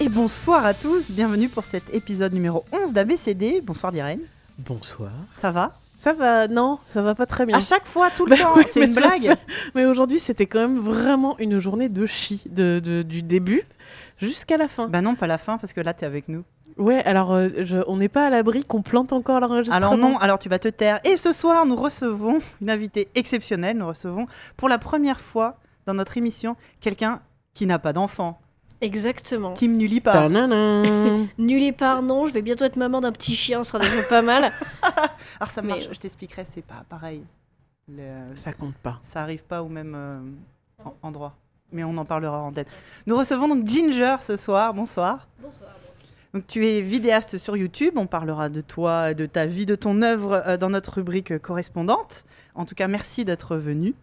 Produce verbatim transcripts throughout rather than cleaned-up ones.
Et bonsoir à tous, bienvenue pour cet épisode numéro onze d'A B C D. Bonsoir Diren. Bonsoir. Ça va ? Ça va, non, ça va pas très bien. À chaque fois, tout le bah, temps, oui, c'est une blague. sais. Mais aujourd'hui, c'était quand même vraiment une journée de chi, de, de, du début jusqu'à la fin. Bah non, pas la fin, parce que là, t'es avec nous. Ouais, alors euh, je, on n'est pas à l'abri qu'on plante encore l'enregistrement. Alors non, alors tu vas te taire. Et ce soir, nous recevons une invitée exceptionnelle. Nous recevons pour la première fois dans notre émission quelqu'un qui n'a pas d'enfant. Exactement. Team Nullipare. Nullipare, non, je vais bientôt être maman d'un petit chien, ce sera déjà pas mal. Alors ça marche, Mais... je t'expliquerai, c'est pas pareil. Le... Ça compte pas. Ça arrive pas au même euh, en- endroit. Mais on en parlera en tête. Nous recevons donc Ginger ce soir. Bonsoir. Bonsoir. Donc tu es vidéaste sur YouTube. On parlera de toi, de ta vie, de ton œuvre euh, dans notre rubrique euh, correspondante. En tout cas, merci d'être venue.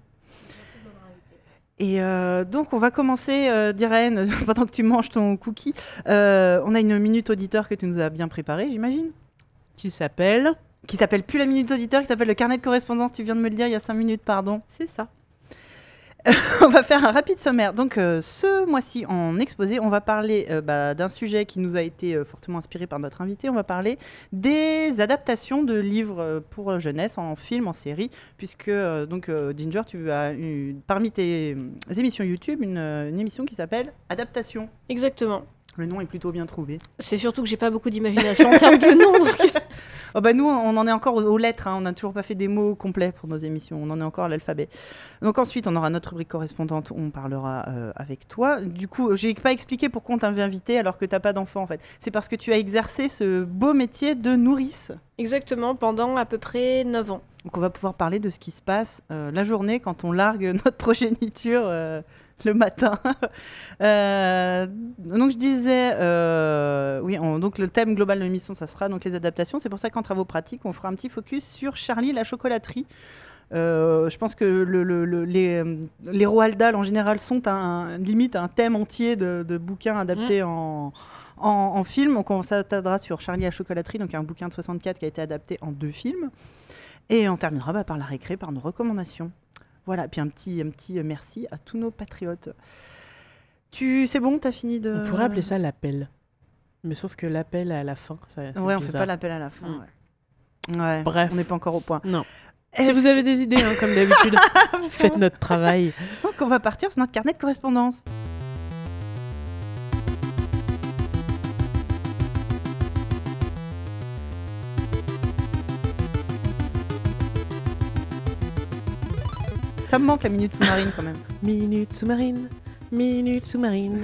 Et euh, donc, on va commencer, euh, Diren, pendant que tu manges ton cookie. Euh, on a une minute auditeur que tu nous as bien préparée, j'imagine. Qui s'appelle Qui s'appelle plus la minute auditeur, qui s'appelle le carnet de correspondance. Tu viens de me le dire il y a cinq minutes, pardon. C'est ça. On va faire un rapide sommaire. Donc, euh, ce mois-ci, en exposé, on va parler euh, bah, d'un sujet qui nous a été euh, fortement inspiré par notre invité. On va parler des adaptations de livres euh, pour jeunesse, en film, en série, puisque, euh, donc, euh, Ginger, tu as eu, parmi tes euh, émissions YouTube, une, une émission qui s'appelle Adaptation. Exactement. Le nom est plutôt bien trouvé. C'est surtout que j'ai pas beaucoup d'imagination en termes de nom. Donc... Oh bah nous, on en est encore aux, aux lettres. Hein. On n'a toujours pas fait des mots complets pour nos émissions. On en est encore à l'alphabet. Donc ensuite, on aura notre rubrique correspondante où on parlera euh, avec toi. Du coup, j'ai pas expliqué pourquoi on t'avait invité alors que t'as pas d'enfant en fait. C'est parce que tu as exercé ce beau métier de nourrice. Exactement, pendant à peu près neuf ans. Donc on va pouvoir parler de ce qui se passe euh, la journée quand on largue notre progéniture euh, le matin. euh, donc je disais, euh, oui, on, donc le thème global de l'émission, ça sera donc les adaptations. C'est pour ça qu'en travaux pratiques, on fera un petit focus sur Charlie la chocolaterie. Euh, je pense que le, le, le, les, les Roald Dahl en général sont un, limite un thème entier de, de bouquins adaptés mmh. en, en, en film. Donc on s'attardera sur Charlie la chocolaterie, donc un bouquin de soixante-quatre qui a été adapté en deux films. Et on terminera bah, par la récré, par nos recommandations. Voilà, puis un petit, un petit merci à tous nos patriotes. Tu, c'est bon, t'as fini de... On pourrait appeler ça l'appel. Mais sauf que l'appel à la fin, ça, c'est ouais, on bizarre. fait pas l'appel à la fin. Mm. Ouais. ouais. Bref. On n'est pas encore au point. Non. Est-ce si vous avez des idées, hein, comme d'habitude, faites notre travail. Donc on va partir sur notre carnet de correspondance. Ça me manque la minute sous-marine quand même. Minute sous-marine, minute sous-marine.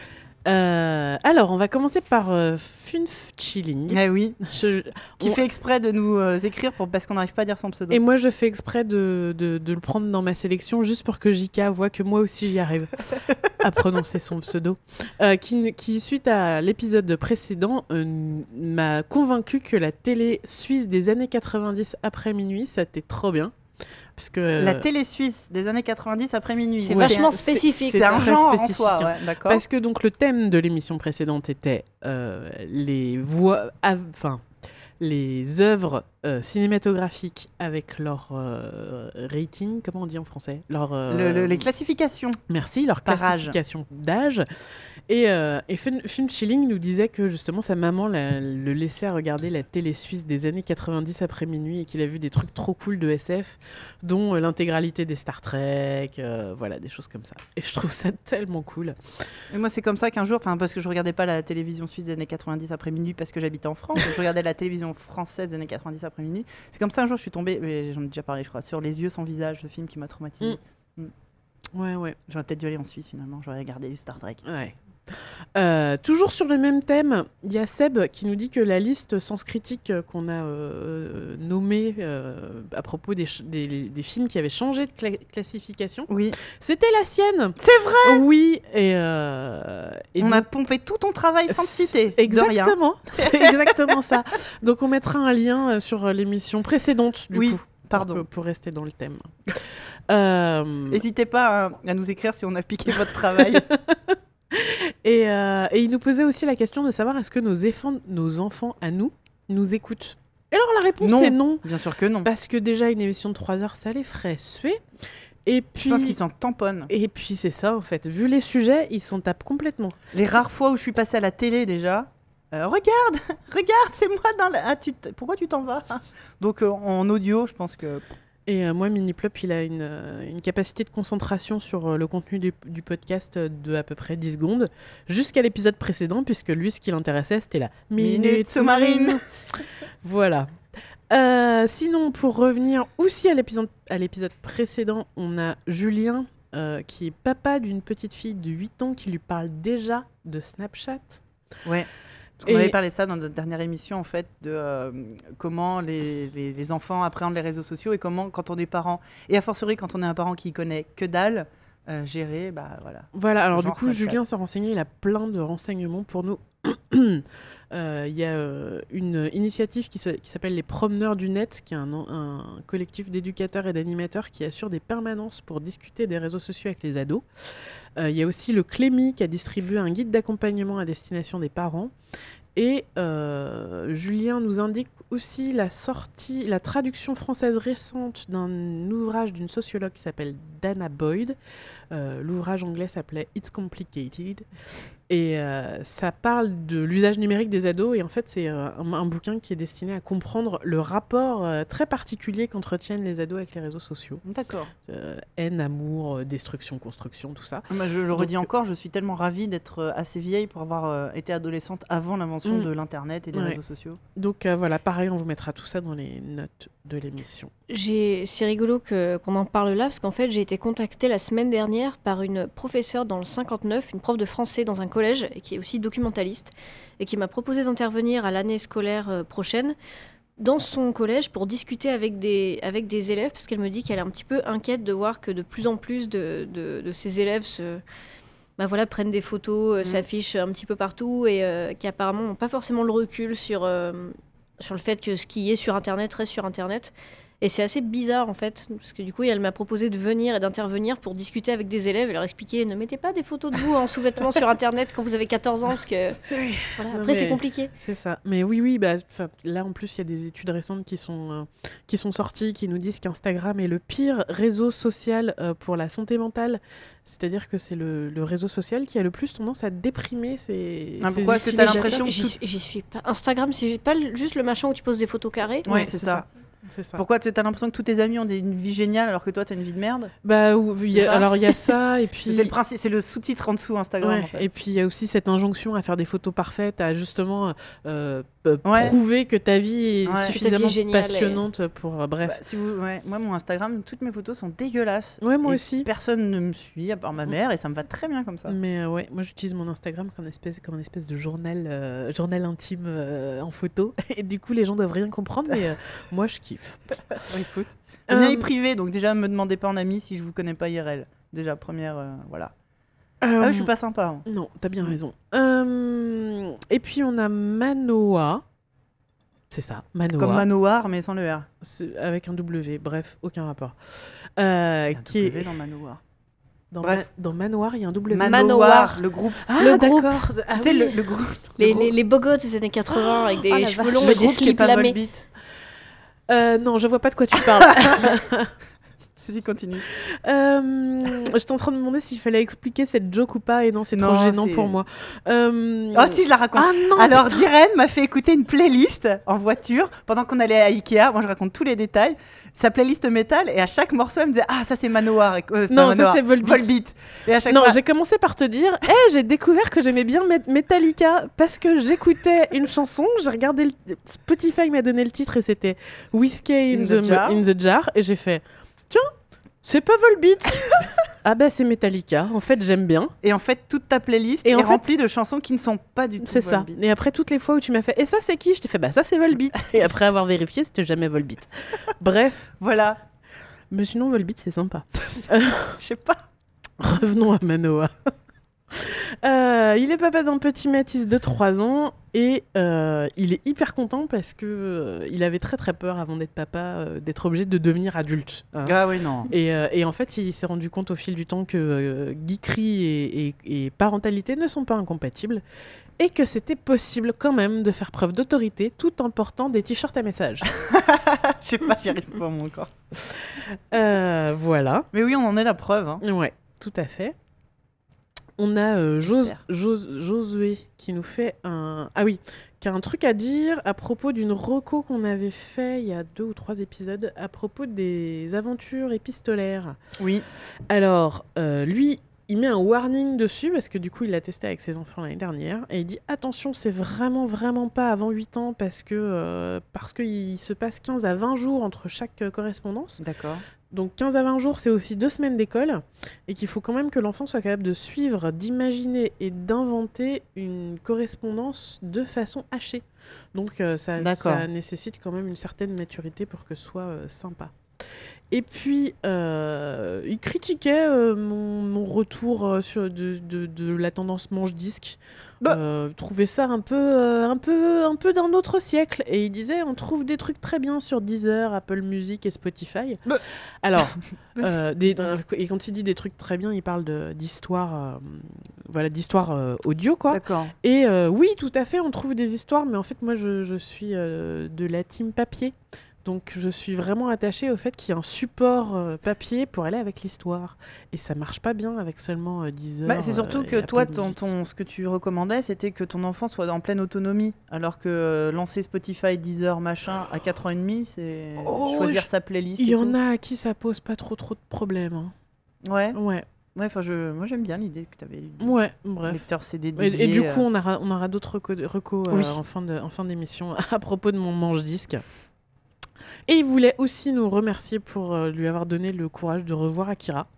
euh, alors, on va commencer par euh, Funf Chilling. Ah oui, je, qui on... fait exprès de nous euh, écrire pour, parce qu'on n'arrive pas à dire son pseudo. Et moi, je fais exprès de, de, de le prendre dans ma sélection juste pour que J K voit que moi aussi j'y arrive à prononcer son pseudo. Euh, qui, qui, suite à l'épisode précédent, euh, m'a convaincu que la télé suisse des années quatre-vingt-dix après minuit, ça était trop bien. Parce que, la télé suisse des années quatre-vingt-dix après minuit. C'est ouais, vachement c'est, spécifique. C'est, c'est un genre spécifique, en soi, hein. ouais, d'accord. Parce que donc le thème de l'émission précédente était euh, les voix, enfin les œuvres euh, cinématographiques avec leur euh, rating, comment on dit en français, leur euh, le, le, les classifications. Merci, leur classification d'âge. Et, euh, et Film Chilling nous disait que justement sa maman la, le laissait regarder la télé suisse des années quatre-vingt-dix après minuit et qu'il a vu des trucs trop cool de S F, dont euh, l'intégralité des Star Trek, euh, voilà, des choses comme ça. Et je trouve ça tellement cool. Et moi, c'est comme ça qu'un jour, parce que je regardais pas la télévision suisse des années quatre-vingt-dix après minuit parce que j'habitais en France, je regardais la télévision française des années quatre-vingt-dix après minuit. C'est comme ça un jour, je suis tombée, mais j'en ai déjà parlé, je crois, sur Les yeux sans visage, ce film qui m'a traumatisée. Mmh. Mmh. Ouais, ouais. J'aurais peut-être dû aller en Suisse finalement, j'aurais regardé du Star Trek. Ouais. Euh, toujours sur le même thème, il y a Seb qui nous dit que la liste Sens Critique qu'on a euh, nommée euh, à propos des, ch- des, des films qui avaient changé de cla- classification, oui. C'était la sienne. C'est vrai. Oui, et, euh, et on donc, a pompé tout ton travail sans te citer. Exactement, c'est exactement ça. Donc on mettra un lien sur l'émission précédente du oui. coup. Pardon. Pour, pour rester dans le thème. euh... N'hésitez pas à, à nous écrire si on a piqué votre travail. Et, euh, et il nous posait aussi la question de savoir est-ce que nos, effants, nos enfants à nous nous écoutent. Et alors la réponse non. est non. Bien sûr que non. Parce que déjà une émission de trois heures, ça les ferait suer. Et puis, je pense qu'ils s'en tamponnent. Et puis c'est ça en fait. Vu les sujets, ils s'en tapent complètement. Les rares fois où je suis passée à la télé déjà, euh, regarde, regarde, c'est moi dans la. Ah, tu t... Pourquoi tu t'en vas? Donc euh, en audio, je pense que. Et euh, moi, Miniplop, il a une, euh, une capacité de concentration sur euh, le contenu du, du podcast de à peu près dix secondes, jusqu'à l'épisode précédent, puisque lui, ce qui l'intéressait, c'était la Minute Sous-Marine. Voilà. Euh, sinon, pour revenir aussi à l'épisode, à l'épisode précédent, on a Julien, euh, qui est papa d'une petite fille de huit ans qui lui parle déjà de Snapchat. Ouais. Parce qu'on et... avait parlé de ça dans notre dernière émission, en fait, de euh, comment les, les, les enfants appréhendent les réseaux sociaux et comment, quand on est parent, et a fortiori quand on est un parent qui connaît que dalle, euh, gérer, bah voilà. Voilà, alors du coup, Julien s'est renseigné, il a plein de renseignements pour nous. Il euh, y a euh, une initiative qui, se, qui s'appelle les Promeneurs du Net, qui est un, un collectif d'éducateurs et d'animateurs qui assure des permanences pour discuter des réseaux sociaux avec les ados. Il euh, y a aussi le Clémy qui a distribué un guide d'accompagnement à destination des parents. Et euh, Julien nous indique aussi la sortie, la traduction française récente d'un ouvrage d'une sociologue qui s'appelle Dana Boyd. Euh, l'ouvrage anglais s'appelait It's Complicated. Et euh, ça parle de l'usage numérique des ados. Et en fait, c'est euh, un, un bouquin qui est destiné à comprendre le rapport euh, très particulier qu'entretiennent les ados avec les réseaux sociaux. D'accord. Euh, haine, amour, destruction, construction, tout ça. Bah, je le redis Donc, encore, je suis tellement ravie d'être assez vieille pour avoir euh, été adolescente avant l'invention mmh. de l'Internet et des ouais. réseaux sociaux. Donc euh, voilà, pareil, on vous mettra tout ça dans les notes de l'émission. J'ai... C'est rigolo que... qu'on en parle là, parce qu'en fait, j'ai été contactée la semaine dernière par une professeure dans le cinquante-neuf, une prof de français dans un collège, qui est aussi documentaliste, et qui m'a proposé d'intervenir à l'année scolaire euh, prochaine dans son collège pour discuter avec des, avec des élèves, parce qu'elle me dit qu'elle est un petit peu inquiète de voir que de plus en plus de, de, de ces élèves se... Bah voilà, prennent des photos, euh, mmh. s'affichent un petit peu partout, et euh, qui apparemment n'ont pas forcément le recul sur, euh, sur le fait que ce qui est sur Internet reste sur Internet. Et c'est assez bizarre en fait, parce que du coup elle m'a proposé de venir et d'intervenir pour discuter avec des élèves et leur expliquer ne mettez pas des photos de vous en sous-vêtements sur Internet quand vous avez quatorze ans, parce que oui. voilà, après c'est compliqué. C'est ça. Mais oui, oui, bah, là en plus il y a des études récentes qui sont, euh, qui sont sorties qui nous disent qu'Instagram est le pire réseau social euh, pour la santé mentale. C'est-à-dire que c'est le, le réseau social qui a le plus tendance à déprimer ses, ah, ses pourquoi est-ce que tu as l'impression que j'y, tout... suis, j'y suis pas. Instagram, c'est pas juste le machin où tu poses des photos carrées. Ouais, ouais c'est, c'est ça. ça. C'est ça. Pourquoi tu as l'impression que tous tes amis ont des, une vie géniale alors que toi tu as une vie de merde? Bah y a, alors il y a ça et puis c'est le principe, c'est le sous-titre en dessous Instagram. Ouais, en fait. Et puis il y a aussi cette injonction à faire des photos parfaites, à justement euh, ouais. prouver que ta vie est ouais. suffisamment vie est passionnante et... pour euh, bref. Bah, si vous, ouais, moi mon Instagram, toutes mes photos sont dégueulasses. Ouais, moi et aussi. Personne ne me suit à part ma mère et ça me va très bien comme ça. Mais euh, ouais, moi j'utilise mon Instagram comme une espèce, comme une espèce de journal, euh, journal intime euh, en photo et du coup les gens doivent rien comprendre mais euh, moi je kiffe. Écoute, le mien est privé, donc déjà me demandez pas en ami si je vous connais pas I R L. Déjà première, euh, voilà. Euh, ah, je suis pas sympa. Hein. Non, t'as bien raison. Euh, et puis on a Manoa, c'est ça, Manoa. Comme Manoir mais sans le R. C'est avec un W, bref, aucun rapport. Euh, il y a un qui W est... dans Manoir. Dans, Bref. Ma- dans Manoir, il y a un W. Manoir, le groupe. Ah, le d'accord. Groupe. Ah, tu sais, oui. le, le groupe. Les, le groupe. les, les beaux gosses des années quatre-vingts avec des oh, cheveux longs le et des slips lamés. Euh, non, je vois pas de quoi tu parles. Vas-y, continue. Euh, J'étais en train de me demander s'il fallait expliquer cette joke ou pas, et non, c'est non, trop gênant c'est... pour moi. Euh... Oh si, je la raconte. Ah, non, Alors, putain. Diren m'a fait écouter une playlist en voiture pendant qu'on allait à Ikea. Moi, je raconte tous les détails. Sa playlist métal, et à chaque morceau, elle me disait « Ah, ça, c'est Manoir. Euh, » Non, Manoir, ça, c'est Volbeat. Volbeat. Et à chaque non, fois... j'ai commencé par te dire « Hé, hey, j'ai découvert que j'aimais bien Metallica parce que j'écoutais une chanson, j'ai regardé... Le... Spotify m'a donné le titre et c'était « Whiskey in, in, the, the jar. in the Jar » et j'ai fait « Tiens, c'est pas Volbeat. Ah bah c'est Metallica, en fait j'aime bien. » Et en fait toute ta playlist et est remplie fait... de chansons qui ne sont pas du tout c'est Volbeat. Ça. Et après toutes les fois où tu m'as fait « Et ça c'est qui ?» Je t'ai fait « Bah ça c'est Volbeat. » Et après avoir vérifié c'était jamais Volbeat. Bref. Voilà. Mais sinon Volbeat c'est sympa. Je sais pas. Revenons à Manoa. Euh, il est papa d'un petit Mathis de trois ans et euh, il est hyper content parce que euh, il avait très très peur avant d'être papa euh, d'être obligé de devenir adulte. Hein. Ah oui, non. Et, euh, et en fait, il s'est rendu compte au fil du temps que euh, geekerie et, et, et parentalité ne sont pas incompatibles et que c'était possible quand même de faire preuve d'autorité tout en portant des t-shirts à message. Je sais pas, j'y arrive pas moi encore. Euh, voilà. Mais oui, on en est la preuve. Hein. Ouais, tout à fait. On a euh, Jos- Jos- Josué qui nous fait un... Ah oui, qui a un truc à dire à propos d'une reco qu'on avait fait il y a deux ou trois épisodes à propos des aventures épistolaires. Oui. Alors, euh, lui, il met un warning dessus parce que du coup, il l'a testé avec ses enfants l'année dernière et il dit « Attention, c'est vraiment, vraiment pas avant huit ans parce que euh, parce qu'il se passe quinze à vingt jours entre chaque euh, correspondance. » D'accord. Donc quinze à vingt jours, c'est aussi deux semaines d'école et qu'il faut quand même que l'enfant soit capable de suivre, d'imaginer et d'inventer une correspondance de façon hachée. Donc euh, ça, ça nécessite quand même une certaine maturité pour que ce soit euh, sympa. Et puis, euh, il critiquait euh, mon, mon retour euh, sur de, de, de la tendance manche-disque. Bah. Euh, trouvait ça un peu, euh, un, peu, un peu d'un autre siècle. Et il disait, on trouve des trucs très bien sur Deezer, Apple Music et Spotify. Bah. Alors, euh, des, et quand il dit des trucs très bien, il parle de, d'histoire, euh, voilà, d'histoire euh, audio, quoi. D'accord. Et euh, oui, tout à fait, on trouve des histoires. Mais en fait, moi, je, je suis euh, de la team papier. Donc, je suis vraiment attachée au fait qu'il y ait un support euh, papier pour aller avec l'histoire. Et ça marche pas bien avec seulement euh, dix heures. Bah, c'est surtout euh, que toi, ton, ton, ce que tu recommandais, c'était que ton enfant soit en pleine autonomie. Alors que euh, lancer Spotify, Deezer, machin, à quatre ans et demi, c'est oh, choisir je... sa playlist. Il y et en tout. a à qui ça pose pas trop trop de problèmes. Hein. Ouais. Ouais. Ouais, enfin, je, moi j'aime bien l'idée que tu avais. Ouais, bref. Lecteur C D dédié. Et, et du coup, on aura, on aura d'autres recos, recos euh, oui. en, fin de, en fin d'émission à propos de mon manche-disque. Et il voulait aussi nous remercier pour euh, lui avoir donné le courage de revoir Akira.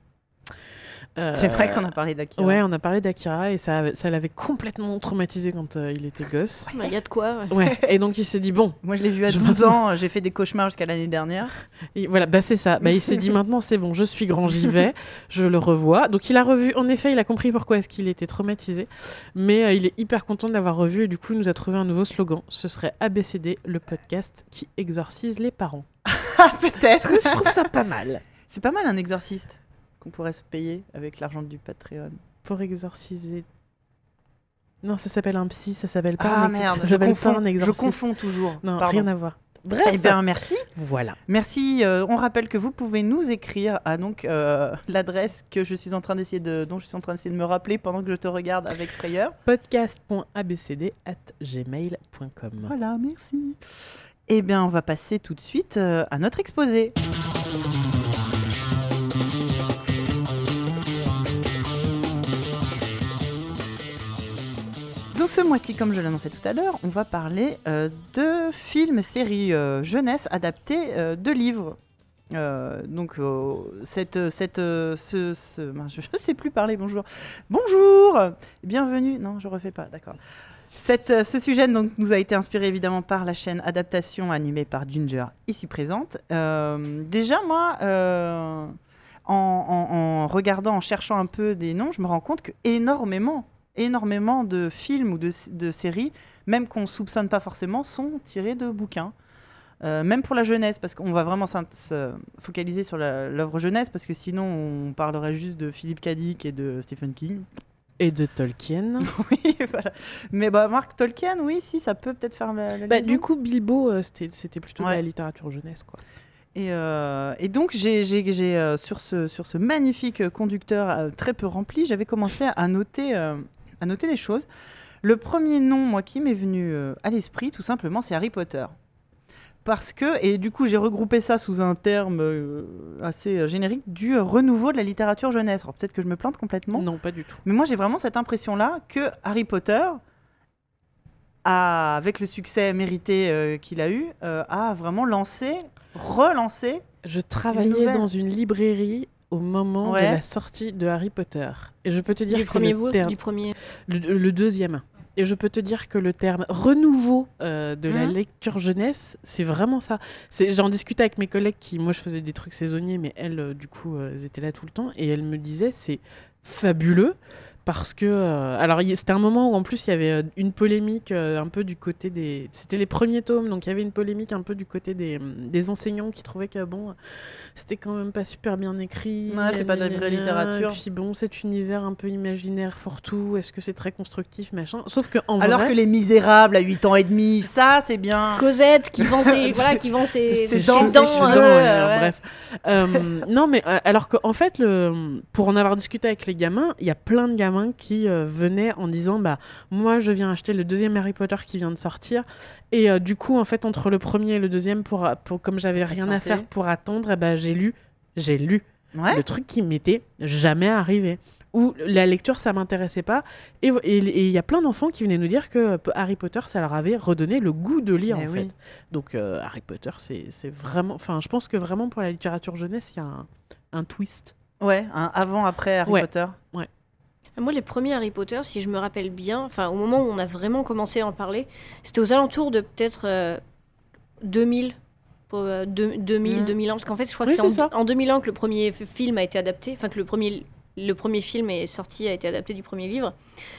Euh, c'est vrai qu'on a parlé d'Akira. Ouais, on a parlé d'Akira et ça, ça l'avait complètement traumatisé quand euh, il était gosse. Il bah, y a de quoi. Ouais. Ouais. Et donc il s'est dit bon. Moi je l'ai vu à douze ans, j'ai fait des cauchemars jusqu'à l'année dernière. Et voilà, bah c'est ça. Bah, il s'est dit maintenant c'est bon, je suis grand, j'y vais, je le revois. Donc il a revu, en effet, il a compris pourquoi est-ce qu'il était traumatisé. Mais euh, il est hyper content de l'avoir revu et du coup il nous a trouvé un nouveau slogan. Ce serait A B C D, le podcast qui exorcise les parents. Peut-être. Je trouve ça pas mal. C'est pas mal un exorciste qu'on pourrait se payer avec l'argent du Patreon. Pour exorciser. Non, ça s'appelle un psy, ça s'appelle pas ah, un exorciste. merde, ça je s'appelle confonds, pas un exorciste. Je confonds toujours. Non, Pardon. rien à voir. Bref, eh bien, merci. Voilà. Merci. Euh, on rappelle que vous pouvez nous écrire à donc euh, l'adresse que je suis en train d'essayer de, dont je suis en train d'essayer de me rappeler pendant que je te regarde avec frayeur. podcast point a b c d arobase gmail point com. Voilà, merci. Eh bien, on va passer tout de suite euh, à notre exposé. Donc ce mois-ci, comme je l'annonçais tout à l'heure, on va parler euh, de films, séries euh, jeunesse adaptés euh, de livres. Euh, donc euh, cette, cette, euh, ce, ce, je ne sais plus parler, bonjour. Bonjour, bienvenue, non je refais pas, d'accord. Cette, ce sujet donc, nous a été inspiré évidemment par la chaîne Adaptation animée par Ginger, ici présente. Euh, déjà, moi, euh, en, en, en regardant, en cherchant un peu des noms, je me rends compte que énormément, énormément de films ou de, de séries, même qu'on ne soupçonne pas forcément, sont tirés de bouquins. Euh, même pour la jeunesse, parce qu'on va vraiment se focaliser sur la, l'œuvre jeunesse, parce que sinon on parlerait juste de Philippe K. Dick et de Stephen King. Et de Tolkien. Oui, voilà. Mais bah, Marc Tolkien, oui, si, ça peut peut-être faire la, la bah, liaison. Du coup, Bilbo, euh, c'était, c'était plutôt ouais. de la littérature jeunesse, quoi. Et, euh, et donc, j'ai, j'ai, j'ai, euh, sur, ce, sur ce magnifique conducteur euh, très peu rempli, j'avais commencé à noter, euh, à noter des choses. Le premier nom, moi, qui m'est venu euh, à l'esprit, tout simplement, c'est Harry Potter. Parce que, et du coup j'ai regroupé ça sous un terme euh, assez euh, générique, du euh, renouveau de la littérature jeunesse. Alors peut-être que je me plante complètement. Non, pas du tout. Mais moi j'ai vraiment cette impression-là que Harry Potter, a, avec le succès mérité euh, qu'il a eu, euh, a vraiment lancé, relancé. Je travaillais une dans une librairie au moment ouais. de la sortie de Harry Potter. Et je peux te dire du que premier le bout, terme... du premier. Le, le deuxième. Et je peux te dire que le terme renouveau euh, de mmh. la lecture jeunesse, c'est vraiment ça. C'est, j'en discutais avec mes collègues qui, moi, je faisais des trucs saisonniers, mais elles, euh, du coup, euh, elles étaient là tout le temps. Et elles me disaient, c'est fabuleux parce que euh, alors y, c'était un moment où en plus il y avait une polémique euh, un peu du côté des c'était les premiers tomes, donc il y avait une polémique un peu du côté des, des enseignants qui trouvaient que bon c'était quand même pas super bien écrit, ouais, c'est pas de la vraie littérature, puis bon cet univers un peu imaginaire fourre-tout, est-ce que c'est très constructif machin, sauf que en alors vrai, que Les Misérables à huit ans et demi, ça c'est bien. Cosette qui vend ses voilà qui vend ses, ses ses dents, dents, ses cheveux, euh, ouais, euh, ouais. bref euh, non mais euh, alors qu'en fait le pour en avoir discuté avec les gamins, il y a plein de gamins qui euh, venaient en disant bah moi je viens acheter le deuxième Harry Potter qui vient de sortir et euh, du coup en fait entre le premier et le deuxième pour, pour comme j'avais rien à faire pour attendre, et bah, j'ai lu j'ai lu ouais. le truc qui m'était jamais arrivé, où la lecture ça m'intéressait pas, et il y a plein d'enfants qui venaient nous dire que Harry Potter ça leur avait redonné le goût de lire. Mais en oui. fait donc euh, Harry Potter c'est, c'est vraiment, enfin je pense que vraiment pour la littérature jeunesse il y a un, un twist. Ouais, un avant-après Harry ouais. Potter. Ouais. Moi, les premiers Harry Potter, si je me rappelle bien, enfin, au moment où on a vraiment commencé à en parler, c'était aux alentours de peut-être euh, deux mille, pour, euh, deux, deux mille, mmh. deux mille ans, parce qu'en fait, je crois que oui, c'est, c'est en, en deux mille ans que le premier f- film a été adapté, enfin que le premier, le premier film est sorti, a été adapté du premier livre.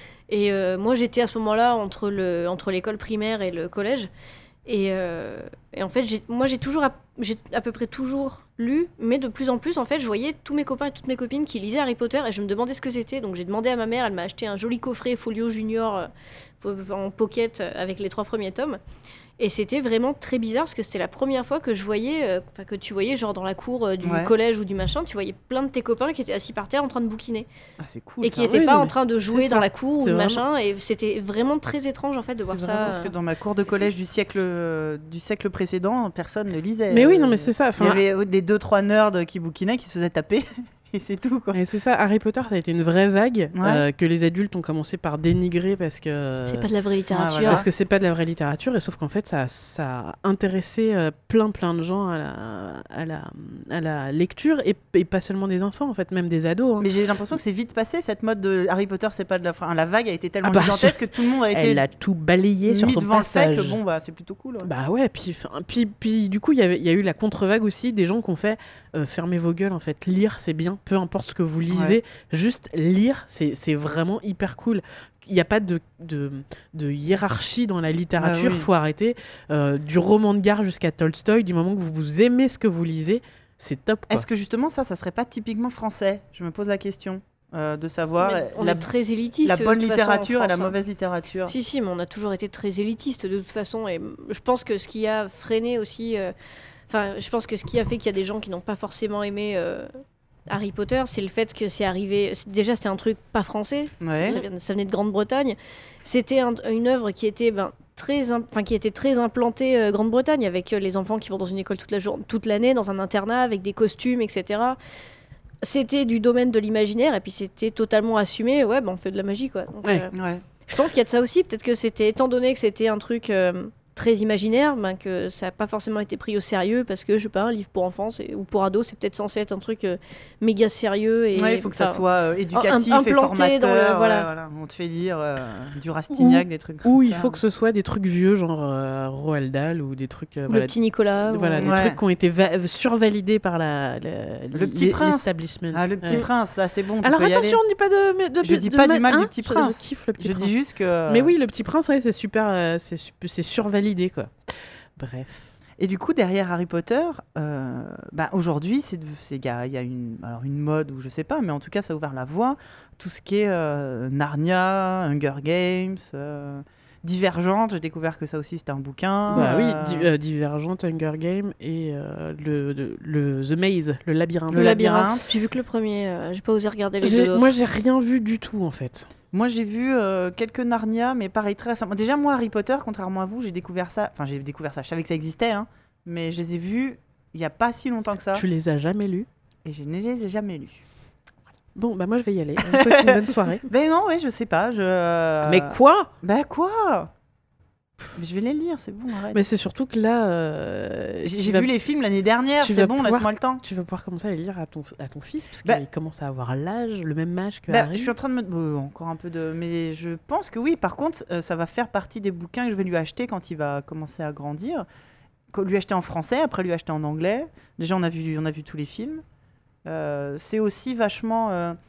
Et euh, moi, j'étais à ce moment-là entre, le, entre l'école primaire et le collège. Et, euh, et en fait, j'ai, moi, j'ai toujours, à, j'ai à peu près toujours lu, mais de plus en plus, en fait, je voyais tous mes copains et toutes mes copines qui lisaient Harry Potter et je me demandais ce que c'était. Donc, j'ai demandé à ma mère, elle m'a acheté un joli coffret Folio Junior euh, en pocket avec les trois premiers tomes. Et c'était vraiment très bizarre parce que c'était la première fois que je voyais, euh, que tu voyais genre dans la cour euh, du ouais. collège ou du machin, tu voyais plein de tes copains qui étaient assis par terre en train de bouquiner. Ah, c'est cool. Et ça. qui n'étaient oui, pas non, en train de jouer dans ça. la cour c'est ou vraiment... machin. Et c'était vraiment très étrange en fait de c'est voir vraiment ça. Parce que dans ma cour de collège du siècle, euh, du siècle précédent, personne ne lisait. Mais oui, non, mais c'est ça. Enfin, il y avait des deux trois nerds qui bouquinaient, qui se faisaient taper. Et c'est tout, quoi. Et c'est ça, Harry Potter, ça a été une vraie vague ouais. euh, que les adultes ont commencé par dénigrer parce que... C'est pas de la vraie littérature. Ouais, voilà. Parce que c'est pas de la vraie littérature, et sauf qu'en fait, ça, ça a intéressé euh, plein, plein de gens à la, à la, à la lecture, et, et pas seulement des enfants, en fait, même des ados. Hein. Mais j'ai l'impression que c'est vite passé, cette mode de Harry Potter, c'est pas de la... Enfin, la vague a été tellement ah bah, gigantesque je... que tout le monde a été... Elle a tout balayé sur son devant passage. Le fait que bon, bah, c'est plutôt cool. Ouais. Bah ouais, puis, puis, puis du coup, il y, y a eu la contre-vague aussi, des gens qui ont fait euh, fermez vos gueules, en fait, lire, c'est bien, peu importe ce que vous lisez, ouais. juste lire, c'est, c'est vraiment hyper cool. Il n'y a pas de, de, de hiérarchie dans la littérature, il ah oui. faut arrêter. Euh, du roman de gare jusqu'à Tolstoï, du moment que vous, vous aimez ce que vous lisez, c'est top. Quoi. Est-ce que justement ça, ça serait pas typiquement français ? Je me pose la question. Euh, de savoir mais on la, est très élitiste, la bonne façon, littérature France, et la hein. mauvaise littérature. Si, si, mais on a toujours été très élitiste de toute façon. Et je pense que ce qui a freiné aussi... Enfin, euh, je pense que ce qui a fait qu'il y a des gens qui n'ont pas forcément aimé... Euh, Harry Potter, c'est le fait que c'est arrivé... Déjà, c'était un truc pas français, ouais. ça, ça venait de Grande-Bretagne. C'était un, une œuvre qui était, ben, très, imp... qui était très implantée euh, Grande-Bretagne, avec euh, les enfants qui vont dans une école toute, la jour... toute l'année, dans un internat, avec des costumes, et cetera. C'était du domaine de l'imaginaire, et puis c'était totalement assumé. Ouais, ben, on fait de la magie, quoi. Donc, ouais. Euh, ouais. Je pense qu'il y a de ça aussi. Peut-être que c'était, étant donné que c'était un truc... Euh, très imaginaire, ben que ça n'a pas forcément été pris au sérieux parce que je sais pas, un livre pour enfants c'est, ou pour ados c'est peut-être censé être un truc euh, méga sérieux et ouais, il faut que ça soit euh, éducatif un, et formateur. Dans le, voilà. Ouais, voilà. On te fait lire euh, du Rastignac, ou, des trucs comme ou ça. Ou il faut que ce soit des trucs vieux genre euh, Roald Dahl ou des trucs euh, le voilà, petit Nicolas voilà ou... des ouais. trucs qui ont été va- survalidés par la, la le petit prince l'establishment. Ah, le petit ouais. prince, ça c'est bon. Alors attention, on ne dit pas de, de je dis de, pas de, du mal hein du petit prince. Je, je kiffe le petit je prince. dis juste que. Mais oui, le petit prince, ouais, c'est super, euh, c'est, c'est survalidé quoi. Bref. Et du coup, derrière Harry Potter, euh, bah, aujourd'hui, il y a, y a une, alors une mode, ou je sais pas, mais en tout cas, ça a ouvert la voie. Tout ce qui est euh, Narnia, Hunger Games, euh, Divergente, j'ai découvert que ça aussi, c'était un bouquin. Bah euh... oui, di- euh, Divergente, Hunger Games et euh, le, le, le The Maze, le labyrinthe. Le, le labyrinthe. labyrinthe. J'ai vu que le premier, euh, j'ai pas osé regarder les j'ai, deux autres. Moi, j'ai rien vu du tout, en fait. Moi, j'ai vu euh, quelques Narnia, mais pareil, très récemment. Déjà, moi, Harry Potter, contrairement à vous, j'ai découvert ça. Enfin, j'ai découvert ça. Je savais que ça existait, hein, mais je les ai vus il y a pas si longtemps que ça. Tu les as jamais lus ? Et je ne les ai jamais lus. Bon, bah moi, je vais y aller. Je vous souhaite une bonne soirée. Ben non, oui, je sais pas. Je... Mais quoi ? Ben quoi ? Mais je vais les lire, c'est bon, arrête. Mais c'est surtout que là... Euh, j'ai j'ai vas... vu les films l'année dernière, c'est bon, pouvoir, laisse-moi le temps. Tu vas pouvoir commencer à les lire à ton, à ton fils, parce bah, qu'il commence à avoir l'âge, le même âge que bah, Harry. Je suis en train de me... Bon, encore un peu de... Mais je pense que oui, par contre, euh, ça va faire partie des bouquins que je vais lui acheter quand il va commencer à grandir. Lui acheter en français, après lui acheter en anglais. Déjà, on a vu, on a vu tous les films. Euh, c'est aussi vachement... Euh,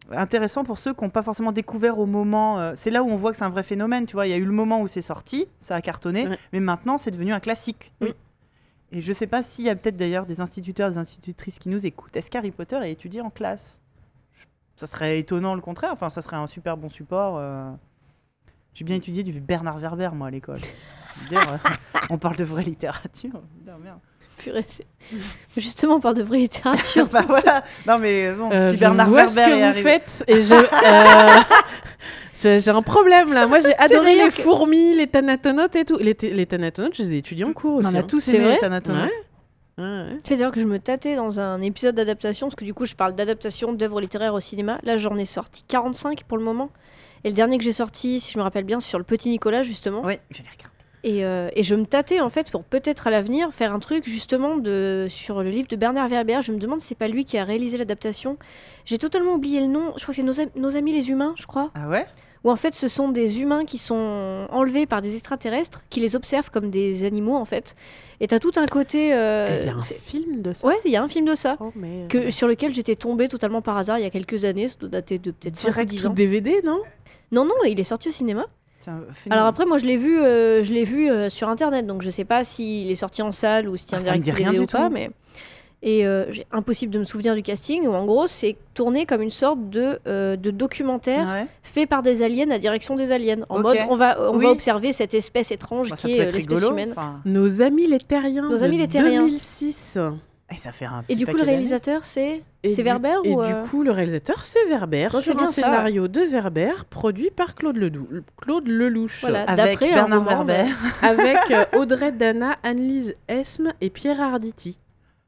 intéressant pour ceux qui n'ont pas forcément découvert au moment. Euh, c'est là où on voit que c'est un vrai phénomène. Tu vois, il y a eu le moment où c'est sorti, ça a cartonné, ouais. mais maintenant c'est devenu un classique. Oui. Et je ne sais pas s'il y a peut-être d'ailleurs des instituteurs, des institutrices qui nous écoutent. Est-ce qu'Harry Potter est étudié en classe ? Ça serait étonnant le contraire. Enfin, ça serait un super bon support. Euh... J'ai bien étudié du Bernard Werber, moi, à l'école. Dire, euh, on parle de vraie littérature. Putain, merde. Purée, c'est... Justement, on parle de vraie littérature. bah voilà. Non, mais bon, euh, si Bernard je vois Werber ce que est vous arrivé... faites et je, euh, j'ai, j'ai un problème là. Moi, j'ai adoré les que... fourmis, les thanatonautes et tout. Les, t- les thanatonautes, je les ai étudiés en cours aussi. On a hein. tous c'est aimé vrai les thanatonautes. Ouais. Ouais, ouais. C'est d'ailleurs que je me tâtais dans un épisode d'adaptation, parce que du coup, je parle d'adaptation d'œuvres littéraires au cinéma. Là, j'en ai sorti quarante-cinq pour le moment. Et le dernier que j'ai sorti, si je me rappelle bien, c'est sur le Petit Nicolas, justement. Oui, je l'ai regardé. Et, euh, et je me tâtais en fait pour peut-être à l'avenir faire un truc justement de, sur le livre de Bernard Werber. Je me demande si c'est pas lui qui a réalisé l'adaptation. J'ai totalement oublié le nom. Je crois que c'est Nos, am- Nos Amis les Humains, je crois. Ah ouais ? Où en fait ce sont des humains qui sont enlevés par des extraterrestres, qui les observent comme des animaux en fait. Et t'as tout un côté... Euh, il y a un c'est... film de ça ? Ouais, il y a un film de ça. Oh, mais... que, sur lequel j'étais tombée totalement par hasard il y a quelques années. Ça doit dater de peut-être cinq ou dix ans. Direct D V D, non ? Non, non, il est sorti au cinéma. Tiens, Alors après, moi, je l'ai vu, euh, je l'ai vu euh, sur Internet, donc je sais pas s'il est sorti en salle ou s'il y a un Ah, ça me direct dit rien D V D du ou pas, tout. mais... Et euh, j'ai impossible de me souvenir du casting, où en gros, c'est tourné comme une sorte de, euh, de documentaire Ouais. fait par des aliens à direction des aliens. En Ok. mode, on va, on Oui. va observer cette espèce étrange Bah, ça qui peut est être euh, l'espèce rigolo. humaine. Enfin, Nos amis les terriens. Nos amis de les terriens. deux mille six. et ça fait un Et petit du coup, paquet le d'années. réalisateur, c'est Et c'est du- Werber Et ou du euh, coup, le réalisateur, c'est Werber, Donc, sur c'est un bien ça. scénario de Werber, produit par Claude, Ledou- Claude Lelouch. Voilà. Avec D'après un Bernard roman, Werber. Avec euh, Audrey Dana, Annelise Esme et Pierre Arditi.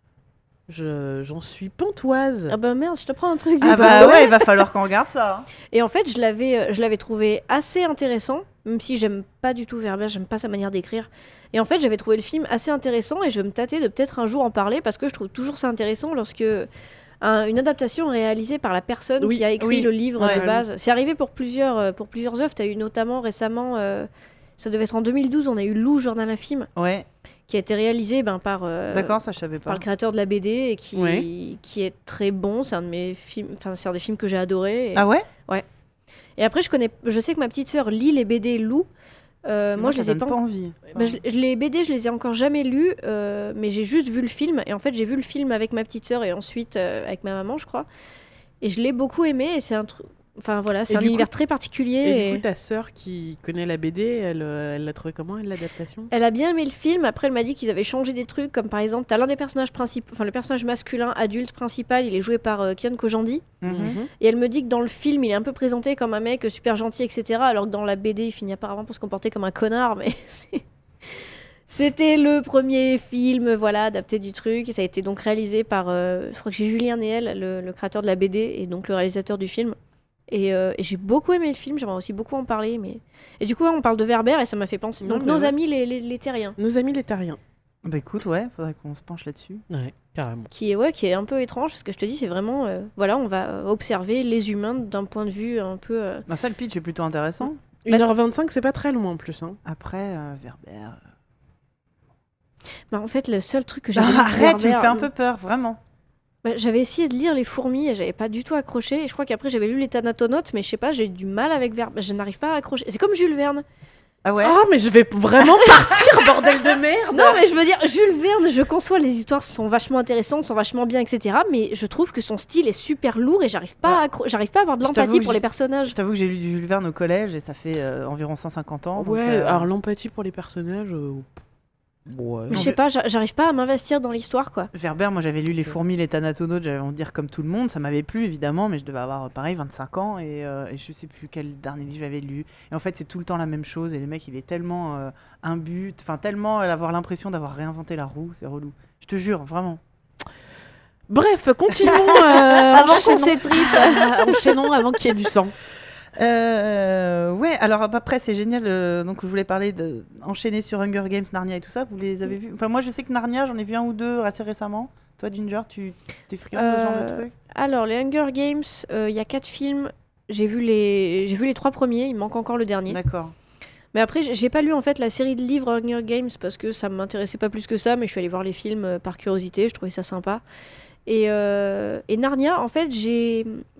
Je, j'en suis pantoise. Ah bah merde, je te prends un truc. Ah du bah coup. ouais, il va falloir qu'on regarde ça. hein. Et en fait, je l'avais, euh, je l'avais trouvé assez intéressant, même si j'aime pas du tout Werber, j'aime pas sa manière d'écrire. Et en fait, j'avais trouvé le film assez intéressant et je me tâtais de peut-être un jour en parler parce que je trouve toujours ça intéressant lorsque un- une adaptation réalisée par la personne Oui, qui a écrit oui. le livre Ouais. de base. C'est arrivé pour plusieurs, euh, pour plusieurs œuvres. Tu as eu notamment récemment, euh, ça devait être en deux mille douze, on a eu Lou, journal infime, Ouais, qui a été réalisé ben, par, euh, d'accord, ça je savais par pas. le créateur de la B D et qui, Ouais. qui est très bon. C'est un de mes films, enfin c'est un des films que j'ai adoré. Et... Ah ouais Et après, je connais, je sais que ma petite sœur lit les B D Lou. Euh, moi, je ça les ai donne pas. pas envie. Bah, je, je- les B D, je les ai encore jamais lus, euh, mais j'ai juste vu le film. Et en fait, j'ai vu le film avec ma petite sœur et ensuite euh, avec ma maman, je crois. Et je l'ai beaucoup aimé. Et c'est un truc. Enfin voilà, c'est Et un du univers coup- très particulier. Et et- du coup, ta sœur qui connaît la B D, elle, euh, elle l'a trouvé comment, elle, l'adaptation ? Elle a bien aimé le film. Après, elle m'a dit qu'ils avaient changé des trucs, comme par exemple, t'as l'un des personnages principaux, enfin le personnage masculin adulte principal, il est joué par euh, Kian Kojandi. Mhm. Et elle me dit que dans le film, il est un peu présenté comme un mec super gentil, et cetera. Alors que dans la B D, il finit apparemment pour se comporter comme un connard, mais c'est- c'était le premier film, voilà, adapté du truc. Et ça a été donc réalisé par, euh, je crois que c'est Julien Néel, le, le créateur de la B D et donc le réalisateur du film. Et, euh, et j'ai beaucoup aimé le film, j'aimerais aussi beaucoup en parler. Mais... Et du coup, ouais, on parle de Werber et ça m'a fait penser. Non, Donc, mais nos ouais. amis les, les, les terriens, Nos amis les terriens. Bah écoute, ouais, faudrait qu'on se penche là-dessus. Ouais, carrément. qui est, ouais, qui est un peu étrange. Ce que je te dis, c'est vraiment, euh, voilà, on va euh, observer les humains d'un point de vue un peu. euh, Bah ça, le pitch est plutôt intéressant. une heure vingt-cinq, c'est pas très loin en plus. Hein. Après, euh, Werber... Bah, en fait, le seul truc que Ah, j'avais lu de arrête, tu me Werber- fais un peu peur, vraiment. Bah, j'avais essayé de lire Les Fourmis et j'avais pas du tout accroché. Et je crois qu'après j'avais lu Les Thanatonautes, mais je sais pas, j'ai eu du mal avec Werber. Je n'arrive pas à accrocher. C'est comme Jules Verne. Ah ouais Oh, mais je vais vraiment partir, bordel de merde. Non, mais je veux dire, Jules Verne, je conçois, les histoires sont vachement intéressantes, sont vachement bien, et cetera. Mais je trouve que son style est super lourd et j'arrive pas, à accro- j'arrive pas à avoir de Je t'avoue l'empathie que pour j'ai- les personnages. Je t'avoue que j'ai lu du Jules Verne au collège et ça fait euh, environ cent cinquante ans. donc, Ouais, euh, alors l'empathie pour les personnages. euh, Ouais. Je Non, sais mais- pas, j'a- j'arrive pas à m'investir dans l'histoire, quoi. Werber, moi j'avais lu Les Fourmis, les Thanatonautes, j'allais en dire comme tout le monde, ça m'avait plu évidemment, mais je devais avoir euh, pareil vingt-cinq ans et, euh, et je sais plus quel dernier livre j'avais lu. Et en fait, c'est tout le temps la même chose et le mec il est tellement euh, imbu, enfin tellement euh, avoir l'impression d'avoir réinventé la roue, c'est relou. Je te jure, vraiment. Bref, continuons. euh, Avant qu'on enchaînons. s'étripe. Enchaînons avant qu'il y ait du sang. Euh, ouais, alors après c'est génial. euh, donc je voulais parler de enchaîner sur Hunger Games, Narnia et tout ça. Vous les avez vus? Enfin moi je sais que Narnia, j'en ai vu un ou deux assez récemment. Toi Ginger, tu t'es friand de ce genre de Euh, truc? Alors, les Hunger Games, il y a quatre films. J'ai vu, les... j'ai vu les trois premiers, il me manque encore le dernier. D'accord. Mais après, j'ai j'ai pas lu en fait la série de livres Hunger Games parce que ça m'intéressait pas plus que ça, mais je suis allée voir les films euh, par curiosité, je trouvais ça sympa. Et, euh, et Narnia, en fait, j'ai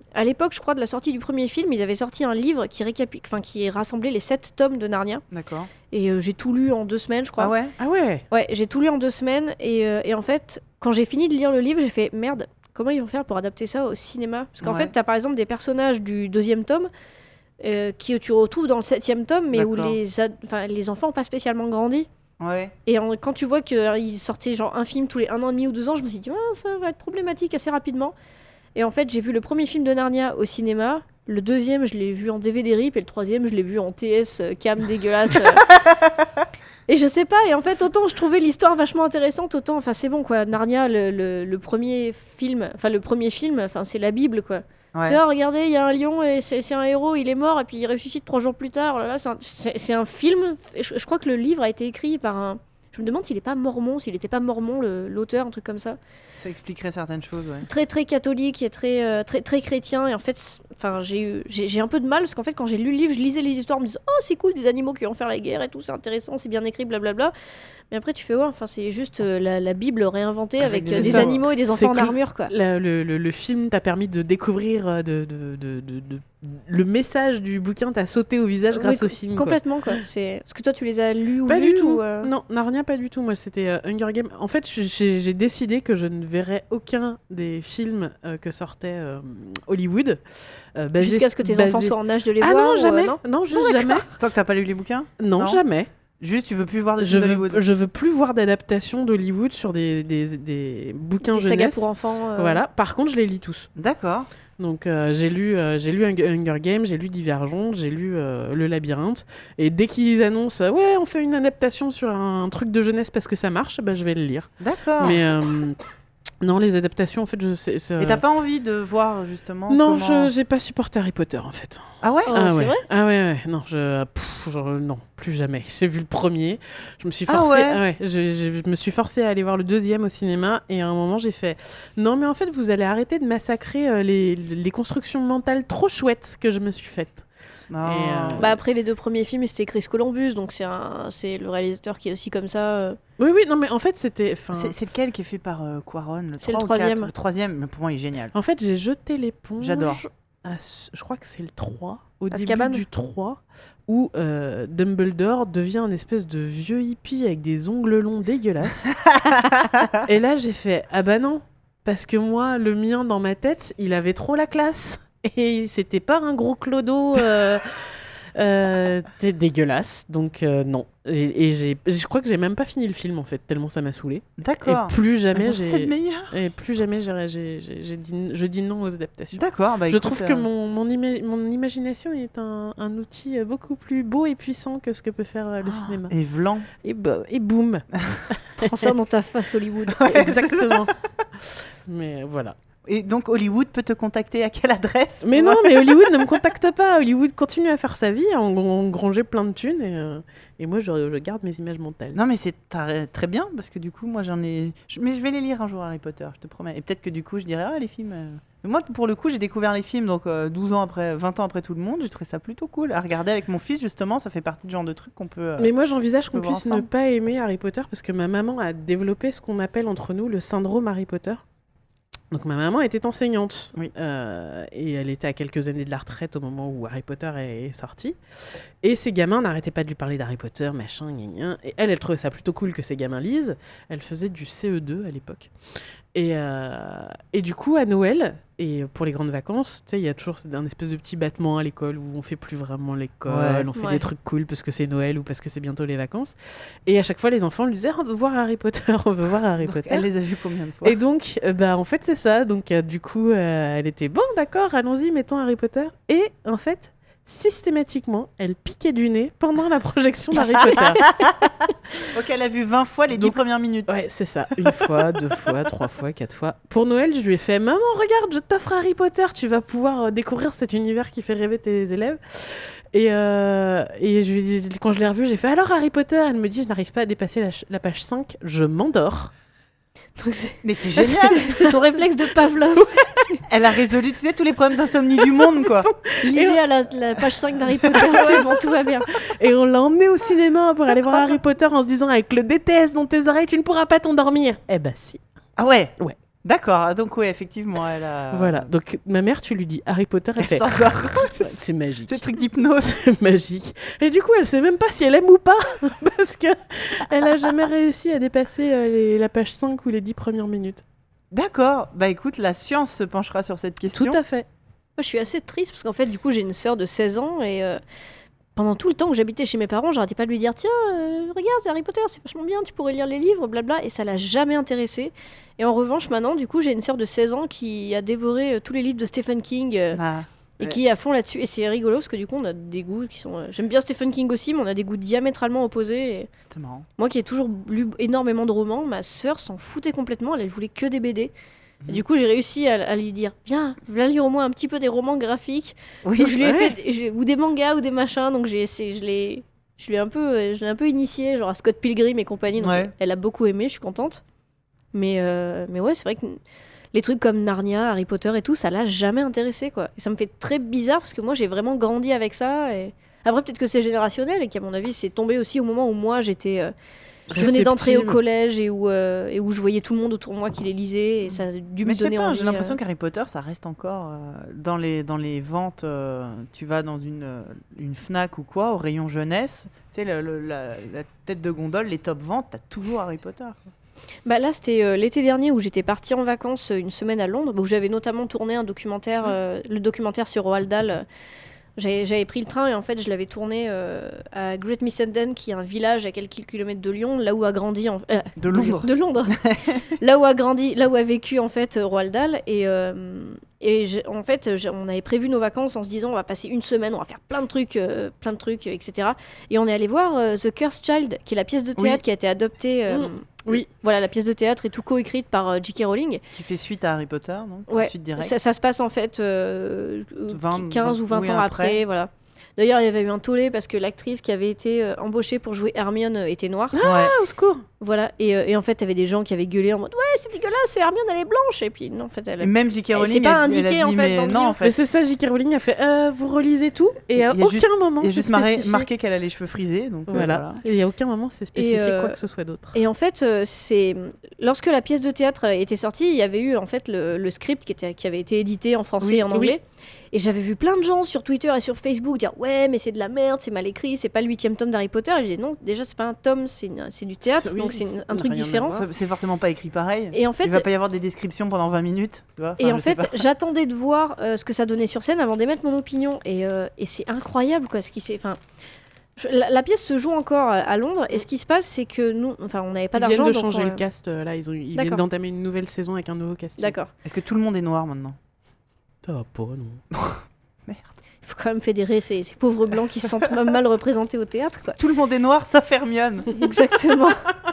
à l'époque, je crois, de la sortie du premier film, ils avaient sorti un livre qui, récapi... enfin, qui rassemblait les sept tomes de Narnia. D'accord. Et euh, j'ai tout lu en deux semaines, je crois. Ah ouais Ah ouais Ouais, j'ai tout lu en deux semaines. Et, euh, et en fait, quand j'ai fini de lire le livre, j'ai fait merde, comment ils vont faire pour adapter ça au cinéma ? Parce qu'en Ouais. fait, t'as par exemple des personnages du deuxième tome euh, qui tu retrouves dans le septième tome, mais où D'accord. les, ad... enfin, les enfants n'ont pas spécialement grandi. Ouais. Et en- quand tu vois qu'ils sortaient genre un film tous les un an et demi ou deux ans, je me suis dit, ah, ça va être problématique assez rapidement. Et en fait, j'ai vu le premier film de Narnia au cinéma. Le deuxième, je l'ai vu en D V D rip. Et le troisième, je l'ai vu en T S euh, cam dégueulasse. euh. Et je sais pas. Et en fait, autant je trouvais l'histoire vachement intéressante, autant, enfin, c'est bon quoi. Narnia, le, le, le premier film, enfin, le premier film, enfin, c'est la Bible quoi. Ouais. C'est, oh, regardez, il y a un lion et c'est, c'est un héros, il est mort et puis il ressuscite trois jours plus tard. Oh là là, c'est, un, c'est, c'est un film. Je, je crois que le livre a été écrit par un. Je me demande s'il n'est pas mormon, s'il n'était pas mormon, le, l'auteur, un truc comme ça. Ça expliquerait certaines choses, ouais. Très très catholique et très euh, très très chrétien. Et en fait, enfin, j'ai eu j'ai, j'ai un peu de mal parce qu'en fait, quand j'ai lu le livre, je lisais les histoires, en me disant oh c'est cool, des animaux qui vont faire la guerre et tout, c'est intéressant, c'est bien écrit, blablabla. Mais après, tu fais ouais, enfin, c'est juste euh, la, la Bible réinventée avec, Avec euh, des des enfants. animaux et des C'est enfants en que armure quoi. Le, le, le, le film t'a permis de découvrir euh, de, de, de, de, de- le message du bouquin t'a sauté au visage Oui, grâce co- au film. quoi. Complètement quoi. C'est parce que toi, tu les as lus ou Pas vus du tout. ou, euh, Non, Narnia, pas du tout. Moi, c'était euh, Hunger Games. En fait, j'ai, j'ai décidé que je ne verrais aucun des films euh, que sortait euh, Hollywood. euh, basés- Jusqu'à ce que tes basés- enfants soient en âge de les Ah voir. non, ou, euh, jamais. non non, juste Non, jamais. Toi que t'as pas lu les bouquins Non, Non. jamais. Juste, tu veux plus voir de Je films veux, d'Hollywood. je veux plus voir d'adaptation d'Hollywood sur des, des, des bouquins Des jeunesse. sagas pour enfants. euh, Voilà. Par contre, je les lis tous. D'accord. Donc euh, j'ai lu, euh, j'ai lu Hung- Hunger Games, j'ai lu Divergente, j'ai lu euh, Le Labyrinthe. Et dès qu'ils annoncent euh, ouais, on fait une adaptation sur un truc de jeunesse parce que ça marche, bah, je vais le lire. D'accord. Mais euh, non, les adaptations, en fait, je sais. c'est, Et t'as pas envie de voir justement Non, comment... je j'ai pas supporté Harry Potter en fait. Ah ouais Oh, ah c'est ouais. vrai Ah ouais, ouais. Non, je pff, genre, non, plus jamais. J'ai vu le premier, je me suis Ah forcée. ouais ah ouais, je, je- je me suis forcée à aller voir le deuxième au cinéma et à un moment j'ai fait non mais en fait vous allez arrêter de massacrer euh, les, les constructions mentales trop chouettes que je me suis faites. Non. Et, euh, Bah après les deux premiers films c'était Chris Columbus donc c'est un c'est le réalisateur qui est aussi comme ça. euh. Oui oui non mais en fait c'était. 'fin, C'est, c'est lequel qui est fait par euh, Quaron le C'est le trois ou troisième. quatre Le troisième, mais pour moi, il est génial. En fait j'ai jeté l'éponge. J'adore. à ce- je crois que c'est le trois, au Azkaban. début du trois, où euh, Dumbledore devient un espèce de vieux hippie avec des ongles longs dégueulasses. Et là, j'ai fait « Ah bah non !» Parce que moi, le mien, dans ma tête, il avait trop la classe. Et c'était pas un gros clodo euh, euh, dé- dégueulasse. Donc euh, non. Et, et j'ai, je crois que j'ai même pas fini le film, en fait, tellement ça m'a saoulée. D'accord. Et plus jamais, Alors, c'est le j'ai... meilleur. Et plus jamais j'ai, j'ai, j'ai, j'ai dit, je dis non aux adaptations. D'accord. Bah, Je écoute, trouve que euh, mon, mon, ima- mon imagination est un, un outil euh, beaucoup plus beau et puissant que ce que peut faire euh, le Ah, cinéma. Et Vlan. Et, bo- et boum. Prends ça dans ta face Hollywood. Exactement. Mais euh, voilà. Et donc Hollywood peut te contacter à quelle adresse Mais pour- non, mais Hollywood ne me contacte pas. Hollywood continue à faire sa vie, à en- engranger plein de thunes. Et, euh, et moi, je, je garde mes images mentales. Non mais c'est tar- très bien parce que du coup moi j'en ai je- mais je vais les lire un jour Harry Potter, je te promets. Et peut-être que du coup je dirais ah les films euh. Mais moi pour le coup j'ai découvert les films donc euh, douze ans après vingt ans après tout le monde, j'ai trouvé ça plutôt cool à regarder avec mon fils justement, ça fait partie du genre de truc qu'on peut euh, Mais moi, j'envisage qu'on peut voir puisse ne ensemble. pas aimer Harry Potter parce que ma maman a développé ce qu'on appelle entre nous le syndrome Harry Potter. Donc ma maman était enseignante Oui. euh, et elle était à quelques années de la retraite au moment où Harry Potter est, est sorti. Et ses gamins n'arrêtaient pas de lui parler d'Harry Potter, machin, gna gna. Et elle, elle trouvait ça plutôt cool que ses gamins lisent. Elle faisait du C E deux à l'époque. Et, euh, et du coup, à Noël, et pour les grandes vacances, tu sais, il y a toujours un espèce de petit battement à l'école où on fait plus vraiment l'école, Ouais. on fait Ouais. des trucs cool parce que c'est Noël ou parce que c'est bientôt les vacances. Et à chaque fois, les enfants lui disaient « On veut voir Harry Potter, on veut voir Harry Donc, Potter ». elle les a vus combien de fois Et donc, euh, bah, en fait, c'est ça. Donc, euh, du coup, euh, elle était bon, d'accord, allons-y, mettons Harry Potter. Et en fait, systématiquement, elle piquait du nez pendant la projection d'Harry Potter. Donc elle a vu vingt fois les dix Donc- premières minutes. Ouais, c'est ça. Une fois, deux fois, trois fois, quatre fois. Pour Noël, je lui ai fait Maman, regarde, je t'offre Harry Potter. Tu vas pouvoir euh, découvrir cet univers qui fait rêver tes élèves. Et, euh, et je lui ai dit- quand je l'ai revu, j'ai fait Alors Harry Potter. Elle me dit Je n'arrive pas à dépasser la, ch- la page cinq. Je m'endors. Donc c'est Mais c'est génial. c'est son réflexe de Pavlov. Elle a résolu tu sais tous les problèmes d'insomnie du monde quoi. Lisez à la, la page cinq d'Harry Potter, c'est bon, tout va bien. Et on l'a emmené au cinéma pour aller voir Harry Potter en se disant Avec le D T S dans tes oreilles, tu ne pourras pas t'endormir. Eh ben si. Ah ouais. Ouais. D'accord, donc oui, effectivement, elle a... Voilà, donc ma mère, tu lui dis Harry Potter, elle, elle fait... Ouais, c'est magique. C'est truc d'hypnose. C'est magique. Et du coup, elle sait même pas si elle aime ou pas, parce que elle a jamais réussi à dépasser euh, les, la page cinq ou les dix premières minutes. D'accord, bah écoute, la science se penchera sur cette question. Tout à fait. Moi, je suis assez triste, parce qu'en fait, du coup, j'ai une sœur de seize ans, et... Euh... Pendant tout le temps que j'habitais chez mes parents, j'arrêtais pas de lui dire tiens, euh, regarde, c'est Harry Potter, c'est vachement bien, tu pourrais lire les livres, blabla, et ça l'a jamais intéressée. Et en revanche, maintenant, du coup, j'ai une sœur de seize ans qui a dévoré euh, tous les livres de Stephen King euh, Ah, et ouais. qui est à fond là-dessus. Et c'est rigolo parce que du coup, on a des goûts qui sont. Euh... J'aime bien Stephen King aussi, mais on a des goûts diamétralement opposés. Et... C'est marrant. Moi qui ai toujours lu énormément de romans, ma sœur s'en foutait complètement, elle, elle voulait que des B D. Et du coup, j'ai réussi à, à lui dire viens, viens lire au moins un petit peu des romans graphiques. Oui, Donc, je lui ai ouais. fait j'ai- ou des mangas ou des machins. Donc j'ai essayé, je l'ai, je l'ai un peu, euh, je l'ai un peu initié, genre à Scott Pilgrim et compagnie. Donc Ouais. elle, elle a beaucoup aimé, je suis contente. Mais euh, mais ouais, c'est vrai que les trucs comme Narnia, Harry Potter et tout, ça l'a jamais intéressé quoi. Et ça me fait très bizarre parce que moi j'ai vraiment grandi avec ça. Et après peut-être que c'est générationnel et qu'à mon avis c'est tombé aussi au moment où moi j'étais euh, je venais d'entrer au Réceptive. collège et où, euh, et où je voyais tout le monde autour de moi qui les lisait et ça a dû Mais me je sais donner pas, envie. j'ai l'impression euh. qu'Harry Potter, ça reste encore euh, dans, les, dans les ventes. euh, tu vas dans une, euh, une Fnac ou quoi, au rayon jeunesse, tu sais, le- le- la, la tête de gondole, les top ventes, t'as toujours Harry Potter. quoi. Bah là, c'était euh, l'été dernier où j'étais partie en vacances euh, une semaine à Londres, où j'avais notamment tourné un documentaire, euh, le documentaire sur Roald Dahl. euh, J'avais j'avais pris le train et en fait, je l'avais tourné euh, à Great Missenden, qui est un village à quelques kilomètres de Lyon, là où a grandi en... euh, De Londres. de Londres. Là où a grandi, là où a vécu en fait euh, Roald Dahl. Et, euh, et j'ai- en fait, j'ai- on avait prévu nos vacances en se disant on va passer une semaine, on va faire plein de trucs, euh, plein de trucs, euh, et cetera. Et on est allé voir euh, The Cursed Child, qui est la pièce de théâtre Oui. qui a été adoptée. euh, Mm. Oui. Voilà, la pièce de théâtre est tout co-écrite par euh, J K Rowling. Qui fait suite à Harry Potter, donc Ouais, suite directe. Ça, ça se passe en fait euh, vingt, quinze ou vingt oui, ans après. après, voilà. D'ailleurs, il y avait eu un tollé parce que l'actrice qui avait été euh, embauchée pour jouer Hermione euh, était noire. Ouais. Ah, au secours. Voilà, et, euh, et en fait, il y avait des gens qui avaient gueulé en mode ouais, c'est dégueulasse, Hermione elle est blanche. Et puis non, en fait, elle Et même J K Eh, Rowling, c'est pas elle- elle a indiqué, dit, en fait, mais dans le non, livre. en fait. Mais c'est ça, J K Rowling a fait euh, vous relisez tout et à Il y a aucun juste- moment Il y a c'est juste marqué, spécifié. marqué qu'elle a les cheveux frisés, donc euh, Voilà. voilà. Et il y a aucun moment c'est spécifié euh, quoi que ce soit d'autre. Et en fait, euh, c'est lorsque la pièce de théâtre euh, était sortie, il y avait eu en fait le, le script qui, était, qui avait été édité en français Oui, et en oui. anglais. Et j'avais vu plein de gens sur Twitter et sur Facebook dire ouais, mais c'est de la merde, c'est mal écrit, c'est pas le huitième tome d'Harry Potter. Et je disais non, déjà c'est pas un tome, c'est, une- c'est du théâtre, Oui, donc c'est une- ça un n'a truc rien à différent. voir. Ça- C'est forcément pas écrit pareil. Et en fait, Il va pas y avoir des descriptions pendant vingt minutes. Tu vois Et Enfin, en je sais fait, pas. j'attendais de voir euh, ce que ça donnait sur scène avant d'émettre mon opinion. Et, euh, et c'est incroyable, quoi, ce qui s'est... Enfin, je- la, la pièce se joue encore à, à Londres, et ce qui se passe, c'est que nous... Enfin, on n'avait pas Ils d'argent, viennent de donc changer on- le cast euh, là, ils, ont, ils D'accord. viennent d'entamer une nouvelle saison avec un nouveau casting. D'accord. Est-ce que tout le monde est noir maintenant? Ça va pas, non. Merde. Il faut quand même fédérer ces, ces pauvres blancs qui se sentent même mal représentés au théâtre, quoi. Tout le monde est noir, sauf Hermione. Exactement.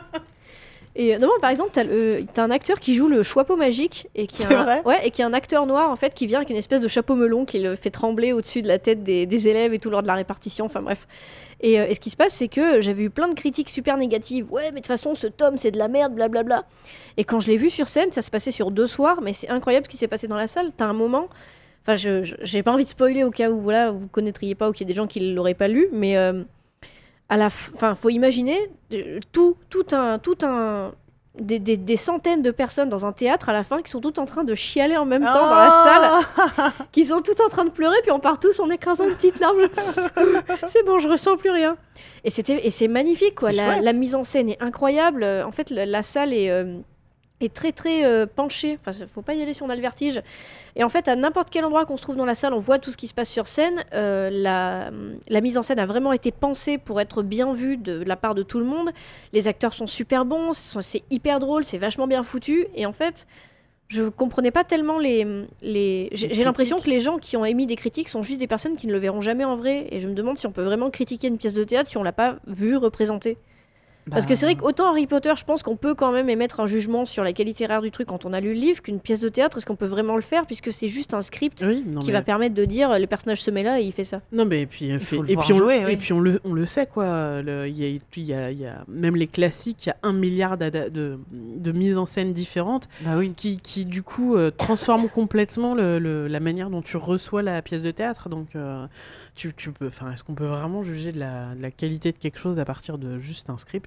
Et euh, non, par exemple, t'as, le- t'as un acteur qui joue le chapeau magique et qui, C'est est un, vrai ouais, et qui est un acteur noir en fait qui vient avec une espèce de chapeau melon qui le fait trembler au-dessus de la tête des, des élèves et tout lors de la répartition. Enfin bref. Et, euh, et ce qui se passe, c'est que j'avais eu plein de critiques super négatives. Ouais, mais de toute façon, ce tome, c'est de la merde, blablabla. Et quand je l'ai vu sur scène, ça se passait sur deux soirs, mais c'est incroyable ce qui s'est passé dans la salle. T'as un moment. Enfin, je, je- j'ai pas envie de spoiler au cas où voilà, vous connaîtriez pas ou qu'il y a des gens qui l'auraient pas lu, mais euh, à la fin, faut imaginer euh, tout, tout un, tout un, des, des- des centaines de personnes dans un théâtre à la fin qui sont toutes en train de chialer en même temps dans la salle, qui sont toutes en train de pleurer, puis on part tous en écrasant une petite larme. C'est bon, je ressens plus rien. Et c'était, et c'est magnifique quoi. C'est La, chouette. la mise en scène est incroyable. En fait, la, la salle est euh, est très très euh, penchée. Enfin, faut pas y aller si on a le vertige. Et en fait, à n'importe quel endroit qu'on se trouve dans la salle, on voit tout ce qui se passe sur scène. Euh, la, la mise en scène a vraiment été pensée pour être bien vue de, la part de tout le monde. Les acteurs sont super bons, c'est c'est hyper drôle, c'est vachement bien foutu. Et en fait, je comprenais pas tellement les... les... J'ai Les j'ai l'impression critiques. que les gens qui ont émis des critiques sont juste des personnes qui ne le verront jamais en vrai. Et je me demande si on peut vraiment critiquer une pièce de théâtre si on l'a pas vue représentée. Parce que c'est vrai qu'autant Harry Potter, je pense qu'on peut quand même émettre un jugement sur la qualité littéraire du truc quand on a lu le livre, qu'une pièce de théâtre, est-ce qu'on peut vraiment le faire puisque c'est juste un script Oui, non, qui mais... va permettre de dire euh, le personnage se met là et il fait ça. Non mais et puis, euh, fait- faut le et voir puis, on, jouer, oui. et puis on, le, on le sait quoi, le- il y a, il y a, il y a même les classiques, il y a un milliard d'ada- de, de mises en scène différentes Bah oui. qui, qui du coup euh, transforment complètement le, le- la manière dont tu reçois la pièce de théâtre. Donc euh, tu, tu peux, enfin, est-ce qu'on peut vraiment juger de la, de la qualité de quelque chose à partir de juste un script?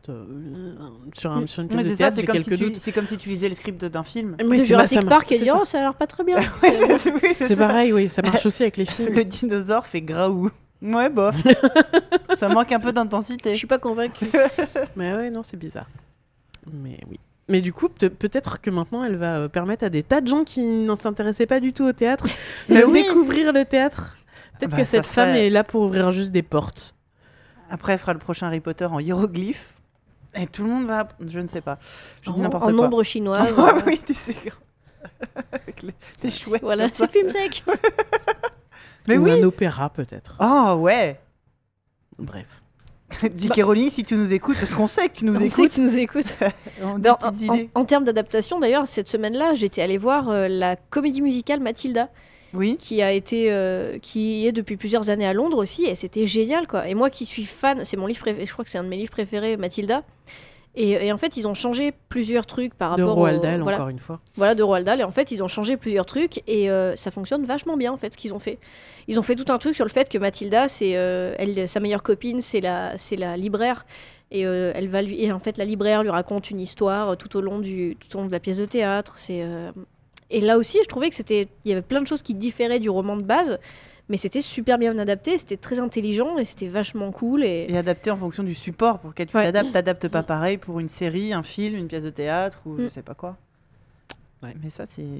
porte euh, sur, un, sur une pièce Ouais, de c'est théâtre, ça, c'est j'ai comme, quelques si tu, doutes. c'est comme si tu lisais le script d'un film. Mais de c'est- Jurassic bah, ça marche, Park et c'est dire ça. oh ça a l'air pas très bien. Ouais, C'est- c'est- oui, c'est C'est ça. pareil, oui, ça marche aussi avec les films. Le dinosaure fait graou. Ouais, bof. Ça manque un peu Je d'intensité. suis pas convaincue. Mais ouais, non, c'est bizarre. Mais oui. Mais du coup, peut- peut-être que maintenant, elle va euh, permettre à des tas de gens qui ne s'intéressaient pas du tout au théâtre de Mais oui. découvrir le théâtre. Peut-être Bah, que ça cette femme serait- est là pour ouvrir juste des portes. Après, elle fera le prochain Harry Potter en hiéroglyphe. Et tout le monde va. Je ne sais pas. Je dis En, n'importe en quoi. ombre chinoise. Ah euh, oui, tu sais. Avec les, les chouettes. Voilà, comme ça. c'est Filmsec. Mais Ou oui. un opéra, peut-être. Oh, ouais. Bref. J K Rowling, si tu nous écoutes, parce qu'on sait que tu nous On sait écoutes. que tu nous écoutes. On a Ben, des petites en, idées. en- en termes d'adaptation, d'ailleurs, cette semaine-là, j'étais allée voir euh, la comédie musicale Mathilda, Oui. qui a été, euh, qui est depuis plusieurs années à Londres aussi, et c'était génial, quoi. Et moi qui suis fan, c'est mon livre préféré, je crois que c'est un de mes livres préférés, Mathilda. Et, et en fait, ils ont changé plusieurs trucs par De rapport Roald au, Dahl, voilà, encore une fois. voilà, de Roald Dahl. Et en fait, ils ont changé plusieurs trucs et euh, ça fonctionne vachement bien, en fait, ce qu'ils ont fait. Ils ont fait tout un truc sur le fait que Mathilda, c'est, euh, elle, sa meilleure copine, c'est la, c'est la libraire. Et, euh, elle va lui, et en fait, la libraire lui raconte une histoire euh, tout au long, du, tout au long de la pièce de théâtre. C'est, euh, Et là aussi, je trouvais que c'était, il y avait plein de choses qui différaient du roman de base, mais c'était super bien adapté, c'était très intelligent et c'était vachement cool. Et... Et adapté en fonction du support pour lequel tu Ouais. t'adaptes. T'adaptes pas pareil pour une série, un film, une pièce de théâtre ou je Mm. sais pas quoi. Ouais. Mais ça, c'est.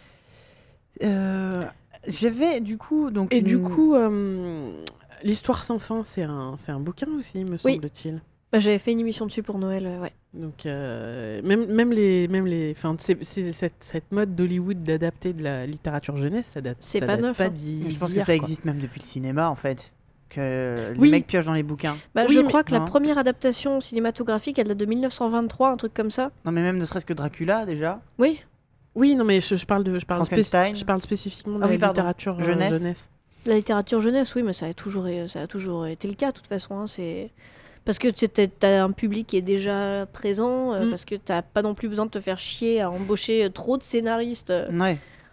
Euh, J'avais du coup. Donc, Et du une- coup, euh, L'Histoire sans fin, c'est un, c'est un bouquin aussi, me Oui. semble-t-il. Bah, j'avais fait une émission dessus pour Noël, euh, ouais. Donc, euh, même, même les. Même les enfin, c'est, c'est cette, cette mode d'Hollywood d'adapter de la littérature jeunesse, ça date, C'est ça pas date neuf, pas hein. d'hi- Je pense que d'hier, ça quoi. existe même depuis le cinéma en fait. Que les Oui. mecs piochent dans les bouquins. Bah, Oui, je mais- crois que la Non. première adaptation cinématographique, elle date de mille neuf cent vingt-trois, un truc comme ça. Non, mais même ne serait-ce que Dracula déjà. Oui. Oui, non, mais je, je parle, de, je, parle spéc- Frankenstein. je parle spécifiquement de Ah la oui, pardon. littérature euh, Jeunesse. jeunesse. La littérature jeunesse, oui, mais ça a toujours, ça a toujours été le cas, de toute façon. Hein, c'est... Parce que tu as un public qui est déjà présent, euh, Mm. parce que tu n'as pas non plus besoin de te faire chier à embaucher euh, trop de scénaristes. euh. Ouais.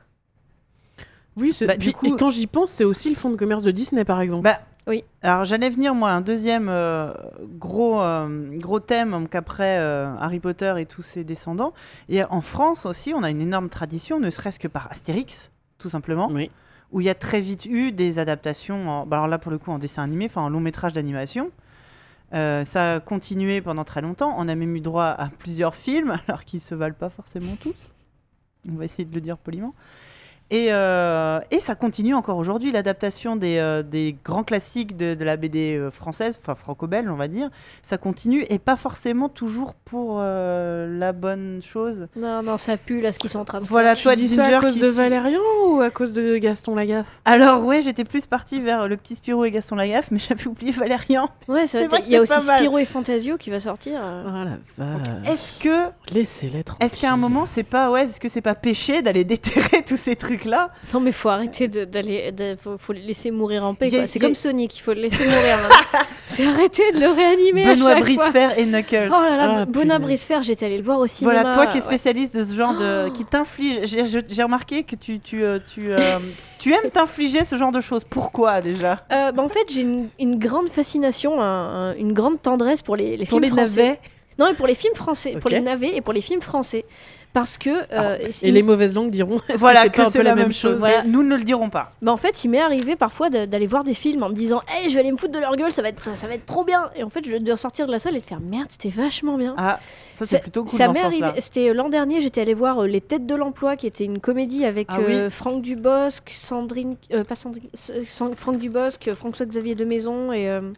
Oui, c'est, Bah, puis- du coup- et quand j'y pense, c'est aussi le fonds de commerce de Disney, par exemple. Bah, Oui. Alors j'allais venir moi un deuxième euh, gros euh, gros thème donc après euh, Harry Potter et tous ses descendants. Et en France aussi, on a une énorme tradition, ne serait-ce que par Astérix, tout simplement, Oui. où il y a très vite eu des adaptations. En, bah alors là pour le coup en dessin animé, enfin en long métrage d'animation. Euh, ça a continué pendant très longtemps. On a même eu droit à plusieurs films, alors qu'ils se valent pas forcément tous. On va essayer de le dire poliment. Et, euh, et ça continue encore aujourd'hui, l'adaptation des, euh, des grands classiques de, de la B D euh, française, enfin franco-belge, on va dire. Ça continue et pas forcément toujours pour euh, la bonne chose. Non, non, ça pue là ce qu'ils sont en train de faire. Voilà, Tu toi, dis ça Ginger, à cause qui de suis- Valérian ou à cause de Gaston Lagaffe? Alors, ouais, j'étais plus partie vers le petit Spirou et Gaston Lagaffe, mais j'avais oublié Valérian. Ouais, C'est ça va vrai être- que il y a c'est aussi pas mal. Spirou et Fantasio qui va sortir. euh. Oh la vache. Est-ce que, Laissez-les tranquilles. est-ce qu'à un moment, c'est pas, ouais, est-ce que c'est pas péché d'aller déterrer tous ces trucs-là? Non, mais faut arrêter de- d'aller. de- faut, faut le laisser mourir en paix. Y a- quoi. C'est y a- comme Sonic, il faut le laisser mourir. maintenant. C'est arrêter de le réanimer à Benoît chaque fois. Brisefer et Knuckles. Oh là là, Ah, Benoît punaise. Brisefer, j'étais allée le voir au cinéma. Voilà, toi qui es ouais. spécialiste de ce genre de... qui t'inflige... J'ai je- j'ai remarqué que tu, tu, euh, tu, euh, tu aimes t'infliger ce genre de choses. Pourquoi, déjà? Euh, bah, en fait, j'ai une, une grande fascination, un- un- une grande tendresse pour les, les Pour films les français. navets. Non, mais pour les films français, pour Ok. les navets et pour les films français. Parce que. euh, Et les mauvaises langues diront est-ce Voilà, que c'est que pas un c'est peu la la même même chose. chose? Voilà. Mais nous ne le dirons pas. Bah en fait, il m'est arrivé parfois de- d'aller voir des films en me disant hey, je vais aller me foutre de leur gueule, ça va être, ça, ça va être trop bien. Et en fait, je dois sortir de la salle et de faire merde, c'était vachement bien. Ah, ça, c'est plutôt cool ça dans m'est ce sens-là. arrivé. C'était euh, l'an dernier, j'étais allée voir euh, Les Têtes de l'Emploi, qui était une comédie avec Ah oui. euh, Franck Dubosc, Sandrine. euh, pas Sandrine. S- San- Franck Dubosc, euh, François-Xavier de Maison et. euh,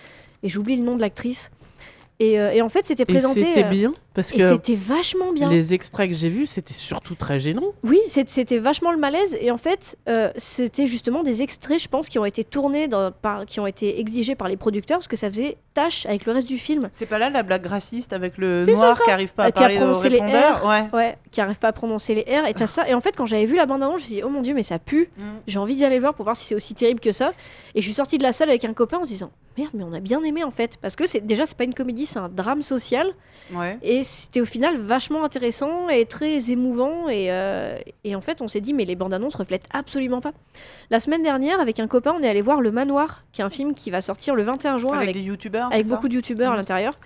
et j'oublie le nom de l'actrice. Et, euh, et en fait, c'était Et présenté. c'était euh, bien parce et que c'était vachement bien. les extraits que j'ai vus, c'était surtout très gênant. Oui, c'est- c'était vachement le malaise. Et en fait, euh, c'était justement des extraits, je pense, qui ont été tournés, dans- par, qui ont été exigés par les producteurs, parce que ça faisait tâche avec le reste du film. C'est pas là la blague raciste avec le noir qui arrive pas à Euh, qui a parler au prononcé les répondeur? R. Ouais. Ouais, qui arrive pas à prononcer les R. Et t'as ça. Et en fait, quand j'avais vu la bande-annonce, je me suis dit, oh mon dieu, mais ça pue. Mm. J'ai envie d'y aller le voir pour voir si c'est aussi terrible que ça. Et je suis sortie de la salle avec un copain en se disant, merde, mais on a bien aimé en fait. Parce que c'est déjà, c'est pas une comédie, c'est un drame social. Ouais. Et c'était au final vachement intéressant et très émouvant. Et, euh, et en fait, on s'est dit, mais les bandes annonces reflètent absolument pas. La semaine dernière, avec un copain, on est allé voir Le Manoir, qui est un film qui va sortir le vingt et un juin Avec, avec, des youtubeurs avec c'est ça beaucoup de youtubeurs à Mhm. l'intérieur.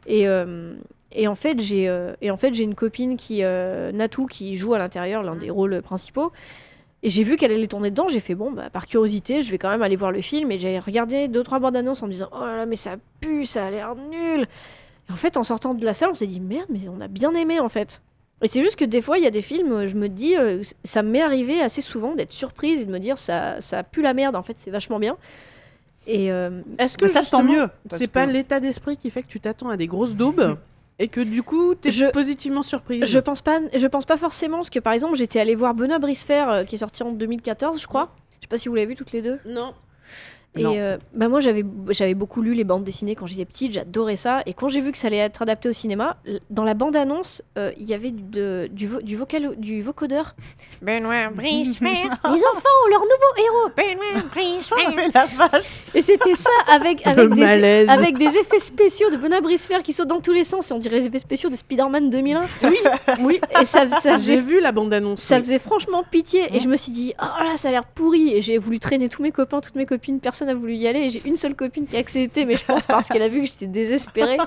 Et, euh, et, en fait, j'ai, euh, et en fait, j'ai une copine, qui, euh, Natou, qui joue à l'intérieur, l'un des rôles principaux. Et j'ai vu qu'elle allait tourner dedans, j'ai fait bon, bah, par curiosité, je vais quand même aller voir le film. Et j'ai regardé deux, trois bandes annonces en me disant oh là là, mais ça pue, ça a l'air nul. Et en fait, en sortant de la salle, on s'est dit merde, mais on a bien aimé en fait. Et c'est juste que des fois, il y a des films, je me dis, euh, ça m'est arrivé assez souvent d'être surprise et de me dire ça, ça pue la merde, en fait, c'est vachement bien. Et euh, est-ce que ça tant mieux c'est que... pas l'état d'esprit qui fait que tu t'attends à des grosses daubes et que du coup t'es je, positivement surprise? Je pense pas, je pense pas forcément, parce que par exemple j'étais allée voir Benoît Brisefer euh, qui est sorti en deux mille quatorze, je crois. Je sais pas si vous l'avez vu toutes les deux. Non. Et euh, bah moi j'avais j'avais beaucoup lu les bandes dessinées quand j'étais petite, j'adorais ça. Et quand j'ai vu que ça allait être adapté au cinéma, dans la bande annonce, il euh, y avait de, du vo, du vocal du vocodeur. Benoît Brisefer, les enfants ont leur nouveau héros. Benoît Brisefer. Oh, mais la vache. Et c'était ça avec avec des, avec des effets spéciaux de Benoît Brisefer qui sautent dans tous les sens. Et on dirait les effets spéciaux de Spider-Man deux mille un. Oui, oui. Et ça, ça j'ai vu la bande annonce. Ça oui. faisait franchement pitié. Mmh. Et je me suis dit oh là ça a l'air pourri. Et j'ai voulu traîner tous mes copains, toutes mes copines. Personne n'a voulu y aller et j'ai une seule copine qui a accepté, mais je pense parce qu'elle a vu que j'étais désespérée.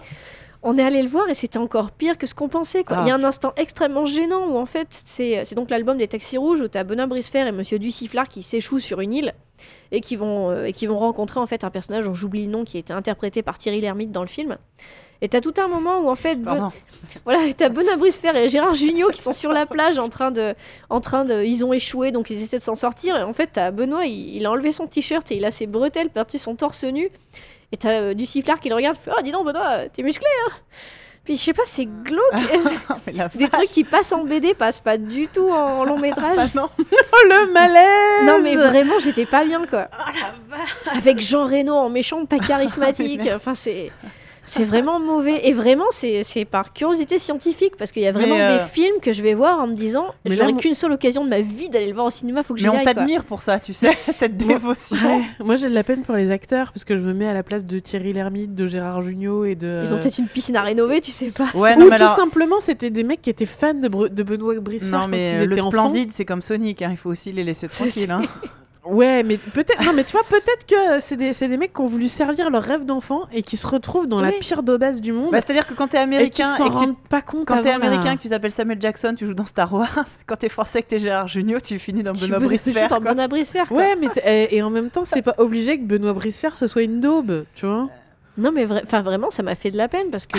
On est allé le voir et c'était encore pire que ce qu'on pensait, quoi. Ah. Il y a un instant extrêmement gênant où en fait c'est, c'est donc l'album des Taxis Rouges où t'as Benoît Brisefer et Monsieur Duciflard qui s'échouent sur une île et qui vont, euh, et qui vont rencontrer en fait un personnage dont j'oublie le nom qui a été interprété par Thierry Lhermitte dans le film. Et t'as tout un moment où en fait, ben... voilà, t'as Benoît Brisefer et Gérard Jugnot qui sont sur la plage en train de, en train de, ils ont échoué donc ils essaient de s'en sortir et en fait t'as Benoît, il, il a enlevé son t-shirt et il a ses bretelles par-dessus son torse nu et t'as euh, Duciflard qui le regarde, fait oh dis donc Benoît, t'es musclé hein. Puis je sais pas, c'est glauque. Des trucs qui passent en B D passent pas du tout en long métrage. Ah non. Oh le malaise. Non mais vraiment j'étais pas bien quoi. Oh la vache. Avec Jean Reno en méchant pas charismatique. Enfin c'est c'est vraiment mauvais et vraiment c'est c'est par curiosité scientifique parce qu'il y a vraiment euh... des films que je vais voir en me disant mais j'aurais là, qu'une seule occasion de ma vie d'aller le voir au cinéma, faut que j'y aille. Mais on t'admire quoi. Pour ça, tu sais, cette dévotion. Ouais. Moi j'ai de la peine pour les acteurs parce que je me mets à la place de Thierry Lhermitte, de Gérard Jugnot et de. Ils ont peut-être une piscine à rénover, tu sais pas. Ouais, non, Ou tout alors... simplement c'était des mecs qui étaient fans de, Bre- de Benoît Brisefer. Non mais quand ils le étaient Splendide enfants. C'est comme Sonic, hein. Il faut aussi les laisser tranquilles. Hein. Ouais, mais peut-être. Non, mais tu vois, peut-être que c'est des, c'est des mecs qui ont voulu servir leur rêve d'enfant et qui se retrouvent dans oui. la pire d'aubasse du monde. Bah, c'est-à-dire que quand t'es américain et, et que tu pas compte quand t'es américain, la... que tu t'appelles Samuel Jackson, tu joues dans Star Wars. Quand t'es français, que t'es Gérard Jugnot, tu finis dans tu Benoît Brisefer. dans Benoît Brisefer. Ouais, mais et, et en même temps, c'est pas obligé que Benoît Brisefer ce soit une daube, tu vois. Non, mais vra- enfin vraiment, ça m'a fait de la peine parce que.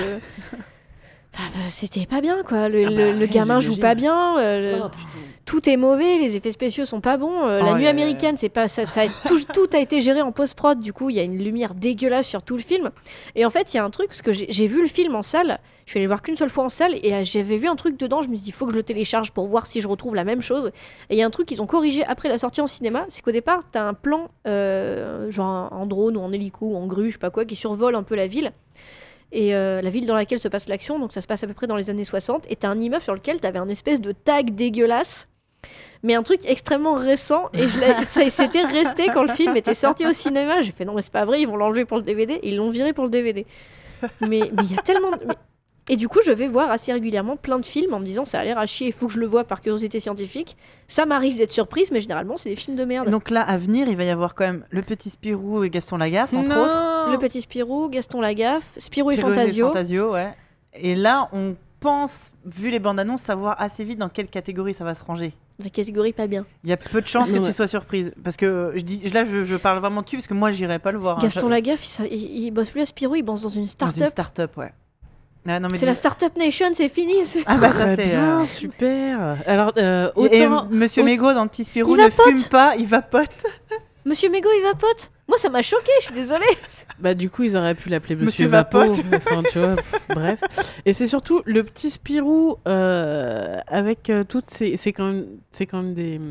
Enfin, c'était pas bien quoi, le, ah bah, le, le gamin joue pas bien, euh, le... oh, tout est mauvais, les effets spéciaux sont pas bons, euh, oh, la nuit yeah, américaine, yeah. c'est pas, ça, ça a tout, tout a été géré en post-prod, du coup il y a une lumière dégueulasse sur tout le film. Et en fait il y a un truc, parce que j'ai, j'ai vu le film en salle, je suis allée le voir qu'une seule fois en salle, et euh, j'avais vu un truc dedans, je me suis dit il faut que je le télécharge pour voir si je retrouve la même chose. Et il y a un truc qu'ils ont corrigé après la sortie en cinéma, c'est qu'au départ t'as un plan, euh, genre en drone ou en hélico ou en grue, je sais pas quoi, qui survole un peu la ville. Et euh, la ville dans laquelle se passe l'action, donc ça se passe à peu près dans les années soixante, et t'as un immeuble sur lequel t'avais un espèce de tag dégueulasse, mais un truc extrêmement récent, et je ça, c'était resté quand le film était sorti au cinéma. J'ai fait non mais c'est pas vrai, ils vont l'enlever pour le D V D, et ils l'ont viré pour le D V D. Mais il y a tellement... Mais... Et du coup, je vais voir assez régulièrement plein de films en me disant ça a l'air à chier, il faut que je le voie par curiosité scientifique. Ça m'arrive d'être surprise, mais généralement, c'est des films de merde. Donc là, à venir, il va y avoir quand même Le Petit Spirou et Gaston Lagaffe, entre non. autres. Le Petit Spirou, Gaston Lagaffe, Spirou, Spirou et Fantasio. Et Fantasio, ouais. Et là, on pense, vu les bandes annonces, savoir assez vite dans quelle catégorie ça va se ranger. La catégorie pas bien. Il y a peu de chances que ouais. tu sois surprise. Parce que je dis, là, je, je parle vraiment dessus, parce que moi, j'irai pas le voir. Gaston hein. Lagaffe, il, il, il bosse plus à Spirou, il bosse dans une start-up. Dans une start-up, ouais. Ah, non, mais c'est dis... la Startup Nation, c'est fini. C'est... Ah bah ça c'est bien, euh... super. Alors euh, autant et Monsieur autant... Mégo dans le Petit Spirou ne fume pas, il vapote. Monsieur Mégo, il vapote. Moi ça m'a choqué, je suis désolée. Bah du coup ils auraient pu l'appeler Monsieur, Monsieur Vapo. Vapote. Enfin tu vois, pff, bref. Et c'est surtout le Petit Spirou euh, avec euh, toutes ces, c'est quand même, c'est quand même des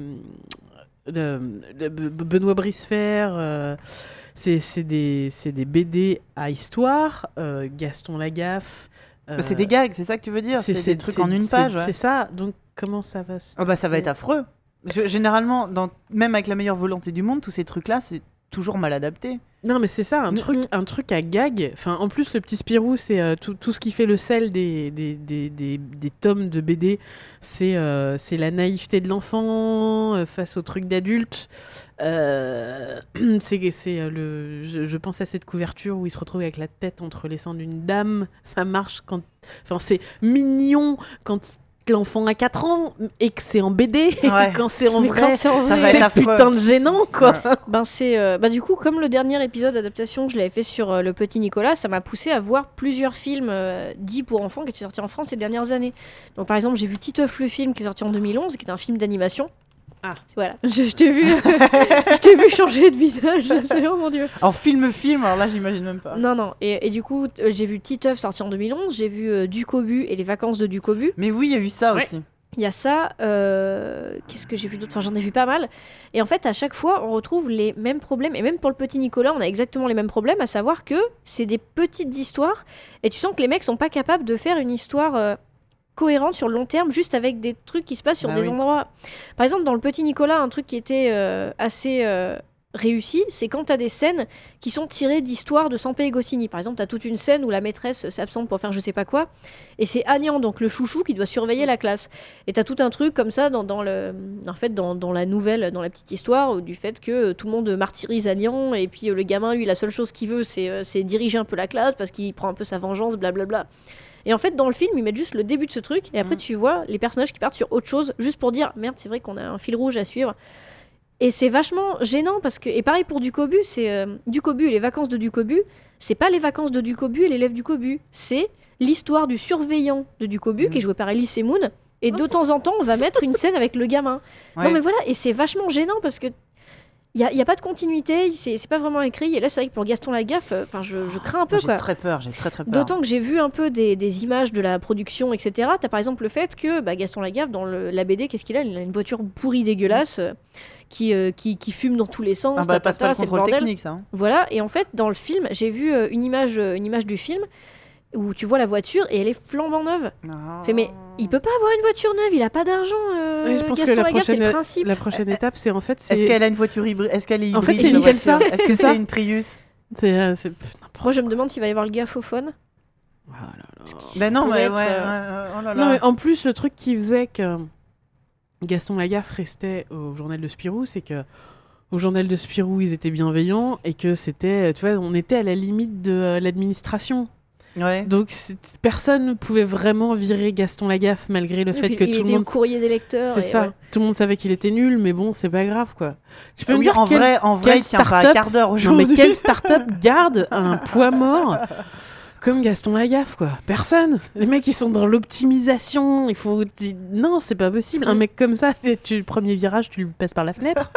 de, de, de Benoît Brisefer. Euh, c'est, c'est des, c'est des B D à histoire. Euh, Gaston Lagaffe. Euh, bah c'est des gags, c'est ça que tu veux dire. C'est, c'est, c'est des trucs c'est, en une page. C'est, ouais. c'est ça. Donc comment ça va se oh bah ça va être affreux. Je, généralement, dans, même avec la meilleure volonté du monde, tous ces trucs-là, c'est toujours mal adapté. Non, mais c'est ça, un, Mm. truc, un truc à gag. Enfin, en plus, le petit Spirou, c'est euh, tout, tout ce qui fait le sel des, des, des, des, des tomes de B D. C'est, euh, c'est la naïveté de l'enfant euh, face au truc d'adulte. Euh, c'est, c'est, euh, le, je, je pense à cette couverture où il se retrouve avec la tête entre les seins d'une dame. Ça marche quand... Enfin, c'est mignon quand... l'enfant a quatre ans et que c'est en B D Ouais. quand c'est en Mais vrai quand c'est en Ça vrai, va c'est être affreux. putain de gênant quoi. Ouais. Ben c'est, euh, bah du coup, comme le dernier épisode d'adaptation, je l'avais fait sur euh, le petit Nicolas, ça m'a poussé à voir plusieurs films euh, dits pour enfants qui étaient sortis en France ces dernières années. Donc par exemple, j'ai vu Titeuf le film qui est sorti en deux mille onze, qui est un film d'animation. Ah. Voilà, je, je t'ai vu, je t'ai vu changer de visage. C'est oh mon dieu. Alors film film, alors là j'imagine même pas. Non non, et, et du coup, euh, j'ai vu Titeuf sorti en deux mille onze, j'ai vu euh, Ducobu et les vacances de Ducobu. Mais oui, il y a eu ça Ouais. aussi. Il y a ça, euh, qu'est-ce que j'ai vu d'autre ? Enfin, j'en ai vu pas mal. Et en fait, à chaque fois, on retrouve les mêmes problèmes. Et même pour le petit Nicolas, on a exactement les mêmes problèmes, à savoir que c'est des petites histoires. Et tu sens que les mecs sont pas capables de faire une histoire euh, cohérente sur le long terme, juste avec des trucs qui se passent sur Bah des oui. endroits. Par exemple, dans le petit Nicolas, un truc qui était euh, assez euh, réussi, c'est quand t'as des scènes qui sont tirées d'histoires de Sampé et Goscinny. Par exemple, t'as toute une scène où la maîtresse s'absente pour faire je sais pas quoi, et c'est Agnan, donc le chouchou, qui doit surveiller la classe. Et t'as tout un truc comme ça dans, dans le, en fait, dans, dans la nouvelle, dans la petite histoire, euh, du fait que euh, tout le monde martyrise Agnan, et puis euh, le gamin, lui, la seule chose qu'il veut, c'est, euh, c'est diriger un peu la classe, parce qu'il prend un peu sa vengeance, blablabla. Et en fait, dans le film, ils mettent juste le début de ce truc, et après, Mhm. tu vois les personnages qui partent sur autre chose, juste pour dire, merde, c'est vrai qu'on a un fil rouge à suivre. Et c'est vachement gênant parce que, et pareil pour Ducobu, c'est euh, Ducobu et les vacances de Ducobu, c'est pas les vacances de Ducobu et l'élève Ducobu, c'est l'histoire du surveillant de Ducobu, Mhm. qui est joué par Elise Moon, et de temps en temps, on va mettre une scène avec le gamin. Ouais. Non mais voilà, et c'est vachement gênant parce que il y a, y a pas de continuité, c'est, c'est pas vraiment écrit, et là c'est vrai que pour Gaston Lagaffe, enfin je, je crains un peu Moi, j'ai quoi. très peur, j'ai très très peur. D'autant que j'ai vu un peu des, des images de la production, et cetera. T'as par exemple le fait que bah, Gaston Lagaffe, dans le- la B D, qu'est-ce qu'il a ? Il a une voiture pourrie dégueulasse euh, qui, euh, qui, qui fume dans tous les sens. Ah bah, ta, ta, passe pas ta, le c'est le contrôle bordel. technique, ça. hein. Voilà, et en fait, dans le film, j'ai vu euh, une, image, euh, une image du film où tu vois la voiture et elle est flambant neuve. Ah. Fait, mais il peut pas avoir une voiture neuve, il a pas d'argent. euh, Ouais, je pense Gaston que la Lagaffe, c'est le prochaine, principe. la prochaine étape, c'est en fait. C'est, Est-ce qu'elle a une voiture hybride ? Est-ce qu'elle est hybride En fait, c'est sa nickel voiture ça. Est-ce que C'est ça. c'est une Prius ? c'est, euh, c'est- pff, n'importe Moi, je me demande s'il va y avoir le gaffophone. quoi. Oh là là. Ben non, pourrait mais ouais. être, ouais, oh là Non, là. mais en plus, le truc qui faisait que Gaston Lagaffe restait au journal de Spirou, c'est que au journal de Spirou, ils étaient bienveillants et que c'était, tu vois, on était à la limite de euh, l'administration. Ouais. Donc c'est- personne ne pouvait vraiment virer Gaston Lagaffe malgré le Et fait puis, que il tout le était monde. au courrier des lecteurs. C'est et ça. ouais. Tout le monde savait qu'il était nul, mais bon, c'est pas grave quoi. Tu peux me Oui, dire en quelle- vrai, en vrai, quelle il tient pas à start-up- quart d'heure Non aujourd'hui. mais quelle start-up garde un poids mort comme Gaston Lagaffe quoi? Personne. Les mecs ils sont dans l'optimisation. Il faut. Non, c'est pas possible. Un mec comme ça, tu le premier virage, tu le passes par la fenêtre.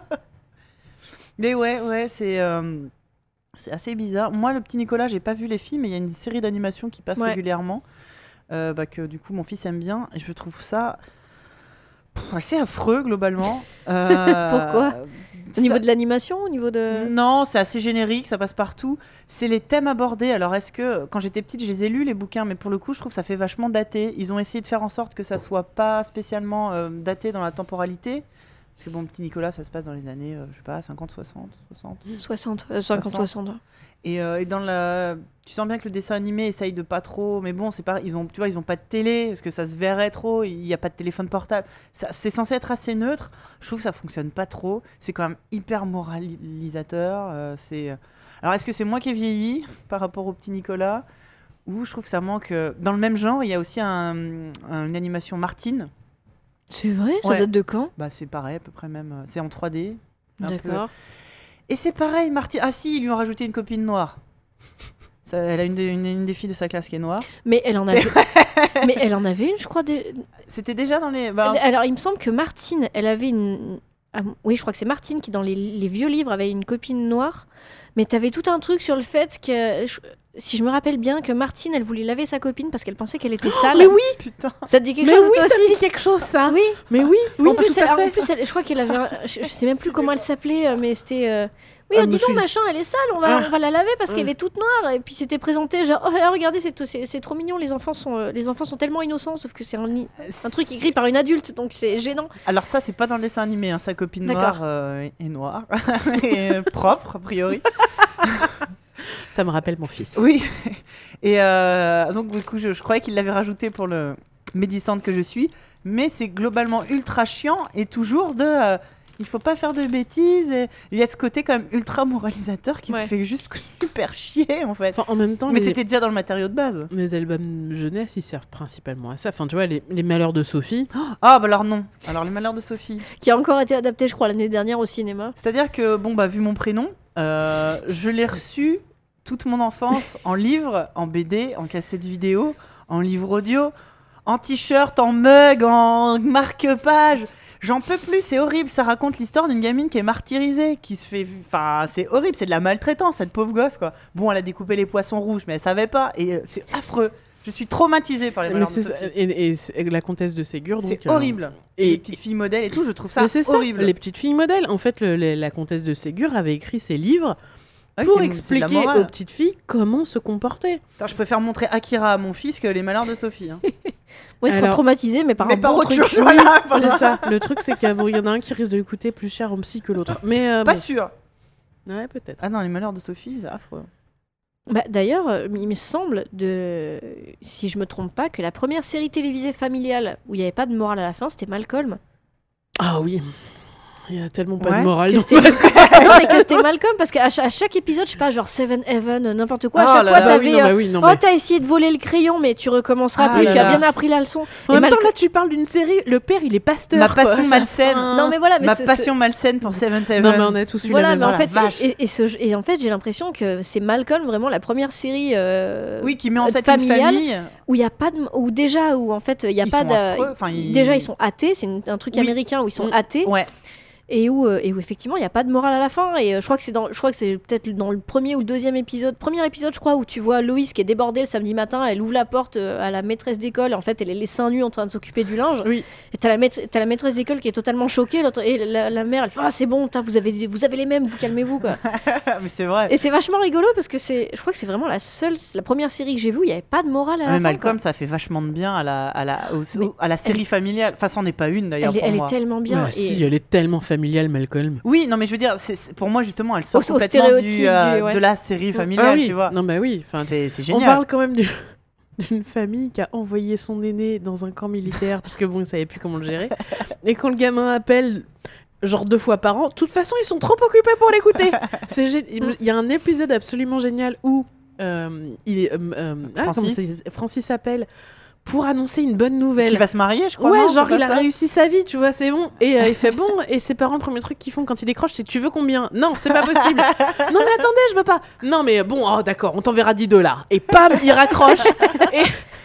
Mais ouais, ouais, c'est euh, c'est assez bizarre. Moi, le petit Nicolas, j'ai pas vu les films, mais il y a une série d'animations qui passe Ouais. régulièrement, euh, bah, que du coup mon fils aime bien, et je trouve ça pff, assez affreux globalement. Euh, Pourquoi Au ça- niveau de l'animation, au niveau de. Non, c'est assez générique, ça passe partout. C'est les thèmes abordés. Alors, est-ce que, quand j'étais petite, je les ai lus, les bouquins, mais pour le coup, je trouve que ça fait vachement daté. Ils ont essayé de faire en sorte que ça soit pas spécialement euh, daté dans la temporalité. Parce que, bon, petit Nicolas, ça se passe dans les années, euh, je sais pas, cinquante, soixante, soixante. soixante, euh, cinquante, soixante. Et, euh, et dans la... tu sens bien que le dessin animé essaye de pas trop, mais bon, c'est pas, ils ont, tu vois, ils ont pas de télé parce que ça se verrait trop. Il y a pas de téléphone portable. Ça, c'est censé être assez neutre. Je trouve que ça fonctionne pas trop. C'est quand même hyper moralisateur. euh, c'est. Alors, est-ce que c'est moi qui ai vieilli par rapport au petit Nicolas, ou je trouve que ça manque. euh, Dans le même genre, il y a aussi un, un- une animation Martine. C'est vrai, ça Ouais. date de quand? Bah, c'est pareil à peu près même. euh, C'est en trois D. un peu. D'accord. Et c'est pareil, Martine. Ah si, ils lui ont rajouté une copine noire. Ça, elle a une, des- une- une des filles de sa classe qui est noire. Mais elle en avait. Mais elle en avait une, je crois. Des... C'était déjà dans les. bah, Alors, il me semble que Martine, elle avait une. Ah, oui, je crois que c'est Martine qui, dans les, les vieux livres, avait une copine noire. Mais t'avais tout un truc sur le fait que, je- si je me rappelle bien, que Martine, elle voulait laver sa copine parce qu'elle pensait qu'elle était sale. Mais oui, putain. Ça te dit quelque mais chose, oui, toi ça me aussi dit quelque chose ça. Oui. Mais oui, oui, en, plus, tout elle, à fait. en plus, elle- je crois qu'elle avait. un- Je, je sais même plus comment elle s'appelait, euh, mais c'était. euh, Oui, Ah, dis me donc, suis- machin, elle est sale, on va, Ah. on va la laver parce Ah. qu'elle est toute noire. Et puis c'était présenté genre, oh là là, regardez, c'est, c'est, c'est trop mignon, les enfants, sont, euh, les enfants sont tellement innocents, sauf que c'est un, ni- un truc écrit par une adulte, donc c'est gênant. Alors ça, c'est pas dans le dessin animé, hein. Sa copine D'accord. noire euh, est noire et euh, propre a priori. Ça me rappelle mon fils. Oui. Et euh, donc du coup, je, je croyais qu'il l'avait rajouté pour le médisante que je suis, mais c'est globalement ultra chiant et toujours de. Euh, il faut pas faire de bêtises. Et il y a ce côté quand même ultra moralisateur qui Ouais. me fait juste super chier en fait. Enfin, en même temps, Mais les, c'était déjà dans le matériau de base. les albums jeunesse, ils servent principalement à ça. Enfin, tu vois, les, les malheurs de Sophie. Ah bah alors non. Alors les malheurs de Sophie. Qui a encore été adapté, je crois, l'année dernière au cinéma. C'est-à-dire que bon bah vu mon prénom, euh, je l'ai reçu toute mon enfance en livre, en B D, en cassette vidéo, en livre audio, en t-shirt, en mug, en marque-page. J'en peux plus, c'est horrible. Ça raconte l'histoire d'une gamine qui est martyrisée, qui se fait. Enfin, c'est horrible, c'est de la maltraitance, cette pauvre gosse, quoi. Bon, elle a découpé les poissons rouges, mais elle savait pas. Et euh, c'est affreux. Je suis traumatisée par les Mais malheurs de c'est- Sophie. et, et c'est- la comtesse de Ségur. donc, C'est euh, horrible. Et et- les petites filles modèles et tout, je trouve ça mais c'est ça, horrible. les petites filles modèles. En fait, le- les- la comtesse de Ségur avait écrit ses livres Ah oui, pour c'est- c'est de la expliquer morale. aux petites filles comment se comporter. Putain, je préfère montrer Akira à mon fils que les malheurs de Sophie. hein. Ouais, il sera Alors- traumatisé, mais par mais un par bon autre truc. chose, voilà. par- C'est ça. Le truc, c'est qu'il y, a- bon, il y en a un qui risque de lui coûter plus cher en psy que l'autre. Mais euh, Pas bon. sûr. Ouais, peut-être. Ah non, les malheurs de Sophie, c'est affreux. Bah, d'ailleurs, euh, il me semble, de... si je me trompe pas, que la première série télévisée familiale où il n'y avait pas de morale à la fin, c'était Malcolm. Ah oui. Il y a tellement pas Ouais. de morale. Que dans- c'était... non, mais que c'était Malcolm, parce qu'à cha- à chaque épisode, je sais pas, genre Seven Heaven, euh, n'importe quoi, à Oh chaque là fois, là. Bah t'avais... oui, non, euh, bah oui, non, Oh, mais- t'as essayé de voler le crayon, mais tu recommenceras Ah plus, là tu as là. bien appris la leçon. En Et même temps, Malcolm- là, tu parles d'une série. Le père, il est pasteur. Ma quoi. passion malsaine. Non, mais voilà, mais Ma ce- ce- passion malsaine pour Seven Seven. Non, mais on a tous eu Voilà, la mais même. en Voilà, fait, vache. et, et ce- et en fait, j'ai l'impression que c'est Malcolm vraiment la première série euh, Oui, qui met en euh, scène une familiale, famille. où il y a pas de, où déjà où en fait il y a Ils pas sont de, affreux, enfin, ils- déjà ils sont athées, c'est une- un truc Oui. américain où ils sont Mm. athées Ouais. et où euh, et où effectivement il y a pas de morale à la fin et euh, je crois que c'est dans je crois que c'est peut-être dans le premier ou le deuxième épisode, premier épisode je crois où tu vois Loïs qui est débordée le samedi matin, elle ouvre la porte euh, à la maîtresse d'école, en fait elle est les seins nus en train de s'occuper du linge. Oui. Et t'as la, maître- t'as la maîtresse d'école qui est totalement choquée, l'autre- et la, la mère elle fait ah c'est bon, t'as- vous avez vous avez les mêmes, vous calmez-vous quoi. mais c'est vrai. Et c'est vachement rigolo parce que c'est, je crois que c'est vraiment la seule, la première série que j'ai vue où il n'y avait pas de morale à la Mais fin. Malcolm, quoi. ça fait vachement de bien à la, à la, au- Mais au- à la série familiale. Enfin, c'en est pas une d'ailleurs Elle, est- pour elle moi. est tellement bien. Bah, et- si, elle est tellement familiale, Malcolm. Oui, non, mais je veux dire, c'est- c'est- pour moi justement, elle sort Au- au complètement stéréotype du, euh, du- ouais. de la série familiale, Ah oui. tu vois. Non, bah oui. Enfin, C'est c'est on génial. parle quand même du- d'une famille qui a envoyé son aîné dans un camp militaire parce que bon, ils savaient plus comment le gérer. Et quand le gamin appelle, genre deux fois par an, de toute façon, ils sont trop occupés pour l'écouter. C'est gé- Il y a un épisode absolument génial où euh, il est, euh, euh, ah, comment Francis. c'est- Francis appelle pour annoncer une bonne nouvelle. Qui va se marier, je crois. Ouais, non, genre c'est il pas a ça réussi sa vie, tu vois, c'est bon. Et euh, il fait bon. Et ses parents, le premier truc qu'ils font quand ils décrochent, c'est tu veux combien? Non, c'est pas possible. Non, mais attendez, je veux pas. Non, mais bon, oh, d'accord, on t'enverra dix dollars. Et pam, il raccroche. Et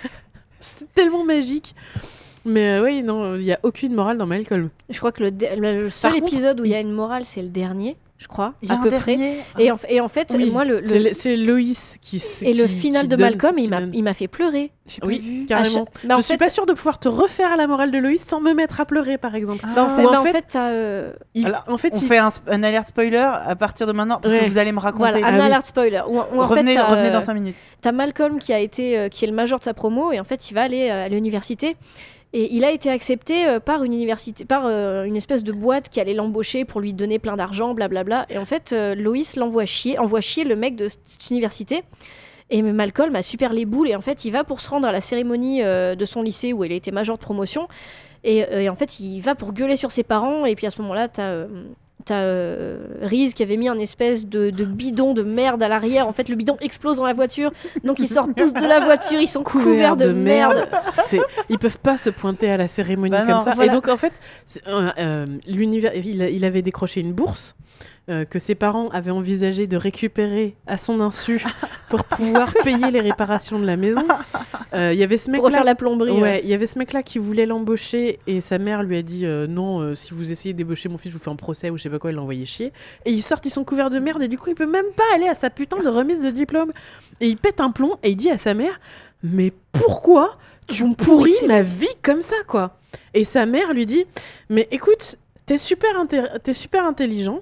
c'est tellement magique. Mais euh, oui, non, il y a aucune morale dans Malcolm. Je crois que le, dé- le seul Par contre, épisode où il y a une morale, c'est le dernier, je crois, Il y a à un peu près. dernier. Et en, et en fait, Oui, moi, le, le- C'est le- c'est Loïs qui. s- et le qui- final qui de donne- Malcolm, qui il m'a, donne- il m'a fait pleurer. J'ai pas Oui, vu. carrément. À cha- bah, en je suis fait- pas sûre de pouvoir te refaire la morale de Loïs sans me mettre à pleurer, par exemple. Bah, en fait, Ou en bah, en fait- fait, t'as, euh, Il- Alors, en fait, On il- fait un, sp- un alerte spoiler à partir de maintenant parce Ouais. que vous allez me raconter. voilà, Ah un oui. alert spoiler. Où, où en revenez, fait, t'as, revenez dans euh, cinq minutes. T'as Malcolm qui a été, euh, qui est le major de sa promo et en fait il va aller euh, à l'université et il a été accepté euh, par une université, par euh, une espèce de boîte qui allait l'embaucher pour lui donner plein d'argent, blablabla. Et en fait euh, Loïs l'envoie chier, envoie chier le mec de cette université. Et Malcolm a super les boules et en fait il va pour se rendre à la cérémonie euh, de son lycée où il a été major de promotion et, euh, et en fait il va pour gueuler sur ses parents et puis à ce moment-là t'as euh, T'as euh, Reese qui avait mis un espèce de, de bidon de merde à l'arrière. En fait, le bidon explose dans la voiture. Donc, ils sortent tous de la voiture. Ils sont couverts de, merde. C'est- Ils peuvent pas se pointer à la cérémonie Bah comme non, ça. voilà. Et donc en fait, c'est- euh, euh, l'univers, il, a- il avait décroché une bourse euh, que ses parents avaient envisagé de récupérer à son insu pour pouvoir payer les réparations de la maison. Euh, Il y avait ce Pour mec-là. refaire la plomberie. Ouais, ouais. il y avait ce mec-là qui voulait l'embaucher et sa mère lui a dit euh, non, euh, si vous essayez d'ébaucher mon fils, je vous fais un procès ou je sais pas quoi, elle l'a envoyé chier. Et ils sortent, ils sont couverts de merde et du coup, il peut même pas aller à sa putain de remise de diplôme. Et il pète un plomb et il dit à sa mère mais pourquoi tu Vous me pourris pourrissez ma la vie comme ça, quoi? Et sa mère lui dit mais écoute, t'es super, inté- t'es super intelligent.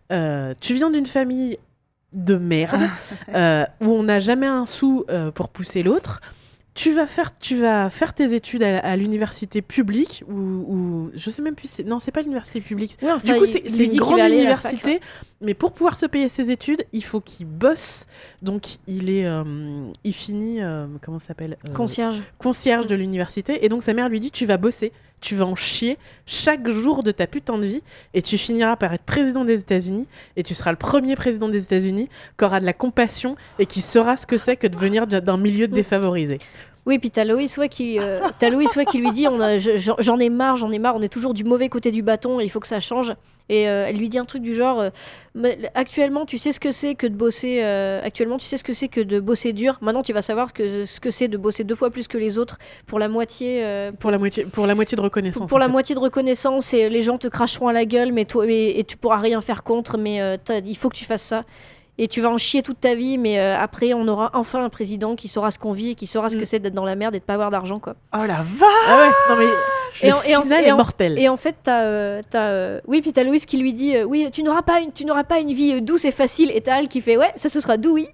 euh, tu viens d'une famille de merde, euh, où on n'a jamais un sou euh, pour pousser l'autre. Tu vas faire, tu vas faire tes études à, à l'université publique ou, ou je sais même plus. C'est, non, c'est pas l'université publique. Ouais, enfin, du coup, il- c'est, il c'est lui une dit qu'il grande va aller à la université. fac, Mais pour pouvoir se payer ses études, il faut qu'il bosse. Donc, il est, euh, il finit, euh, comment ça s'appelle euh, Concierge. concierge de l'université. Et donc, sa mère lui dit, tu vas bosser, tu vas en chier chaque jour de ta putain de vie, et tu finiras par être président des États-Unis, et tu seras le premier président des États-Unis qui aura de la compassion et qui saura ce que c'est que de venir d'un milieu défavorisé. Oui, puis t'as Loïs, ouais, qui, euh, t'as Loïs, ouais, qui lui dit on a, je- j'en j'en ai marre, j'en ai marre, on est toujours du mauvais côté du bâton, et il faut que ça change. Et euh, elle lui dit un truc du genre euh, Mais actuellement, tu sais ce que c'est que de bosser. euh, actuellement, tu sais ce que c'est que de bosser dur. Maintenant, tu vas savoir que, ce que c'est de bosser deux fois plus que les autres pour la moitié. euh, Pour la moitié, pour la moitié de reconnaissance. pour, pour en la fait. moitié de reconnaissance, et les gens te cracheront à la gueule, mais toi, et, et tu pourras rien faire contre. Mais euh, t'as- il faut que tu fasses ça. Et tu vas en chier toute ta vie, mais euh, après, on aura enfin un président qui saura ce qu'on vit et qui saura ce Mm. que c'est d'être dans la merde et de pas avoir d'argent, quoi. Oh la vache. Ah ouais, non mais Et le en- et en- final et est en- mortel. Et en fait, t'as, euh, t'as, euh, oui, puis t'as Louise qui lui dit, euh, oui, tu n'auras pas une, tu n'auras pas une vie euh, douce et facile. Et t'as Al qui fait, ouais, ça ce sera doux, oui.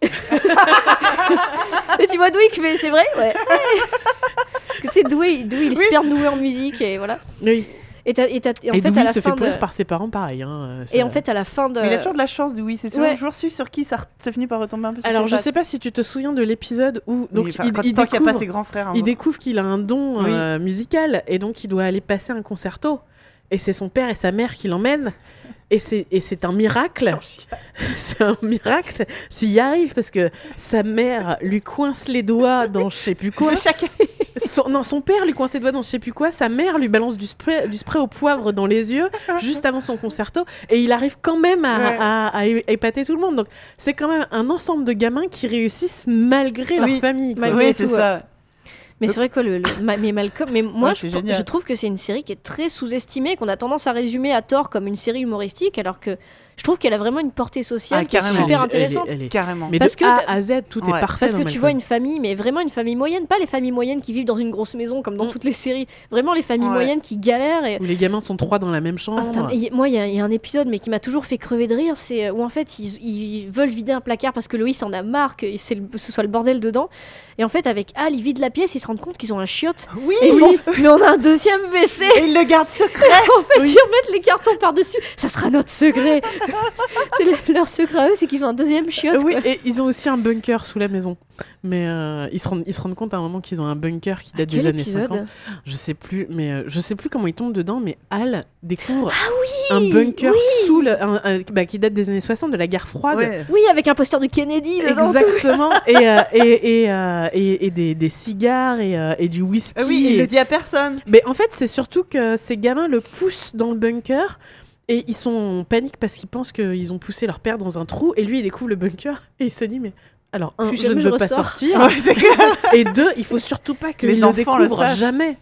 Et tu vois Dewey qui fait, c'est vrai, ouais. Parce que tu sais, Dewey, Dewey, il est Oui. super doué en musique et voilà. Oui. Et, t'as, et, t'as, et en Et fait, Dewey à la se fin fait pourrir de, par ses parents, pareil. Hein, et ça- en fait, à la fin de, Mais il a toujours de la chance, oui. C'est toujours, Ouais. toujours su sur qui ça, re- ça finit par retomber un peu sur Alors, ses je pattes. sais pas si tu te souviens de l'épisode où donc Oui, enfin, il, quand- il tant qu'il n'y a pas découvre, ses grands frères. hein, il bon. découvre qu'il a un don Oui. euh, musical et donc il doit aller passer un concerto. Et c'est son père et sa mère qui l'emmènent. Et c'est, et c'est un miracle. C'est un miracle s'il y arrive parce que sa mère lui coince les doigts dans je sais plus quoi. Chacun. Son, non, son père lui coince les doigts dans je sais plus quoi. Sa mère lui balance du spray, du spray au poivre dans les yeux juste avant son concerto. Et il arrive quand même à, Ouais. à- à é- épater tout le monde. Donc c'est quand même un ensemble de gamins qui réussissent malgré leur Oui. famille. quoi. Malgré Oui, tout, c'est ça. Mais c'est vrai quoi, le, le- ma- mais Malcolm. Mais moi, Ouais, je, c'est je génial. trouve que c'est une série qui est très sous-estimée, qu'on a tendance à résumer à tort comme une série humoristique, alors que je trouve qu'elle a vraiment une portée sociale Ah, qui est carrément. super Elle est- intéressante. elle est- elle est- Carrément. Mais Parce de que A de- à Z, tout Ouais. est parfait. Parce dans que tu Malcolm. vois une famille, mais vraiment une famille moyenne, pas les familles moyennes qui vivent dans une grosse maison comme dans Mm. toutes les séries. Vraiment les familles Ouais. moyennes qui galèrent. Et... Où les gamins sont trois dans la même chambre. Attends, et moi, il y, a- il y a un épisode mais qui m'a toujours fait crever de rire, c'est euh, où en fait ils, ils veulent vider un placard parce que Loïs en a marre que c'est le- ce soit le bordel dedans. Et en fait, avec Al, ils vident la pièce, ils se rendent compte qu'ils ont un chiotte. Oui. Et ils font, mais on a un deuxième W C. Et il le garde secret. En fait, ils remettent les cartons par-dessus. Ça sera notre secret. C'est le- leur secret à eux, c'est qu'ils ont un deuxième chiotte. Euh, oui, quoi. et ils ont aussi un bunker sous la maison. Mais euh, ils, se rendent, ils se rendent compte à un moment qu'ils ont un bunker qui À date quel des années épisode cinquante. Je sais plus, mais euh, je sais plus comment ils tombent dedans. Mais Al découvre Ah un bunker oui. sous le, un- un- bah, qui date des années soixante, de la guerre froide. Ouais. Oui, avec un poster de Kennedy dedans. tout. Exactement. et, euh, et, et, euh, et, et des, des cigares et, euh, et du whisky. Ah oui, il et- le dit à personne. Mais en fait, c'est surtout que ces gamins le poussent dans le bunker. Et ils sont en panique parce qu'ils pensent qu'ils ont poussé leur père dans un trou. Et lui, il découvre le bunker. Et il se dit, mais alors, un, Plus je ne jamais veux je pas ressors. sortir. Ouais, c'est clair. Et deux, il faut surtout pas que Les les le enfants le découvrent sachent. jamais.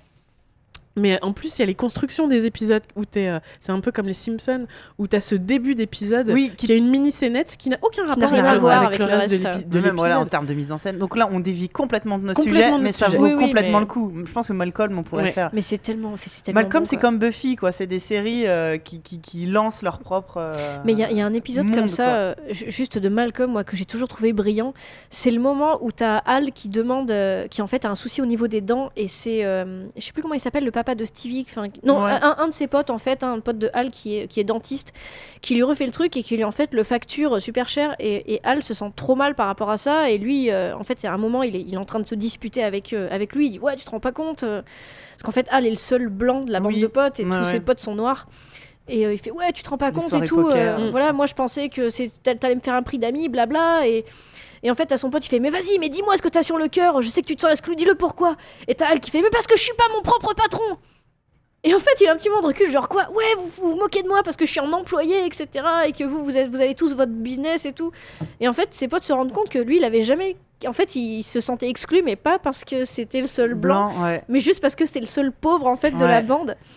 Mais en plus, il y a les constructions des épisodes où t'es, euh, c'est un peu comme les Simpsons, où t'as ce début d'épisode Oui, qui a une mini-scénette qui n'a aucun Qui rapport n'a rien à avec, voir avec avec le le reste de reste. l'épi- de De même, voilà, en l'épisode. termes de mise en scène. Donc là, on dévie complètement de notre Complètement sujet, de mais notre ça sujet. vaut Oui, oui, complètement mais- le coup. Je pense que Malcolm, on pourrait Ouais. faire. Mais c'est tellement, c'est tellement Malcolm, bon, c'est quoi. comme Buffy, quoi. C'est des séries euh, qui, qui, qui lancent leur propre. euh, Mais il y, a- il y a un épisode monde, comme ça, quoi. euh, ju- juste de Malcolm, moi, que j'ai toujours trouvé brillant. C'est le moment où t'as Al qui demande, euh, qui en fait a un souci au niveau des dents, et c'est, euh, je sais plus comment il s'appelle, le papa de Stevie, enfin, non, Ouais. un, un de ses potes en fait, un pote de Al qui est, qui est dentiste, qui lui refait le truc et qui lui en fait le facture super cher, et, et Al se sent trop mal par rapport à ça, et lui, euh, en fait, à un moment, il est, il est en train de se disputer avec, euh, avec lui, il dit ouais, tu te rends pas compte, euh, parce qu'en fait, Al est le seul blanc de la bande Oui. de potes, et Ouais, tous ouais. ses potes sont noirs. Et euh, il fait ouais, tu te rends pas Les compte et soirées tout. poker. euh, Mm. Voilà, moi je pensais que c'est t'a- t'allais me faire un prix d'amis, blabla. Et, et en fait, t'as son pote, il fait mais vas-y, mais dis-moi ce que t'as sur le cœur. Je sais que tu te sens exclu, dis-le pourquoi. Et t'as Al qui fait mais parce que je suis pas mon propre patron. Et en fait, il a un petit moment de recul, genre quoi, ouais, vous vous, vous moquez de moi parce que je suis un employé, et cetera. Et que vous, vous, êtes, vous avez tous votre business et tout. Et en fait, ses potes se rendent compte que lui, il avait jamais. En fait, il se sentait exclu, mais pas parce que c'était le seul blanc, Blanc, ouais. mais juste parce que c'était le seul pauvre en fait de Ouais. la bande.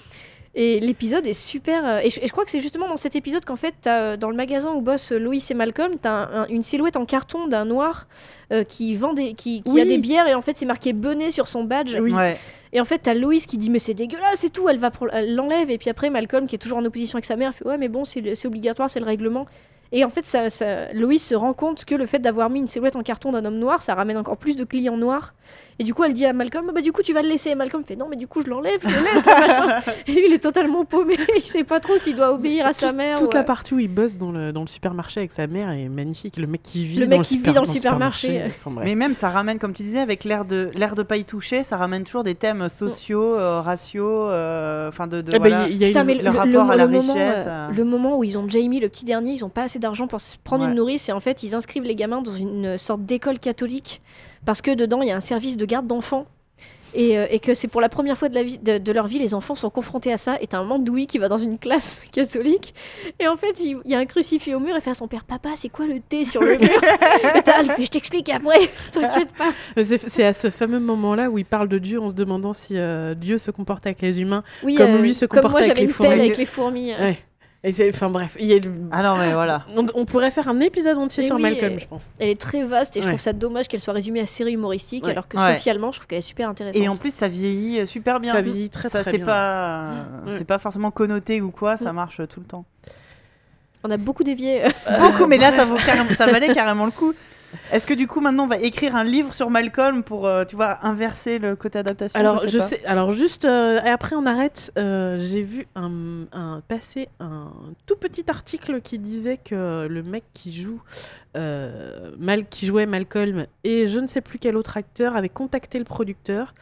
Et l'épisode est super. euh, Et je, et je crois que c'est justement dans cet épisode qu'en fait, t'as, euh, dans le magasin où bossent Lois et Malcolm, t'as un- un- une silhouette en carton d'un noir euh, qui vend des, qui, qui Oui. a des bières et en fait c'est marqué Benet sur son badge. Oui. Ouais. Et en fait, t'as Lois qui dit mais c'est dégueulasse et tout, elle va pro- elle l'enlève et puis après Malcolm qui est toujours en opposition avec sa mère fait ouais mais bon c'est, le- c'est obligatoire, c'est le règlement. Et en fait, ça, ça, Lois se rend compte que le fait d'avoir mis une silhouette en carton d'un homme noir, ça ramène encore plus de clients noirs. Et du coup, elle dit à Malcolm, bah du coup, tu vas le laisser. Et Malcolm fait, non, mais du coup, je l'enlève, je le laisse, le machin. Et lui, il est totalement paumé. Il sait pas trop s'il doit obéir à sa Toute- mère. Toute ou à- la partie où il bosse dans le, dans le supermarché avec sa mère est magnifique. Le mec qui vit, Le dans, mec le qui super- vit dans le le supermarché. Enfin, bref. Mais même, ça ramène, comme tu disais, avec l'air de l'air de pas y toucher, ça ramène toujours des thèmes sociaux, euh, raciaux, euh, enfin de, de Eh ben, voilà. il y a Putain, une- mais le le, le- rapport le à la moment, richesse, euh, euh. le moment où ils ont Jamie, le petit dernier, ils ont pas assez d'argent pour se prendre Ouais. une nourrice et en fait, ils inscrivent les gamins dans une sorte d'école catholique parce que dedans, il y a un service de garde d'enfants. Et, euh, et que c'est pour la première fois de, la vie, de, de leur vie, les enfants sont confrontés à ça. Et t'as un Mandoui qui va dans une classe catholique. Et en fait, il, il y a un crucifix au mur et fait à son père, papa, c'est quoi le T sur le mur? Et t'as, il fait, je t'explique après, t'inquiète pas. Mais C'est c'est à ce fameux moment-là où il parle de Dieu en se demandant si euh, Dieu se comporte avec les humains. Oui, Comme lui se comme comporte moi, avec j'avais les une fourmis. pelle avec les fourmis. Ouais. Et c'est- Enfin bref, il y a le- Ah non, mais voilà. on, on pourrait faire un épisode entier Et sur oui, Malcolm, et- je pense. Elle est très vaste et je Ouais. trouve ça dommage qu'elle soit résumée à série humoristique, Ouais. alors que Ouais. socialement, je trouve qu'elle est super intéressante. Et en plus, ça vieillit super bien. Ça vieillit très, Ça, très c'est bien. pas, Ouais. c'est pas forcément connoté ou quoi, ça Mm. marche tout le temps. On a beaucoup dévié. Beaucoup, mais là, ça vaut carrément, ça valait carrément le coup. Est-ce que du coup, maintenant, on va écrire un livre sur Malcolm pour, euh, tu vois, inverser le côté adaptation? Alors, sais je pas. sais. Alors, juste euh, et après, on arrête. euh, J'ai vu un, un passer un tout petit article qui disait que le mec qui joue euh, Mal, qui jouait Malcolm et je ne sais plus quel autre acteur avait contacté le producteur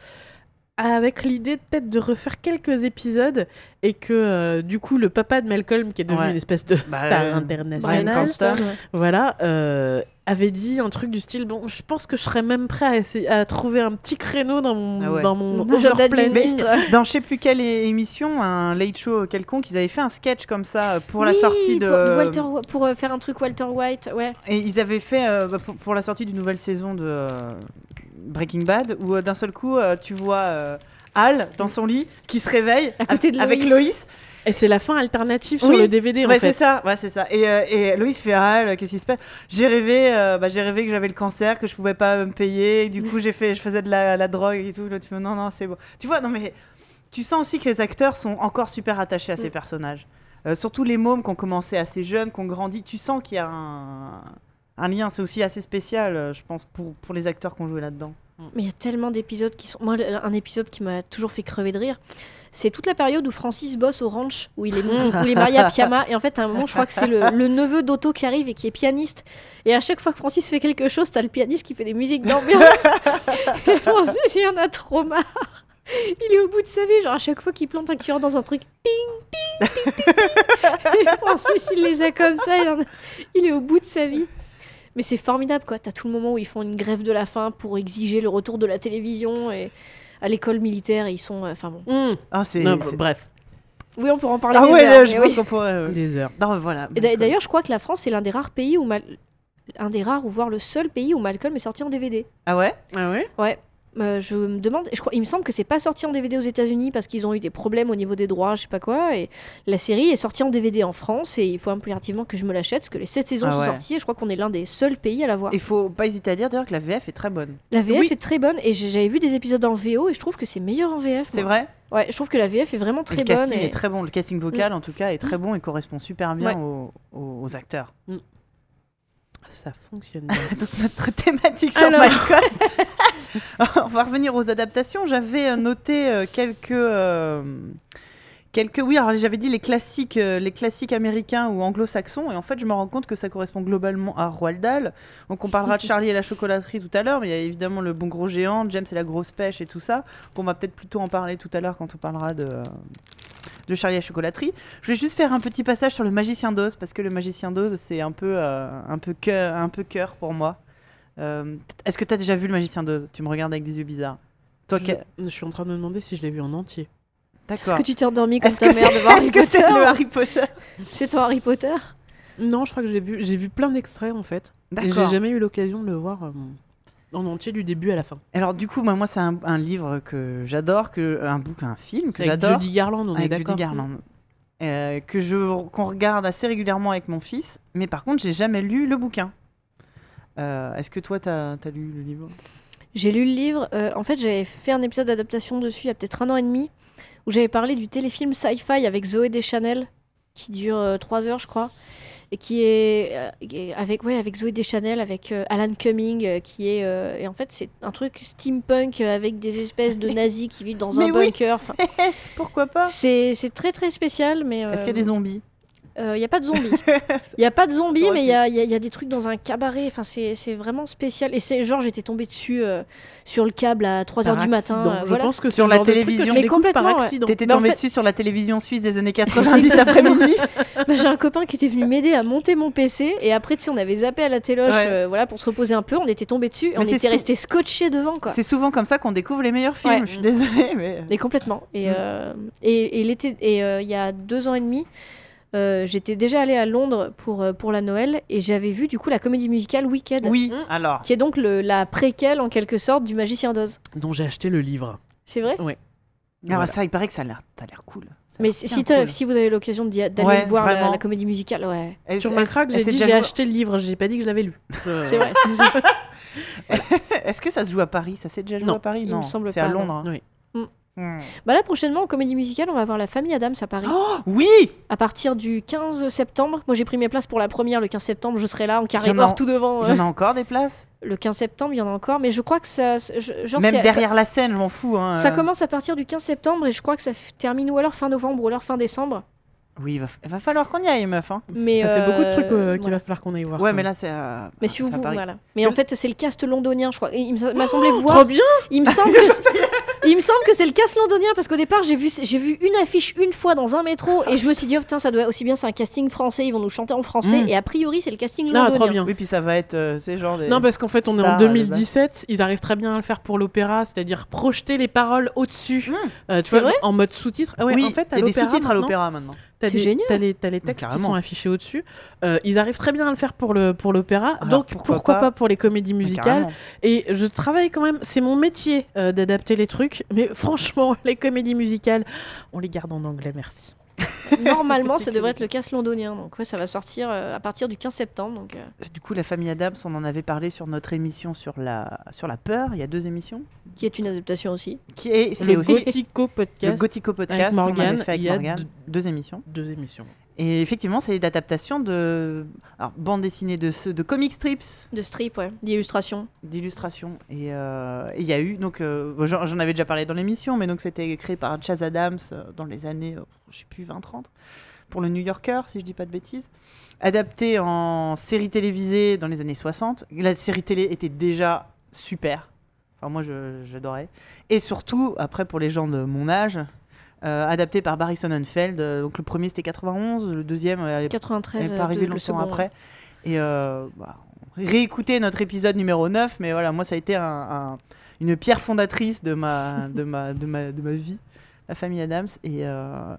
avec l'idée peut-être de refaire quelques épisodes et que euh, du coup le papa de Malcolm qui est devenu Ouais. une espèce de Bah, star euh, internationale, Bryan Cranston. voilà, euh, avait dit un truc du style bon, je pense que je serais même prêt à, essayer, à trouver un petit créneau dans mon, Ah ouais. dans mon Mon agenda overplanning. de ministre. Dans je sais plus quelle é- émission, un late show quelconque, ils avaient fait un sketch comme ça euh, pour la Oui, sortie de. Pour, Walter, Wa- pour euh, faire un truc Walter White, ouais. Et ils avaient fait euh, bah, pour, pour la sortie d'une nouvelle saison de euh, Breaking Bad, où euh, d'un seul coup, euh, tu vois euh, Al dans son lit qui se réveille À côté de avec Loïs. Loïs. Et c'est la fin alternative sur Oui. le D V D Ouais, en fait. c'est ça, ouais, c'est ça. Et, euh, et Loïs fait Al, qu'est-ce qui se passe? J'ai rêvé, euh, bah, j'ai rêvé que j'avais le cancer, que je pouvais pas me payer. Et du coup, j'ai fait, je faisais de la, la drogue et tout. Là, tu me non, non, c'est bon. Tu vois, non mais tu sens aussi que les acteurs sont encore super attachés à ces Mm. personnages. Euh, surtout les mômes qui ont commencé assez jeunes, qui ont grandi. Tu sens qu'il y a un, un lien. C'est aussi assez spécial, euh, je pense, pour, pour les acteurs qui ont joué là-dedans. Mais il y a tellement d'épisodes qui sont. Moi, le- un épisode qui m'a toujours fait crever de rire, c'est toute la période où Francis bosse au ranch, où il est, où il est marié à Piama. Et en fait, à un moment, je crois que c'est le, le neveu d'Otto qui arrive et qui est pianiste. Et à chaque fois que Francis fait quelque chose, t'as le pianiste qui fait des musiques d'ambiance. Et Francis, il en a trop marre. Il est au bout de sa vie, genre à chaque fois qu'il plante un cuillère dans un truc, ting, ting, ting, ting, ting. Et Francis, il les a comme ça, il, en a- il est au bout de sa vie. Mais c'est formidable, quoi. T'as tout le moment où ils font une grève de la faim pour exiger le retour de la télévision et à l'école militaire, ils sont. euh, Enfin bon. Mmh. Ah, c'est. Non, c'est- bref, Oui, on pourra en parler. Ah des ouais, heures, je mais pense oui. qu'on pourrait. euh, des heures. Non, voilà. Et d'a- D'ailleurs, je crois que la France, c'est l'un des rares pays où. Mal... Un des rares, ou voire le seul pays où Malcolm est sorti en D V D. Ah ouais. Ah ouais. Ouais. Euh, je me demande, je crois, il me semble que c'est pas sorti en D V D aux États-Unis parce qu'ils ont eu des problèmes au niveau des droits, je sais pas quoi. Et la série est sortie en D V D en France et il faut impérativement que je me l'achète parce que les sept saisons Ah sont ouais. sorties et je crois qu'on est l'un des seuls pays à la voir. Il faut pas hésiter à dire d'ailleurs que la V F est très bonne. La V F Oui. est très bonne et j'ai- j'avais vu des épisodes en V O et je trouve que c'est meilleur en V F. C'est moi. vrai. Ouais, je trouve que la V F est vraiment Et très le bonne. casting et- est très bon. Le casting vocal, en tout cas, est très bon et correspond super bien Ouais. aux, aux- aux acteurs. Ça fonctionne bien. Donc notre thématique sur Alors. Malcolm. On va revenir aux adaptations. J'avais euh, noté euh, quelques, euh, quelques. Oui, alors j'avais dit les classiques, euh, les classiques américains ou anglo-saxons, et en fait, je me rends compte que ça correspond globalement à Roald Dahl. Donc, on parlera de Charlie et la chocolaterie tout à l'heure, mais il y a évidemment le bon gros géant, James et la grosse pêche et tout ça. Qu'on va peut-être plutôt en parler tout à l'heure quand on parlera de. de Charlie et la chocolaterie. Je vais juste faire un petit passage sur le magicien d'Oz parce que le magicien d'Oz c'est un peu euh, un peu cœur, un peu cœur pour moi. Euh, est-ce que tu as déjà vu le magicien d'Oz? Tu me regardes avec des yeux bizarres. Toi, je, que- je suis en train de me demander si je l'ai vu en entier. Est-ce d'accord. que tu t'es endormi comme Est-ce ta que mère c'est devant Harry est-ce que c'est Potter le Harry Potter? C'est ton Harry Potter Non, je crois que j'ai vu, j'ai vu plein d'extraits en fait. Et j'ai D'accord. jamais eu l'occasion de le voir. euh, en entier du début à la fin. Alors du coup, moi, moi c'est un, un livre que j'adore, que, un bouquin, un film que C'est avec j'adore. Judy Garland, on est avec d'accord. Judy Garland. Euh, que je, qu'on regarde assez régulièrement avec mon fils. Mais par contre, j'ai jamais lu le bouquin. Euh, est-ce que toi, t'as, t'as lu le livre ? J'ai lu le livre. Euh, en fait, j'avais fait un épisode d'adaptation dessus il y a peut-être un an et demi, où j'avais parlé du téléfilm Sci-Fi avec Zoé Deschanel, qui dure euh, trois heures, je crois, et qui est euh, avec, ouais, avec Zoé Deschanel, avec euh, Alan Cumming, euh, qui est... euh, et en fait, c'est un truc steampunk euh, avec des espèces de nazis qui vivent dans Mais un oui. bunker. Enfin, Pourquoi pas ? c'est, c'est très, très spécial, mais... Est-ce qu'il y a des zombies ? Il n'y a pas de zombies. Il n'y a pas de zombies, Ça aurait mais il pu. y a, y a- y a des trucs dans un cabaret. Enfin, c'est, c'est vraiment spécial. Et c'est genre, j'étais tombée dessus euh, sur le câble à trois heures Par du matin. accident. euh, Je voilà. pense que Sur c'est la le genre de truc que télévision. tu Mais découvres par complètement, ouais. accident. T'étais Bah, en tombée fait- dessus sur la télévision suisse des années quatre-vingt-dix après-midi. Bah, j'ai un copain qui était venu m'aider à monter mon P C. Et après, tu sais, on avait zappé à la téloche Ouais. euh, voilà, pour se reposer un peu. On était tombé dessus et Mais on c'est était sou- resté scotché devant, quoi. C'est souvent comme ça qu'on découvre les meilleurs films. Ouais. Je suis désolée, mais... Et complètement. Et, Mm. euh, et, et l'été, et euh, il y a deux ans et demi, euh, j'étais déjà allée à Londres pour, euh, pour la Noël et j'avais vu du coup la comédie musicale Wicked, Oui, Mm. alors... qui est donc le, la préquelle en quelque sorte du Magicien d'Oz. Dont j'ai acheté le livre. C'est vrai? Ah, Voilà. ça, il paraît que ça a l'air, ça a l'air cool. Ça a Mais l'air si, bien si, t'as- cool. si vous avez l'occasion d'y a- d'aller Ouais, voir la, vraiment. la comédie musicale, ouais. Elle- Sur elle- ma craque, elle j'ai s'est dit déjà j'ai jouée- acheté le livre, j'ai pas dit que je l'avais lu. Euh, C'est vrai. Est-ce que ça se joue à Paris ? Ça s'est déjà joué Non. à Paris ? Il Non, me semble c'est pas, à non. Londres. hein. Oui. Hmm. Bah là, prochainement, en comédie musicale, on va voir la famille Adams à Paris. Oh, oui. À partir du quinze septembre. Moi, j'ai pris mes places pour la première le quinze septembre. Je serai là en carré Il y en a or en- tout devant. Il y euh. en a encore des places ? Le quinze septembre, il y en a encore. Mais je crois que ça. je- genre, Même c'est- derrière la scène, je m'en fous. Hein. Ça, ça euh. commence à partir du quinze septembre et je crois que ça f- termine ou alors fin novembre ou alors fin décembre. Oui, il va, il va falloir qu'on y aille, meuf. Hein. Mais Ça fait beaucoup de euh, trucs euh, qu'il voilà. va falloir qu'on aille voir. Ouais, quand mais même. là, c'est. euh, Mais si c'est vous à vous Paris. voilà. Mais Je- en fait, c'est le cast londonien, je crois. Et il me m'a semblé voir. Trop bien. Il me semble que c'est- il me semble que c'est le cast londonien parce qu'au départ j'ai vu j'ai vu une affiche une fois dans un métro et je me suis dit oh putain ça doit aussi bien c'est un casting français ils vont nous chanter en français Mm. et a priori c'est le casting Ah, londonien. trop bien. Oui, puis ça va être. euh, c'est genre des. Non, parce qu'en fait, on est Star, en euh, deux mille dix-sept, ils arrivent très bien à le faire pour l'opéra, c'est-à-dire projeter les paroles au-dessus, Mmh. euh, tu C'est vois, vrai en mode sous-titre. Ah ouais, oui, en fait, à il y a des l'opéra, sous-titres à maintenant, l'opéra maintenant. T'as C'est des- génial. T'as les, t'as les textes qui carrément. sont affichés au-dessus. Euh, ils arrivent très bien à le faire pour le pour l'opéra, Alors, donc pourquoi pourquoi, pas pas pour les comédies Mais musicales. carrément. Et je travaille quand même, c'est mon métier euh, d'adapter les trucs, mais franchement, les comédies musicales, on les garde en anglais, merci. Normalement Petit ça devrait clin être le cast londonien donc ouais ça va sortir euh, à partir du quinze septembre donc euh, Du coup, la famille Adams, on en avait parlé sur notre émission sur la, sur la peur, il y a deux émissions. qui est une adaptation aussi. Qui est, c'est Le aussi Gothico le podcast, Gothico Podcast avec qu'on Morgane, avait fait avec il y a Morgane. deux- Deux émissions. deux émissions. Et effectivement, c'est l'adaptation de alors, bande dessinée de, ce- de comic strips, De strip ouais d'illustration. d'illustrations. Et euh, et il y a eu, donc, euh, j'en j'en avais déjà parlé dans l'émission, mais donc c'était créé par Chaz Adams euh, dans les années, euh, je sais plus, vingt trente, pour le New Yorker, si je dis pas de bêtises. Adapté en série télévisée dans les années soixante. La série télé était déjà super. Enfin, moi, je- j'adorais. Et surtout, après, pour les gens de mon âge, euh, adapté par Barry Sonnenfeld. Euh, donc le premier, c'était quatre-vingt-onze, le deuxième euh, quatre-vingt-treize n'est pas euh, arrivé de- le longtemps second, après. Et euh, bah, réécouter notre épisode numéro neuf, mais voilà, moi, ça a été un, un- une pierre fondatrice de ma, de, ma, de, ma, de ma vie, la famille Adams. Et, euh,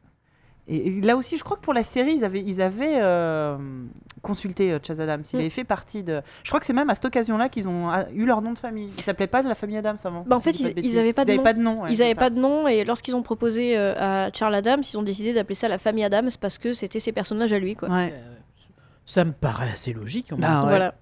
et, et là aussi, je crois que pour la série, ils avaient, ils avaient euh, consulté euh, Chaz Adams. Il Mm. avait fait partie de... Je crois que c'est même à cette occasion-là qu'ils ont ah, eu leur nom de famille. Ils s'appelaient pas de la famille Adams avant. Bah, en si je fait, dis pas de ils- bêtises. ils avaient pas de Ils nom. pas de nom. ouais, Ils c'est n'avaient ça. pas de nom et lorsqu'ils ont proposé euh, à Charles Adams, ils ont décidé d'appeler ça la famille Adams parce que c'était ses personnages à lui quoi. Ouais. Euh, Ça me paraît assez logique. En Bah, même temps. ouais. Voilà.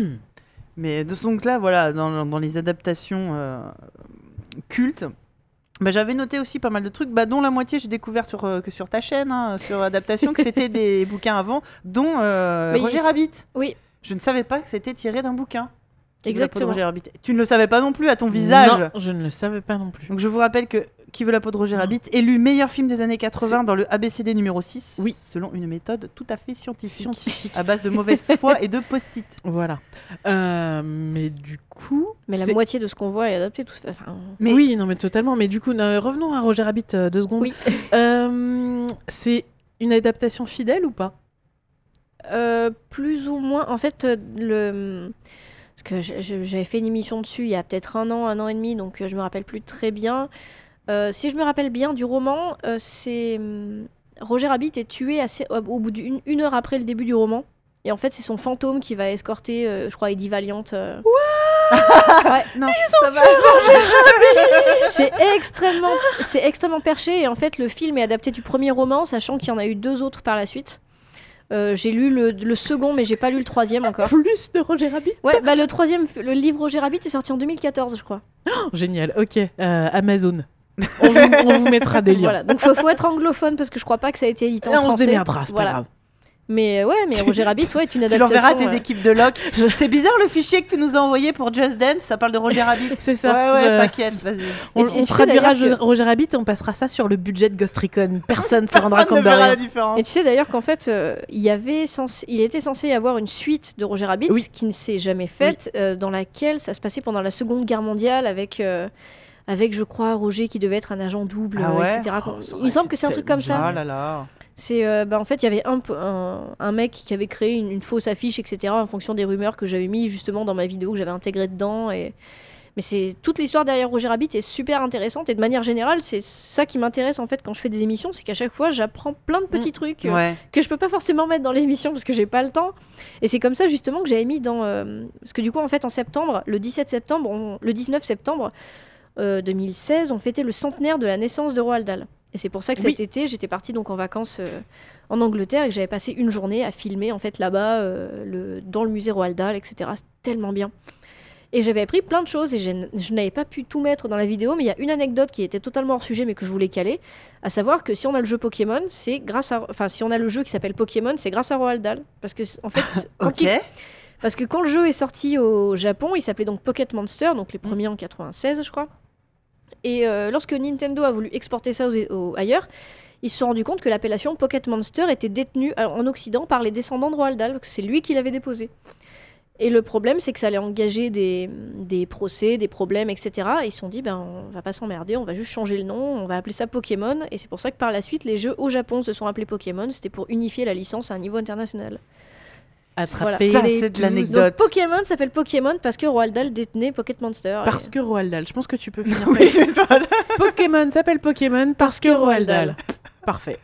Mais de donc là, voilà, dans, dans les adaptations euh, cultes, bah, j'avais noté aussi pas mal de trucs, bah, dont la moitié j'ai découvert sur, euh, que sur ta chaîne, hein, sur adaptation, que c'était des bouquins avant, dont euh, Mais Roger il- Rabbit. Oui. Je ne savais pas que c'était tiré d'un bouquin. Qui veut la peau de Exactement. Roger Rabbit. Tu ne le savais pas non plus à ton visage. Non, je ne le savais pas non plus. Donc je vous rappelle que Qui veut la peau de Roger Rabbit, élu meilleur film des années quatre-vingts dans le A B C D numéro six, Oui. selon une méthode tout à fait scientifique, Scientifique. à base de mauvaise foi et de post-it. Voilà. Euh, mais du coup. Mais la c'est- moitié de ce qu'on voit est adapté tout enfin, Mais- Oui, non, mais totalement. Mais du coup, euh, revenons à Roger Rabbit euh, deux secondes. Oui. Euh, c'est une adaptation fidèle ou pas? Euh, plus ou moins. En fait, euh, le... Parce que je- je- j'avais fait une émission dessus il y a peut-être un an, un an et demi, donc euh, je me rappelle plus très bien. Euh, si je me rappelle bien du roman, euh, c'est... hum, Roger Rabbit est tué assez... au au bout d'une une heure après le début du roman. Et en fait, c'est son fantôme qui va escorter, euh, je crois, Eddie Valiant. euh. Ouais. Non, Ils ça ont va. C'est extrêmement, c'est extrêmement perché. Et en fait, le film est adapté du premier roman, sachant qu'il y en a eu deux autres par la suite. Euh, j'ai lu le, le second, mais j'ai pas lu le troisième encore. Plus de Roger Rabbit. Ouais, bah le troisième, le livre Roger Rabbit est sorti en deux mille quatorze, je crois. Oh, génial. Ok. Euh, Amazon. On vous, on vous mettra des liens. Voilà, donc faut, faut être anglophone parce que je crois pas que ça a été édité en Et on français. se démerdera, c'est Voilà. pas grave. Mais euh, ouais, mais Roger Rabbit, ouais, est une Tu adaptation. l'enverras à tes euh, équipes de Loc. C'est bizarre le fichier que tu nous as envoyé pour Just Dance, ça parle de Roger Rabbit. C'est ça. Ouais, ouais, Je- t'inquiète, vas-y. On, Et tu- on tu sais traduira d'ailleurs que- Roger Rabbit et on passera ça sur le budget de Ghost Recon. Personne ne se rendra Personne compte ne de verra rien. la différence. Et tu sais d'ailleurs qu'en fait, euh, il y avait censé, il était censé y avoir une suite de Roger Rabbit Oui. qui ne s'est jamais faite, euh, dans laquelle ça se passait pendant la Seconde Guerre mondiale avec, euh, avec je crois Roger qui devait être un agent double, Ah euh, ouais et cetera. Oh, ça il aurait me semble été que c'est un truc tellement comme ça. Ah là là. C'est, euh, bah, en fait, il y avait un, p- un, un mec qui avait créé une, une fausse affiche, et cetera, en fonction des rumeurs que j'avais mis justement dans ma vidéo que j'avais intégrée dedans. Et... Mais c'est toute l'histoire derrière Roger Rabbit est super intéressante et de manière générale, c'est ça qui m'intéresse en fait quand je fais des émissions, c'est qu'à chaque fois j'apprends plein de petits trucs euh, Ouais. que je peux pas forcément mettre dans l'émission parce que j'ai pas le temps. Et c'est comme ça justement que j'avais mis dans euh, parce que du coup en fait en septembre, le dix-sept septembre, on- le dix-neuf septembre euh, deux mille seize, on fêtait le centenaire de la naissance de Roald Dahl. Et c'est pour ça que cet Oui. été, j'étais partie donc en vacances euh, en Angleterre et que j'avais passé une journée à filmer en fait là-bas euh, le, dans le musée Roald Dahl, et cetera. C'était tellement bien. Et j'avais appris plein de choses et je, n- je n'avais pas pu tout mettre dans la vidéo, mais il y a une anecdote qui était totalement hors sujet mais que je voulais caler, à savoir que si on a le jeu Pokémon, c'est grâce à, enfin si on a le jeu qui s'appelle Pokémon, c'est grâce à Roald Dahl, parce que c- en fait, quand Ok. il- parce que quand le jeu est sorti au Japon, il s'appelait donc Pocket Monster, donc les premiers en quatre-vingt-seize, je crois. Et euh, lorsque Nintendo a voulu exporter ça aux- aux- ailleurs, ils se sont rendus compte que l'appellation Pocket Monster était détenue euh, en Occident par les descendants de Roald Dahl, que c'est lui qui l'avait déposé. Et le problème, c'est que ça allait engager des, des procès, des problèmes, et cetera. Et ils se sont dit, ben, on va pas s'emmerder, on va juste changer le nom, on va appeler ça Pokémon. Et c'est pour ça que par la suite, les jeux au Japon se sont appelés Pokémon. C'était pour unifier la licence à un niveau international. Attraper Ça, les c'est de tous. l'anecdote. Donc Pokémon s'appelle Pokémon parce que Roald Dahl détenait Pocket Monster. Parce Et- que Roald Dahl. Je pense que tu peux finir Oui, ça. je sais pas. Pokémon s'appelle Pokémon parce que Roald Dahl. Parfait.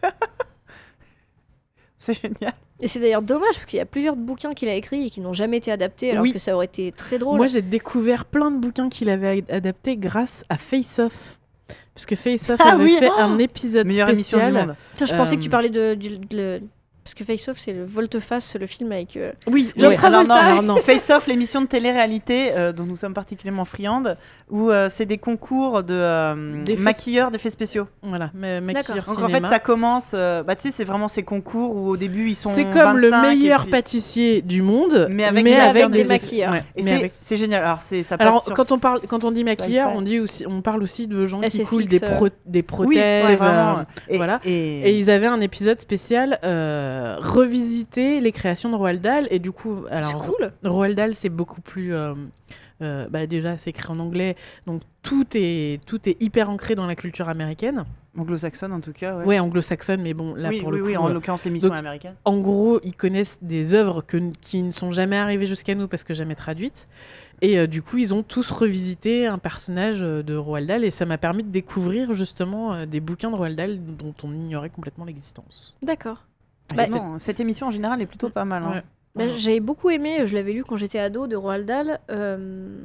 C'est génial. Et c'est d'ailleurs dommage parce qu'il y a plusieurs bouquins qu'il a écrits et qui n'ont jamais été adaptés alors Oui. que ça aurait été très drôle. Moi, j'ai découvert plein de bouquins qu'il avait ad- adaptés grâce à Face Off. Parce que Face Off Ah avait oui, fait oh un épisode Meilleure émission du spécial. monde. Tiens, je pensais Euh, que tu parlais de, du- de le- parce que Face Off c'est le volte-face, le film avec euh, Oui, John ouais. alors non, Travolta. alors non. Face Off, l'émission de télé-réalité euh, dont nous sommes particulièrement friandes, où euh, c'est des concours de euh, D'effets maquilleurs d'effets spéciaux. Voilà, ma- D'accord. maquilleur Donc en cinéma. fait, ça commence. euh, bah tu sais, c'est vraiment ces concours où au début ils sont. C'est comme le vingt-cinq et meilleur puis- pâtissier du monde, Mais avec- mais avec des effets- maquilleurs. ouais, Et mais c'est avec- c'est génial. Alors c'est ça passe Alors sur quand on parle, quand on dit Sci-Fi. maquilleur, on dit aussi, on parle aussi de gens qui S F X, coulent des, pro- des Oui, prothèses. c'est vraiment. euh, et, voilà. Et, Et ils avaient un épisode spécial euh, revisiter les créations de Roald Dahl et du coup, c'est alors cool. Roald Dahl c'est beaucoup plus, euh, euh, bah déjà c'est écrit en anglais, donc tout est tout est hyper ancré dans la culture américaine. anglo-saxonne en tout cas. Ouais. Ouais, anglo-saxonne, mais bon là oui, pour oui, le oui, coup. en euh, l'occurrence l'émission donc- est américaine. En gros, ils connaissent des œuvres que, qui ne sont jamais arrivées jusqu'à nous parce que jamais traduites. Et euh, du coup, ils ont tous revisité un personnage euh, de Roald Dahl et ça m'a permis de découvrir justement euh, des bouquins de Roald Dahl dont on ignorait complètement l'existence. D'accord. Bah, c'est- non, cette émission en général est plutôt pas mal. hein. Ouais. Bah, Ouais. j'avais beaucoup aimé, je l'avais lu quand j'étais ado de Roald Dahl, euh,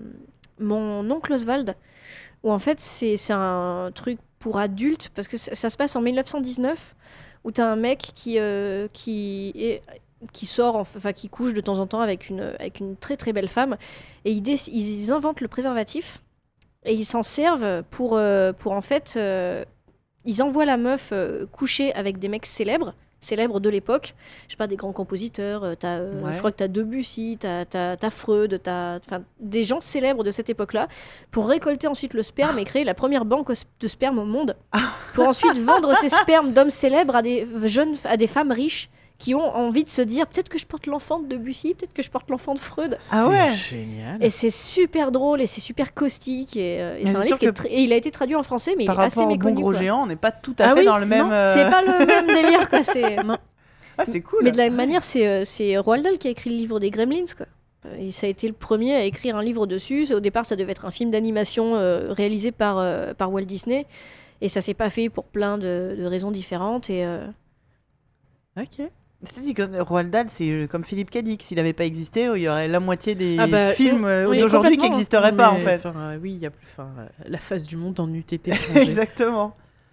mon oncle Oswald, où en fait c'est c'est un truc pour adultes, parce que ça, ça se passe en mille neuf cent dix-neuf, où t'as un mec qui, euh, qui, est, qui sort, enfin qui couche de temps en temps avec une, avec une très très belle femme, et ils, déc- ils inventent le préservatif, et ils s'en servent pour, euh, pour en fait... euh, ils envoient la meuf euh, coucher avec des mecs célèbres, célèbres de l'époque. Je sais pas, des grands compositeurs. euh, t'as, euh, Ouais. Je crois que t'as Debussy, t'as, t'as, t'as Freud, t'as enfin, des gens célèbres de cette époque-là, pour récolter ensuite le sperme et créer la première banque au s- de sperme au monde, pour ensuite vendre ces spermes d'hommes célèbres à des jeunes, à des femmes riches qui ont envie de se dire peut-être que je porte l'enfant de Debussy, peut-être que je porte l'enfant de Freud. Ah ouais. C'est génial. Et c'est super drôle et c'est super caustique et, euh, et Mais c'est c'est un sûr livre qui est que très- et il a été traduit en français mais Par il est assez rapport au bon méconnu. gros quoi. géant, on n'est pas tout à Ah fait oui, dans le même. non, euh, C'est pas le même délire quoi. C'est... Ah, c'est cool. Mais de la même manière, c'est, euh, c'est Roald Dahl qui a écrit le livre des Gremlins quoi. Euh, Et ça a été le premier à écrire un livre dessus. Au départ, ça devait être un film d'animation euh, réalisé par, euh, par Walt Disney. Et ça s'est pas fait pour plein de, de raisons différentes. Et, euh, Ok. Je te dis que Roald Dahl, c'est comme Philippe Cadic. S'il n'avait pas existé, il y aurait la moitié des Ah bah, films euh, oui, d'aujourd'hui qui complètement. n'existeraient pas, en Mais, fait. enfin, euh, oui, il y a plus, enfin, euh, la face du monde en eût été changée. Exactement.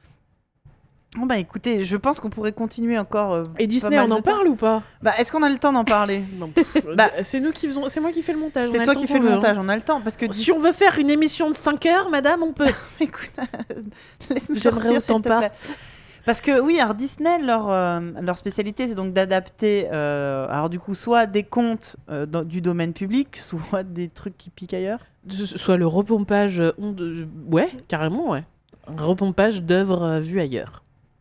Bon bah écoutez, je pense qu'on pourrait continuer encore. euh, Et pas Disney, mal on de en temps. parle ou pas? Bah est-ce qu'on a le temps d'en parler? Non, pff, Bah, c'est nous qui faisons, c'est moi qui fais le montage. on a C'est le toi temps qui qu'on fais le veut, hein. montage, on a le temps parce que Si on veut faire une émission de cinq heures, madame, on peut. Écoute, laisse-nous J'aimerais sortir, s'il autant te pas. plaît. Parce que oui, alors Disney, leur, euh, leur spécialité, c'est donc d'adapter, euh, alors du coup, soit des contes euh, dans- du domaine public, soit des trucs qui piquent ailleurs. Soit le repompage, euh, on de- ouais, carrément, ouais. Un repompage d'œuvres euh, vues ailleurs.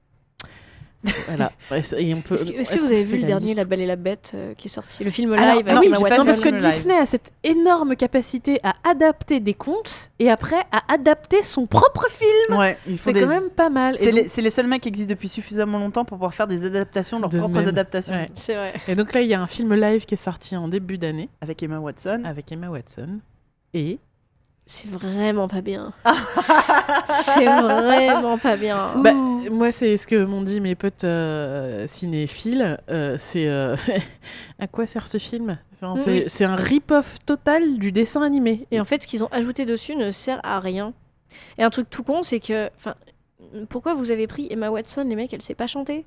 Voilà. Et on peut, Est-ce que, est-ce que est-ce vous qu'on avez fait vu le la dernier liste La Belle et la Bête euh, qui est sorti? Le film Alors, live ah avec oui, Emma j'ai pas Watson. non, parce que vu le live. Disney a cette énorme capacité à adapter des contes et après à adapter son propre film. Ouais, ils font C'est des... quand même pas mal. C'est Et les, donc, c'est les seuls mecs qui existent depuis suffisamment longtemps pour pouvoir faire des adaptations, leurs De propres même. adaptations. Ouais. C'est vrai. et donc là, il y a un film live qui est sorti en début d'année Avec Emma Watson. avec Emma Watson. Et C'est vraiment pas bien. C'est vraiment pas bien. bah, moi, c'est ce que m'ont dit mes potes euh, cinéphiles. euh, c'est euh, à quoi sert ce film? Enfin, c'est, Oui. c'est un rip-off total du dessin animé. Et en fait, ce qu'ils ont ajouté dessus ne sert à rien. Et un truc tout con, c'est que... Enfin, pourquoi vous avez pris Emma Watson, les mecs, elle sait pas chanter?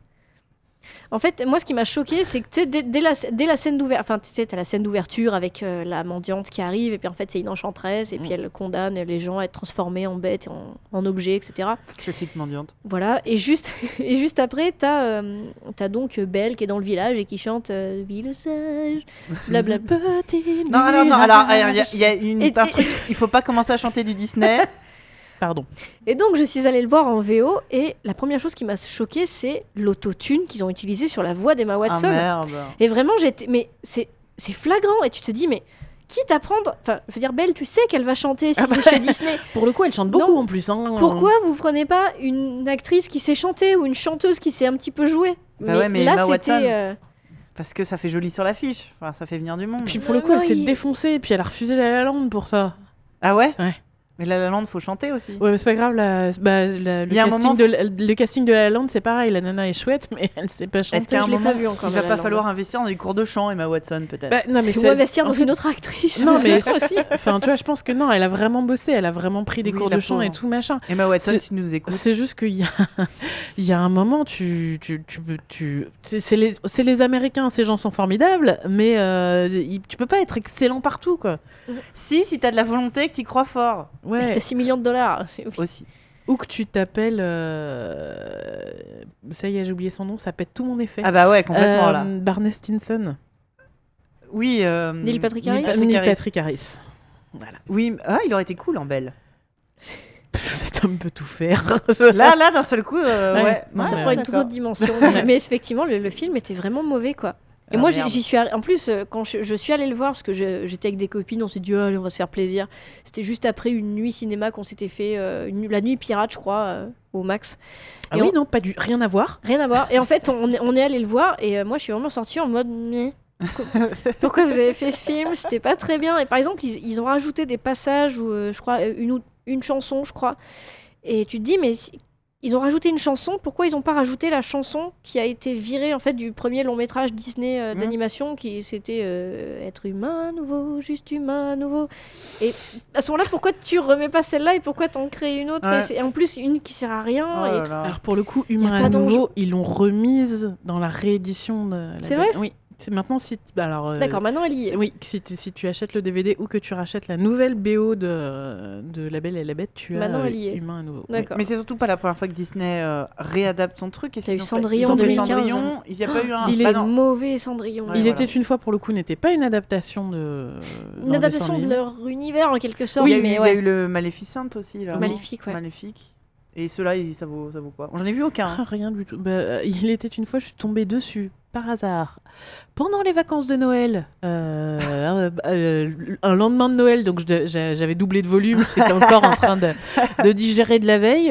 En fait, moi, ce qui m'a choqué, c'est que tu sais, dès, dès la, dès la scène d'ouverture, enfin, tu sais, t'as la scène d'ouverture avec euh, la mendiante qui arrive, et puis en fait, c'est une enchanteresse, et puis elle condamne les gens à être transformés en bêtes, en, en objets, et cetera. Classique mendiante. Voilà, et juste, et juste après, t'as euh, t'as donc Belle qui est dans le village et qui chante euh, Ville sage, blablabla. Non, alors, non, alors, il y a, il y a une, Et- un et- truc, il faut pas commencer à chanter du Disney. Pardon. Et donc, je suis allée le voir en V O, et la première chose qui m'a choquée, c'est l'autotune qu'ils ont utilisé sur la voix d'Emma Watson. Ah merde. Et vraiment, j'étais. Mais c'est c'est flagrant, et tu te dis, mais quitte à prendre. Enfin, je veux dire, Belle, tu sais qu'elle va chanter si Ah bah. c'est chez Disney. Pour le coup, elle chante beaucoup Non. en plus. Hein. Pourquoi vous prenez pas une actrice qui sait chanter ou une chanteuse qui sait un petit peu jouer? Bah ouais, mais là, Emma Watson. c'était. euh, Parce que ça fait joli sur l'affiche. Enfin, ça fait venir du monde. Puis pour Non, le coup, elle non, s'est il- défoncée, et puis elle a refusé la La Land pour ça. Ah ouais Ouais. Mais La La Land, faut chanter aussi. Ouais, mais c'est pas grave. La, bah, la- le, Il y a un casting moment, de, la- le casting de La La Land, c'est pareil. La nana est chouette, mais elle sait pas chanter. Est-ce qu'à un je l'ai moment, pas vu encore, il va La La pas Land. falloir investir dans des cours de chant, Emma Watson, peut-être Bah, non, mais c'est c'est investir en dans fait- une autre actrice. Non, mais aussi. enfin, tu vois, je pense que non, elle a vraiment bossé, elle a vraiment pris des Oui, cours la de chant et pauvre. tout machin. Emma Watson, C'est- si tu nous écoutes. C'est juste qu'il y a, il y a un moment, tu, tu, tu, peux- tu, c'est c'est les, c'est les Américains, ces gens sont formidables, mais euh, ils- tu peux pas être excellent partout, quoi. Si, si t'as de la volonté, que t'y crois fort. Ouais. T'as six millions de dollars. c'est ouf. Aussi. Ou que tu t'appelles, euh, ça y est, j'ai oublié son nom, ça pète tout mon effet. Ah bah ouais, complètement Euh, là. Barney Stinson, Oui. Euh, Neil Patrick Neil Harris Patrick Neil Harris. Patrick Harris. Voilà. Oui, ah, il aurait été cool en Belle. Cet homme peut tout faire. Là, là, d'un seul coup, euh, Ouais. ouais. Non, ça mais prend une d'accord. toute autre dimension. Ouais. Mais effectivement, le, le film était vraiment mauvais, quoi. Et Ah, moi, j'y merde. j'y suis allée- en plus, euh, quand je, je suis allée le voir, parce que je- j'étais avec des copines, on s'est dit, oh, allez, on va se faire plaisir. C'était juste après une nuit cinéma qu'on s'était fait, euh, une- la nuit pirate, je crois, euh, au max. Ah Et oui, on- non, pas du, rien à voir. Rien à voir. Et en fait, on, est- on est allé le voir, et euh, moi, je suis vraiment sortie en mode, mais pourquoi, pourquoi vous avez fait ce film? C'était pas très bien. Et par exemple, ils, ils ont rajouté des passages où, euh, je crois, euh, une, ou- une chanson, je crois. Et tu te dis, mais si- ils ont rajouté une chanson, pourquoi ils n'ont pas rajouté la chanson qui a été virée en fait du premier long métrage Disney euh, Mhm. d'animation qui c'était euh, être humain à nouveau, juste humain à nouveau. Et à ce moment-là, pourquoi tu remets pas celle-là et pourquoi t'en crées une autre? Ouais. Et c'est en plus une qui sert à rien. Oh et- là là. Alors pour le coup, Y a Humain pas à d'enjeu. nouveau, ils l'ont remise dans la réédition de la C'est Belle- vrai Oui. C'est maintenant si bah alors euh, D'accord, maintenant elle y est. c'est- oui, si tu, si tu achètes le D V D ou que tu rachètes la nouvelle B O de, de La Belle et la Bête, tu as Maintenant, euh, elle y est. Humain à nouveau. Oui. D'accord. Mais c'est surtout pas la première fois que Disney euh, réadapte son truc. Et Il y a eu ils ont fait- Cendrillon ils ont en fait deux mille quinze. Cendrillon, il n'y a pas eu un. il Il Ah est non. mauvais Cendrillon. Ouais, Il voilà. était une fois pour le coup n'était pas une adaptation de Une d'un adaptation dessin de animé. leur univers en quelque sorte. Oui, il y a eu- mais il y a ouais. eu le Maléficent aussi. Là. Maléfique, ouais. Maléfique. Et ceux-là, ils- ça vaut, ça vaut quoi? J'en ai vu aucun. Ah, rien du tout. Bah, euh, il était une fois, je suis tombée dessus par hasard pendant les vacances de Noël, euh, euh, euh, un lendemain de Noël, donc je de- j'a- j'avais doublé de volume, j'étais encore en train de, de digérer de la veille.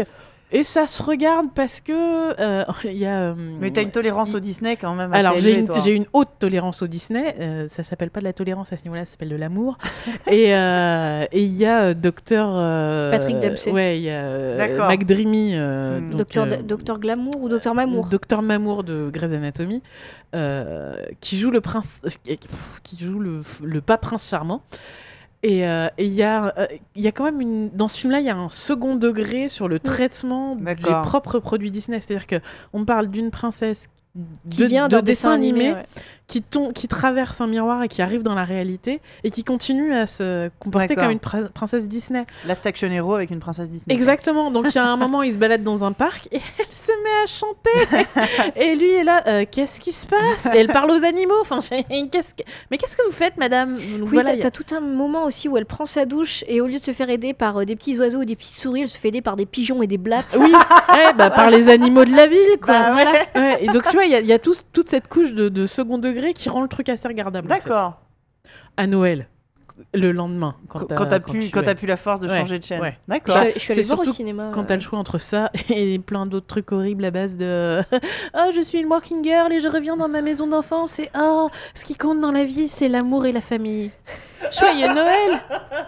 Et ça se regarde parce que euh, il y a. Euh, Mais t'as une tolérance au Disney quand même. Alors assez j'ai élevée, une, toi. j'ai une haute tolérance au Disney. Euh, ça s'appelle pas de la tolérance à ce niveau-là, ça s'appelle de l'amour. et euh, et il y a euh, Docteur euh, Patrick Dempsey. Ouais, il y a euh, D'accord. McDreamy. Euh, Hmm. donc, Docteur, euh, Docteur Glamour ou Docteur Mamour. Docteur Mamour de Grey's Anatomy, euh, qui joue le prince, euh, qui joue le, le pas prince charmant. Et il euh, y, euh, y a quand même une... Dans ce film-là, il y a un second degré sur le traitement D'accord. des propres produits Disney. C'est-à-dire qu'on parle d'une princesse Qui de, vient de d'un dessin animé, ouais. qui, ton... qui traverse un miroir et qui arrive dans la réalité et qui continue à se comporter D'accord. comme une pr- princesse Disney. Last Action Hero avec une princesse Disney. Exactement. Donc il y a un moment, il se balade dans un parc et elle se met à chanter. Et lui est là, euh, qu'est-ce qui se passe? Et elle parle aux animaux. Enfin, qu'est-ce que... Mais qu'est-ce que vous faites, madame? Donc, Oui, voilà, t'as, y a... t'as tout un moment aussi où elle prend sa douche et au lieu de se faire aider par euh, des petits oiseaux ou des petites souris, elle se fait aider par des pigeons et des blattes. Oui, ouais, bah, par les animaux de la ville, quoi. Bah, ouais. Voilà. Ouais, et donc, tu vois, il y a, y a tout, toute cette couche de, de second degré qui rend le truc assez regardable. D'accord. En fait. À Noël, le lendemain, quand Quand, t'as, quand t'as quand pu, tu- quand ouais. t'as pu la force de Ouais, changer de chaîne. ouais. Je D'accord. suis Bah, allée- je suis allée c'est voir au surtout cinéma. Quand euh, t'as le choix entre ça et plein d'autres trucs horribles à base de oh, je suis une working girl et je reviens dans ma maison d'enfance et oh, ce qui compte dans la vie, c'est l'amour et la famille. Joyeux Noël.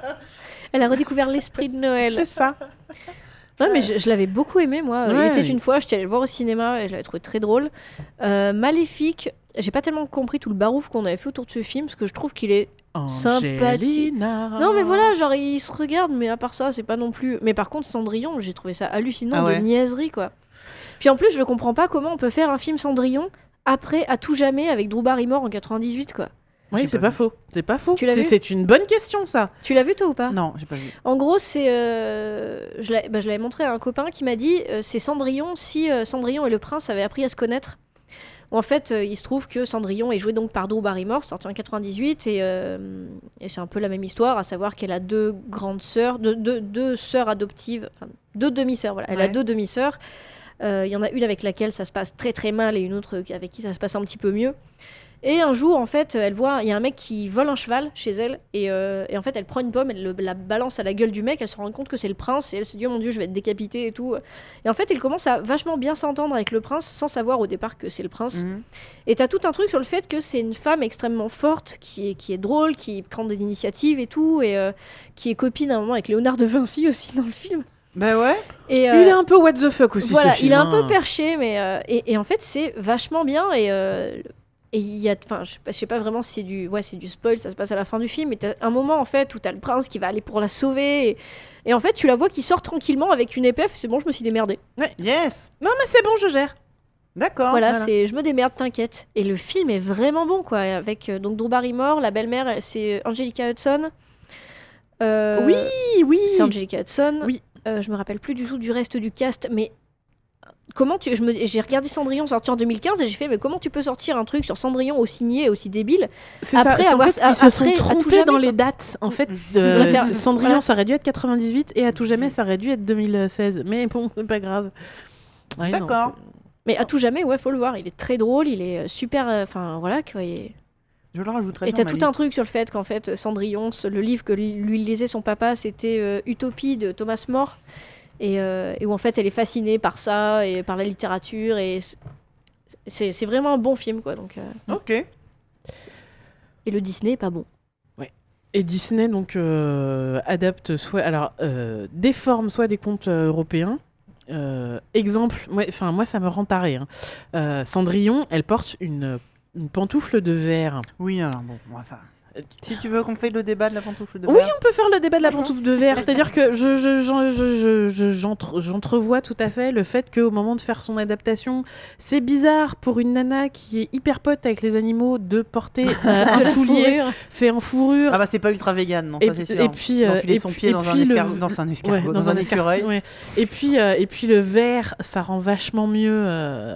Elle a redécouvert l'esprit de Noël. C'est ça. Ouais, mais je, je l'avais beaucoup aimé, moi. Ouais, Il était oui. une fois, j'étais allée le voir au cinéma et je l'avais trouvé très drôle. Euh, Maléfique, j'ai pas tellement compris tout le barouf qu'on avait fait autour de ce film parce que je trouve qu'il est. Sympathique. Angelina. Non, mais voilà, genre ils se regardent, mais à part ça, c'est pas non plus. Mais par contre, Cendrillon, j'ai trouvé ça hallucinant Ah ouais. de niaiserie, quoi. Puis en plus, je comprends pas comment on peut faire un film Cendrillon après À tout jamais avec Drew Barrymore en quatre-vingt-dix-huit, quoi. Oui, J'ai c'est pas pas faux. C'est pas faux. Tu l'as c'est, vu c'est une bonne question, ça. Tu l'as vu toi ou pas? Non, j'ai pas vu. En gros, c'est. euh, Je l'ai- bah, je l'avais montré à un copain qui m'a dit euh, c'est Cendrillon si euh, Cendrillon et le prince avaient appris à se connaître. En fait, euh, il se trouve que Cendrillon est joué donc par Drew Barrymore, sorti en quatre-vingt-dix-huit, et, euh, et c'est un peu la même histoire, à savoir qu'elle a deux grandes sœurs, deux, deux, deux sœurs adoptives, enfin, deux demi-sœurs, voilà. Elle a Ouais. deux demi-sœurs. Euh, Il y en a une avec laquelle ça se passe très très mal et une autre avec qui ça se passe un petit peu mieux. Et un jour, en fait, elle voit, il y a un mec qui vole un cheval chez elle, et, euh, et en fait, elle prend une pomme, elle le- la balance à la gueule du mec, elle se rend compte que c'est le prince, et elle se dit, oh mon dieu, je vais être décapitée et tout. Et en fait, elle commence à vachement bien s'entendre avec le prince, sans savoir au départ que c'est le prince. Mhm. Et t'as tout un truc sur le fait que c'est une femme extrêmement forte, qui est, qui est drôle, qui prend des initiatives et tout, et euh, qui est copine à un moment avec Léonard de Vinci aussi dans le film. Bah ouais. Et, euh, Il est un peu what the fuck aussi. voilà, ce film, il est un hein. peu perché, mais euh, et, et en fait c'est vachement bien et euh, et il y a, enfin je sais pas, je sais pas vraiment si c'est du, ouais c'est du spoil, ça se passe à la fin du film, mais t'as un moment en fait où t'as le prince qui va aller pour la sauver et, et en fait tu la vois qui sort tranquillement avec une épée, c'est bon je me suis démerdée. Yes. Non, mais c'est bon, je gère. D'accord. voilà, voilà. c'est je me démerde, t'inquiète. Et le film est vraiment bon quoi, avec euh, donc Drew Barrymore, la belle-mère c'est Angelica Hudson. Euh, Oui, oui. C'est Angelica Hudson. Oui. Euh, je me rappelle plus du tout du reste du cast, mais comment tu, je me, j'ai regardé Cendrillon sorti en deux mille quinze et j'ai fait mais comment tu peux sortir un truc sur Cendrillon aussi niais et aussi débile? C'est Après ça. En avoir- fait, a- ils se après, sont à tout trompés jamais, dans quoi. les dates. En fait, Ils euh, préfèrent- Cendrillon, voilà. ça aurait dû être quatre-vingt-dix-huit et à tout jamais, ça aurait dû être deux mille seize. Mais bon, c'est pas grave. Ouais, non, D'accord. Mais à tout jamais, ouais, faut le voir. Il est très drôle, il est euh, super. Enfin voilà quoi. Et Je le rajouterai et sur t'as ma tout liste. un truc sur le fait qu'en fait Cendrillon, ce- le livre que lui lisait son papa, c'était euh, Utopie de Thomas More. Et, euh, et où en fait elle est fascinée par ça et par la littérature et c'est- c'est c'est vraiment un bon film quoi donc euh, Ok. et le Disney est pas bon. Et Disney donc euh, adapte soit alors euh, déforme soit des contes euh, européens. Euh, exemple, moi, enfin moi ça me rend taré. Hein. Euh, Cendrillon, elle porte une, une pantoufle de verre. Oui, alors bon, enfin. Si tu veux qu'on fait le débat de la pantoufle de Oui, verre. on peut faire le débat de la pantoufle de verre. C'est-à-dire que je, je, je, je, je- je- j'entre- j'entrevois tout à fait le fait qu'au moment de faire son adaptation, c'est bizarre pour une nana qui est hyper pote avec les animaux de porter euh, un De la soulier fourrure. fait en fourrure. Ah bah c'est pas ultra vegan, non, Et ça puis- c'est sûr. et puis, euh, D'enfiler et son puis- pied et dans, un puis le- escar- dans un escargot, Ouais, dans, un, escar- écureuil. ouais. Et puis, euh, et puis le verre, ça rend vachement mieux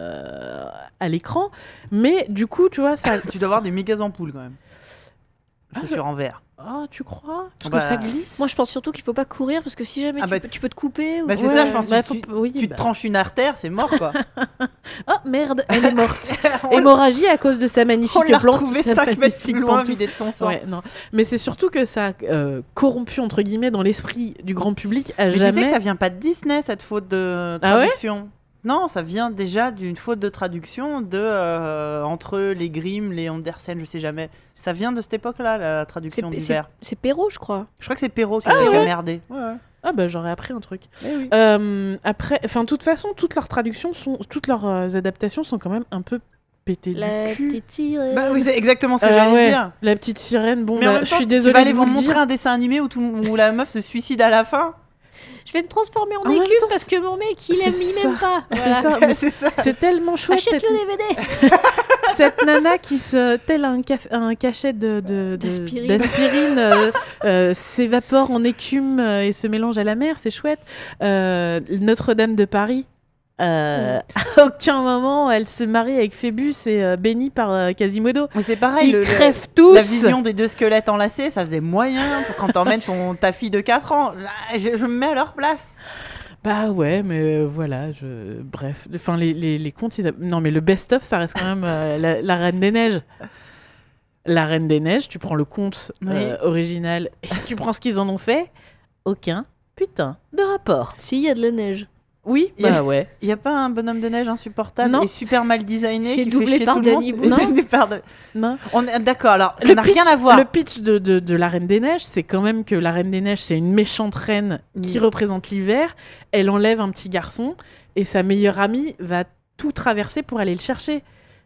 euh, à l'écran. Mais du coup, tu vois, ça. Tu dois avoir des méga ampoules quand même. chaussures en verre. Oh, tu crois Parce Bah, que ça glisse. Moi, je pense surtout qu'il faut pas courir parce que si jamais Ah tu, bah, peux, tu peux te couper. Ou... Bah, c'est Ouais, ça, je pense. bah, que tu, faut- oui, tu bah. te tranches une artère, c'est mort, quoi. Oh merde, elle est morte. On Hémorragie à cause de sa magnifique on l'a plante. retrouvé sa cinq mètres magnifique plus loin, pantoufle. vidé de son sang. Ouais, non. Mais c'est surtout que ça a euh, corrompu, entre guillemets, dans l'esprit du grand public à Mais jamais. tu sais que ça vient pas de Disney, cette faute de Ah ouais traduction. Non, ça vient déjà d'une faute de traduction de euh, entre les Grimm, les Andersen, je sais jamais. Ça vient de cette époque-là, la C'est, traduction du c'est, verre. c'est Perrault, je crois. Je crois que c'est Perrault qui Ah a, qui a ouais merdé. Ouais, ouais. Ah bah j'aurais appris un truc. Eh oui. Euh, après, enfin, de toute façon, toutes leurs traductions sont, toutes leurs euh, adaptations sont quand même un peu pétées La du cul. petite sirène. Bah oui, c'est exactement ce que Euh, j'allais ouais, dire. La petite sirène. Bon, Mais en bah, même je temps, suis tu désolée vas aller de vous vous le montrer dire. un dessin animé où, tout, où la meuf se suicide à la fin. Je vais me transformer en En même écume temps, parce que mon mec, il c'est aime, il ça. m'aime pas. C'est Voilà. ça. mais c'est ça. C'est tellement chouette Achète cette, le D V D. cette nana qui se tel un, caf- un cachet de, de- de- D'aspirine. d'aspirine, euh, euh, s'évapore en écume euh, et se mélange à la mer, c'est chouette. Euh, Notre-Dame de Paris. euh, À aucun moment elle se marie avec Phébus et euh, bénie par euh, Quasimodo. Mais c'est pareil. Ils le- le- crèvent tous. La vision des deux squelettes enlacés, ça faisait moyen pour quand t'emmènes ton, ta fille de quatre ans. Là, je, je me mets à leur place. Bah ouais, mais euh, voilà, je... bref. Enfin, les, les, les contes, ils a- non, mais le best-of, ça reste quand même euh, la, la Reine des Neiges. La Reine des Neiges, tu prends le conte euh, original et tu prends ce qu'ils en ont fait, aucun putain de rapport. Si, il y a de la neige. Oui, Il y a- bah ouais. Il y a pas un bonhomme de neige insupportable Non. et super mal designé Et qui fait doublé chier par tout le monde. Danny Et Boone. doublé par de- Non. On est d'accord. Alors ça Le n'a pitch- rien à voir. Le pitch de, de, de la Reine des Neiges, c'est quand même que la Reine des Neiges, c'est une méchante reine qui Mm. représente l'hiver. Elle enlève un petit garçon et sa meilleure amie va tout traverser pour aller le chercher.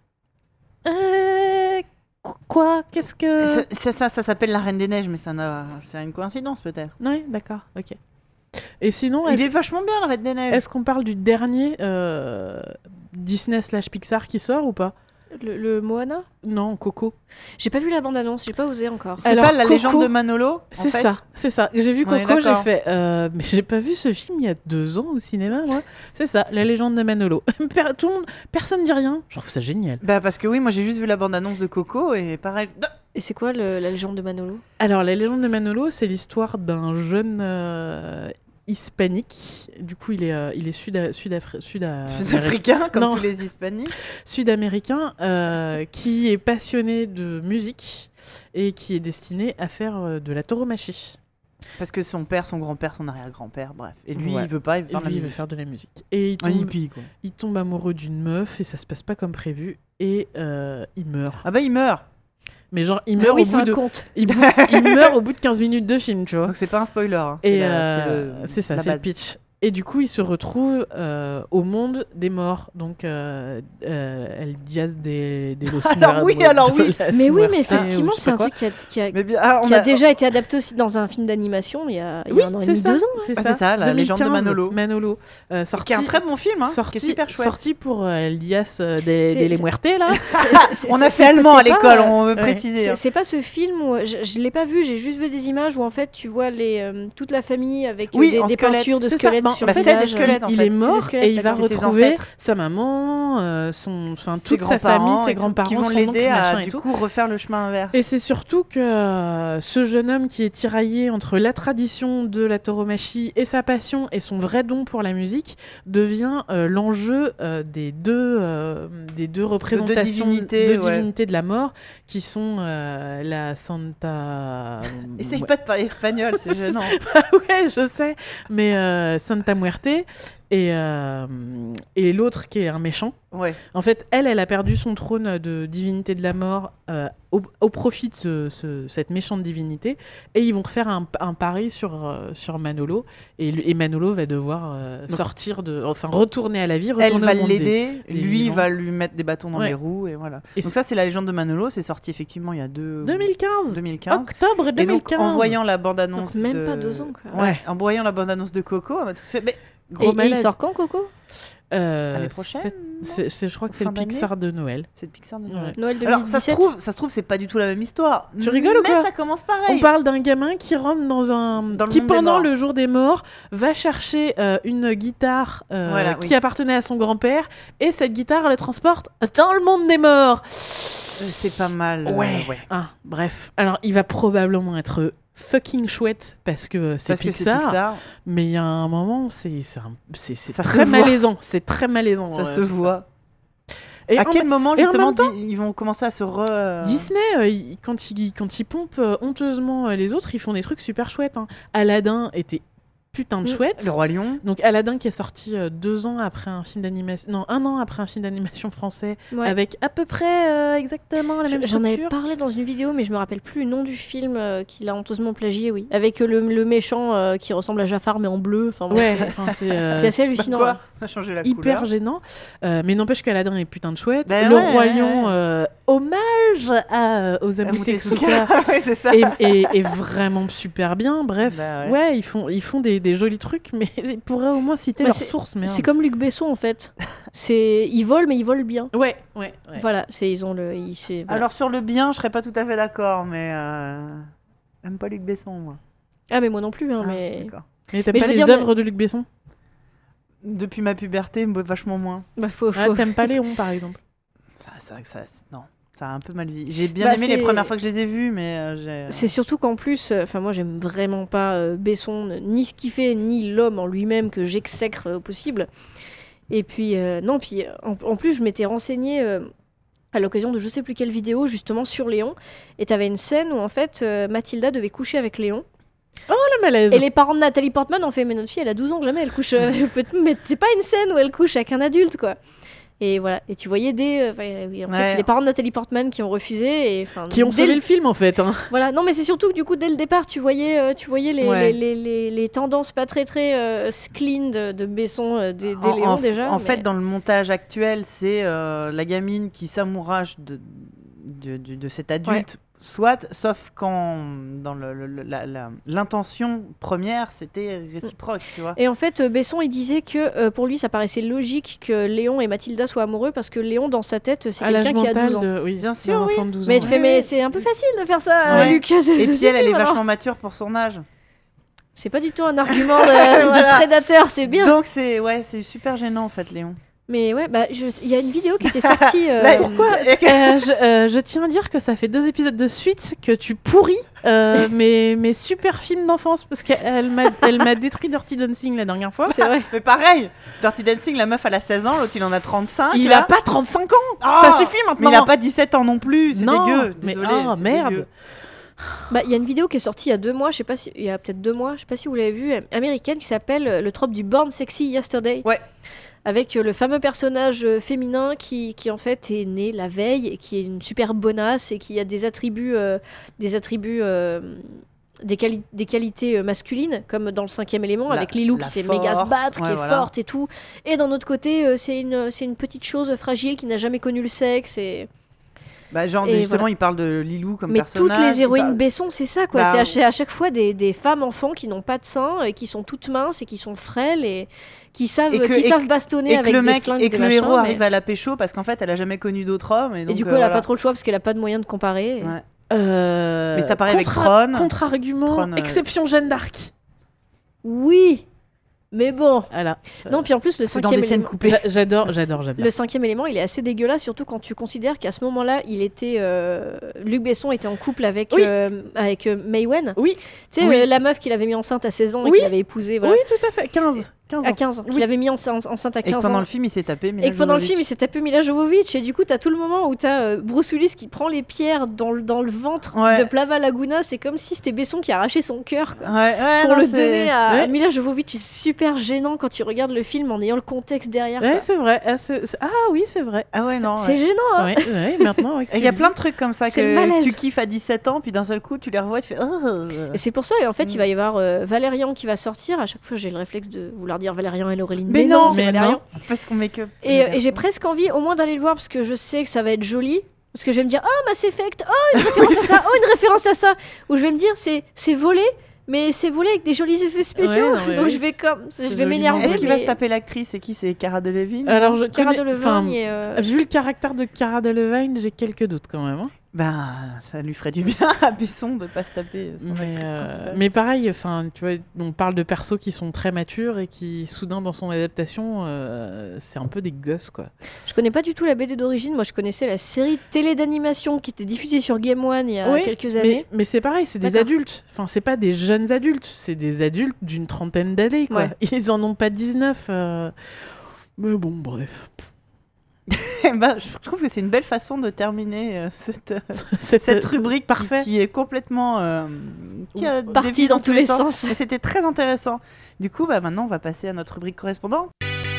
Euh... qu- Quoi Qu'est-ce que... Ça, ça, ça, ça s'appelle la Reine des Neiges, mais ça n'a... c'est une coïncidence peut-être. Oui, d'accord, ok. Et sinon, Il est-ce, est vachement bien la Reine des Neiges. est-ce qu'on parle du dernier euh, Disney slash Pixar qui sort ou pas? Le, le Moana. Non, Coco. J'ai pas vu la bande-annonce, j'ai pas osé encore. C'est Alors, pas la Coco, légende de Manolo en C'est fait ça, c'est ça. J'ai vu On est Coco, j'ai d'accord. fait... euh, mais j'ai pas vu ce film il y a deux ans au cinéma, moi. C'est ça, la légende de Manolo. Per- tout le monde, personne dit rien. Je trouve ça génial. Bah parce que oui, moi j'ai juste vu la bande-annonce de Coco et pareil. Et c'est quoi le- la légende de Manolo? Alors, la légende de Manolo, c'est l'histoire d'un jeune euh, hispanique. Du coup, il est, euh, il est sud sud sud Sud-africain comme Non. tous les hispaniques. sud-américain euh, qui est passionné de musique et qui est destiné à faire euh, de la tauromachie. Parce que son père, son grand-père, son arrière-grand-père, bref. Et lui, Ouais. il veut pas, il veut Et faire de la lui, il veut musique. faire de la musique. Et il Un tombe, hippie quoi. il tombe amoureux d'une meuf et ça se passe pas comme prévu et euh, il meurt. Ah bah il meurt. Mais genre, il Ah meurt oui, au c'est bout un de... conte. Il, bou- il meurt au bout de quinze minutes de film, tu vois. Donc c'est pas un spoiler. hein. C'est Et la- euh, c'est le- c'est ça, la c'est le base. pitch. Et du coup, il se retrouve euh, au monde des morts. Donc, euh, euh, El Diaz de, de los Alors oui, Muertos, alors oui. de las Mais oui, mais Muertas, ou effectivement, je sais c'est un pas truc qui a, qui a- Mais bien, ah, on qui a a- déjà été adapté aussi dans un film d'animation il y a, il y a Oui, un an et c'est demi, ça. deux ans. C'est Ah, ça, c'est ça, la légende de deux mille quinze, Manolo. Manolo. Euh, sorti, Qui est un très bon film, hein, sorti, qui est super chouette. sorti pour euh, El Diaz de, C'est- de les c'est- Muertes, là. C'est- On c'est- a c'est- fait allemand à c'est pas, l'école, euh, on veut ouais. préciser. C'est hein. c'est pas ce film où je, je l'ai pas vu, j'ai juste vu des images où en fait tu vois les, euh, toute la famille avec euh, Oui, des, en des squelette, peintures de c'est ça. squelettes Bah, sur bah, le c'est des visage. squelettes, en il fait. est C'est mort des squelettes, et il va d'accord. C'est ses retrouver ancêtres. sa maman, euh, son, enfin Ses toute sa famille, grands-parents ses et tout, grands-parents, qui vont son oncle, l'aider à machin et du tout. coup refaire le chemin inverse. Et c'est surtout que euh, ce jeune homme qui est tiraillé entre la tradition de la tauromachie et sa passion et son vrai don pour la musique devient euh, l'enjeu euh, des, deux, euh, des deux représentations divinités, de, ouais. divinités de la mort qui sont euh, la Santa... Essaye Ouais. pas de parler espagnol, c'est gênant. Ouais, je sais, mais euh, Santa Muerte et, euh, et l'autre qui est un méchant. Ouais. En fait, elle, elle a perdu son trône de divinité de la mort euh, au, au profit de ce- ce- cette méchante divinité. Et ils vont faire un, un pari sur, euh, sur Manolo. Et, lui- et Manolo va devoir euh, Donc- sortir de... Enfin, retourner à la vie, Elle retourner va au monde des- l'aider, des lui vivants. va lui mettre des bâtons dans Ouais. les roues et voilà. Et donc c'est- ça c'est la légende de Manolo, c'est sorti effectivement il y a deux... deux mille quinze deux mille quinze. Octobre deux Et mille donc quinze en voyant la bande-annonce Donc, même de... pas deux ans, quoi. Ouais, en voyant la bande-annonce de Coco, on a tous fait... Mais Et, gros et il malaise. sort quand, Coco? Euh, L'année prochaine, c'est- c'est- c'est- Je crois que c'est Fin le d'année Pixar de Noël. C'est le Pixar de Ouais. Noël. Noël Alors deux mille ça se dix-sept. trouve, ça se trouve c'est pas du tout la même histoire. Tu rigoles ou mais quoi ça commence On pareil. parle d'un gamin qui rentre dans un... Dans le qui, monde des pendant morts. le jour des morts, va chercher euh, une guitare euh, Voilà, qui oui. appartenait à son grand-père, et cette guitare le transporte dans le monde des morts. C'est pas mal. Ouais. Euh, ouais. Ah, bref. Alors, il va probablement être fucking chouette parce que c'est Parce Pixar. que c'est Pixar. Mais il y a un moment, c'est, c'est, un, c'est, c'est Ça très se voit. malaisant. C'est très malaisant. Ça euh, se tout voit. Et à en quel ma- moment, et en justement, même temps, di- ils vont commencer à se re... Disney, euh, il- quand ils quand ils pompent euh, honteusement euh, les autres, ils font des trucs super chouettes. Hein. Aladdin était putain de Mm. chouette. Le Roi Lion. Donc Aladdin qui est sorti euh, deux ans après un film d'animation, non un an après un film d'animation français, Ouais. avec à peu près euh, exactement la même J'en avais structure. parlé dans une vidéo, mais je me rappelle plus le nom du film euh, qu'il a honteusement plagié, oui. Avec euh, le, le méchant euh, qui ressemble à Jafar, mais en bleu. Enfin, bon, Ouais, c'est- enfin c'est euh, c'est assez hallucinant. Quoi hein. On a changé la hyper couleur. gênant. Euh, mais n'empêche qu'Aladdin est putain de chouette. Ben le ouais, Roi ouais, Lion, ouais. euh, hommage à euh, Osamu Tezuka. ouais, c'est ça. est, est- est vraiment super bien. Bref, Bah ouais. ouais. ils font, ils font des, des jolis trucs, mais ils pourraient au moins citer Bah, leurs c'est- sources. Merde. C'est comme Luc Besson, en fait. C'est... Ils volent, mais ils volent bien. Ouais, ouais, ouais. Voilà, c'est, ils ont le... Ils, c'est, voilà. Alors, sur le bien, je serais pas tout à fait d'accord, mais... Euh... J'aime pas Luc Besson, moi. Ah, mais moi non plus, hein, Ah, mais... d'accord. Mais t'aimes Mais pas je veux les dire, œuvres de Luc Besson? Depuis ma puberté, moi, vachement moins. Bah, faut... Ah, faut... t'aimes pas Léon, par exemple? Ça, ça, ça, non. Ça a un peu mal vie. J'ai bien Bah, aimé c'est- les premières fois que je les ai vus, mais euh, j'ai... C'est surtout qu'en plus, enfin moi j'aime vraiment pas euh, Besson, ni ce qu'il fait, ni l'homme en lui-même que j'exècre euh, au possible. Et puis euh, non, puis en, en plus je m'étais renseignée euh, à l'occasion de je sais plus quelle vidéo justement sur Léon, et t'avais une scène où en fait euh, Mathilda devait coucher avec Léon, Le malaise. et les parents de Nathalie Portman ont fait mais notre fille elle a douze ans, jamais elle couche, euh, mais c'est pas une scène où elle couche avec un adulte quoi. Et voilà, et tu voyais des, euh, enfin, oui, en Ouais. fait c'est les parents de Nathalie Portman qui ont refusé, et enfin Qui ont dès sauvé le- le film, en fait. Hein. Voilà, non mais c'est surtout que du coup dès le départ tu voyais, euh, tu voyais les, Ouais. les, les, les, les tendances pas très très euh, clean de, de Besson, euh, des, des En- Léon en, déjà. En mais- fait, dans le montage actuel, c'est euh, la gamine qui s'amourage de, de, de, de cet adulte, soit, sauf quand dans le- le- la- la- l'intention première, c'était réciproque, tu vois. Et en fait euh, Besson il disait que euh, pour lui ça paraissait logique que Léon et Mathilda soient amoureux parce que Léon dans sa tête c'est À l'âge quelqu'un qui a mental douze ans. de... Oui, Bien d'un sûr, enfant oui. de douze Mais ans. tu ouais. fais mais c'est un peu facile de faire ça, euh, Ouais. Lucas. c'est- Et c'est puis elle, elle est fait, maintenant. vachement mature pour son âge. C'est pas du tout un argument de, de Voilà. prédateur, c'est bien. Donc c'est ouais, c'est super gênant en fait, Léon. Mais ouais, bah je- il y a une vidéo qui était sortie. euh, Là, Pourquoi Euh, je, euh, je tiens à dire que ça fait deux épisodes de suite que tu pourris euh, mes, mes super films d'enfance parce qu'elle m'a, elle m'a détruit Dirty Dancing la dernière fois. C'est vrai. Mais pareil, Dirty Dancing, la meuf elle a seize ans, l'autre il en a trente-cinq. Il là. a pas trente-cinq ans. Oh, Ça suffit Mais maintenant. il a pas dix-sept ans non plus, c'est Non, dégueu. mais Désolé, oh, c'est merde. dégueu. Bah, il y a une vidéo qui est sortie il y a deux mois, je sais pas si, il y a peut-être deux mois, je sais pas si vous l'avez vue, am- américaine, qui s'appelle euh, le trope du Born Sexy Yesterday. Ouais. Avec euh, le fameux personnage euh, féminin qui, qui en fait est né la veille et qui est une super bonasse et qui a des attributs, euh, des attributs, euh, des, quali- des qualités euh, masculines, comme dans le cinquième élément, La- avec Lilou la qui sait méga se force, battre, ouais, qui est voilà. forte et tout. Et d'un autre côté, euh, c'est une, c'est une petite chose fragile qui n'a jamais connu le sexe et... Bah, genre, Et justement, voilà. il parle de Lilou comme Mais personnage. toutes les il héroïnes parle- Besson, c'est ça, quoi. Bah, c'est à, cha- à chaque fois des, des femmes enfants qui n'ont pas de seins, et qui sont toutes minces et qui sont frêles et qui savent, Et que- qui et savent que- bastonner Et que avec le des mec flingues, et des que le machins, héros mais- arrive à la pécho parce qu'en fait, elle a jamais connu d'autre homme. Et, Et donc, du coup, euh, elle a voilà. pas trop le choix parce qu'elle a pas de moyen de comparer. et- Ouais. Euh, Mais c'est pareil avec contra- Tron. Contre-argument, Tron, euh, exception Jeanne d'Arc. Oui, mais bon. Voilà. Non, puis en plus, le C'est dans cinquième, des scènes élément, coupées. J'a- J'adore, j'adore Jeanne le d'Arc. cinquième élément, il est assez dégueulasse, surtout quand tu considères qu'à ce moment-là, il était, euh, Luc Besson était en couple avec, Oui. euh, avec euh, May Wen. Oui, Tu sais, Oui. euh, la meuf qu'il avait mis enceinte à seize ans et Oui. qu'il avait épousée voilà, oui, tout à fait. quinze. quinze ans. à quinze ans. Oui. Qu'il avait mis enceinte, enceinte à Et que quinze pendant ans. le film, il s'est tapé. Mila Et que pendant le Jovovich. film, il s'est tapé Mila Jovovich. Et du coup, t'as tout le moment où t'as euh, Bruce Willis qui prend les pierres dans le, dans le ventre Ouais. de Plava Laguna. C'est comme si c'était Besson qui arrachait son cœur quoi, Ouais, ouais, pour non, le c'est- donner à, Ouais. à Mila Jovovich. C'est super gênant quand tu regardes le film en ayant le contexte derrière. Ouais, quoi. c'est vrai. Ah, c'est- c'est- ah oui, c'est vrai. Ah ouais, non. C'est ouais. gênant. hein. Ouais, ouais, maintenant. ouais, que Et il tu y a le plein dis. de trucs comme ça C'est le que malaise. tu kiffes à dix-sept ans, puis d'un seul coup, tu les revois et tu fais. Oh. Et c'est pour ça, et en fait, Mm. il va y avoir euh, Valérian qui va sortir. À chaque fois, j'ai le réflexe de vouloir dire Valérian et Laureline. Mais non, c'est mais Valérian. non. Parce qu'on met que. Et, et j'ai presque envie au moins d'aller le voir parce que je sais que ça va être joli. Parce que je vais me dire, oh Mass Effect, oh une référence à ça, oh une référence à ça. Ou je vais me dire, c'est, c'est volé, mais c'est volé avec des jolis effets spéciaux. Ouais, non, mais Donc oui, je vais comme, je vais joliment m'énerver. Est-ce qu'il va mais- se taper l'actrice? C'est qui? C'est Cara Delevingne? Alors, je Cara connais- Delevingne enfin, et, euh, Vu le caractère de Cara Delevingne, j'ai quelques doutes quand même. hein. Ben, ça lui ferait du bien à Besson de pas se taper son mais, actrice euh, principale. mais pareil, enfin, tu vois, on parle de persos qui sont très matures et qui, soudain, dans son adaptation, euh, c'est un peu des gosses, quoi. Je connais pas du tout la B D d'origine. Moi, je connaissais la série télé d'animation qui était diffusée sur Game One il y a Oui, quelques années. Mais, mais c'est pareil, c'est des D'accord. adultes. Enfin, c'est pas des jeunes adultes, c'est des adultes d'une trentaine d'années, quoi. Ouais. Ils en ont pas dix-neuf. euh, Mais bon, bref. Ben, je trouve que c'est une belle façon de terminer euh, cette, euh, Cette, cette euh, rubrique qui- parfait. qui est complètement euh, qui a Partie dévié dans tous les sens. Et c'était très intéressant. Du coup, bah, maintenant, on va passer à notre rubrique correspondante.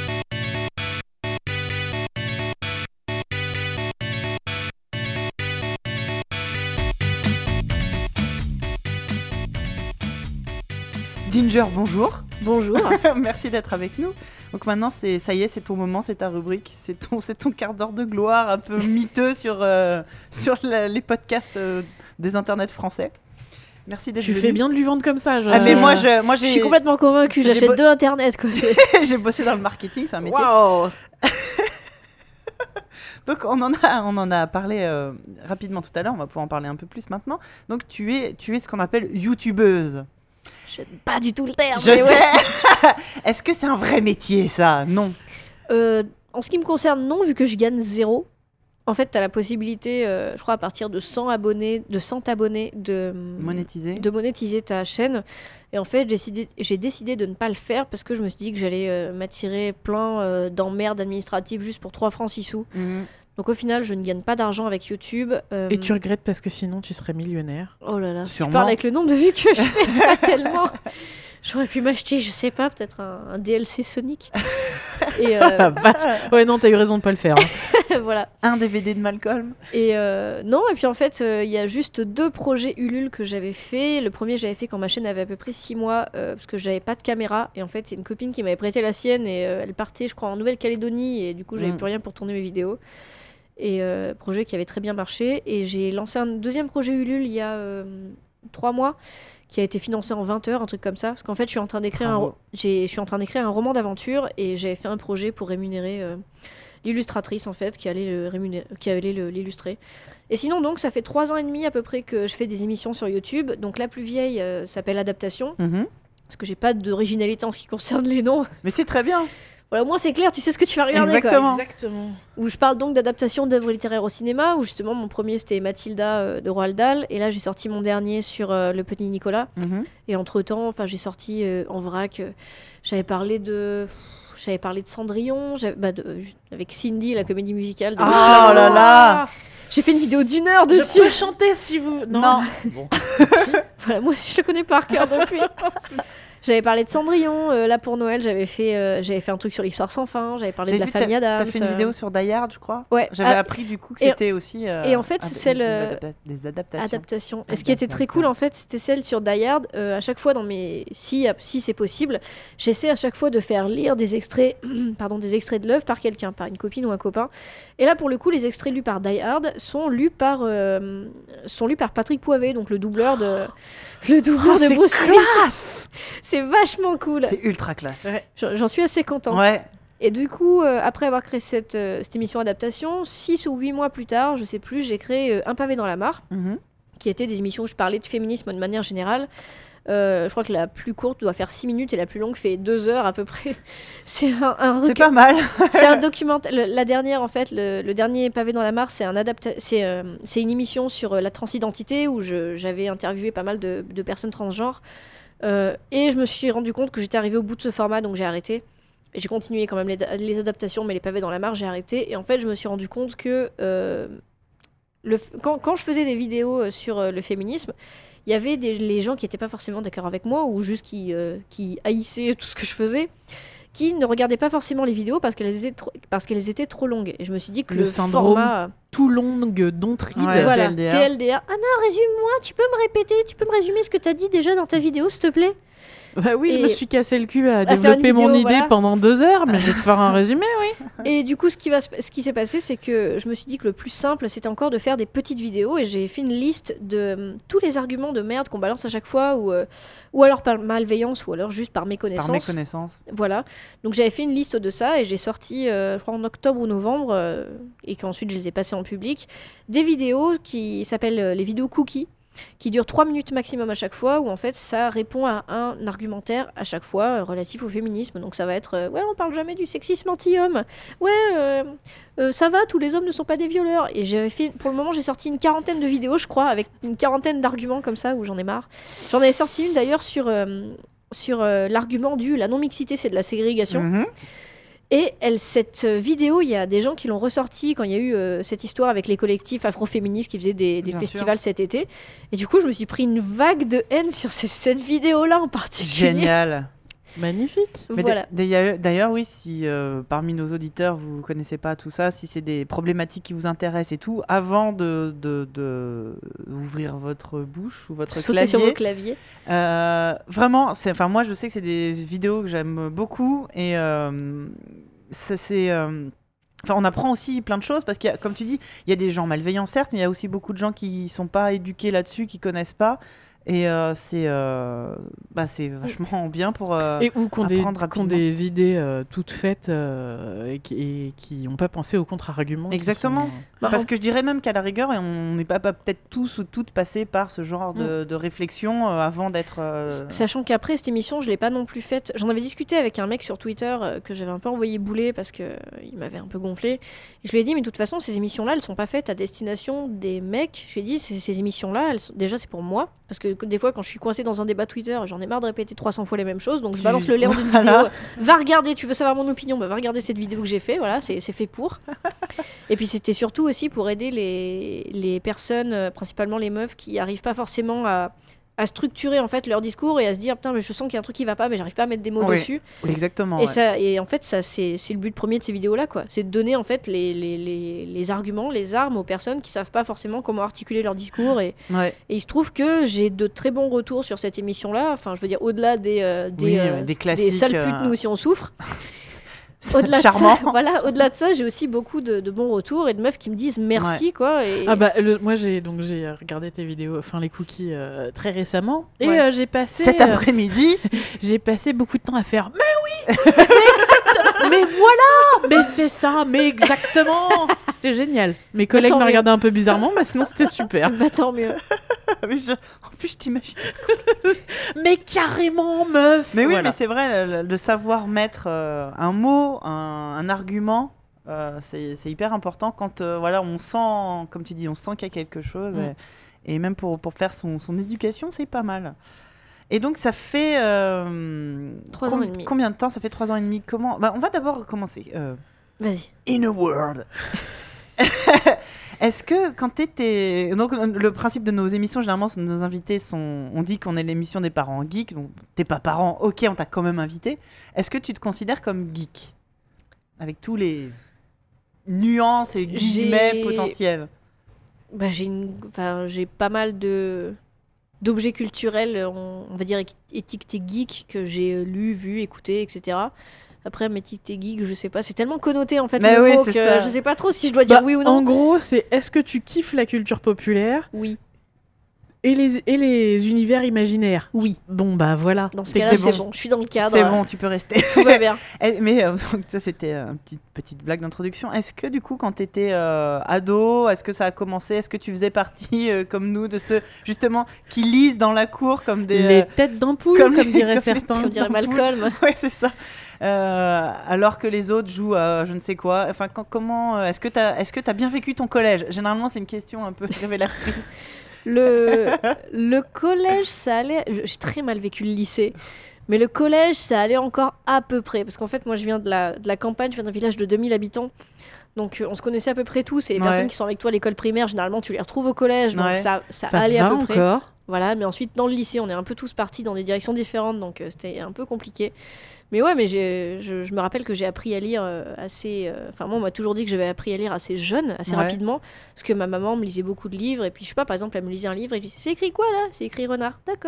Ginger, bonjour. Bonjour. Merci d'être avec nous. Donc maintenant, c'est, ça y est, c'est ton moment, c'est ta rubrique, c'est ton, c'est ton quart d'heure de gloire un peu miteux sur, euh, sur la- les podcasts euh, des internets français. Merci d'être Tu venu. fais bien de lui vendre comme ça. Je... Ah mais moi, je, moi Je j'ai, suis complètement convaincue. j'ai J'achète bo- deux internet, quoi. j'ai bossé dans le marketing, c'est un métier. Waouh. Donc on en a, on en a parlé euh, rapidement tout à l'heure, on va pouvoir en parler un peu plus maintenant. Donc tu es, tu es ce qu'on appelle youtubeuse. Je n'aime pas du tout le terme. Je mais sais. ouais. Est-ce que c'est un vrai métier ça? Non. Euh, en ce qui me concerne, non, vu que je gagne zéro. En fait, tu as la possibilité, euh, je crois, à partir de cent abonnés, de cent abonnés, de Monétiser. de monétiser ta chaîne. Et en fait, j'ai décidé, j'ai décidé de ne pas le faire parce que je me suis dit que j'allais euh, m'attirer plein euh, d'emmerdes administratives juste pour trois francs six sous. Mhm. Donc au final, je ne gagne pas d'argent avec YouTube. Euh, Et tu regrettes parce que sinon tu serais millionnaire. Oh là là, Sûrement. tu parles avec le nombre de vues que je fais pas tellement. J'aurais pu m'acheter, je sais pas, peut-être un, un D L C Sonic. Et euh, Ah, vache. Ouais, non, t'as eu raison de pas le faire. hein. voilà. Un D V D de Malcolm. Et euh, non, et puis en fait, euh, il y a juste deux projets Ulule que j'avais fait. Le premier, j'avais fait quand ma chaîne avait à peu près six mois, euh, parce que j'avais pas de caméra. Et en fait, c'est une copine qui m'avait prêté la sienne, et euh, elle partait, je crois, en Nouvelle-Calédonie, et du coup, j'avais Mm. plus rien pour tourner mes vidéos. Et euh, projet qui avait très bien marché. Et j'ai lancé un deuxième projet Ulule il y a euh, trois mois, qui a été financé en vingt heures, un truc comme ça. Parce qu'en fait, je suis en train d'écrire un, Bravo. ro- j'ai- je suis en train d'écrire un roman d'aventure, et j'avais fait un projet pour rémunérer euh, l'illustratrice, en fait, qui allait le rémunérer, qui allait le- l'illustrer. Et sinon, donc, ça fait trois ans et demi à peu près que je fais des émissions sur YouTube. Donc, la plus vieille euh, s'appelle Adaptation, Mhm. parce que j'ai pas d'originalité en ce qui concerne les noms. Mais c'est très bien. Voilà, au moins c'est clair, tu sais ce que tu vas regarder. quoi. Exactement. Exactement. Où je parle donc d'adaptation d'œuvres littéraires au cinéma, où justement mon premier c'était Mathilda euh, de Roald Dahl, et là j'ai sorti mon dernier sur euh, Le Petit Nicolas. Mhm. Et entre temps, enfin j'ai sorti euh, en vrac, euh, j'avais parlé de, j'avais parlé de Cendrillon, j'avais- bah, de- euh, avec Cindy, la comédie musicale. De Oh là là. J'ai fait une vidéo d'une heure Je dessus. peux chanter si vous. Non. Non. Bon. Voilà, moi aussi je le connais par cœur depuis. J'avais parlé de Cendrillon, euh, là pour Noël j'avais fait, euh, j'avais fait un truc sur l'histoire sans fin, j'avais parlé J'ai de la vu, t'as- famille Adams. T'as fait une euh, vidéo sur Die Hard, je crois. Ouais, J'avais ah, appris du coup que et- c'était aussi. euh, et en fait, avec c'est des, le- adapta- des adaptations. adaptation. Ah, Et ce qui était d'accord. très cool en fait, c'était celle sur Die Hard. Euh, à chaque fois dans mes, si si c'est possible, j'essaie à chaque fois de faire lire des extraits, pardon, des extraits de l'œuvre par quelqu'un, par une copine ou un copain. Et là pour le coup, les extraits lus par Die Hard sont lus par euh, sont lus par Patrick Poivet, donc le doubleur de le doubleur Oh, de c'est Bruce Willis. classe. C'est vachement cool. C'est ultra classe. J'en j'en suis assez contente. Ouais. Et du coup, euh, après avoir créé cette, euh, cette émission adaptation, six ou huit mois plus tard, je sais plus, j'ai créé euh, Un pavé dans la mare, Mhm. qui était des émissions où je parlais de féminisme de manière générale. Euh, je crois que la plus courte doit faire six minutes et la plus longue fait deux heures à peu près. C'est un, un C'est docu- pas mal. c'est un documentaire. le- La dernière, en fait, le, le dernier pavé dans la mare, c'est un adapta- c'est euh, c'est une émission sur euh, la transidentité où je- j'avais interviewé pas mal de, de personnes transgenres. Euh, et je me suis rendu compte que j'étais arrivée au bout de ce format, donc j'ai arrêté. Et j'ai continué quand même les, les adaptations, mais les pavés dans la mare, j'ai arrêté. Et en fait, je me suis rendu compte que euh, le, f- quand, quand je faisais des vidéos euh, sur euh, le féminisme, il y avait des, les gens qui n'étaient pas forcément d'accord avec moi ou juste qui, euh, qui haïssaient tout ce que je faisais, qui ne regardaient pas forcément les vidéos parce qu'elles étaient trop, parce qu'elles étaient trop longues. Et je me suis dit que Le le, syndrome format... Tout longue d'Ontride. Ouais. Voilà, T L D R. T L D R. Ah non, résume-moi, tu peux me répéter, tu peux me résumer ce que tu as dit déjà dans ta vidéo, s'il te plaît? Bah oui, Et je me suis cassé le cul à, à faire développer une mon vidéo, idée voilà. pendant deux heures, mais je vais te faire un résumé, oui. Et du coup, ce qui, va se- ce qui s'est passé, c'est que je me suis dit que le plus simple, c'était encore de faire des petites vidéos. Et j'ai fait une liste de euh, tous les arguments de merde qu'on balance à chaque fois, ou, euh, ou alors par malveillance, ou alors juste par méconnaissance. Par méconnaissance. Voilà. Donc j'avais fait une liste de ça et j'ai sorti, euh, je crois en octobre ou novembre, euh, et qu'ensuite je les ai passées en public, des vidéos qui s'appellent euh, les vidéos cookies, qui durent trois minutes maximum à chaque fois, où en fait ça répond à un argumentaire à chaque fois euh, relatif au féminisme. Donc ça va être euh, ouais, on parle jamais du sexisme anti-homme, ouais, euh, euh, ça va, tous les hommes ne sont pas des violeurs. Et j'avais fait, pour le moment, j'ai sorti une quarantaine de vidéos, je crois, avec une quarantaine d'arguments comme ça, où j'en ai marre. J'en avais sorti une d'ailleurs sur, euh, sur euh, l'argument du la non-mixité, c'est de la ségrégation. Mhm. Et elle, cette euh, vidéo, il y a des gens qui l'ont ressortie quand il y a eu euh, cette histoire avec les collectifs afroféministes qui faisaient des, des Bien festivals cet été. Et du coup, je me suis pris une vague de haine sur ces- cette vidéo-là en particulier. Génial. Magnifique. Mais Voilà. d'a- d'ailleurs, d'ailleurs, oui, si euh, parmi nos auditeurs vous connaissez pas tout ça, si c'est des problématiques qui vous intéressent et tout, avant de, de, de ouvrir votre bouche ou votre Sauter clavier, sur vos claviers. euh, vraiment, c'est, enfin moi je sais que c'est des vidéos que j'aime beaucoup et euh, ça, c'est, euh, enfin on apprend aussi plein de choses parce qu'il y a, comme tu dis, il y a des gens malveillants certes, mais il y a aussi beaucoup de gens qui sont pas éduqués là-dessus, qui connaissent pas. Et euh, c'est, euh, bah, c'est vachement bien pour euh, Et ou qui ont des, apprendre qui ont rapidement. des idées euh, toutes faites euh, et qui n'ont pas pensé aux contre-arguments. qui Exactement. sont, euh, Bah, Parce en- que je dirais même qu'à la rigueur, et on n'est pas, pas peut-être tous ou toutes passés par ce genre de, de réflexion euh, avant d'être... euh, Sachant qu'après cette émission, je l'ai pas non plus faite. J'en avais discuté avec un mec sur Twitter euh, que j'avais un peu envoyé bouler parce que euh, il m'avait un peu gonflé. Et je lui ai dit, mais de toute façon, ces émissions-là, elles sont pas faites à destination des mecs. Je lui ai dit, ces, ces émissions-là, elles sont... déjà, c'est pour moi. Parce que des fois, quand je suis coincée dans un débat Twitter, j'en ai marre de répéter trois cents fois les mêmes choses. Donc je Tu- balance le lien d'une Voilà. vidéo. Va regarder, tu veux savoir mon opinion, bah, va regarder cette vidéo que j'ai fait. Voilà, c'est c'est fait pour. Et puis c'était surtout aussi pour aider les, les personnes, euh, principalement les meufs, qui arrivent pas forcément à, à structurer en fait leur discours et à se dire putain mais je sens qu'il y a un truc qui va pas mais j'arrive pas à mettre des mots Oui. dessus. Exactement. Et, ouais. ça, et en fait ça c'est c'est le but premier de ces vidéos là quoi. C'est de donner en fait les, les, les, les arguments, les armes aux personnes qui savent pas forcément comment articuler leur discours et, Ouais. et il se trouve que j'ai de très bons retours sur cette émission là. Enfin je veux dire au-delà des, euh, des, Oui, euh, des classiques, sales putes euh, nous aussi on souffre. Au-delà Charmant. de ça, voilà, au-delà de ça, j'ai aussi beaucoup de, de bons retours et de meufs qui me disent merci quoi. Et... Ah bah le- moi j'ai donc j'ai regardé tes vidéos, enfin les cookies euh, très récemment et Ouais. euh, j'ai passé Cet euh, après-midi, j'ai passé beaucoup de temps à faire mais oui mais, mais voilà mais c'est ça mais exactement c'était génial. Mes collègues Attends, me mais- regardaient un peu bizarrement mais sinon c'était super. Bah tant mieux. mais je- en plus je t'imagine. Mais carrément meuf. Mais oui, Voilà. mais c'est vrai, le- le- de savoir mettre euh, un mot, un, un argument, euh, c'est c'est hyper important quand euh, voilà, on sent, comme tu dis, on sent qu'il y a quelque chose. Mm. Et, et même pour, pour faire son, son éducation, c'est pas mal. Et donc ça fait euh, Trois ans et demi. Combien de temps? Ça fait trois ans et demi. Comment bah, on va d'abord commencer. Euh, Vas-y. In a world. Est-ce que quand tu étais... Donc, le principe de nos émissions, généralement, nos invités sont... On dit qu'on est l'émission des parents geeks, donc t'es pas parent, ok, on t'a quand même invité. Est-ce que tu te considères comme geek? Avec tous les nuances et guillemets J'ai- potentiels. Bah, j'ai une... enfin, j'ai pas mal de d'objets culturels, on, on va dire équi- étiquetés geek que j'ai euh, lu, vu, écouté, et cetera. Après, mes étiquetés geek, je sais pas, c'est tellement connoté en fait Mais le oui, mot c'est que ça. je sais pas trop si je dois dire Bah, oui ou En non. gros, c'est est-ce que tu kiffes la culture populaire Oui, et les, et les univers imaginaires? oui. Bon bah voilà. Dans ce C'est cas-là, que c'est bon. bon. Je suis dans le cadre. C'est bon, tu peux rester. Tout va bien. Eh, Mais euh, donc, ça, c'était euh, une petite, petite blague d'introduction. Est-ce que, du coup, quand tu étais ado, est-ce que ça a commencé? Est-ce que tu faisais partie, euh, comme nous, de ceux, justement, qui lisent dans la cour comme des... Les euh, têtes d'ampoule, comme comme, les- diraient comme les certains. Comme dirait d'ampoule. Malcolm. Ouais, c'est ça. Euh, alors que les autres jouent à je ne sais quoi. Enfin, quand- comment... euh, Est-ce que tu as est-ce que t'as bien vécu ton collège? Généralement, c'est une question un peu révélatrice. Le, le collège, ça allait. J'ai très mal vécu le lycée. Mais le collège, ça allait encore à peu près. Parce qu'en fait, moi, je viens de la, de la campagne, je viens d'un village de deux mille habitants. Donc, euh, on se connaissait à peu près tous. Et les Ouais. personnes qui sont avec toi à l'école primaire, généralement, tu les retrouves au collège. Donc, Ouais. ça, ça, Ça allait va à peu près. encore. Voilà, mais ensuite, dans le lycée, on est un peu tous partis dans des directions différentes. Donc, euh, c'était un peu compliqué. Mais ouais, mais j'ai- je, je me rappelle que j'ai appris à lire euh, assez... euh, Enfin, moi, on m'a toujours dit que j'avais appris à lire assez jeune, assez Ouais. rapidement. Parce que ma maman me lisait beaucoup de livres. Et puis, je sais pas, par exemple, elle me lisait un livre et je disais, c'est écrit quoi, là? C'est écrit renard. D'accord.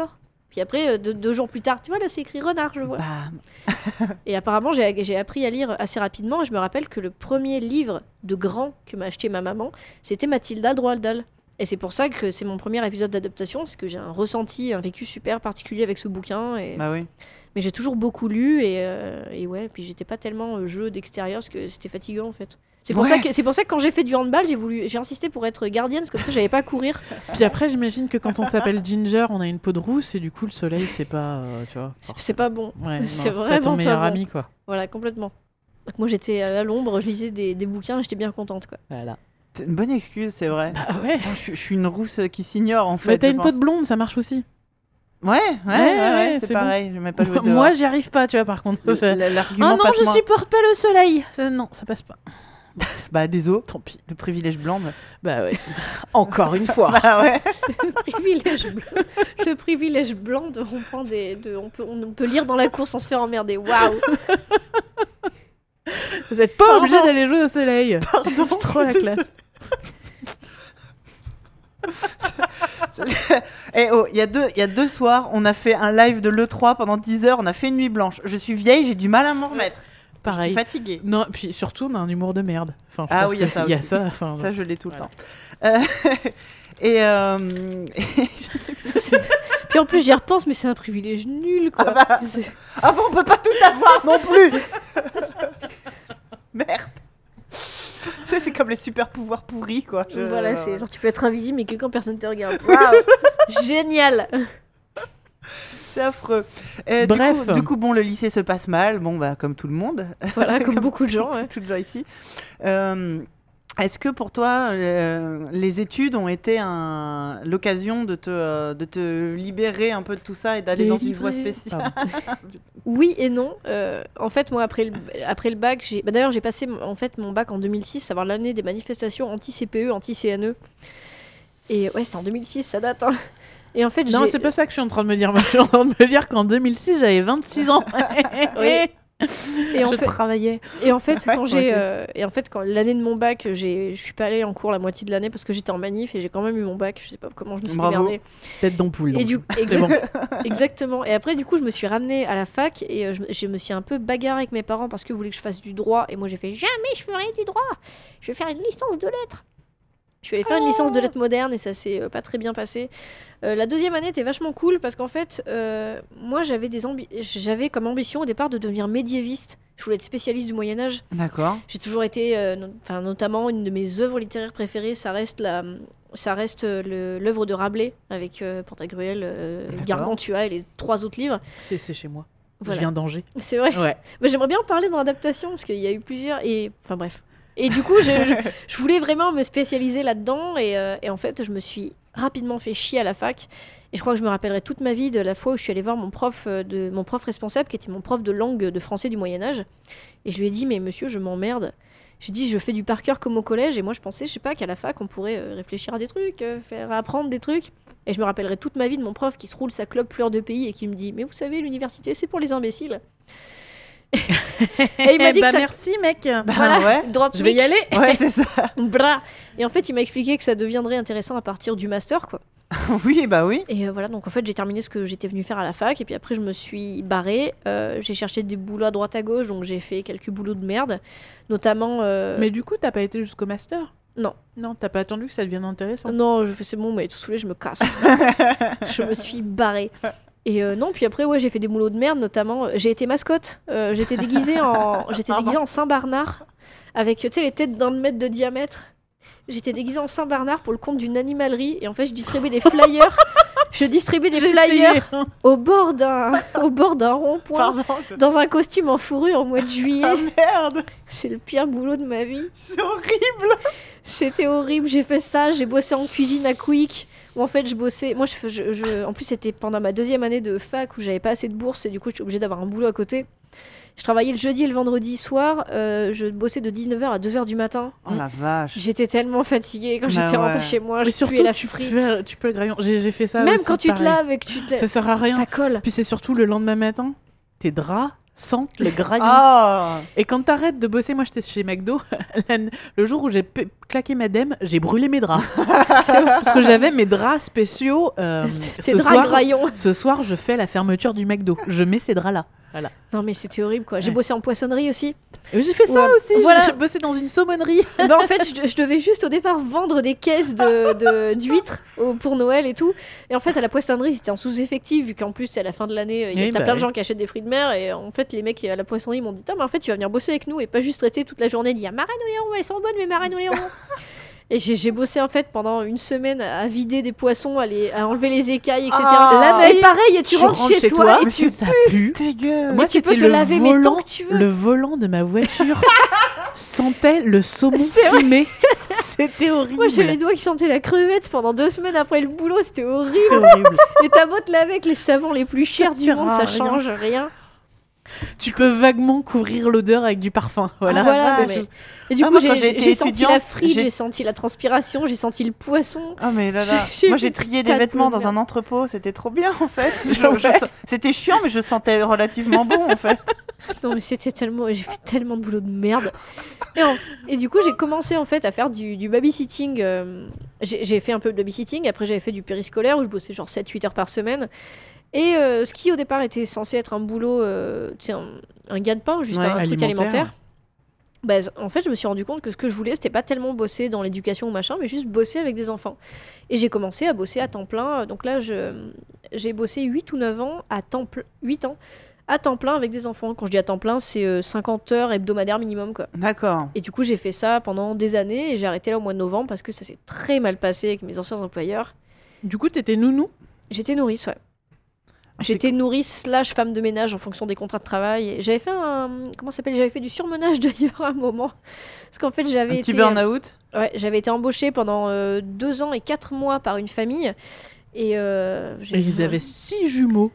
Puis après, euh, deux, deux jours plus tard, tu vois, là, c'est écrit renard, je vois. Bah, Et apparemment, j'ai, j'ai appris à lire assez rapidement. Et je me rappelle que le premier livre de grand que m'a acheté ma maman, c'était Mathilda de Roald Dahl. Et c'est pour ça que c'est mon premier épisode d'adaptation, parce que j'ai un ressenti, un vécu super particulier avec ce bouquin. Et... bah oui. Mais j'ai toujours beaucoup lu, et, euh, et ouais, puis j'étais pas tellement euh, jeu d'extérieur, parce que c'était fatigant, en fait. C'est pour, Ouais. ça que, c'est pour ça que quand j'ai fait du handball, j'ai, voulu, j'ai insisté pour être gardienne, parce que comme ça, j'avais pas à courir. Puis après, j'imagine que quand on s'appelle Ginger, on a une peau de rousse et du coup, le soleil, c'est pas. Euh, tu vois. C'est, c'est pas bon. Ouais, non, c'est c'est vraiment pas ton pas meilleur bon. ami, quoi. Voilà, complètement. Donc moi, j'étais à l'ombre, je lisais des, des bouquins, et j'étais bien contente, quoi. Voilà. C'est une bonne excuse, c'est vrai. Bah ouais. Moi, je, je suis une rousse qui s'ignore en fait. Mais t'as je une pense. peau de blonde, ça marche aussi. Ouais, ouais, ouais, ouais, ouais, c'est, c'est pareil. Je mets pas jouer dehors. Moi, j'y arrive pas, tu vois, par contre. L- l- l'argument Oh non, passe je moins. supporte pas le soleil. Ça, non, ça passe pas. Bah désolé. Tant pis. Le privilège blanc. mais- Bah ouais. Encore une fois. Bah ouais. Le privilège blanc, le privilège blanc de on prend des, de, on peut, on peut lire dans la course sans se faire emmerder. Waouh. Vous êtes pas Pardon. obligé d'aller jouer au soleil. Pardon. C'est trop la classe. Eh oh, il y a deux, il y a deux soirs, on a fait un live de l'E trois pendant dix heures. On a fait une nuit blanche. Je suis vieille, j'ai du mal à m'en remettre. Pareil. Je suis fatiguée. Non, puis surtout, on a un humour de merde. Enfin, je Ah pense oui, il y a que ça il y a aussi. ça. Enfin, Ça, je l'ai tout le Voilà. temps. Euh, et, euh, et je sais plus. Puis en plus, j'y repense, mais c'est un privilège nul, quoi. Ah bah. C'est- Ah bon, on peut pas tout avoir non plus. Merde. Tu sais, c'est comme les super pouvoirs pourris, quoi. Je- Voilà, c'est genre tu peux être invisible, mais que quand personne te regarde. Waouh. Génial. C'est affreux. Et Bref. Du coup, du coup, bon, le lycée se passe mal. Bon, bah, comme tout le monde. Voilà, comme beaucoup de gens. Ouais. Tout le gens ici. Euh, Est-ce que pour toi, euh, les études ont été un... l'occasion de te, euh, de te libérer un peu de tout ça et d'aller dans une voie Délivrer. spéciale? Oui et non. Euh, en fait, moi, après le, après le bac, j'ai... Bah, d'ailleurs, j'ai passé mon- en fait, mon bac en deux mille six, savoir l'année des manifestations anti-C P E, anti-C N E. Et ouais, c'était en deux mille six, ça date. Hein. Et en fait, Non, j'ai... c'est pas ça que je suis en train de me dire. Moi, je suis en train de me dire qu'en deux mille six, j'avais vingt-six ans. Oui. Et en je fait, travaillais. et en fait, Ouais, quand moi j'ai, aussi. euh, et en fait, quand l'année de mon bac, j'ai, je suis pas allée en cours la moitié de l'année parce que j'étais en manif et j'ai quand même eu mon bac. Je sais pas comment je me suis Bravo. démerdée. Tête d'ampoule. Et donc. du, C'est bon. exact- exactement. Et après, du coup, je me suis ramenée à la fac et euh, je, je me suis un peu bagarrée avec mes parents parce qu'ils voulaient que je fasse du droit. Et moi, j'ai fait jamais je ferai du droit. Je vais faire une licence de lettres. Je suis allée faire une licence de lettres modernes et ça s'est euh, pas très bien passé. Euh, la deuxième année était vachement cool parce qu'en fait, euh, moi, j'avais des ambi- j'avais comme ambition au départ de devenir médiéviste. Je voulais être spécialiste du Moyen Âge. D'accord. J'ai toujours été, euh, no- enfin notamment une de mes œuvres littéraires préférées, ça reste la, ça reste euh, le- l'œuvre de Rabelais avec euh, Pantagruel, euh, D'accord. Gargantua et les trois autres livres. C'est, c'est chez moi. Voilà. Je viens d'Angers. C'est vrai. Ouais. Mais j'aimerais bien en parler dans l'adaptation parce qu'il y a eu plusieurs et enfin bref. Et du coup, je, je, je voulais vraiment me spécialiser là-dedans et, euh, et en fait, je me suis rapidement fait chier à la fac. Et je crois que je me rappellerai toute ma vie de la fois où je suis allée voir mon prof, euh, de, mon prof responsable, qui était mon prof de langue de français du Moyen-Âge. Et je lui ai dit, mais monsieur, je m'emmerde. J'ai dit, je fais du par cœur comme au collège. Et moi, je pensais, je sais pas, qu'à la fac, on pourrait euh, réfléchir à des trucs, euh, faire apprendre des trucs. Et je me rappellerai toute ma vie de mon prof qui se roule sa clope fleur de pays et qui me dit, mais vous savez, l'université, c'est pour les imbéciles. Et il m'a dit bah que ça... merci, mec. Bah Voilà, ouais. drop Je vais y mic. aller. Ouais, c'est ça. Bra. Et en fait, il m'a expliqué que ça deviendrait intéressant à partir du master, quoi. Oui, bah oui. Et euh, voilà, donc en fait, j'ai terminé ce que j'étais venue faire à la fac, et puis après, je me suis barrée. Euh, j'ai cherché des boulots à droite à gauche, donc j'ai fait quelques boulots de merde, notamment. euh, Mais du coup, t'as pas été jusqu'au master? Non. Non, t'as pas attendu que ça devienne intéressant? Non, je fais c'est bon, mais tout saoulé, je me casse. Je me suis barrée. Et euh, non, puis après, ouais, j'ai fait des boulots de merde, notamment. euh, J'ai été mascotte. Euh, j'étais déguisée en, j'étais déguisée en Saint-Bernard, avec tu sais les têtes d'un mètre de diamètre. J'étais déguisée en Saint-Bernard pour le compte d'une animalerie, et en fait, je distribuais des flyers. Je distribuais des J'ai flyers essayé. au bord d'un, au bord d'un rond-point, Pardon. je- dans un costume en fourrure au mois de juillet. Ah merde. C'est le pire boulot de ma vie. C'est horrible. C'était horrible, j'ai fait ça, j'ai bossé en cuisine à Quick, où en fait je bossais, moi je, je, je- en plus c'était pendant ma deuxième année de fac où j'avais pas assez de bourse et du coup j'étais obligée d'avoir un boulot à côté. Je travaillais le jeudi et le vendredi soir, euh, je bossais de dix-neuf heures à deux heures du matin. Oh la vache. J'étais tellement fatiguée quand Bah j'étais rentrée ouais. chez moi, Mais je surtout, puais la tu frite. peux, tu peux le graillon. J'ai, j'ai fait ça Même aussi, quand tu te pareil. laves et que tu te Ça sert à rien. ça colle. Puis c'est surtout le lendemain matin, tes draps sentent le graillon. Ah. Et quand t'arrêtes de bosser, moi j'étais chez McDo, le jour où j'ai p- claqué ma dème, j'ai brûlé mes draps. Parce que j'avais mes draps spéciaux. Euh, Tes ce, draps soir, graillons. ce soir, je fais la fermeture du McDo. Je mets ces draps-là. Voilà. Non mais c'était horrible quoi. J'ai Ouais. bossé en poissonnerie aussi. Et j'ai fait ça Ouais. aussi. Voilà. J'ai, j'ai bossé dans une saumonnerie. Ben, en fait, je, je devais juste au départ vendre des caisses de, de, d'huîtres au- pour Noël et tout. Et en fait, à la poissonnerie, c'était en sous-effectif, vu qu'en plus, c'est à la fin de l'année, il y a Oui, t'as bah plein de oui. gens qui achètent des fruits de mer. Et en fait, les mecs à la poissonnerie m'ont dit ah, mais en fait, tu vas venir bosser avec nous et pas juste rester toute la journée et dire marraine au Léon, elles sont bonnes, mes marraines au Léon. Et j'ai, j'ai bossé en fait pendant une semaine à vider des poissons, à, les, à enlever les écailles, et cetera. Ah, la et veille, pareil, et tu, rentres, chez, toi, et mais tu ça pue. Dégueu. Moi, Mais tu peux c'était te le laver, mais tant volant, que tu veux. le volant de ma voiture sentait le saumon C'est vrai. fumé. C'était horrible. Moi, j'ai les doigts qui sentaient la crevette pendant deux semaines après le boulot, c'était horrible. C'était horrible. Et t'as beau te laver avec les savons les plus chers du sert monde, à ça rien. change rien. Tu peux vaguement couvrir l'odeur avec du parfum. Voilà. Voilà, c'est mais- tout. Et du Ah, coup, moi, j'ai, quand j'ai j'ai, été j'ai senti étudiante, la frite, j'ai- j'ai senti la transpiration, j'ai senti le poisson. Ah mais là là, J'ai- j'ai moi fait j'ai trié tas des de vêtements boulot de dans un merde. entrepôt, c'était trop bien en fait. Je- je- c'était chiant mais je sentais relativement bon en fait. Non, mais c'était tellement. J'ai fait tellement de boulot de merde. Et, en- et du coup, j'ai commencé en fait à faire du, du babysitting. euh, J'ai, j'ai fait un peu de babysitting, après j'avais fait du périscolaire où je bossais genre sept huit heures par semaine. Et euh, ce qui au départ était censé être un boulot, euh, tu sais, un, un gagne-pain, juste Ouais, un truc alimentaire. alimentaire. Bah, en fait, je me suis rendu compte que ce que je voulais, c'était pas tellement bosser dans l'éducation ou machin, mais juste bosser avec des enfants. Et j'ai commencé à bosser à temps plein. Donc là, je, j'ai bossé huit ou neuf ans à temps plein. huit ans à temps plein avec des enfants. Quand je dis à temps plein, c'est euh, cinquante heures hebdomadaires minimum, quoi. D'accord. Et du coup, j'ai fait ça pendant des années et j'ai arrêté là au mois de novembre parce que ça s'est très mal passé avec mes anciens employeurs. Du coup, t'étais nounou. J'étais nourrice, ouais. Ah, c'est J'étais nourrice slash femme de ménage en fonction des contrats de travail. Et j'avais fait un... Comment ça s'appelle ? J'avais fait du surmenage d'ailleurs à un moment. Parce qu'en fait, j'avais Un été... petit burn-out. Ouais, j'avais été embauchée pendant euh, deux ans et quatre mois par une famille. Et euh, j'ai... Et ils avaient six jumeaux.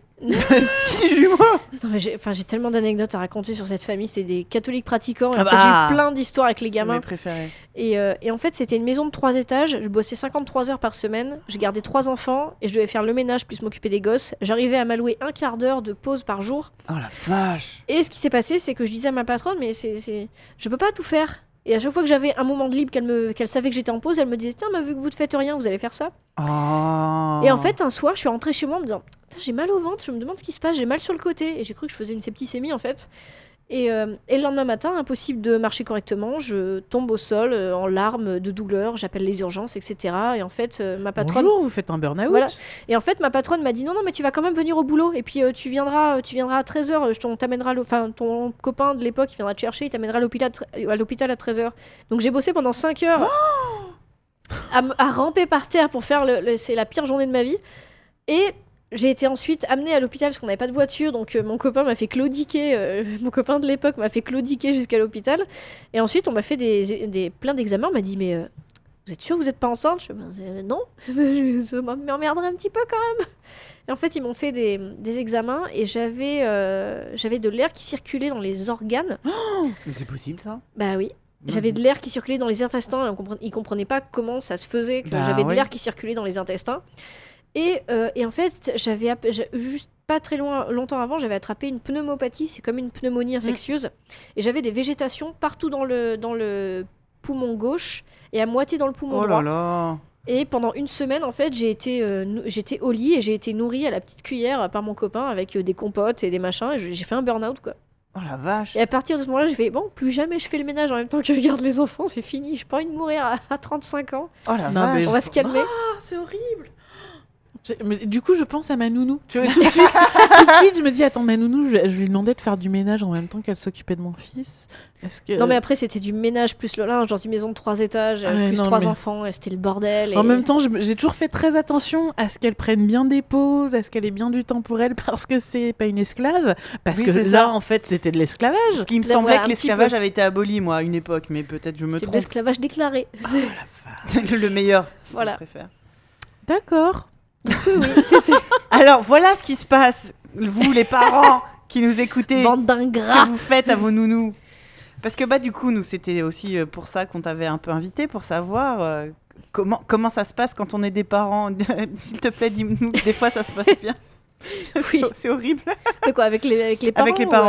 Six jumeaux. Non, mais j'ai... Enfin, j'ai tellement d'anecdotes à raconter sur cette famille. C'était des catholiques pratiquants. Et Ah en fait, bah. j'ai eu plein d'histoires avec les C'est gamins. mes préférés. Et, euh, et en fait, c'était une maison de trois étages. Je bossais cinquante-trois heures par semaine. Je gardais trois enfants et je devais faire le ménage plus m'occuper des gosses. J'arrivais à m'allouer un quart d'heure de pause par jour. Oh la vache. Et ce qui s'est passé, c'est que je disais à ma patronne, mais c'est, c'est... je peux pas tout faire. Et à chaque fois que j'avais un moment de libre, qu'elle, me... qu'elle savait que j'étais en pause, elle me disait, tiens, mais vu que vous ne faites rien, vous allez faire ça. Oh. Et en fait, un soir, je suis rentrée chez moi en me disant, Putain, j'ai mal au ventre, je me demande ce qui se passe, j'ai mal sur le côté. Et j'ai cru que je faisais une septicémie en fait. Et, euh, et le lendemain matin, impossible de marcher correctement, je tombe au sol euh, en larmes de douleur, j'appelle les urgences, et cetera. Et en fait, euh, ma patronne... Bonjour, vous faites un burn-out. Voilà. Et en fait, ma patronne m'a dit non, non, mais tu vas quand même venir au boulot. Et puis euh, tu viendras, tu viendras à treize heures. Je t'en- t'amènera, l'hô- enfin ton copain de l'époque, il viendra te chercher, il t'amènera à l'hôpital, à l'hôpital à treize heures. Donc j'ai bossé pendant cinq heures à, m- à ramper par terre pour faire le, le- c'est la pire journée de ma vie. Et j'ai été ensuite amenée à l'hôpital parce qu'on n'avait pas de voiture, donc euh, mon copain m'a fait claudiquer, euh, mon copain de l'époque m'a fait claudiquer jusqu'à l'hôpital. Et ensuite, on m'a fait des, des, plein d'examens, on m'a dit mais euh, vous êtes sûr que vous n'êtes pas enceinte? Je fais, ben, euh, non, ça m'emmerderait un petit peu quand même. Et en fait, ils m'ont fait des, des examens et j'avais euh, j'avais de l'air qui circulait dans les organes. Mais c'est possible ça? Bah oui. J'avais de l'air qui circulait dans les intestins et on compren- ils comprenaient pas comment ça se faisait que Bah j'avais de ouais. l'air qui circulait dans les intestins. Et, euh, et en fait, j'avais app- j'a- juste pas très loin, longtemps avant, j'avais attrapé une pneumopathie, c'est comme une pneumonie infectieuse. Et j'avais des végétations partout dans le, dans le poumon gauche et à moitié dans le poumon Oh droit. là là. Et pendant une semaine, en fait, j'ai été, euh, nou- j'étais au lit et j'ai été nourrie à la petite cuillère par mon copain avec euh, des compotes et des machins. Et je- j'ai fait un burn-out, quoi. Oh la vache. Et à partir de ce moment-là, j'ai fait bon, plus jamais je fais le ménage en même temps que je garde les enfants, c'est fini. J'ai pas envie de mourir à, à trente-cinq ans. Oh la Non, vache. mais- On va se calmer. Ah, c'est horrible. J'ai- mais du coup, je pense à ma nounou. Tu vois, tout, de suite, tout de suite, je me dis, attends, ma nounou, je, je lui demandais de faire du ménage en même temps qu'elle s'occupait de mon fils. Est-ce que... Non, mais après, c'était du ménage plus le linge dans une maison de trois étages, euh, Ouais, plus non, trois mais- enfants, et c'était le bordel. Et... En même temps, je me- j'ai toujours fait très attention à ce qu'elle prenne bien des pauses, à ce qu'elle ait bien du temps pour elle, parce que c'est pas une esclave. Parce Oui, que c'est là, ça. en fait, c'était de l'esclavage. Parce qu'il me Là, semblait voilà, que un l'esclavage petit avait été aboli, moi, à une époque, mais peut-être je me c'est de trompe. l'esclavage déclaré. C'est- le le meilleur. Voilà. Je préfère. D'accord. oui, c'était Alors, voilà ce qui se passe, vous, les parents qui nous écoutez. bande Ce d'ingrats. que vous faites à vos nounous. Parce que bah du coup, nous, c'était aussi euh, pour ça qu'on t'avait un peu invité, pour savoir euh, comment, comment ça se passe quand on est des parents. S'il te plaît, dis-nous, des fois ça se passe bien. Oui. C'est- C'est horrible. De quoi, avec les, avec les parents Avec les ou, parents. euh,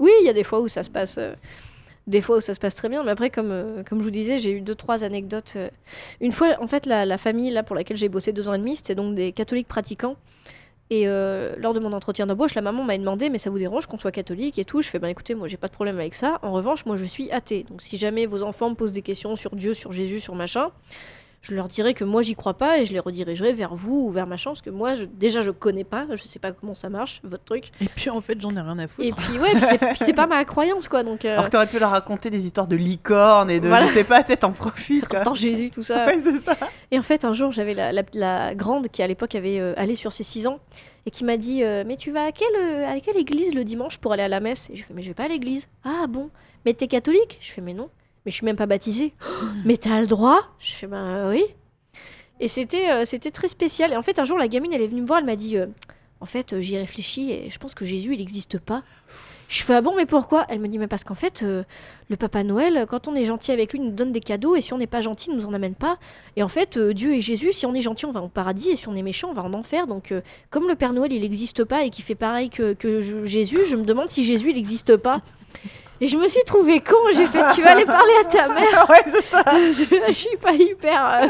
Oui, il y a des fois où ça se passe... Euh, des fois où ça se passe très bien, mais après, comme, euh, comme je vous disais, j'ai eu deux, trois anecdotes. Euh. Une fois, en fait, la, la famille là, pour laquelle j'ai bossé deux ans et demi, c'était donc des catholiques pratiquants. Et euh, lors de mon entretien d'embauche, la maman m'a demandé, mais ça vous dérange qu'on soit catholique et tout? Je fais, ben écoutez, moi j'ai pas de problème avec ça. En revanche, moi je suis athée. Donc si jamais vos enfants me posent des questions sur Dieu, sur Jésus, sur machin, je leur dirai que moi j'y crois pas et je les redirigerai vers vous ou vers machin, parce que moi je, déjà je connais pas, je sais pas comment ça marche, votre truc. Et puis en fait j'en ai rien à foutre. Et puis ouais, puis c'est, puis c'est pas ma croyance quoi. Donc, euh... Alors que t'aurais pu leur raconter des histoires de licornes et de voilà. je sais pas, tu t'en profites quoi. Dans Jésus, tout ça. Ouais, c'est ça. Et en fait un jour j'avais la, la, la grande qui à l'époque avait euh, allé sur ses six ans et qui m'a dit euh, mais tu vas à quelle, euh, à quelle église le dimanche pour aller à la messe? Et je fais mais je vais pas à l'église. Ah bon? Mais t'es catholique? Je fais mais non. Mais je suis même pas baptisée. Mais t'as le droit? Je fais ben oui. Et c'était, euh, c'était très spécial. Et en fait, un jour, la gamine, elle est venue me voir, elle m'a dit euh, en fait, euh, j'y réfléchis et je pense que Jésus, il n'existe pas. Je fais ah bon, mais pourquoi? Elle me dit mais parce qu'en fait, euh, le Papa Noël, quand on est gentil avec lui, il nous donne des cadeaux et si on n'est pas gentil, il nous en amène pas. Et en fait, euh, Dieu et Jésus, si on est gentil, on va au paradis et si on est méchant, on va en enfer. Donc, euh, comme le Père Noël, il n'existe pas et qu'il fait pareil que, que je, Jésus, je me demande si Jésus, il n'existe pas. Et je me suis trouvée con, j'ai fait tu vas aller parler à ta mère. Ouais, c'est ça. je, je suis pas hyper. Euh...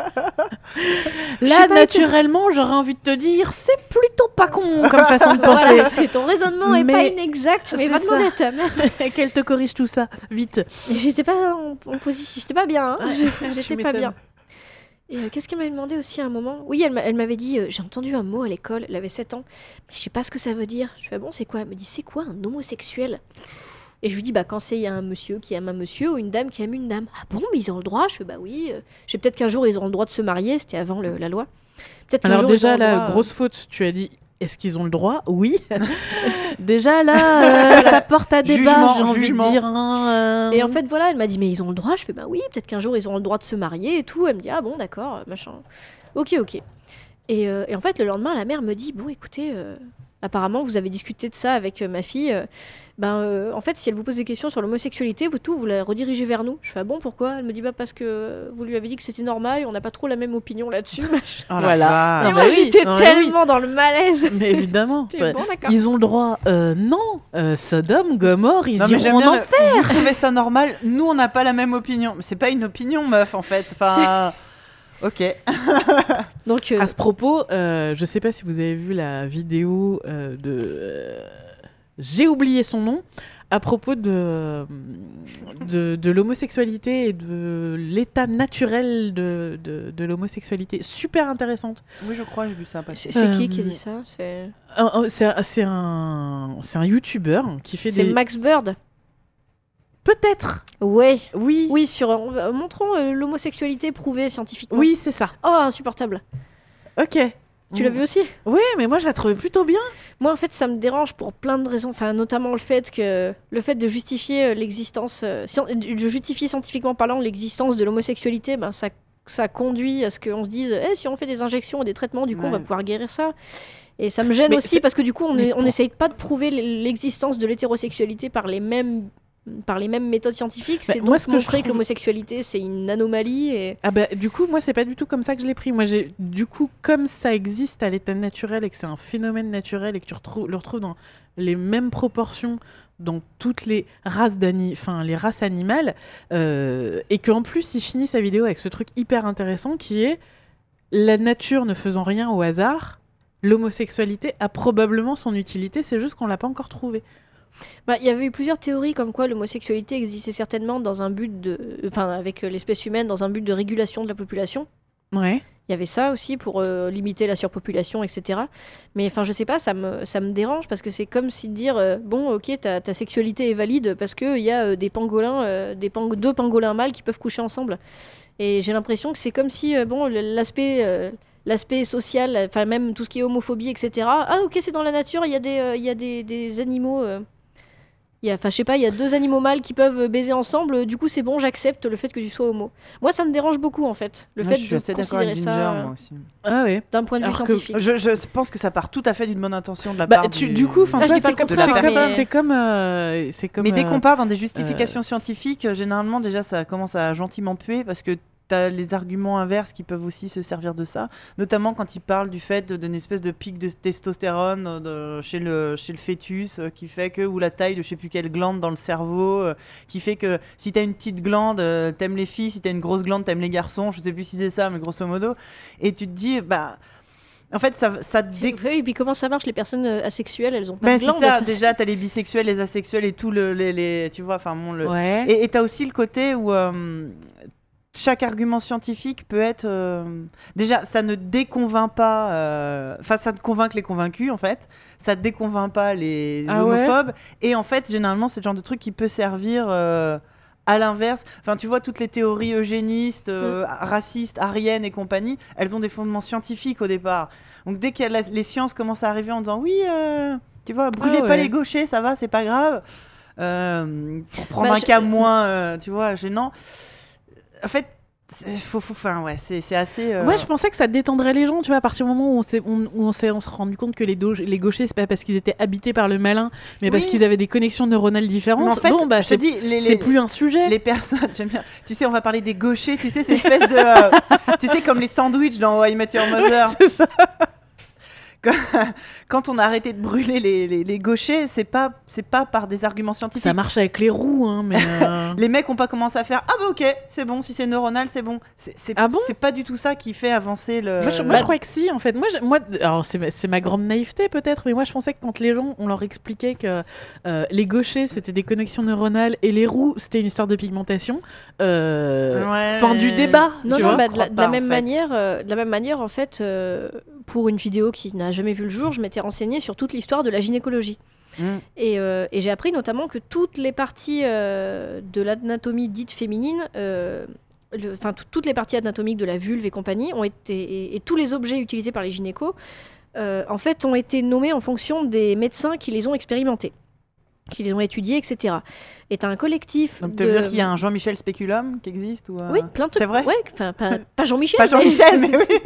Là, naturellement, hyper... j'aurais envie de te dire, c'est plutôt pas con comme façon de penser. Voilà, c'est ton raisonnement mais... est pas inexact, mais va ça. Demander à ta mère. Qu'elle te corrige tout ça, vite. Et j'étais pas en, en position, j'étais pas bien. Hein. Ouais, j'étais pas bien. Et euh, qu'est-ce qu'elle m'avait demandé aussi à un moment? Oui, elle, m'a, elle m'avait dit, euh, j'ai entendu un mot à l'école, elle avait sept ans, mais je sais pas ce que ça veut dire. Je fais, bon, c'est quoi? Elle me dit, c'est quoi un homosexuel? Et je lui dis, bah, quand c'est un monsieur qui aime un monsieur ou une dame qui aime une dame. Ah bon, mais ils ont le droit? Je fais, bah oui. Euh, je sais peut-être qu'un jour, ils auront le droit de se marier. C'était avant le, la loi. Peut-être qu'un Alors jour, déjà, ils auront la le droit, grosse euh... faute, tu as dit, est-ce qu'ils ont le droit? Oui. Déjà, là, euh, ça porte à débat, jugement, j'ai envie jugement. de dire. Hein, euh... Et en fait, voilà, elle m'a dit, mais ils ont le droit? Je fais, bah oui, peut-être qu'un jour, ils auront le droit de se marier et tout. Elle me dit, ah bon, d'accord, machin. Ok, ok. Et, euh, et en fait, le lendemain, la mère me dit, bon, écoutez... Euh... Apparemment, vous avez discuté de ça avec euh, ma fille. Euh, ben, euh, en fait, si elle vous pose des questions sur l'homosexualité, vous tout, vous la redirigez vers nous. Je fais ah bon, pourquoi? Elle me dit bah parce que vous lui avez dit que c'était normal et on n'a pas trop la même opinion là-dessus. Oh voilà. Et moi, bah j'étais oui. tellement oui. dans le malaise. Mais évidemment. Bah, bon, ils ont le droit. Euh, non, euh, Sodome, Gomorre, ils non, iront en enfer. Vous trouvez ça normal? Nous, on n'a pas la même opinion. C'est pas une opinion, meuf, en fait. Enfin. Ok. Donc, euh... à ce propos, euh, je sais pas si vous avez vu la vidéo euh, de. Euh, j'ai oublié son nom. À propos de, de, de l'homosexualité et de l'état naturel de, de, de l'homosexualité. Super intéressante. Oui, je crois, j'ai vu ça passer. C'est, c'est euh, qui qui a dit ça? C'est, un, c'est, un, c'est, un, c'est un YouTuber qui fait c'est des... C'est Max Bird? Peut-être. Ouais. Oui. Oui, sur euh, montrons euh, l'homosexualité prouvée scientifiquement. Oui, c'est ça. Oh, insupportable. Ok. Tu l'as vu aussi? Oui, mais moi je la trouvais plutôt bien. Moi en fait ça me dérange pour plein de raisons, enfin notamment le fait que le fait de justifier l'existence, euh, de justifier scientifiquement parlant l'existence de l'homosexualité, ben ça ça conduit à ce qu'on se dise, eh, si on fait des injections et des traitements, du coup ouais. on va pouvoir guérir ça. Et ça me gêne mais aussi parce que du coup on n'essaye pour... pas de prouver l'existence de l'hétérosexualité par les mêmes par les mêmes méthodes scientifiques, bah, c'est donc montrer que, trouve... que l'homosexualité c'est une anomalie et... Ah bah du coup moi c'est pas du tout comme ça que je l'ai pris. Moi j'ai du coup comme ça existe à l'état naturel et que c'est un phénomène naturel et que tu retrou- le retrouves dans les mêmes proportions dans toutes les races d'ani- enfin les races animales euh, et qu'en plus il finit sa vidéo avec ce truc hyper intéressant qui est la nature ne faisant rien au hasard, l'homosexualité a probablement son utilité, c'est juste qu'on l'a pas encore trouvée. Bah, y avait eu plusieurs théories comme quoi l'homosexualité existait certainement dans un but de, enfin avec l'espèce humaine dans un but de régulation de la population. Ouais. Il y avait ça aussi pour euh, limiter la surpopulation, et cetera. Mais enfin je sais pas, ça me ça me dérange parce que c'est comme si de dire euh, bon ok ta, ta sexualité est valide parce que il y a euh, des pangolins, euh, des pang- deux pangolins mâles qui peuvent coucher ensemble. Et j'ai l'impression que c'est comme si euh, bon l'aspect euh, l'aspect social, enfin même tout ce qui est homophobie, et cetera. Ah ok c'est dans la nature, il y a des il euh, y a des, des animaux. Euh, Enfin, je sais pas, il y a deux animaux mâles qui peuvent baiser ensemble, du coup c'est bon, j'accepte le fait que tu sois homo. Moi ça me dérange beaucoup en fait, le moi, fait de considérer ça Ginger, moi aussi. Ah ouais. D'un point de vue Alors scientifique. Je, je pense que ça part tout à fait d'une bonne intention de la bah, part tu, du... du coup, enfin, ah, c'est, c'est, comme, comme c'est, comme, mais... c'est comme, c'est comme. Mais dès euh, qu'on part dans des justifications euh... scientifiques, généralement déjà ça commence à gentiment puer parce que t'as les arguments inverses qui peuvent aussi se servir de ça, notamment quand ils parlent du fait d'une espèce de pic de testostérone de, chez, le, chez le fœtus euh, qui fait que, ou la taille de je sais plus quelle glande dans le cerveau, euh, qui fait que si t'as une petite glande, euh, t'aimes les filles, si t'as une grosse glande, t'aimes les garçons, je sais plus si c'est ça, mais grosso modo, et tu te dis, bah... En fait, ça, ça dé... Oui, et puis comment ça marche, les personnes asexuelles, elles ont pas ben, de glande. c'est ça, déjà, t'as les bisexuels, les asexuels et tout, le, les, les, tu vois, enfin bon, le... Ouais. Et, et t'as aussi le côté où euh, chaque argument scientifique peut être... Euh... Déjà, ça ne déconvainc pas... Enfin, euh... ça ne convainc que les convaincus, en fait. Ça ne déconvainc pas les ah homophobe. Ouais. Et en fait, généralement, c'est le genre de truc qui peut servir... Euh... À l'inverse, enfin tu vois toutes les théories eugénistes, euh, mmh. racistes, ariennes et compagnie, elles ont des fondements scientifiques au départ. Donc dès que la, les sciences commencent à arriver en disant oui, euh, tu vois, brûlez ah, pas ouais. les gauchers, ça va, c'est pas grave. Euh, pour prendre bah, un je... cas moins, euh, tu vois, gênant. En fait, c'est, faut, faut, enfin, ouais, c'est, c'est assez. Euh... Ouais, je pensais que ça détendrait les gens, tu vois, à partir du moment où on s'est, on, où on s'est, on s'est rendu compte que les, do- les gauchers, c'est pas parce qu'ils étaient habités par le malin, mais oui. parce qu'ils avaient des connexions neuronales différentes. Mais en fait, bon, bah, c'est, dis, les, c'est les, plus un sujet. Les personnes, j'aime bien. Tu sais, on va parler des gauchers, tu sais, ces espèces de. Euh, tu sais, comme les sandwichs dans How I Met Your Mother. C'est ça. Quand on a arrêté de brûler les, les, les gauchers, c'est pas, c'est pas par des arguments scientifiques. Ça marche avec les roues, hein, mais... Euh... les mecs ont pas commencé à faire « Ah bah ok, c'est bon, si c'est neuronal, c'est bon ». C'est, c'est, ah bon c'est pas du tout ça qui fait avancer le... Moi, je, moi, je crois que si, en fait. Moi, je, moi alors, c'est, c'est ma grande naïveté, peut-être, mais moi, je pensais que quand les gens, on leur expliquait que euh, les gauchers, c'était des connexions neuronales, et les roues, c'était une histoire de pigmentation, euh, ouais. fin du débat. Non, tu non, vois bah, de, la, de, la pas, même en manière, euh, de la même manière, en fait... Euh... pour une vidéo qui n'a jamais vu le jour, je m'étais renseignée sur toute l'histoire de la gynécologie. Mmh. Et, euh, et j'ai appris notamment que toutes les parties euh, de l'anatomie dite féminine, euh, enfin t- toutes les parties anatomiques de la vulve et compagnie, ont été, et, et tous les objets utilisés par les gynécos, euh, en fait, ont été nommés en fonction des médecins qui les ont expérimentés, qui les ont étudiés, et cetera. Et t'as un collectif. Donc, de... tu veux dire qu'il y a un Jean-Michel Spéculum qui existe ou euh... Oui, plein de trucs. C'est vrai ? Ouais, enfin, pas, pas Jean-Michel. Pas Jean-Michel, mais, mais oui.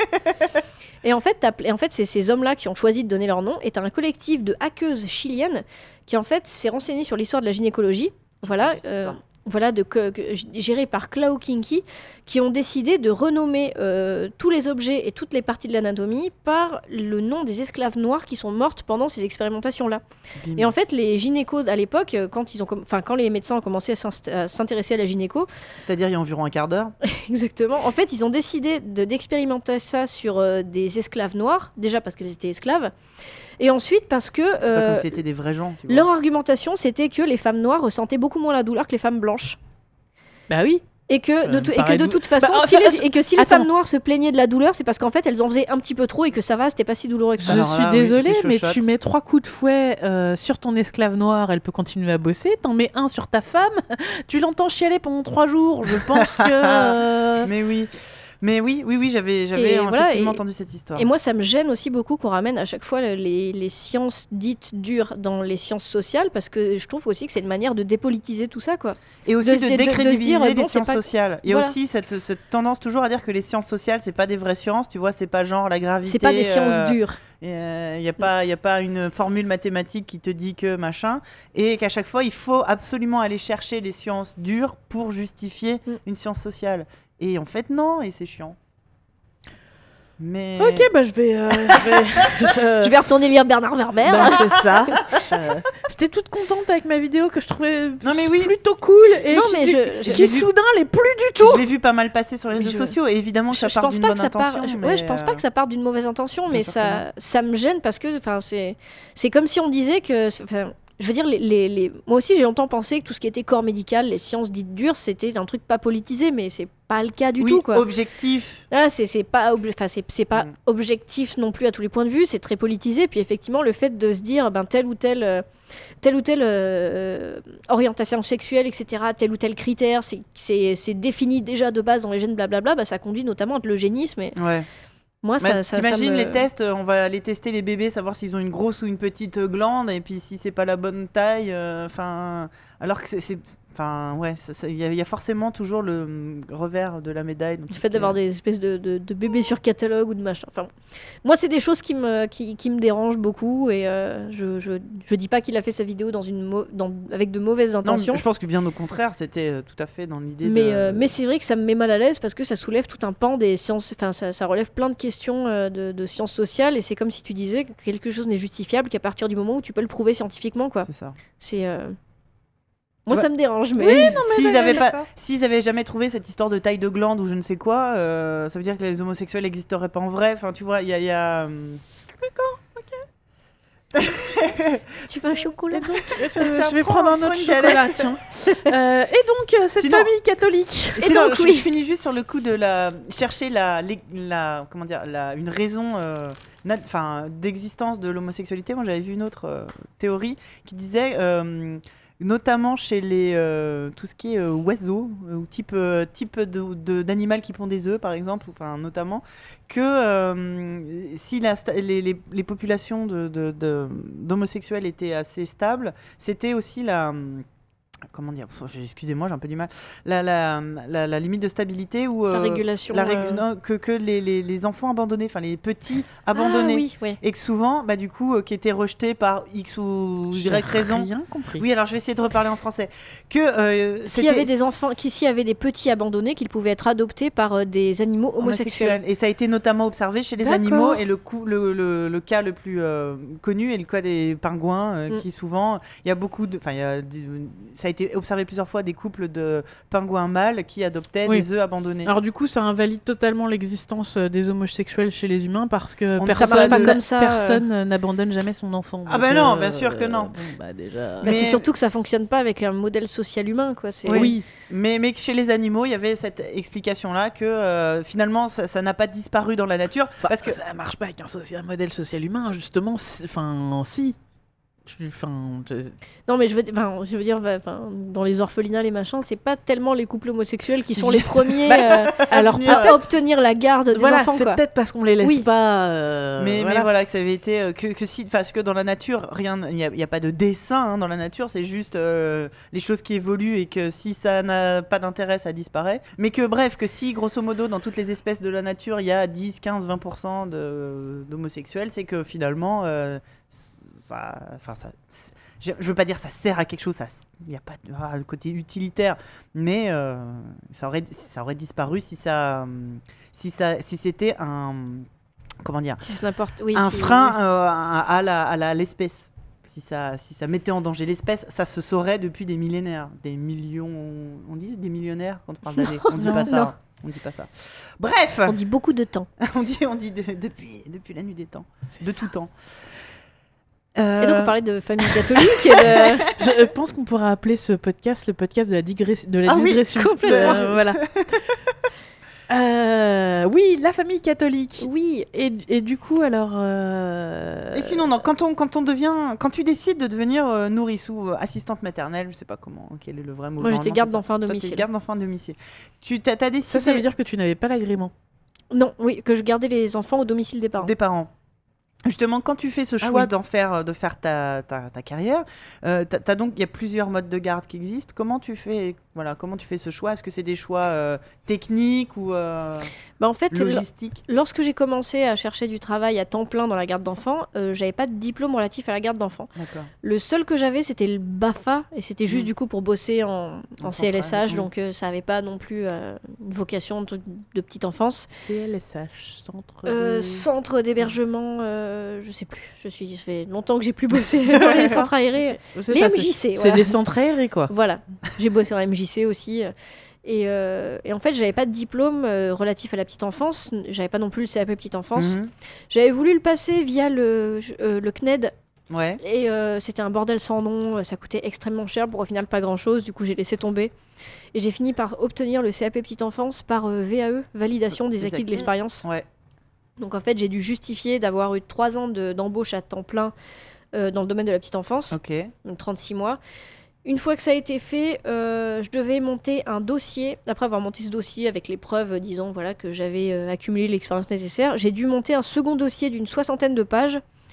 Et en fait, t'as, et en fait, c'est ces hommes-là qui ont choisi de donner leur nom. Et t'as un collectif de hackeuses chiliennes qui, en fait, s'est renseigné sur l'histoire de la gynécologie. Voilà. Euh, voilà, de, que, que, géré par Clau Kinky, qui ont décidé de renommer euh, tous les objets et toutes les parties de l'anatomie par le nom des esclaves noires qui sont mortes pendant ces expérimentations-là. Bim. Et en fait, les gynécos, à l'époque, quand, ils ont com- quand les médecins ont commencé à, s'inst- à s'intéresser à la gynéco... C'est-à-dire il y a environ un quart d'heure. Exactement. En fait, ils ont décidé de, d'expérimenter ça sur euh, des esclaves noirs, déjà parce qu'elles étaient esclaves, et ensuite parce que... C'est euh, pas comme si c'était des vrais gens, tu vois. Leur argumentation, c'était que les femmes noires ressentaient beaucoup moins la douleur que les femmes blanches. Bah oui. Et que, de, euh, tout, et que de toute façon, bah, si enfin, les, et que si les attends. femmes noires se plaignaient de la douleur, c'est parce qu'en fait, elles en faisaient un petit peu trop et que ça va, c'était pas si douloureux que ça. Je Alors suis là, désolée, oui, mais tu mets trois coups de fouet euh, sur ton esclave noire, elle peut continuer à bosser. T'en mets un sur ta femme, tu l'entends chialer pendant trois jours. Je pense que... Euh... Mais oui. Mais oui, oui, oui, j'avais, j'avais et effectivement voilà, et, entendu cette histoire. Et moi, ça me gêne aussi beaucoup qu'on ramène à chaque fois les, les sciences dites dures dans les sciences sociales, parce que je trouve aussi que c'est une manière de dépolitiser tout ça, quoi. Et aussi de, de, de décrédibiliser de dire, les bon, sciences pas... sociales. Il y a voilà. aussi cette, cette tendance toujours à dire que les sciences sociales, c'est pas des vraies sciences, tu vois, c'est pas genre la gravité. C'est pas des sciences euh, dures. Il n'y a, a pas une formule mathématique qui te dit que machin, et qu'à chaque fois, il faut absolument aller chercher les sciences dures pour justifier mm. une science sociale. Et en fait, non, et c'est chiant. Mais... Ok, bah je vais, euh, je, vais je... je vais retourner lire Bernard Werber. Bah, c'est ça. je... J'étais toute contente avec ma vidéo que je trouvais non, mais oui. plutôt cool et non, qui, mais je, je, qui soudain l'est plus du tout. Je l'ai vu pas mal passer sur les réseaux je... sociaux et évidemment que je, ça part d'une bonne intention. Part... Mais... Ouais, je pense pas que ça parte d'une mauvaise intention, mais ça, ça me gêne parce que c'est, c'est comme si on disait que... Je veux dire, les, les, les... moi aussi j'ai longtemps pensé que tout ce qui était corps médical, les sciences dites dures, c'était un truc pas politisé, mais c'est pas le cas du oui, tout, quoi. Objectif. Là, c'est, c'est pas, ob... enfin, c'est, c'est pas mm. objectif non plus à tous les points de vue, c'est très politisé. Puis effectivement, le fait de se dire, ben, telle ou telle, euh, telle ou telle euh, orientation sexuelle, et cetera, tel ou tel critère, c'est, c'est, c'est défini déjà de base dans les gènes, blablabla, bah, ça conduit notamment à de l'eugénisme. Et... Ouais. Moi, bah, ça, ça, t'imagines ça me... les tests, on va aller tester les bébés, savoir s'ils ont une grosse ou une petite glande, et puis si c'est pas la bonne taille, enfin, euh, alors que c'est, c'est, Enfin, ouais, il y, y a forcément toujours le revers de la médaille. Le fait d'avoir des espèces de, de, de bébés sur catalogue ou de machin. Enfin, moi, c'est des choses qui me, qui, qui me dérangent beaucoup. Et euh, je, je, je dis pas qu'il a fait sa vidéo dans une mo- dans, avec de mauvaises intentions. Non, je pense que bien au contraire, c'était euh, tout à fait dans l'idée mais, de... euh, mais c'est vrai que ça me met mal à l'aise parce que ça soulève tout un pan des sciences. Enfin, ça, ça relève plein de questions euh, de, de sciences sociales. Et c'est comme si tu disais que quelque chose n'est justifiable qu'à partir du moment où tu peux le prouver scientifiquement, quoi. C'est ça. C'est... Euh... Moi, ouais. ça me dérange, mais... Oui, non, mais s'ils avaient pas... s'ils avaient jamais trouvé cette histoire de taille de glande ou je ne sais quoi, euh, ça veut dire que les homosexuels n'existeraient pas en vrai. Enfin, tu vois, il y a... Y a... D'accord, ok. Tu veux un chocolat? donc, je, je vais prendre un autre chocolat, tiens. Euh, et donc, cette Sinon, famille catholique... Et donc, je, oui. je finis juste sur le coup de la... chercher la... la comment dire, la, une raison... Euh, Enfin, d'existence de l'homosexualité. Moi, j'avais vu une autre euh, théorie qui disait, euh, notamment chez les euh, tout ce qui est euh, oiseaux ou type euh, type de, de, d'animal qui pond des œufs, par exemple, enfin notamment que euh, si la, les, les, les populations de, de, de, d'homosexuels étaient assez stables, c'était aussi la comment dire, excusez-moi, j'ai un peu du mal. La, la, la, la limite de stabilité ou euh, la régulation, la régu- euh... non, que, que les, les, les enfants abandonnés, enfin les petits abandonnés, ah, oui, oui. et que souvent, bah du coup, euh, qui étaient rejetés par X ou Y j'ai raison. Rien compris. Oui, alors je vais essayer de reparler en français. Que euh, s'il y avait des enfants, qu'ici y avait des petits abandonnés, qu'ils pouvaient être adoptés par euh, des animaux homosexuels. homosexuels. Et ça a été notamment observé chez les D'accord. animaux. Et le, coup, le, le, le cas le plus euh, connu est le cas des pingouins, euh, mm. qui souvent, il y a beaucoup de, enfin, il y a, ça a été observé plusieurs fois des couples de pingouins mâles qui adoptaient oui. des œufs abandonnés. Alors du coup, ça invalide totalement l'existence des homosexuels chez les humains parce que on personne, marche pas comme ça, personne euh... n'abandonne jamais son enfant. Ah ben bah non, euh, bien sûr que non. Bon, bah déjà... mais, mais c'est surtout que ça fonctionne pas avec un modèle social humain, quoi. C'est... Oui, oui. Mais, mais chez les animaux, il y avait cette explication-là que euh, finalement, ça, ça n'a pas disparu dans la nature. Enfin, parce que ça marche pas avec un, social, un modèle social humain, justement. Enfin, si. Enfin, je... Non, mais je veux, je veux dire, dans les orphelinats, les machins, c'est pas tellement les couples homosexuels qui sont les premiers bah, euh, alors, à obtenir la garde des voilà, enfants. C'est quoi. peut-être parce qu'on les laisse oui. pas. Euh, mais, voilà. mais voilà, que ça avait été. Euh, que, que si, parce que dans la nature, rien, il n'y a, a pas de dessin hein, dans la nature, c'est juste euh, les choses qui évoluent et que si ça n'a pas d'intérêt, ça disparaît. Mais que bref, que si grosso modo, dans toutes les espèces de la nature, il y a dix, quinze, vingt pour cent de, d'homosexuels, c'est que finalement. Euh, Ça, enfin, ça, je veux pas dire ça sert à quelque chose, il n'y a pas de ah, côté utilitaire, mais euh, ça, aurait, ça aurait disparu si, ça, si, ça, si c'était un, comment dire, si oui, un si, frein oui. euh, à, la, à la, l'espèce. Si ça, si ça mettait en danger l'espèce, ça se saurait depuis des millénaires, des millions, on dit des millionnaires quand on parle d'années, on dit non, pas ça. Non. On dit pas ça. Bref, on dit beaucoup de temps. on dit, on dit de, depuis, depuis la nuit des temps, C'est de ça. tout temps. Euh... Et donc on parlait de famille catholique et de... Je pense qu'on pourra appeler ce podcast le podcast de la, digress... de la ah digression. Oui, complètement. Euh, voilà. euh, oui, la famille catholique. Oui. Et, et du coup, alors... Euh... Et sinon, non, quand, on, quand on devient... Quand tu décides de devenir euh, nourrice ou euh, assistante maternelle, je sais pas comment, quel est le vrai mot. Moi, j'étais garde d'enfants à domicile. Toi, garde d'enfants à domicile. Tu t'as, t'as décidé... Ça, ça veut dire que tu n'avais pas l'agrément. Non, oui, que je gardais les enfants au domicile des parents. Des parents. Justement, quand tu fais ce choix ah oui. d'en faire, de faire ta, ta, ta carrière, euh, t'as, t'as donc il y a plusieurs modes de garde qui existent. Comment tu fais, voilà, comment tu fais ce choix ? Est-ce que c'est des choix euh, techniques ou euh, bah en fait, logistiques ? l- Lorsque j'ai commencé à chercher du travail à temps plein dans la garde d'enfants, euh, j'avais pas de diplôme relatif à la garde d'enfants. D'accord. Le seul que j'avais, c'était le B A F A, et c'était juste mmh. du coup pour bosser en, en, en C L S H, mmh. donc euh, ça avait pas non plus euh, une vocation de, de petite enfance. C L S H, centre. Euh, de... Centre d'hébergement, euh, je sais plus. Je suis, ça fait longtemps que j'ai plus bossé dans les centres aérés. C'est les ça, M J C. C'est, voilà. c'est des centres aérés, quoi. Voilà. J'ai bossé en M J C aussi. Et, euh, et en fait, j'avais pas de diplôme euh, relatif à la petite enfance. J'avais pas non plus le C A P petite enfance. Mm-hmm. J'avais voulu le passer via le, euh, le C N E D. Ouais. Et euh, c'était un bordel sans nom. Ça coûtait extrêmement cher pour au final pas grand chose. Du coup, j'ai laissé tomber. Et j'ai fini par obtenir le C A P petite enfance par euh, V A E, validation des, des acquis, acquis de l'expérience. Ouais. Donc en fait, j'ai dû justifier d'avoir eu trois ans de, d'embauche à temps plein euh, dans le domaine de la petite enfance, okay. donc trente-six mois. Une fois que ça a été fait, euh, je devais monter un dossier. Après avoir monté ce dossier avec les preuves, euh, disant voilà, que j'avais euh, accumulé l'expérience nécessaire, j'ai dû monter un second dossier d'une soixantaine de pages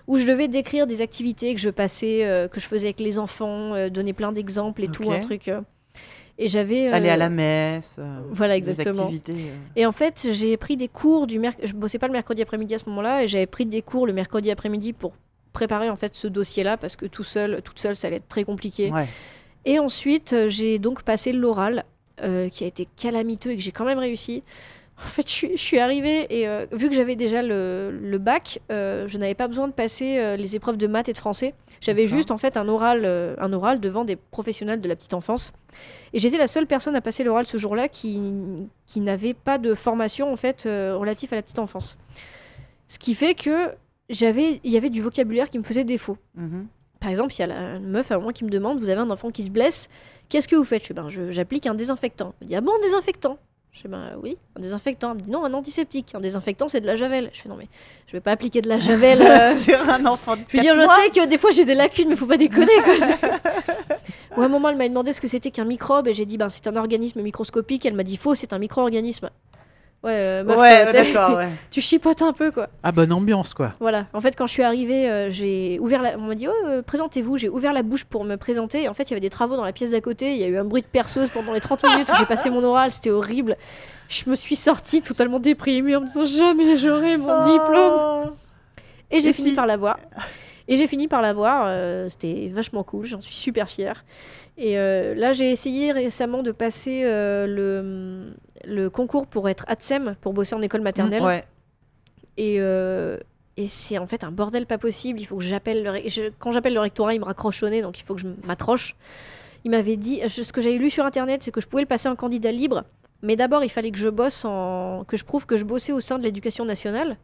où je devais décrire des activités que je passais, euh, que je faisais avec les enfants, euh, donner plein d'exemples et okay. tout, un truc. Euh, et j'avais... Euh, aller à la messe, euh, voilà, des exactement. activités. Euh... Et en fait, j'ai pris des cours du mercredi. Je bossais pas le mercredi après-midi à ce moment-là, et j'avais pris des cours le mercredi après-midi pour préparer en fait ce dossier-là, parce que tout seul, toute seule, ça allait être très compliqué. Ouais. Et ensuite, euh, j'ai donc passé l'oral, euh, qui a été calamiteux et que j'ai quand même réussi. En fait, je suis, je suis arrivée et euh, vu que j'avais déjà le, le bac, euh, je n'avais pas besoin de passer euh, les épreuves de maths et de français. J'avais D'accord. juste en fait un oral, euh, un oral devant des professionnels de la petite enfance. Et j'étais la seule personne à passer l'oral ce jour-là qui, qui n'avait pas de formation en fait euh, relative à la petite enfance. Ce qui fait que j'avais, il y avait du vocabulaire qui me faisait défaut. Mm-hmm. Par exemple, il y a la une meuf à moi qui me demande, vous avez un enfant qui se blesse, qu'est-ce que vous faites? Je dis, ben, je, j'applique un désinfectant. Elle me dit, ah bon, un désinfectant? Je fais, ben oui, un désinfectant. Elle me dit, non, un antiseptique. Un désinfectant, c'est de la javel. Je fais, non, mais je vais pas appliquer de la javel. Euh... sur un enfant de Je veux dire, je sais que des fois j'ai des lacunes, mais faut pas déconner, quoi. Ou à un moment, elle m'a demandé ce que c'était qu'un microbe, et j'ai dit, ben, c'est un organisme microscopique. Elle m'a dit, faux, c'est un micro-organisme. Ouais, euh, meuf, ouais, euh, d'accord, ouais. Tu chipotes un peu, quoi. Ah, bonne ambiance, quoi. Voilà. En fait, quand je suis arrivée, euh, j'ai ouvert la... On m'a dit, oh, euh, présentez-vous. J'ai ouvert la bouche pour me présenter. Et en fait, il y avait des travaux dans la pièce d'à côté. Il y a eu un bruit de perceuse pendant les trente minutes où j'ai passé mon oral. C'était horrible. Je me suis sortie totalement déprimée en me disant, jamais j'aurai mon oh. diplôme. Et j'ai Et fini si... par l'avoir. Et j'ai fini par l'avoir. Euh, c'était vachement cool. J'en suis super fière. Et euh, là, j'ai essayé récemment de passer euh, le, le concours pour être A T S E M, pour bosser en école maternelle. Mmh, ouais. Et, euh, et c'est en fait un bordel pas possible. Il faut que j'appelle le... Ré... Je... Quand j'appelle le rectorat, il me raccroche au nez, donc il faut que je m'accroche. Il m'avait dit... Ce que j'avais lu sur Internet, c'est que je pouvais le passer en candidat libre. Mais d'abord, il fallait que je bosse en... que je prouve que je bossais au sein de l'éducation nationale.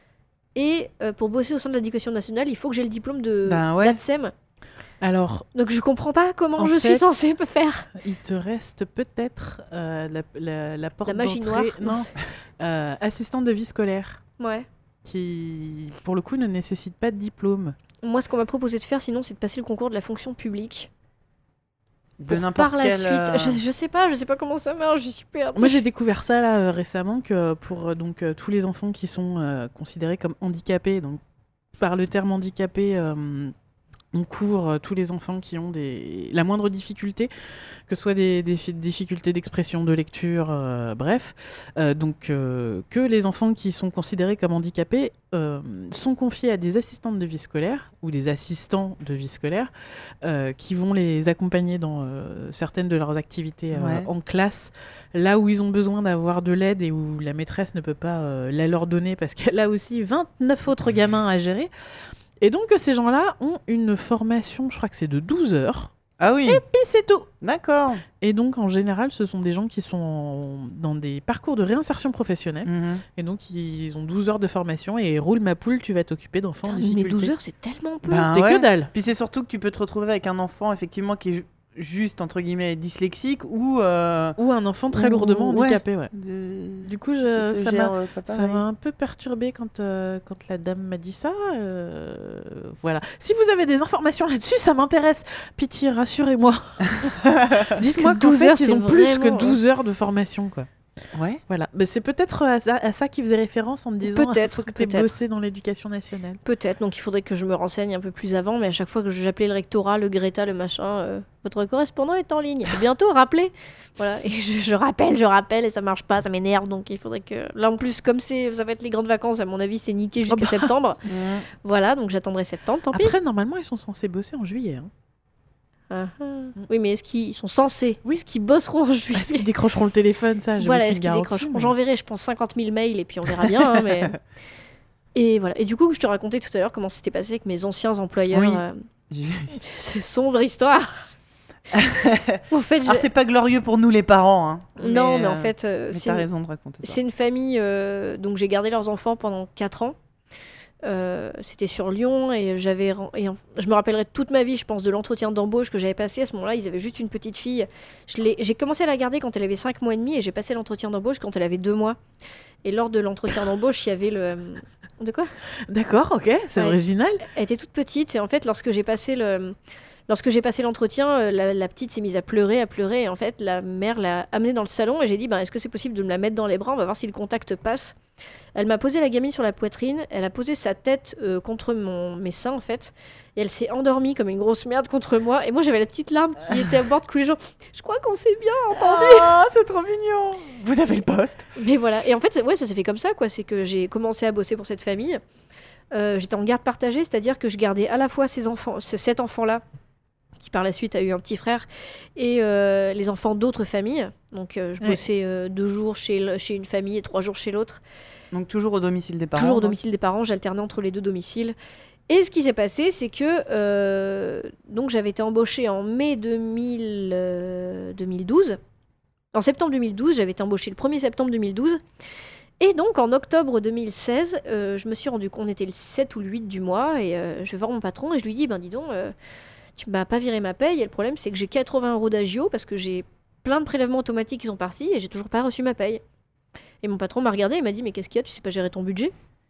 Et euh, pour bosser au sein de l'éducation nationale, il faut que j'ai le diplôme de ben ouais. d'A T S E M. Alors, donc je comprends pas comment en je fait, suis censée faire. Il te reste peut-être euh, la, la, la porte la magie d'entrée. noire. Non, euh, assistante de vie scolaire. Ouais. Qui, pour le coup, ne nécessite pas de diplôme. Moi, ce qu'on m'a proposé de faire, sinon, c'est de passer le concours de la fonction publique. De n'importe par la quel, suite, euh... je, je sais pas, je sais pas comment ça marche, je suis perdue. Moi, j'ai découvert ça là euh, récemment que pour euh, donc euh, tous les enfants qui sont euh, considérés comme handicapés, donc par le terme handicapé. Euh, On couvre tous les enfants qui ont des... la moindre difficulté, que ce soit des, des difficultés d'expression, de lecture, euh, bref. Euh, donc, euh, que les enfants qui sont considérés comme handicapés euh, sont confiés à des assistantes de vie scolaire ou des assistants de vie scolaire euh, qui vont les accompagner dans euh, certaines de leurs activités euh, ouais. en classe, là où ils ont besoin d'avoir de l'aide et où la maîtresse ne peut pas euh, la leur donner parce qu'elle a aussi vingt-neuf autres gamins à gérer. Et donc, ces gens-là ont une formation, je crois que c'est de douze heures. Ah oui. Et puis, c'est tout. D'accord. Et donc, en général, ce sont des gens qui sont en... dans des parcours de réinsertion professionnelle. Mmh. Et donc, ils ont douze heures de formation. Et roule ma poule, tu vas t'occuper d'enfants en difficulté. Mais douze heures, c'est tellement peu. Ben, T'es ouais. que dalle. Puis c'est surtout que tu peux te retrouver avec un enfant, effectivement, qui est juste, entre guillemets, dyslexique ou... Euh... Ou un enfant très ou... lourdement handicapé, ouais. ouais. De... Du coup, je, ça, gère, m'a, euh, ça m'a un peu perturbée quand, euh, quand la dame m'a dit ça. Euh, voilà. Si vous avez des informations là-dessus, ça m'intéresse. Pitié, rassurez-moi. Dites-moi qu'en fait, ils ont plus que douze heures de formation, quoi. Ouais. Voilà. Mais c'est peut-être à ça, à ça qu'il faisait référence en me disant peut-être que tu aies bossé dans l'éducation nationale. Peut-être. Donc il faudrait que je me renseigne un peu plus avant. Mais à chaque fois que j'appelais le rectorat, le Greta, le machin, euh, votre correspondant est en ligne. Et bientôt, rappelez. Voilà. Et je, je rappelle, je rappelle et ça marche pas, ça m'énerve. Donc il faudrait que. Là en plus, comme c'est, ça va être les grandes vacances, à mon avis, c'est niqué jusqu'à oh bah. septembre. Mmh. Voilà. Donc j'attendrai septembre. Tant Après, pis. normalement, ils sont censés bosser en juillet. Hein. Uh-huh. Mm. Oui, mais est-ce qu'ils sont censés? Oui. Est-ce qu'ils bosseront en juillet? Est-ce qu'ils décrocheront le téléphone? Ça, je voilà, est-ce qu'ils décrocheront mais... J'enverrai, je pense, cinquante mille mails et puis on verra bien. Hein, mais... Et voilà. Et du coup, je te racontais tout à l'heure comment c'était passé avec mes anciens employeurs. Oui. Euh... C'est sombre histoire. en fait, Alors, c'est pas glorieux pour nous les parents. Hein. Non, mais, mais euh... en fait, euh, mais c'est t'as une... raison de raconter ça. C'est une famille, euh... donc j'ai gardé leurs enfants pendant quatre ans. Euh, c'était sur Lyon et j'avais et en... je me rappellerai toute ma vie, je pense, de l'entretien d'embauche que j'avais passé. À ce moment-là, ils avaient juste une petite fille. Je l'ai... J'ai commencé à la garder quand elle avait cinq mois et demi et j'ai passé l'entretien d'embauche quand elle avait deux mois. Et lors de l'entretien d'embauche, il y avait le... De quoi ? D'accord, ok, c'est ouais, original. Elle était toute petite et en fait, lorsque j'ai passé le... Lorsque j'ai passé l'entretien, euh, la, la petite s'est mise à pleurer, à pleurer. Et en fait, la mère l'a amenée dans le salon et j'ai dit, ben, est-ce que c'est possible de me la mettre dans les bras ? On va voir si le contact passe. Elle m'a posé la gamine sur la poitrine. Elle a posé sa tête euh, contre mon, mes seins, en fait. Et elle s'est endormie comme une grosse merde contre moi. Et moi, j'avais la petite larme qui était à bord de tous les jours. Je crois qu'on s'est bien entendu. Oh, c'est trop mignon. Vous avez le poste. Mais voilà. Et en fait, ouais, ça s'est fait comme ça, quoi. C'est que j'ai commencé à bosser pour cette famille. Euh, j'étais en garde partagée, c'est-à-dire que je gardais à la fois ces enfants, ce, cet enfant-là, qui par la suite a eu un petit frère, et euh, les enfants d'autres familles. Donc euh, je Ouais. bossais euh, deux jours chez, le- chez une famille et trois jours chez l'autre. Donc toujours au domicile des parents. Toujours au donc. domicile des parents, j'alternais entre les deux domiciles. Et ce qui s'est passé, c'est que euh, donc j'avais été embauchée en mai deux mille, euh, deux mille douze. En septembre deux mille douze, j'avais été embauchée le premier septembre deux mille douze. Et donc en octobre deux mille seize, euh, je me suis rendu compte, on était le sept ou le huit du mois, et euh, je vais voir mon patron et je lui dis, ben dis donc, euh, tu m'as pas viré ma paye, et le problème c'est que j'ai quatre-vingts euros d'agio parce que j'ai plein de prélèvements automatiques qui sont partis et j'ai toujours pas reçu ma paye. Et mon patron m'a regardé et m'a dit, mais qu'est-ce qu'il y a, tu sais pas gérer ton budget ?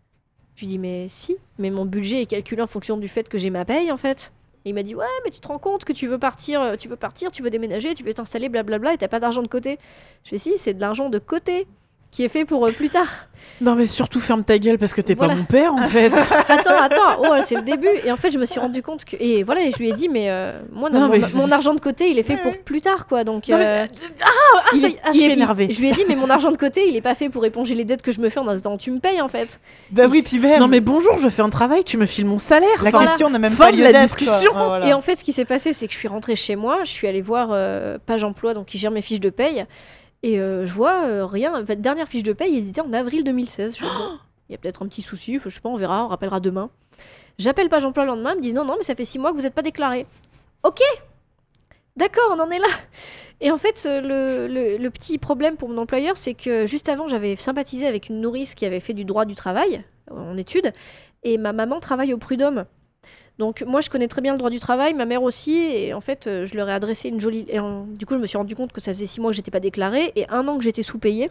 Je lui dis, mais si, mais mon budget est calculé en fonction du fait que j'ai ma paye en fait. Et il m'a dit, ouais, mais tu te rends compte que tu veux partir, euh, tu veux partir, tu veux déménager, tu veux t'installer, blablabla, et t'as pas d'argent de côté. Je fais, si, c'est de l'argent de côté qui est fait pour euh, plus tard. Non, mais surtout ferme ta gueule parce que t'es Voilà. pas mon père en fait. Attends, attends, oh, c'est le début. Et en fait, je me suis rendu compte que. Et voilà, et je lui ai dit, mais euh, moi, non, Non, mon, mais- mon argent de côté, il est fait pour plus tard, quoi. Donc. Non, mais- euh, Ah, il ça est- y est, ah, il je suis est- énervée. Je lui ai dit, mais mon argent de côté, il est pas fait pour éponger les dettes que je me fais en attendant que tu me payes, en fait. Bah oui, puis même. Non, mais bonjour, je fais un travail, tu me files mon salaire. la Enfin, question n'a même fin pas de lieu la d'être, discussion. quoi. Ah, voilà. Et en fait, ce qui s'est passé, c'est que je suis rentrée chez moi, je suis allée voir euh, Page Emploi, donc qui gère mes fiches de paye, et euh, je vois euh, rien. En fait, dernière fiche de paye éditée en avril deux mille seize. Je fais, bon, il y a peut-être un petit souci, je sais pas, on verra, on rappellera demain. J'appelle Page Emploi le lendemain, ils me disent non, non, mais ça fait six mois que vous n'êtes pas déclaré. Ok, d'accord, on en est là. Et en fait, euh, le, le- le petit problème pour mon employeur, c'est que juste avant, j'avais sympathisé avec une nourrice qui avait fait du droit du travail euh, en études, et ma maman travaille au prud'homme. Donc moi, je connais très bien le droit du travail, ma mère aussi, et en fait, euh, je leur ai adressé une jolie... et en- Du coup, je me suis rendu compte que ça faisait six mois que j'étais pas déclarée, et un an que j'étais sous-payée.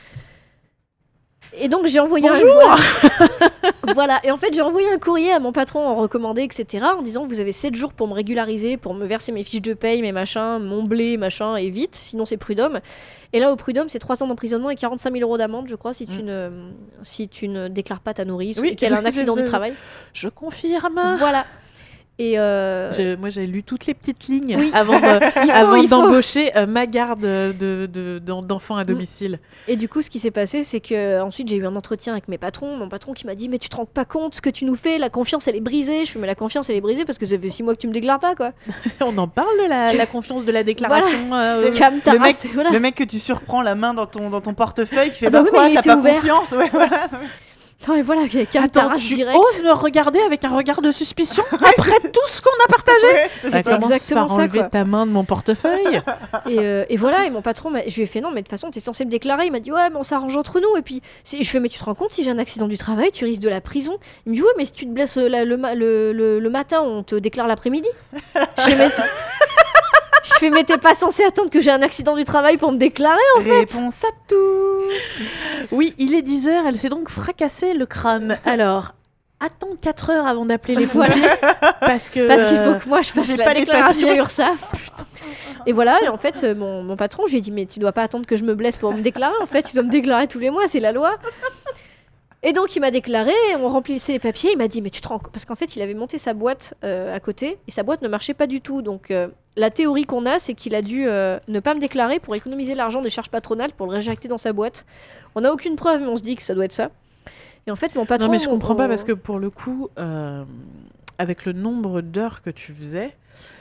Et donc j'ai envoyé Bonjour. un... Voilà, et en fait j'ai envoyé un courrier à mon patron en recommandé, et cetera, en disant vous avez sept jours pour me régulariser, pour me verser mes fiches de paye, mes machins, mon blé, machin, et vite, sinon c'est prud'homme. Et là au prud'homme c'est trois ans d'emprisonnement et quarante-cinq mille euros d'amende, je crois, si tu, Mm. ne, si tu ne déclares pas ta nourrice Oui, ou qu'elle a un je- accident je- du travail. Je confirme. Voilà. Et euh, J'ai- Moi, j'ai lu toutes les petites lignes Oui. avant de- il faut, avant il faut. d'embaucher euh, ma garde de, de- d'en- d'enfants à domicile. Et du coup, ce qui s'est passé, c'est que ensuite j'ai eu un entretien avec mes patrons. Mon patron qui m'a dit, mais tu te rends pas compte ce que tu nous fais, la confiance elle est brisée. Je fais, mais la confiance elle est brisée parce que ça fait six mois que tu me déclares pas, quoi. On en parle de la, la confiance de la déclaration. euh, Calme ta le mec- race, et voilà. Le mec que tu surprends la main dans ton, dans ton portefeuille qui fait Ah bah bah oui, quoi, mais il t'as était pas ouvert. confiance, ouais, voilà. Attends, et voilà, calme ta Attends, race tu direct. oses me regarder avec un regard de suspicion après tout ce qu'on a partagé. Ouais, c'est C'était ça. commence exactement par ça, enlever quoi. ta main de mon portefeuille. Et, euh, et voilà, et mon patron, m'a- je lui ai fait non, mais de toute façon, t'es censé me déclarer. Il m'a dit, ouais, mais on s'arrange entre nous. Et puis, c'est- je fais, mais tu te rends compte, si j'ai un accident du travail, tu risques de la prison. Il me dit, ouais, mais si tu te blesses euh, la- le, ma- le, le- le matin, on te déclare l'après-midi. Je fais, mais tu- Je fais, mais t'es pas censé attendre que j'ai un accident du travail pour me déclarer. Réponse à tout. Oui, il est dix heures, elle s'est donc fracassé le crâne. Alors, attends quatre heures avant d'appeler les Voilà. pompiers. Parce que. Parce qu'il faut euh, que moi je fasse j'ai la pas les déclaration papiers. URSAF. Et voilà, et en fait, euh, mon, mon patron, je lui ai dit, mais tu dois pas attendre que je me blesse pour me déclarer. En fait, tu dois me déclarer tous les mois, c'est la loi. Et donc, il m'a déclaré, on remplissait les papiers. Il m'a dit, mais tu te rends compte. Parce qu'en fait, il avait monté sa boîte euh, à côté, et sa boîte ne marchait pas du tout. Donc, euh, la théorie qu'on a, c'est qu'il a dû euh, ne pas me déclarer pour économiser l'argent des charges patronales pour le réinjecter dans sa boîte. On n'a aucune preuve, mais on se dit que ça doit être ça. Et en fait, mon patron. Non, mais je mon- comprends pas mon- parce que pour le coup, euh, avec le nombre d'heures que tu faisais,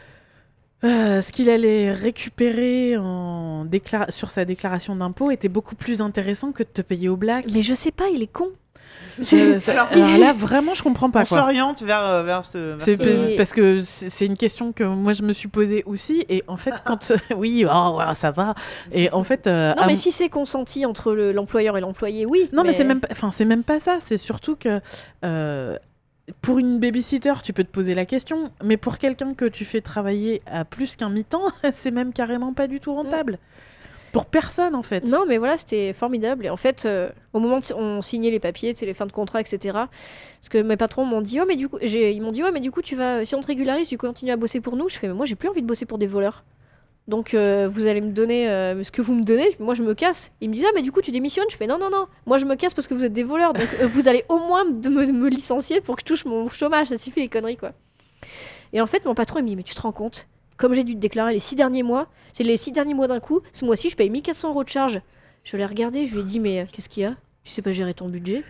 euh, ce qu'il allait récupérer en décla- sur sa déclaration d'impôt était beaucoup plus intéressant que de te payer au black. Mais je sais pas, il est con. Euh, ça- Alors- alors là, vraiment, je comprends pas On quoi. s'oriente vers, euh, vers ce. vers C'est ce- parce- Et- parce que c'est c'est une question que moi je me suis posée aussi et en fait quand oui oh, ouais, ça va et en fait euh, Non, à mais mon- si c'est consenti entre le- l'employeur et l'employé, oui. non mais, c'est même pas enfin c'est même pas ça, c'est surtout que euh, pour une babysitter, tu peux te poser la question, mais pour quelqu'un que tu fais travailler à plus qu'un mi-temps, c'est même carrément pas du tout rentable. pour personne en fait. Non, mais voilà, c'était formidable. Et en fait, euh, au moment où on signait les papiers, les fins de contrat, et cetera. Parce que mes patrons m'ont dit, oh mais du coup, j'ai... ils m'ont dit, oh mais du coup, tu vas, si on te régularise, tu continues à bosser pour nous. Je fais, mais moi, j'ai plus envie de bosser pour des voleurs. Donc euh, vous allez me donner euh, ce que vous me donnez, moi je me casse. Ils me disent ah mais du coup tu démissionnes. Je fais non non non, moi je me casse parce que vous êtes des voleurs. Donc euh, vous allez au moins me, me, me licencier pour que je touche mon chômage. Ça suffit les conneries quoi. Et en fait mon patron il me dit mais tu te rends compte, comme j'ai dû te déclarer les six derniers mois, c'est les six derniers mois d'un coup. Ce mois-ci je paye mille quatre cents euros de charge. Je l'ai regardé, je lui ai dit mais euh, qu'est-ce qu'il y a? Tu sais pas gérer ton budget?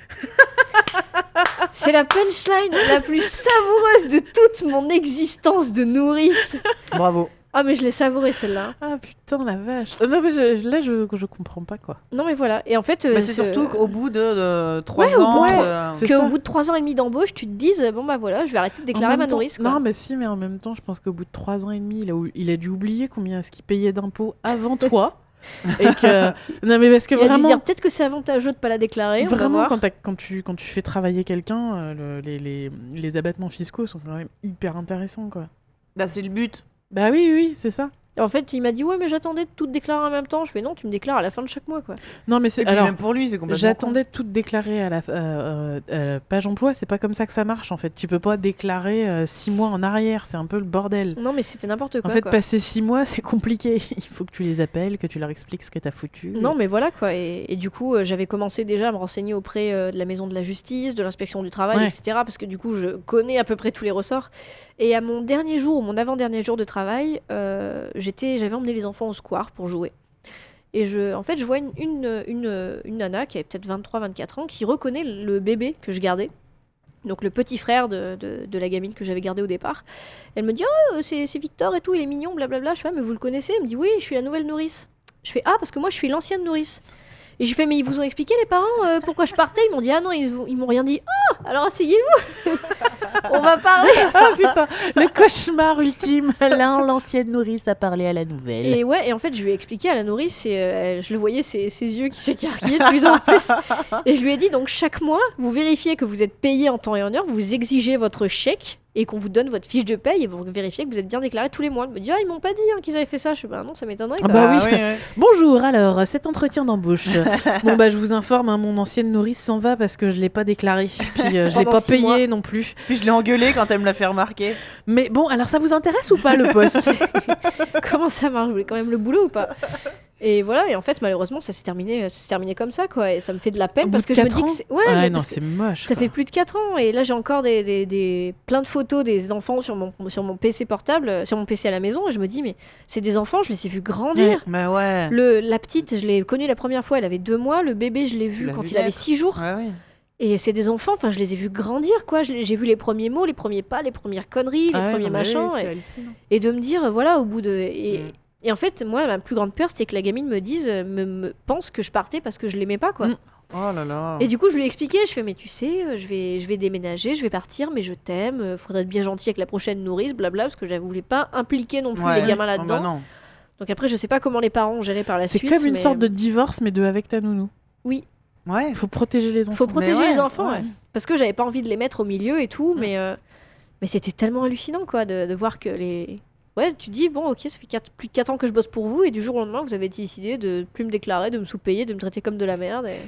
C'est la punchline la plus savoureuse de toute mon existence de nourrice. Bravo. Ah mais je l'ai savourée celle-là. Ah putain la vache. Euh, non mais je, là je, je comprends pas quoi. Non mais voilà. Et en fait, euh, bah, c'est ce... surtout qu'au bout de trois ouais, ans, au bout, euh... qu'au ça. bout de trois ans et demi d'embauche, tu te dises bon bah voilà, je vais arrêter de déclarer ma temps, nourrice. Quoi. Non mais si, mais en même temps, je pense qu'au bout de trois ans et demi, il a, il a dû oublier combien est-ce qu'il payait d'impôts avant toi. Et que non mais parce que il vraiment a dû se dire peut-être que c'est avantageux de pas la déclarer. Vraiment quand, quand tu quand tu fais travailler quelqu'un, euh, le, les, les les abattements fiscaux sont quand même hyper intéressants quoi. Bah c'est le but. Bah oui oui c'est ça. En fait, il m'a dit ouais mais j'attendais de tout déclarer en même temps. Je fais non, tu me déclares à la fin de chaque mois quoi. Non mais c'est et puis alors même pour lui c'est complètement j'attendais con. de tout déclarer à la, euh, euh, à la page emploi. C'est pas comme ça que ça marche en fait. Tu peux pas déclarer euh, six mois en arrière. C'est un peu le bordel. Non mais c'était n'importe quoi. En fait quoi. passer six mois c'est compliqué. Il faut que tu les appelles, que tu leur expliques ce que t'as foutu. Non mais voilà quoi. Et, et du coup euh, j'avais commencé déjà à me renseigner auprès euh, de la maison de la justice, de l'inspection du travail, Ouais. et cetera. Parce que du coup je connais à peu près tous les ressorts. Et à mon dernier jour, mon avant-dernier jour de travail, euh, j'étais, j'avais emmené les enfants au square pour jouer. Et je, en fait, je vois une, une, une, une nana qui avait peut-être vingt-trois vingt-quatre ans qui reconnaît le bébé que je gardais. Donc le petit frère de, de, de la gamine que j'avais gardée au départ. Elle me dit « Oh, c'est, c'est Victor et tout, il est mignon, blablabla. » Je fais ah, « Mais vous le connaissez ?» Elle me dit « Oui, je suis la nouvelle nourrice. » Je fais « Ah, parce que moi, je suis l'ancienne nourrice. » Et je fais « Mais ils vous ont expliqué, les parents, euh, pourquoi je partais ?» Ils m'ont dit « Ah non, ils, ils m'ont rien dit. »« Ah, alors asseyez-vous. On va parler. » Ah putain, le cauchemar ultime. Là, l'ancienne nourrice a parlé à la nouvelle. Et ouais, et en fait, je lui ai expliqué à la nourrice, et euh, je le voyais, ses, ses yeux qui s'écarquillaient de plus en plus. Et je lui ai dit, donc chaque mois, vous vérifiez que vous êtes payé en temps et en heure, vous exigez votre chèque, et qu'on vous donne votre fiche de paye, et vous vérifiez que vous êtes bien déclaré tous les mois. Elle me dit, ah, ils m'ont pas dit hein, qu'ils avaient fait ça. Je fais, bah non, ça m'étonnerait. Ah Quoi. bah oui. Ah, oui, oui. Bonjour, alors, cet entretien d'embauche. Bon bah je vous informe, hein, mon ancienne nourrice s'en va parce que je l'ai pas déclaré. Puis euh, je l'ai Pendant pas six payé mois. non plus. Puis je l'ai engueulé quand elle me l'a fait remarquer. Mais bon, alors ça vous intéresse ou pas le poste? Comment ça marche? Vous voulez quand même le boulot ou pas? Et voilà, et en fait, malheureusement, ça s'est terminé, ça s'est terminé comme ça, quoi. Et ça me fait de la peine Au parce bout que de je me quatre dis que ans c'est. Ouais, Ah mais non, parce que c'est moche. ça quoi. fait plus de quatre ans, et là j'ai encore des, des, des... plein de photos des enfants sur mon, sur mon P C portable, euh, sur mon P C à la maison, et je me dis, mais c'est des enfants, je les ai vus grandir. Bah ouais. Le, la petite, je l'ai connue la première fois, elle avait deux mois, le bébé, je l'ai vu l'as quand vu il avait naître. six jours. Ouais, oui. Et c'est des enfants, enfin, je les ai vus grandir, quoi. Je l'ai- J'ai vu les premiers mots, les premiers pas, les premières conneries, les Ah ouais, premiers non, mais machins. oui, et... c'est hallucinant. Et de me dire, euh, voilà, au bout de. Et, Mm. et en fait, moi, ma plus grande peur, c'était que la gamine me dise, euh, me, me pense que je partais parce que je l'aimais pas, quoi. Mm. Oh là là. Et du coup, je lui ai expliqué, je fais, mais tu sais, euh, je vais, je vais déménager, je vais partir, mais je t'aime, euh, faudrait être bien gentil avec la prochaine nourrice, blabla, parce que je voulais pas impliquer non plus Ouais. les gamins Oh, là-dedans. bah non. Donc après, je sais pas comment les parents ont géré par la C'est suite. comme une mais... sorte de divorce, mais de avec ta nounou. Oui, Ouais. Il faut protéger les enfants. faut protéger ouais, les enfants, ouais. ouais. Parce que j'avais pas envie de les mettre au milieu et tout, mais, euh, mais c'était tellement hallucinant, quoi, de, de voir que les. Ouais, tu dis, bon, ok, ça fait quatre- plus de quatre ans que je bosse pour vous, et du jour au lendemain, vous avez décidé de plus me déclarer, de me sous-payer, de me traiter comme de la merde, et,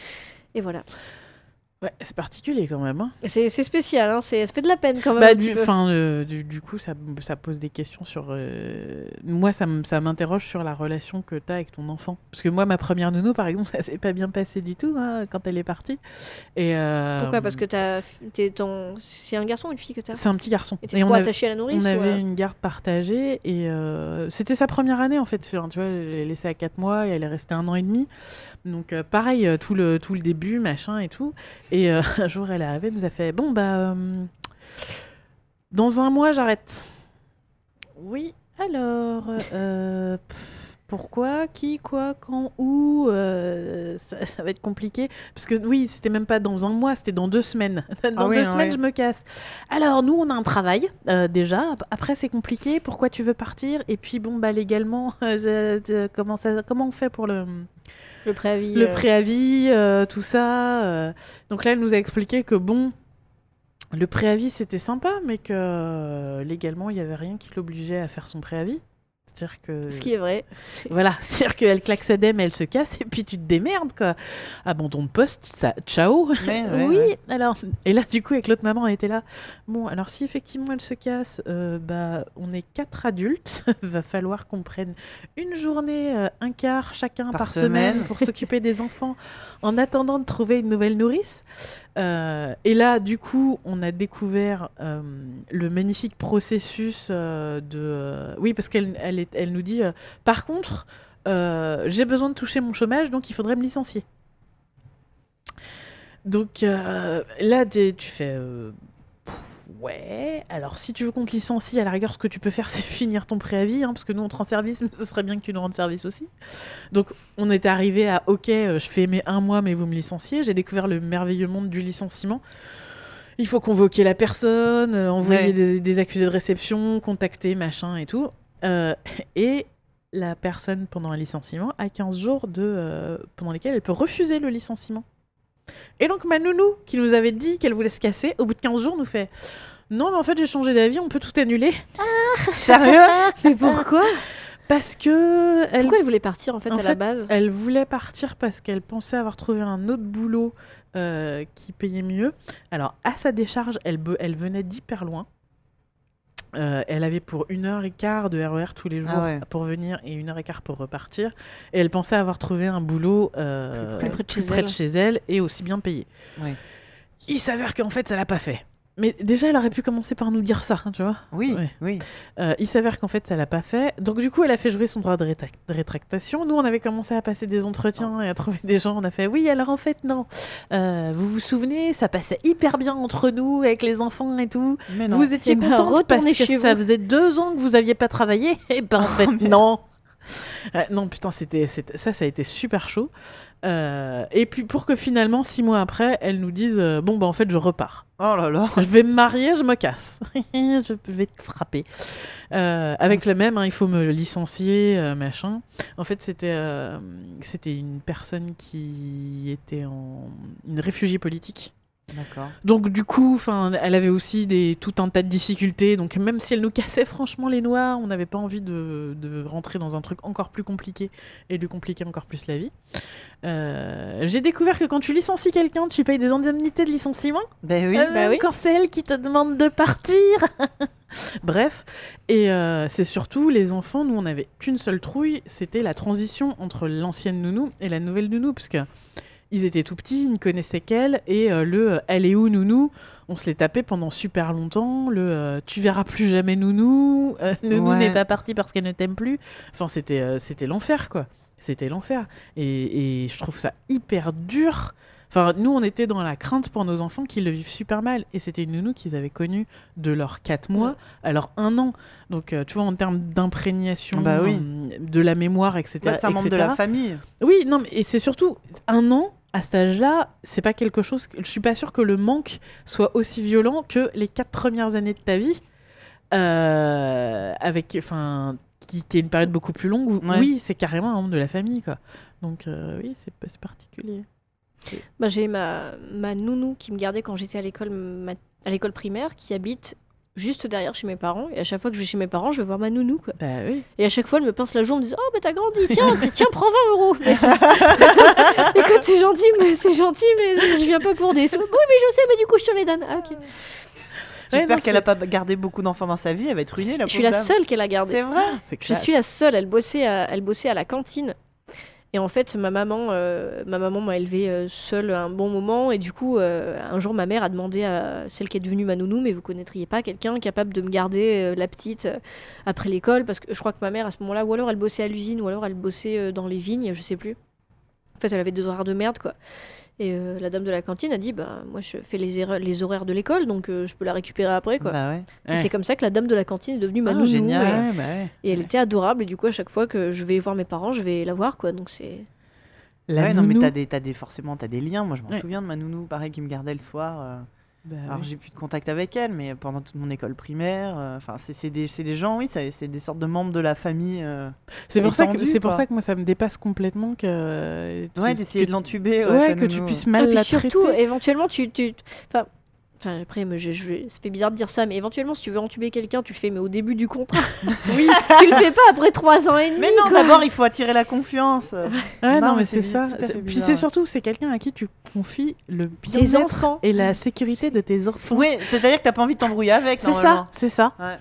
et voilà. Ouais, c'est particulier quand même. Hein. Et C'est c'est spécial, hein, c'est- ça fait de la peine quand même. Bah, un du, petit peu. fin, euh, du, du coup, ça, ça pose des questions sur. euh, Moi, ça, m- ça m'interroge sur la relation que tu as avec ton enfant. Parce que moi, ma première nounou, par exemple, ça s'est pas bien passé du tout hein, quand elle est partie. Et, euh, Pourquoi? Parce que t'as, t'es ton... c'est un garçon ou une fille que t'as? C'est un petit garçon. Et t'es Et trop on avait- attaché à la nourrice On ou, avait euh, une garde partagée et euh, c'était sa première année en fait. Enfin, tu vois, elle est laissée à quatre mois et elle est restée un an et demi. Donc euh, pareil, euh, tout le, tout le début, machin et tout. Et euh, un jour, elle est arrivée, elle nous a fait « Bon, bah, euh, dans un mois, j'arrête. » Oui, alors, euh, pff, pourquoi, qui, quoi, quand, où euh, ça, ça va être compliqué. Parce que oui, c'était même pas dans un mois, c'était dans deux semaines. Dans Ah oui, deux ah semaines, oui. je me casse. Alors, nous, on a un travail, euh, déjà. Après, c'est compliqué. Pourquoi tu veux partir? Et puis, bon, bah, légalement, euh, euh, comment, ça, comment on fait pour le... le préavis? Le euh, préavis, euh, tout ça. euh. Donc là, elle nous a expliqué que bon, le préavis c'était sympa, mais que euh, légalement, il n'y avait rien qui l'obligeait à faire son préavis. C'est-à-dire que... Ce qui est vrai. Voilà, c'est-à-dire qu'elle claque sa dème, elle se casse, et puis tu te démerdes, quoi. Abandon de poste, ça, ciao. Ouais, ouais, oui, ouais. alors... Et là, du coup, avec l'autre maman, elle était là. Bon, alors si effectivement elle se casse, euh, bah, on est quatre adultes. Va falloir qu'on prenne une journée, euh, un quart chacun par, Par semaine, semaine. pour s'occuper des enfants, en attendant de trouver une nouvelle nourrice. Euh, et là, du coup, on a découvert euh, le magnifique processus euh, de... Euh, oui, parce qu'elle elle, est- elle nous dit, euh, par contre, euh, j'ai besoin de toucher mon chômage, donc il faudrait me licencier. Donc euh, là, t'es- tu fais... euh, pff, ouais, alors si tu veux qu'on te licencie, à la rigueur, ce que tu peux faire, c'est finir ton préavis, hein, parce que nous, on te rend service, mais ce serait bien que tu nous rendes service aussi. Donc, on est arrivé à, ok, euh, je fais mes un mois, mais vous me licenciez. J'ai découvert le merveilleux monde du licenciement. Il faut convoquer la personne, euh, envoyer Ouais. des, des accusés de réception, contacter, machin et tout. Euh, et la personne, pendant un licenciement, a quinze jours de, euh, pendant lesquels elle peut refuser le licenciement. Et donc, ma nounou, qui nous avait dit qu'elle voulait se casser, au bout de quinze jours, nous fait « Non, mais en fait, j'ai changé d'avis, on peut tout annuler. Sérieux » Mais pourquoi Parce que... Elle... Pourquoi elle voulait partir en fait En à la fait, base Elle voulait partir parce qu'elle pensait avoir trouvé un autre boulot euh, qui payait mieux. Alors, à sa décharge, elle, be- elle venait d'hyper loin. Euh, elle avait pour une heure et quart de R E R tous les jours Ah ouais. pour venir et une heure et quart pour repartir. Et elle pensait avoir trouvé un boulot euh, Plus près de plus chez près elle. de chez elle et aussi bien payé. Ouais. Il s'avère qu'en fait, ça l'a pas fait. Mais déjà, elle aurait pu commencer par nous dire ça, hein, tu vois. Oui, Ouais. oui. Euh, il s'avère qu'en fait, ça l'a pas fait. Donc, du coup, elle a fait jouer son droit de, rétrac- de rétractation. Nous, on avait commencé à passer des entretiens et à trouver des gens. On a fait oui, alors en fait, non. Euh, vous vous souvenez, ça passait hyper bien entre nous, avec les enfants et tout. Mais non. Vous étiez Eh ben, contente parce retournez que chez ça vous. faisait deux ans que vous aviez pas travaillé. Et ben, en fait, non. Euh, non, putain, c'était, c'était- ça, ça a été super chaud. Euh, et puis, pour que finalement, six mois après, elle nous dise euh, bon, bah, en fait, je repars. Oh là là. Je vais me marier, je me casse. Je vais te frapper. Euh, avec le même, hein, il faut me licencier, euh, machin. En fait, c'était euh, c'était une personne qui était en une réfugiée politique. D'accord. Donc du coup, enfin, elle avait aussi des tout un tas de difficultés. Donc même si elle nous cassait franchement les noix, on n'avait pas envie de, de rentrer dans un truc encore plus compliqué et de compliquer encore plus la vie. Euh, j'ai découvert que quand tu licencies quelqu'un, tu payes des indemnités de licenciement. Ben oui. Euh, bah oui. Quand c'est elle qui te demande de partir. Bref, et euh, c'est surtout les enfants, nous on n'avait qu'une seule trouille, c'était la transition entre l'ancienne nounou et la nouvelle nounou, parce que ils étaient tout petits, ils ne connaissaient qu'elle, et euh, le euh, elle est où nounou, on se l'est tapé pendant super longtemps, le euh, tu verras plus jamais nounou, euh, nounou Ouais. n'est pas partie parce qu'elle ne t'aime plus, enfin c'était, euh, c'était l'enfer quoi, c'était l'enfer, et, et je trouve ça hyper dur. Enfin, nous, on était dans la crainte pour nos enfants qu'ils le vivent super mal. Et c'était une nounou qu'ils avaient connue de leurs quatre mois à leurs un an. Donc, euh, tu vois, en termes d'imprégnation, Bah oui. euh, de la mémoire, et cetera. Bah, c'est un membre de et cetera. la famille. Oui, non, mais et c'est surtout un an. À cet âge-là, c'est pas quelque chose. Que... Je suis pas sûre que le manque soit aussi violent que les quatre premières années de ta vie, euh, avec, enfin, qui, qui est une période beaucoup plus longue. Où, Ouais. Oui, c'est carrément un membre de la famille, quoi. Donc, euh, oui, c'est c'est particulier. Bah, j'ai ma, ma nounou qui me gardait quand j'étais à l'école ma- à l'école primaire, qui habite juste derrière chez mes parents. Et à chaque fois que je vais chez mes parents, je vais voir ma nounou, quoi. Bah oui. Et à chaque fois, elle me pince la joue en me disant « Oh, bah t'as grandi, tiens, t- tiens, prends vingt euros !» Écoute, c'est gentil, mais c'est gentil, mais je viens pas pour des sous. « Oui, mais je sais, mais du coup, je te les donne. » Ah, ok. J'espère non, qu'elle c'est- a pas gardé beaucoup d'enfants dans sa vie. Elle va être ruinée, la Je suis la pauvre dame. seule qu'elle a gardée. C'est vrai. C'est Je classe. suis la seule. Elle bossait à, elle bossait à la cantine. Et en fait, ma maman, euh, ma maman m'a élevée euh, seule un bon moment. Et du coup, euh, un jour, ma mère a demandé à celle qui est devenue ma nounou, mais vous connaîtriez pas quelqu'un capable de me garder euh, la petite euh, après l'école? Parce que je crois que ma mère, à ce moment-là, ou alors elle bossait à l'usine, ou alors elle bossait euh, dans les vignes, je sais plus. En fait, elle avait deux horaires de merde, quoi. Et euh, la dame de la cantine a dit, bah, moi, je fais les, erreurs- les horaires de l'école, donc euh, je peux la récupérer après, quoi. Bah ouais. Et c'est comme ça que la dame de la cantine est devenue ma Ah, nounou. génial. Et, Ouais, bah ouais. et elle était adorable. Et du coup, à chaque fois que je vais voir mes parents, je vais la voir, quoi. Donc c'est... La ouais, non, mais nounou- t'as des, t'as des, forcément, t'as des liens. Moi, je m'en Ouais. souviens de ma nounou, pareil, qui me gardait le soir. euh, Bah Alors, oui. j'ai plus de contact avec elle, mais pendant toute mon école primaire, euh, enfin, c'est, c'est, des, c'est des gens, oui, ça- c'est des sortes de membres de la famille. euh, C'est pour ça que étendu, c'est pour quoi. ça que moi ça me dépasse complètement que euh, tu- Ouais, d'essayer que- de l'entuber. ouais, ta que tu nounou. puisses Et mal puis la surtout, traiter. éventuellement, tu... tu... Enfin, Enfin, après, me, je, je, ça fait bizarre de dire ça, mais éventuellement, si tu veux entuber quelqu'un, tu le fais, mais au début du contrat. Oui. Tu le fais pas après trois ans et demi. Mais non, quoi. d'abord, il faut attirer la confiance. Ouais, non, Non, mais mais c'est c'est ça. tout à fait C'est- Puis bizarre, c'est ouais. surtout, c'est quelqu'un à qui tu confies le Tes bien-être enfants. et la sécurité de tes enfants. Oui, c'est-à-dire que t'as pas envie de t'embrouiller avec, c'est normalement. ça, c'est ça. Ouais.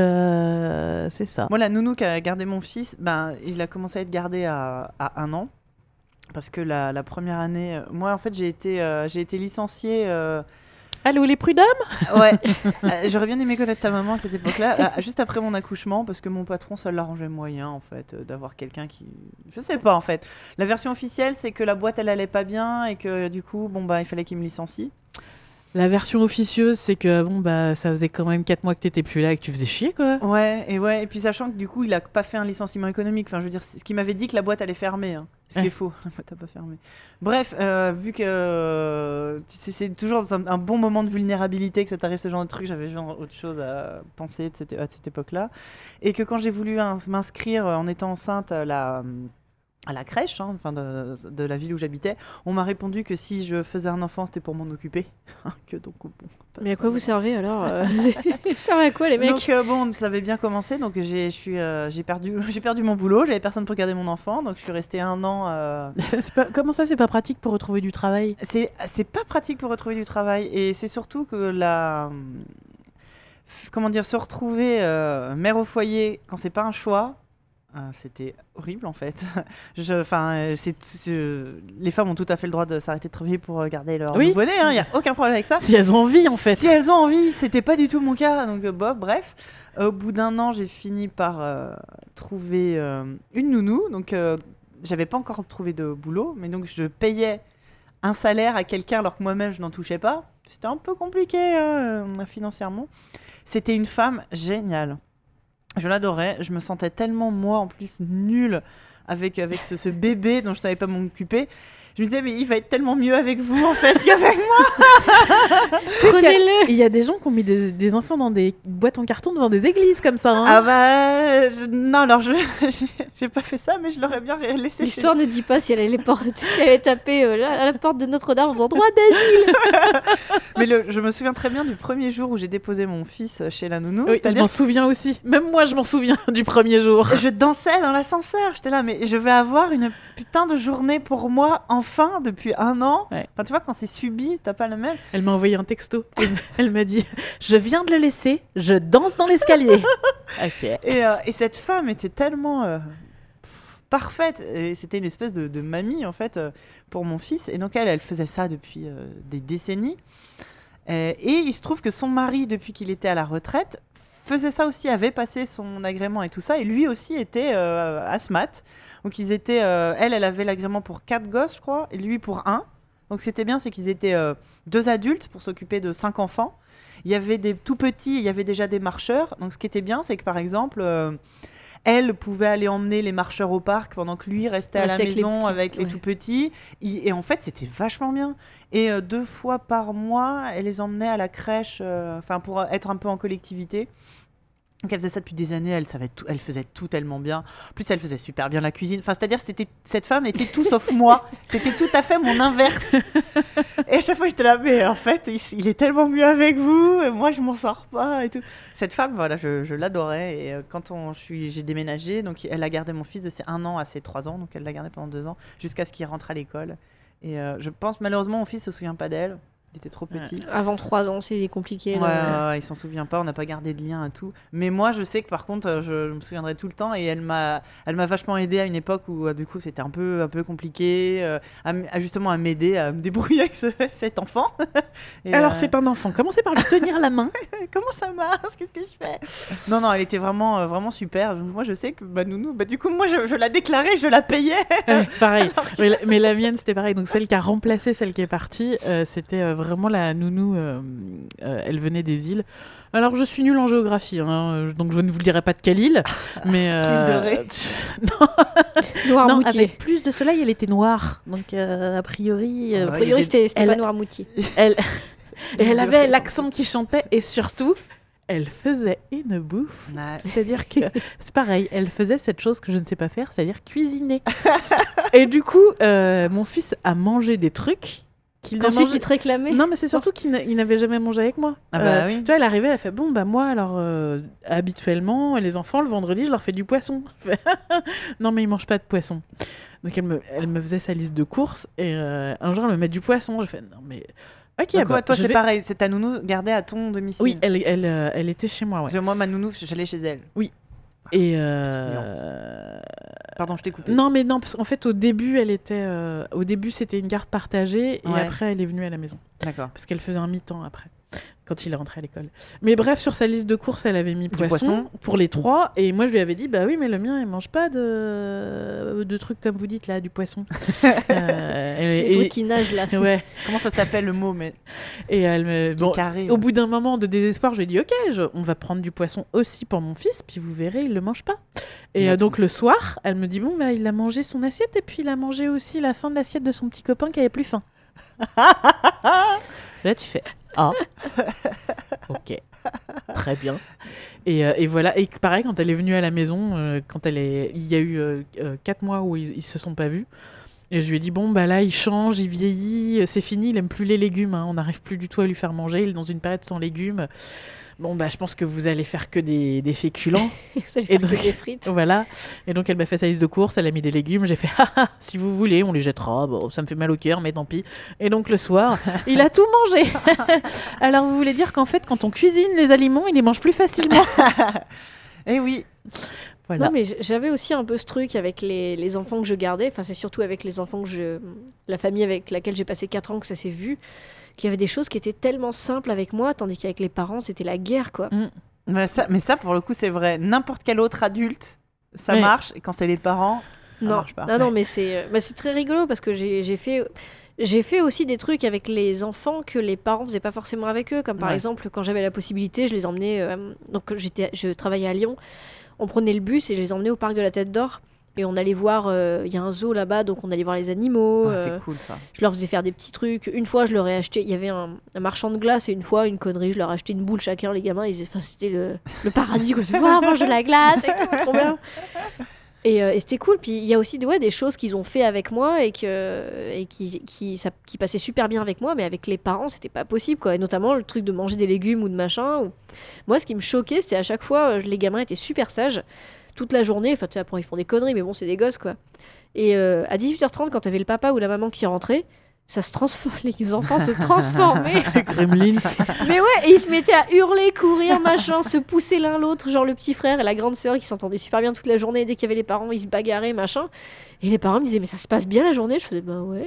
Je... C'est ça. Moi, la nounou qui a gardé mon fils, ben, il a commencé à être gardé à, à un an. Parce que la, la première année... euh, Moi, en fait, j'ai été, euh, j'ai été licenciée... euh, Allô, les prud'hommes. Ouais, Euh, j'aurais bien aimé connaître ta maman à cette époque-là, euh, juste après mon accouchement, parce que mon patron, ça l'arrangeait moyen, en fait, euh, d'avoir quelqu'un qui... Je sais pas, en fait. La version officielle, c'est que la boîte, elle allait pas bien, et que du coup, bon, bah, il fallait qu'il me licencie. La version officieuse, c'est que bon bah ça faisait quand même quatre mois que t'étais plus là et que tu faisais chier quoi. Ouais, et ouais, et puis sachant que du coup, il a pas fait un licenciement économique. Enfin, je veux dire, c'est ce qui m'avait dit que la boîte allait fermer, hein. Ce qui Ouais. est faux. La boîte a pas fermé. Bref, euh, vu que euh, tu sais, c'est toujours un, un bon moment de vulnérabilité que ça t'arrive ce genre de truc. J'avais genre autre chose à penser de cette, à cette époque-là, et que quand j'ai voulu ins- m'inscrire euh, en étant enceinte à la à la crèche, hein, enfin de, de la ville où j'habitais, on m'a répondu que si je faisais un enfant, c'était pour m'en occuper. que donc bon. pas Mais à quoi vous forcément. servez alors euh, Vous servez à quoi les mecs? Donc euh, bon, ça avait bien commencé, donc j'ai, je suis, euh, j'ai perdu, j'ai perdu mon boulot, j'avais personne pour garder mon enfant, donc je suis restée un an. euh, C'est pas... Comment ça, c'est pas pratique pour retrouver du travail? C'est, c'est pas pratique pour retrouver du travail, et c'est surtout que la, comment dire, se retrouver euh, mère au foyer quand c'est pas un choix. euh, C'était horrible en fait. Je, enfin, euh, c'est, c'est- les femmes ont tout à fait le droit de s'arrêter de travailler pour euh, garder leur Oui. nouveau-né. Il n'y a aucun problème avec ça. Si elles ont envie en fait. Si elles ont envie, c'était pas du tout mon cas. Donc, euh, bof, bref. Au bout d'un an, j'ai fini par euh, trouver euh, une nounou. Donc, euh, j'avais pas encore trouvé de boulot, mais donc je payais un salaire à quelqu'un alors que moi-même je n'en touchais pas. C'était un peu compliqué euh, financièrement. C'était une femme géniale. Je l'adorais. Je me sentais tellement, moi, en plus, nulle avec, avec ce, ce bébé dont je savais pas m'occuper. Je me disais, mais il va être tellement mieux avec vous, en fait, qu'avec moi. Tu sais qu'il y a- Prenez-le. Il y a des gens qui ont mis des, des enfants dans des boîtes en carton devant des églises comme ça. Hein. Ah bah... je- Non, alors, je j'ai pas fait ça, mais je l'aurais bien laissé chez L'histoire ne dit pas si elle allait, por- si elle allait taper euh, là, à la porte de Notre-Dame en faisant droit d'asile. Mais le, je me souviens très bien du premier jour où j'ai déposé mon fils chez la nounou. Oui, je C'est-à-dire m'en souviens aussi. Même moi, je m'en souviens du premier jour. que je dansais dans l'ascenseur. J'étais là, mais je vais avoir une putain de journée pour moi, enfin, depuis un an. Ouais. Enfin, tu vois, quand c'est subi, t'as pas le même. Elle m'a envoyé un texto. Elle, elle m'a dit je viens de le laisser, je danse dans l'escalier. Ok. Et, euh, et cette femme était tellement euh, pff, parfaite. Et c'était une espèce de, de mamie, en fait, euh, pour mon fils. Et donc, elle, elle faisait ça depuis euh, des décennies. Euh, et il se trouve que son mari, depuis qu'il était à la retraite, faisait ça aussi, avait passé son agrément et tout ça. Et lui aussi était euh, asthmate. Donc, ils étaient... euh, elle, elle avait l'agrément pour quatre gosses, je crois, et lui pour un. Donc, c'était bien, c'est qu'ils étaient euh, deux adultes pour s'occuper de cinq enfants. Il y avait des tout petits, il y avait déjà des marcheurs. Donc, ce qui était bien, c'est que, par exemple... euh, elle pouvait aller emmener les marcheurs au parc pendant que lui restait à la Restait avec les maison petits, avec les ouais. tout petits. Il- Et en fait, c'était vachement bien. Et euh, deux fois par mois, elle les emmenait à la crèche, euh, enfin pour être un peu en collectivité. Donc elle faisait ça depuis des années, elle savait tout, elle faisait tout tellement bien. En plus, elle faisait super bien la cuisine. Enfin, c'est-à-dire, c'était cette femme était tout sauf moi. C'était tout à fait mon inverse. Et à chaque fois, j'étais là, mais en fait, il, il est tellement mieux avec vous. Et moi, je m'en sors pas et tout. Cette femme, voilà, je, je l'adorais. Et euh, quand on, je suis, j'ai déménagé, donc elle a gardé mon fils de ses un an à ses trois ans, donc elle l'a gardé pendant deux ans jusqu'à ce qu'il rentre à l'école. Et euh, je pense malheureusement, mon fils se souvient pas d'elle. Il était trop petit. Avant trois ans, c'est compliqué. Ouais, donc, ouais, ouais, il s'en souvient pas, on n'a pas gardé de lien à tout. Mais moi, je sais que par contre, euh, je, je me souviendrai tout le temps et elle m'a, elle m'a vachement aidé à une époque où euh, du coup c'était un peu, un peu compliqué, euh, à, m- à justement à m'aider à me débrouiller avec ce- cet enfant. Et, Alors, euh, c'est un enfant. Commencez par lui tenir la main. comment ça marche? Qu'est-ce que je fais? Non, non, elle était vraiment, euh, vraiment super. Moi, je sais que bah, nounou, bah, du coup, moi, je, je la déclarais, je la payais. Ouais, pareil. Mais la, mais la mienne, c'était pareil. Donc, celle qui a remplacé celle qui est partie, euh, c'était euh, vraiment la nounou. euh, euh, elle venait des îles. Alors, je suis nulle en géographie, hein, donc je ne vous le dirai pas de quelle île. Mais. L'île de Ré. non, non, Noirmoutier. avec plus de soleil, elle était noire. Donc, euh, a priori. euh, Ah A ouais, il y a priori, des- c'était c'était elle- pas Noirmoutier. elle, et elle de avait Ré. l'accent qui chantait et surtout, elle faisait une bouffe. Ouais. C'est-à-dire que c'est pareil, elle faisait cette chose que je ne sais pas faire, c'est-à-dire cuisiner. Et du coup, euh, mon fils a mangé des trucs qu'il n'a Ensuite, mangé... il te réclamait. Non, mais c'est surtout qu'il n'a- il n'avait jamais mangé avec moi. Ah bah Euh, oui. Tu vois, elle arrivait, elle a fait bon, bah moi, alors euh, habituellement, les enfants, le vendredi, je leur fais du poisson. Je fais, non, mais ils mangent pas de poisson. Donc elle me, elle me faisait sa liste de courses et euh, un jour, elle me met du poisson. Je fais non, mais. Ok, Donc, bah, ouais, toi, je c'est vais- pareil. C'est ta nounou gardée à ton domicile. Oui, elle, elle, euh, elle était chez moi, ouais. Parce que moi, ma nounou, j'allais chez elle. Et. Petite Euh... Pardon, je t'ai coupé. Non, mais non, parce qu'en fait, au début, elle était. euh, Au début, c'était une garde partagée et Ouais. après, elle est venue à la maison. D'accord. Parce qu'elle faisait un mi-temps après, quand il est rentré à l'école. Mais bref, sur sa liste de courses, elle avait mis Du poisson, poisson. pour les trois. Et moi, je lui avais dit, bah oui, mais le mien, il mange pas de, de trucs comme vous dites là, du poisson. Euh, Les et, trucs qui nagent là. et- ouais. Comment ça s'appelle le mot mais... Et elle me. Bon, Bon, carré. au bout d'un moment de désespoir, je lui ai dit, ok, je- on va prendre du poisson aussi pour mon fils, puis vous verrez, il le mange pas. Et euh, donc le soir, elle me dit, bon, bah il a mangé son assiette, et puis il a mangé aussi la fin de l'assiette de son petit copain qui avait plus faim. Là, tu fais, ah, ok, très bien. Et, euh, et voilà, et pareil, quand elle est venue à la maison, euh, quand elle est... il y a eu euh, euh, quatre mois où ils, ils se sont pas vus. Et je lui ai dit, bon, bah là, il change, il vieillit, euh, c'est fini, il aime plus les légumes, hein, on n'arrive plus du tout à lui faire manger, il est dans une période sans légumes. Bon, bah je pense que vous allez faire que des, des féculents. Ça lui Et fait que donc- des frites. Voilà. Et donc, elle m'a fait sa liste de courses, elle a mis des légumes, j'ai fait, ah, ah, si vous voulez, on les jettera, bon, ça me fait mal au cœur, mais tant pis. Et donc, le soir, il a tout mangé. Alors, vous voulez dire qu'en fait, quand on cuisine les aliments, il les mange plus facilement. Eh oui. Voilà. Non, mais j- j'avais aussi un peu ce truc avec les, les enfants que je gardais. Enfin, c'est surtout avec les enfants que je. La famille avec laquelle j'ai passé quatre ans que ça s'est vu. Qu'il y avait des choses qui étaient tellement simples avec moi, tandis qu'avec les parents, c'était la guerre, quoi. Mais ça, mais ça, pour le coup, c'est vrai. N'importe quel autre adulte, ça Ouais. marche. Et quand c'est les parents, ça non, marche pas. non, non, mais c'est euh, bah, c'est très rigolo parce que j'ai j'ai fait. J'ai fait aussi des trucs avec les enfants que les parents faisaient pas forcément avec eux, comme par Ouais. exemple quand j'avais la possibilité, je les emmenais. euh, donc j'étais, je travaillais à Lyon, on prenait le bus et je les emmenais au parc de la Tête d'Or et on allait voir. euh, Il y a un zoo là-bas, donc on allait voir les animaux. Ah, euh, c'est cool ça. je leur faisais faire des petits trucs. Une fois, je leur ai acheté. Il y avait un, un marchand de glace et une fois, une connerie. Je leur ai acheté une boule chacun. Les gamins, ils, enfin, c'était le, le paradis. Quoi. C'est, Ouah, mange de la glace et tout, trop bien. Et, euh, et c'était cool. Puis il y a aussi ouais, des choses qu'ils ont fait avec moi et, que, et qui, qui, ça, qui passaient super bien avec moi, mais avec les parents, c'était pas possible. Quoi. Et notamment le truc de manger des légumes ou de machin. Ou... Moi, ce qui me choquait, c'était à chaque fois, euh, les gamins étaient super sages toute la journée. Enfin, tu sais, après, ils font des conneries, mais bon, c'est des gosses, quoi. Et euh, à dix-huit heures trente, quand t'avais le papa ou la maman qui rentrait, ça se transforme, les enfants se transformaient. Les gremlins. Mais ouais, et ils se mettaient à hurler, courir, machin, se pousser l'un l'autre, genre le petit frère et la grande sœur qui s'entendaient super bien toute la journée. Dès qu'il y avait les parents, ils se bagarraient, machin. Et les parents me disaient, mais ça se passe bien la journée? Je faisais, bah ouais.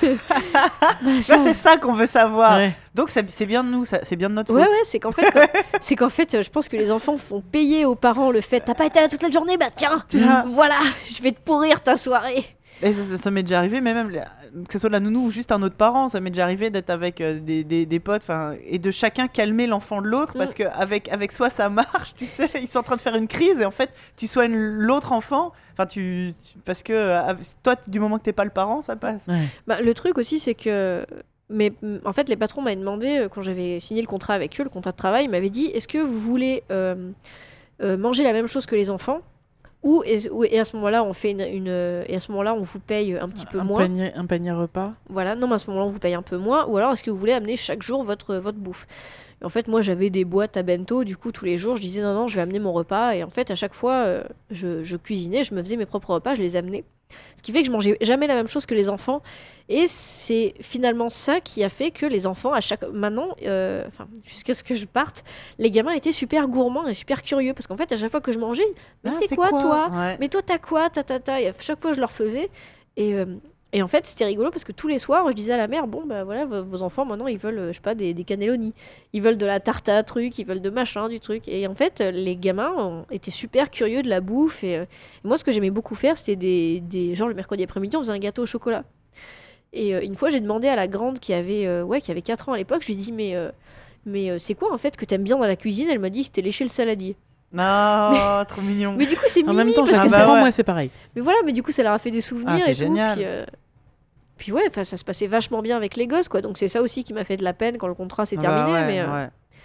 Bah, Ça, c'est ça qu'on veut savoir. Ouais. Donc, c'est c'est bien de nous, ça- c'est bien de notre Ouais, faute. ouais, c'est qu'en fait, quand- c'est qu'en fait, euh, je pense que les enfants font payer aux parents le fait, t'as pas été là toute la journée, bah tiens, Tiens. voilà, je vais te pourrir ta soirée. Et ça, ça- ça m'est déjà arrivé, mais même la- que ce soit de la nounou ou juste un autre parent, ça m'est déjà arrivé d'être avec euh, des, des, des potes 'fin, et de chacun calmer l'enfant de l'autre Mm. parce qu'avec avec soi ça marche, tu sais, ils sont en train de faire une crise et en fait tu soignes l'autre enfant, enfin tu, tu- parce que euh, av- toi du moment que t'es pas le parent ça passe. Ouais. Bah, le truc aussi, c'est que. Mais mm, en fait, les patrons m'avaient demandé, euh, quand j'avais signé le contrat avec eux, le contrat de travail, ils m'avaient dit est-ce que vous voulez euh, euh, manger la même chose que les enfants ou, est- ou- et à ce moment-là, on fait une, une, euh, et à ce moment-là, on vous paye un petit peu un moins. Panier, un panier repas. Voilà, non, mais à ce moment-là, on vous paye un peu moins. Ou alors, est-ce que vous voulez amener chaque jour votre, votre bouffe? Et en fait, moi, j'avais des boîtes à bento. Du coup, tous les jours, je disais non, non, je vais amener mon repas. Et en fait, à chaque fois, euh, je, je cuisinais, je me faisais mes propres repas, je les amenais. Ce qui fait que je mangeais jamais la même chose que les enfants. Et c'est finalement ça qui a fait que les enfants, à chaque maintenant, euh, enfin, jusqu'à ce que je parte, les gamins étaient super gourmands et super curieux. Parce qu'en fait, à chaque fois que je mangeais, mais Ah, c'est quoi, toi? Ouais. Mais toi, t'as quoi? Ta, ta, ta. Et à chaque fois, je leur faisais. Et, euh, et en fait, c'était rigolo parce que tous les soirs, je disais à la mère, bon, bah voilà, vos, vos enfants, maintenant, ils veulent, euh, je sais pas, des, des cannelloni. Ils veulent de la tarte à truc, ils veulent de machin, du truc. Et en fait, euh, les gamins ont été super curieux de la bouffe. Et, euh, et moi, ce que j'aimais beaucoup faire, c'était des, des... Genre, le mercredi après-midi, on faisait un gâteau au chocolat. Et euh, une fois, j'ai demandé à la grande qui avait, euh, ouais, qui avait quatre ans à l'époque, je lui ai dit, mais, euh, mais euh, c'est quoi, en fait, que t'aimes bien dans la cuisine? Elle m'a dit, c'était lécher le saladier. Non, trop mignon. Mais du coup, c'est En mimi même temps, parce j'ai que un bah ça... enfant, ouais. moi, c'est pareil. Mais voilà, mais du coup, ça leur a fait des souvenirs Ah, c'est et génial. tout. Puis, euh, puis ouais, enfin, ça se passait vachement bien avec les gosses, quoi. Donc c'est ça aussi qui m'a fait de la peine quand le contrat s'est Bah terminé. ouais, mais, euh, ouais.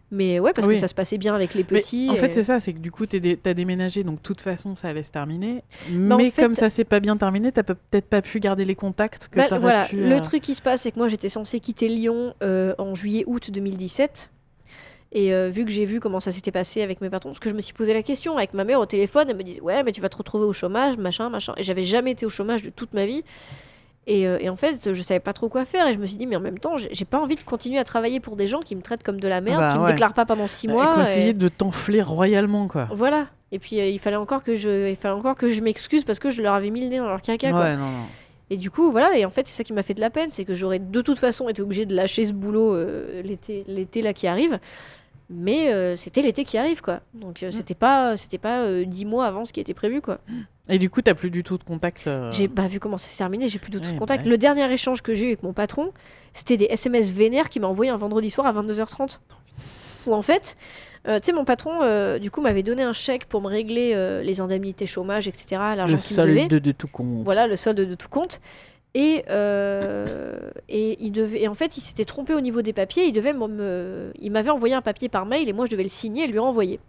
Mais ouais, parce Oui. que ça se passait bien avec les Mais petits. en et- fait, c'est ça, c'est que du coup, t'es dé- t'as déménagé, donc de toute façon, ça allait se terminer. Bah, en Mais fait- comme ça s'est pas bien terminé, t'as pe- peut-être pas pu garder les contacts que Bah, t'aurais voilà, pu... le euh, truc qui se passe, c'est que moi j'étais censée quitter Lyon euh, en juillet-août deux mille dix-sept. Et euh, vu que j'ai vu comment ça s'était passé avec mes patrons, parce que je me suis posé la question avec ma mère au téléphone, elle me disait ouais, mais tu vas te retrouver au chômage, machin, machin. Et j'avais jamais été au chômage de toute ma vie. Et, euh, et en fait, je savais pas trop quoi faire. Et je me suis dit, mais en même temps, j'ai j'ai pas envie de continuer à travailler pour des gens qui me traitent comme de la merde, Bah, qui me ouais. déclarent pas pendant six Il mois. faut et- essayer de t'enfler royalement, quoi. Voilà. Et puis euh, il fallait encore que je, il fallait encore que je m'excuse parce que je leur avais mis le nez dans leur caca. quoi. Ouais, non, non. Et du coup, voilà, et en fait, c'est ça qui m'a fait de la peine, c'est que j'aurais de toute façon été obligée de lâcher ce boulot euh, l'été, l'été là qui arrive. Mais euh, c'était l'été qui arrive, quoi. Donc euh, c'était pas, c'était pas euh, dix mois avant ce qui était prévu, quoi. Et du coup, t'as plus du tout de contact. euh, J'ai bah, vu comment ça s'est terminé, j'ai plus de tout Ouais, contact. bah ouais. Le dernier échange que j'ai eu avec mon patron, c'était des S M S vénères qu'il m'a envoyé un vendredi soir à vingt-deux heures trente. Où en fait, euh, tu sais, mon patron, euh, du coup, m'avait donné un chèque pour me régler euh, les indemnités chômage, et cetera, l'argent Le qu'il me devait. solde de tout compte. Voilà, le solde de tout compte. Et, euh, et, il devait, et en fait, il s'était trompé au niveau des papiers. Il, devait me, me- il m'avait envoyé un papier par mail et moi, je devais le signer et lui renvoyer.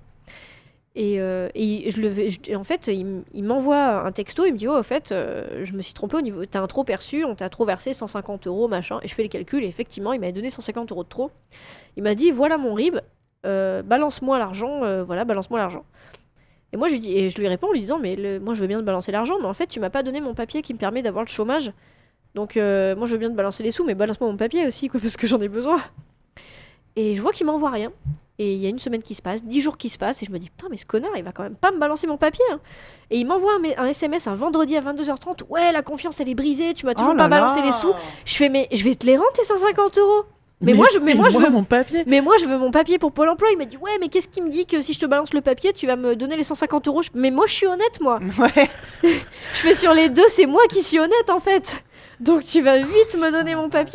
Et, euh, et je le, vais- je- et en fait, il, m- il m'envoie un texto. Il me dit oh, en fait, euh, je me suis trompé au niveau. T'as un trop perçu, on t'a trop versé cent cinquante euros, machin. Et je fais les calculs. Et effectivement, il m'avait donné cent cinquante euros de trop. Il m'a dit voilà mon R I B, euh, balance-moi l'argent. euh, voilà, balance-moi l'argent. Et moi, je lui, dis, et je lui réponds en lui disant mais le- moi, je veux bien te balancer l'argent, mais en fait, tu m'as pas donné mon papier qui me permet d'avoir le chômage. Donc, euh, moi, je veux bien te balancer les sous, mais balance-moi mon papier aussi, quoi, parce que j'en ai besoin. Et je vois qu'il m'envoie rien. Et il y a une semaine qui se passe, dix jours qui se passent, et je me dis putain, mais ce connard, il va quand même pas me balancer mon papier. hein. Et il m'envoie un, me- un S M S un vendredi à vingt-deux heures trente. Ouais, la confiance, elle est brisée, tu m'as toujours Oh pas là balancé là. les sous. Je fais mais je vais te les rendre tes cent cinquante euros. Mais moi, je- mais moi, je file-moi veux- mon papier. Mais moi, je veux mon papier pour Pôle emploi. Il m'a dit ouais, mais qu'est-ce qui me dit que si je te balance le papier, tu vas me donner les cent cinquante euros. Je- Mais moi, je suis honnête, moi. Ouais. Je fais sur les deux, c'est moi qui suis honnête en fait. Donc tu vas vite me donner mon papier.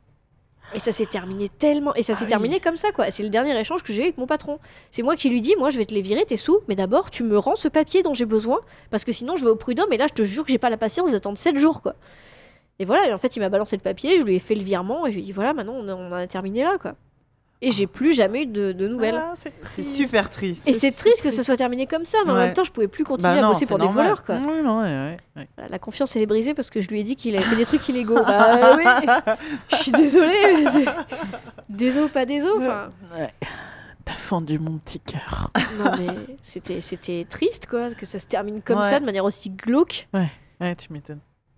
Et ça s'est terminé tellement. Et ça s'est Ah oui. terminé comme ça, quoi. C'est le dernier échange que j'ai eu avec mon patron. C'est moi qui lui dis moi, je vais te les virer, tes sous, mais d'abord, tu me rends ce papier dont j'ai besoin, parce que sinon, je vais au prud'homme, et là, je te jure que j'ai pas la patience d'attendre sept jours, quoi. Et voilà, et en fait, il m'a balancé le papier, je lui ai fait le virement, et je lui ai dit voilà, maintenant, on a, on a terminé là, quoi. Et j'ai plus jamais eu de, de nouvelles. Ah, c'est c'est super triste. Et c'est triste que ça soit terminé comme ça, mais en Ouais. même temps, je pouvais plus continuer Bah à non, bosser c'est pour normal. des voleurs, quoi. Ouais, non, ouais, ouais, ouais. Voilà, la confiance elle est brisée parce que je lui ai dit qu'il avait fait des trucs illégaux. Bah oui, je suis désolée. Mais c'est... Désolé, pas désolé. Enfin, Ouais. T'as fendu mon petit cœur. non mais c'était, c'était triste quoi, que ça se termine comme Ouais. ça de manière aussi glauque. Ouais, tu m'étonnes.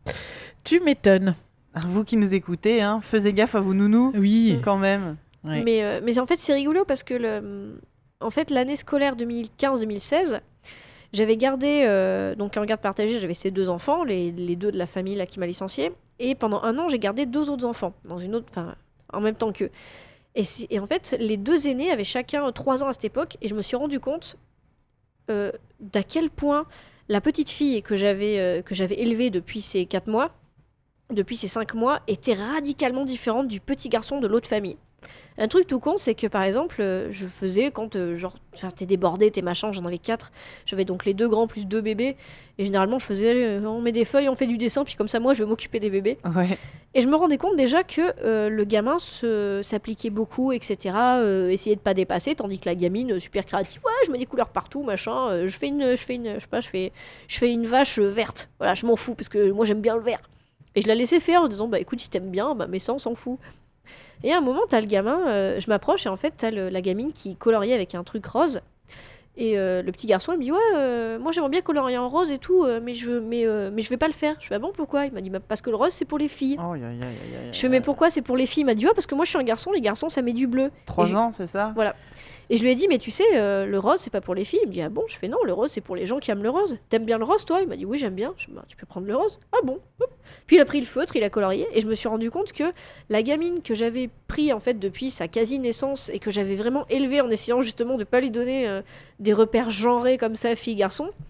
Tu m'étonnes. Vous qui nous écoutez, hein, faisez gaffe à vos nounous, Oui. quand même. Ouais. Mais, euh, mais en fait c'est rigolo parce que le, en fait l'année scolaire deux mille quinze deux mille seize, j'avais gardé euh, donc en garde partagée, j'avais ces deux enfants, les, les deux de la famille là qui m'a licenciée, et pendant un an j'ai gardé deux autres enfants dans une autre, enfin en même temps qu'eux. Et, c'est- et en fait, les deux aînés avaient chacun trois ans à cette époque, et je me suis rendu compte euh, d'à quel point la petite fille que j'avais euh, que j'avais élevée depuis ces quatre mois, depuis ces cinq mois, était radicalement différente du petit garçon de l'autre famille. Un truc tout con, c'est que par exemple, euh, je faisais quand euh, genre, enfin, t'es débordé, t'es machin, j'en avais quatre. J'avais donc les deux grands plus deux bébés, et généralement je faisais, euh, on met des feuilles, on fait du dessin, puis comme ça moi je vais m'occuper des bébés. Ouais. Et je me rendais compte déjà que euh, le gamin se, s'appliquait beaucoup, et cetera. Euh, essayait de pas dépasser, tandis que la gamine, euh, super créative, ouais, je mets des couleurs partout, machin. euh, je fais une, je fais une, je sais pas, je fais, je fais une vache euh, verte. Voilà, je m'en fous parce que moi j'aime bien le vert. Et je la laissais faire en disant, bah écoute, si t'aimes bien, bah mais ça on s'en fout. Et à un moment, t'as le gamin, euh, je m'approche et en fait t'as le- la gamine qui coloriait avec un truc rose. Et euh, le petit garçon il me dit ouais, euh, moi j'aimerais bien colorier en rose et tout, euh, mais je, mais, euh, mais je vais pas le faire. Je fais ah bon pourquoi? Il m'a dit bah, parce que le rose c'est pour les filles. Oh, aïe, aïe, aïe, aïe, Je fais mais pourquoi c'est pour les filles? Il m'a dit ouais parce que moi je suis un garçon, les garçons ça met du bleu. Et Trois je- ans, c'est ça? Et je lui ai dit mais tu sais euh, le rose c'est pas pour les filles. Il me dit ah bon? Je fais non, le rose c'est pour les gens qui aiment le rose. T'aimes bien le rose toi? Il m'a dit oui j'aime bien. Je fais, bah, tu peux prendre le rose. Ah bon? Hop. Puis il a pris le feutre, il a colorié et je me suis rendu compte que la gamine que j'avais pris en fait depuis sa quasi naissance et que j'avais vraiment élevée en essayant justement de pas lui donner euh, des repères genrés comme ça fille garçon.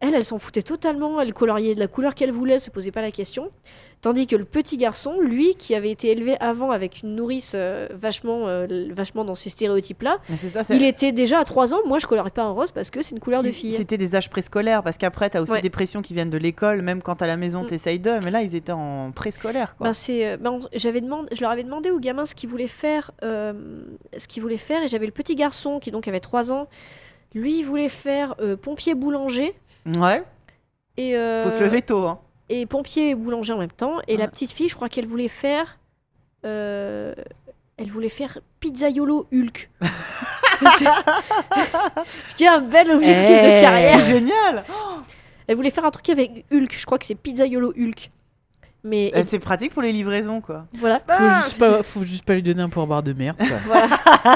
Elle, elle s'en foutait totalement, elle coloriait de la couleur qu'elle voulait, elle se posait pas la question. Tandis que le petit garçon, lui, qui avait été élevé avant avec une nourrice euh, vachement, euh, vachement dans ces stéréotypes-là, c'est ça, c'est... il était déjà à trois ans, moi je colorais pas en rose parce que c'est une couleur de fille. C'était des âges préscolaires, parce qu'après t'as aussi ouais. des pressions qui viennent de l'école, même quand à la maison mm. t'essayes d'eux, mais là ils étaient en préscolaire. Quoi. Ben, c'est, ben, j'avais demandé, je leur avais demandé aux gamins ce qu'ils voulaient faire, euh, ce qu'ils voulaient faire, et j'avais le petit garçon qui donc avait trois ans, lui il voulait faire euh, pompier boulanger. Ouais. Et euh, faut se lever tôt, hein. Et pompier et boulanger en même temps. Et ouais. la petite fille, je crois qu'elle voulait faire... Euh, elle voulait faire pizzaiolo Hulk. Ce qui est un bel objectif hey, de carrière. C'est génial. Elle voulait faire un truc avec Hulk. Je crois que c'est pizzaiolo Hulk. Mais et... C'est pratique pour les livraisons, quoi. Voilà. Faut, ah, juste pas, faut juste pas lui donner un pourboire de merde, quoi. Voilà.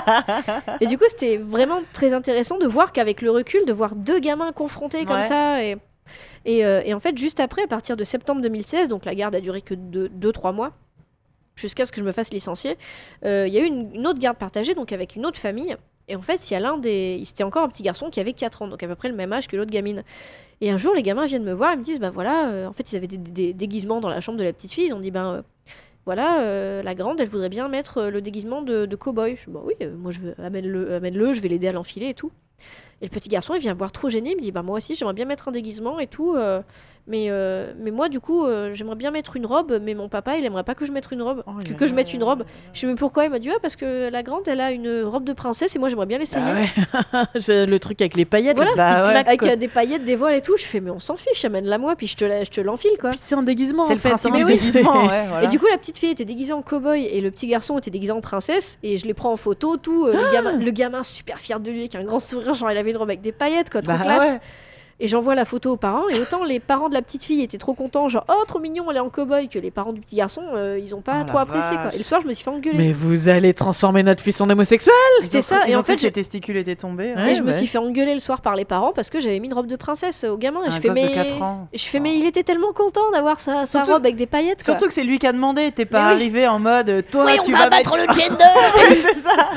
Et du coup, c'était vraiment très intéressant de voir qu'avec le recul, de voir deux gamins confrontés ouais. comme ça... Et... Et, euh, et en fait, juste après, à partir de septembre deux mille seize, donc la garde a duré que deux trois mois, jusqu'à ce que je me fasse licencier, il euh, y a eu une, une autre garde partagée, donc avec une autre famille. Et en fait, il y a l'un des... C'était encore un petit garçon qui avait quatre ans, donc à peu près le même âge que l'autre gamine. Et un jour, les gamins viennent me voir et me disent, bah voilà, euh, en fait, ils avaient des, des, des déguisements dans la chambre de la petite fille. Ils ont dit, ben... Euh, voilà, euh, la grande, elle voudrait bien mettre euh, le déguisement de, de cow-boy. Je dis, bah oui, euh, moi, je veux, amène-le, amène-le, je vais l'aider à l'enfiler et tout. Et le petit garçon, il vient me voir trop gêné, il me dit bah moi aussi j'aimerais bien mettre un déguisement et tout, euh, mais, euh, mais moi du coup euh, j'aimerais bien mettre une robe, mais mon papa il aimerait pas que je mette une robe, oh, que, que je mette une robe. Je sais mais pourquoi? Il m'a dit ah parce que la grande elle a une robe de princesse et moi j'aimerais bien l'essayer. Ah ouais. Le truc avec les paillettes, voilà, bah, ouais. Avec euh, des paillettes, des voiles et tout. Je fais mais on s'en fiche, amène-la moi puis je te, la, je te l'enfile quoi. Puis c'est un déguisement c'est en fait. C'est le déguisement. Ouais, voilà. Et du coup la petite fille était déguisée en cow-boy et le petit garçon était déguisé en princesse et je les prends en photo, tout. Euh, ah. le, gamin, le gamin super fier de lui avec un grand sourire, genre il avait une robe avec des paillettes. Quoi, trop bah classe. Ouais. Et j'envoie la photo aux parents et autant les parents de la petite fille étaient trop contents, genre oh trop mignon elle est en cow-boy, que les parents du petit garçon euh, ils ont pas oh trop apprécié quoi. Et le soir je me suis fait engueuler. Mais vous allez transformer notre fils en homosexuel? C'est ça. Ils et ont en fait les testicules étaient tombés. Ouais, et ouais. je me suis fait engueuler le soir par les parents parce que j'avais mis une robe de princesse au gamin. Et un je fais mais quatre ans. Je fais mais il était tellement content d'avoir sa, sa robe avec des paillettes. Quoi. Surtout que c'est lui qui a demandé. T'es pas oui. arrivé en mode toi oui, tu on vas va battre mettre... le gender. C'est ça.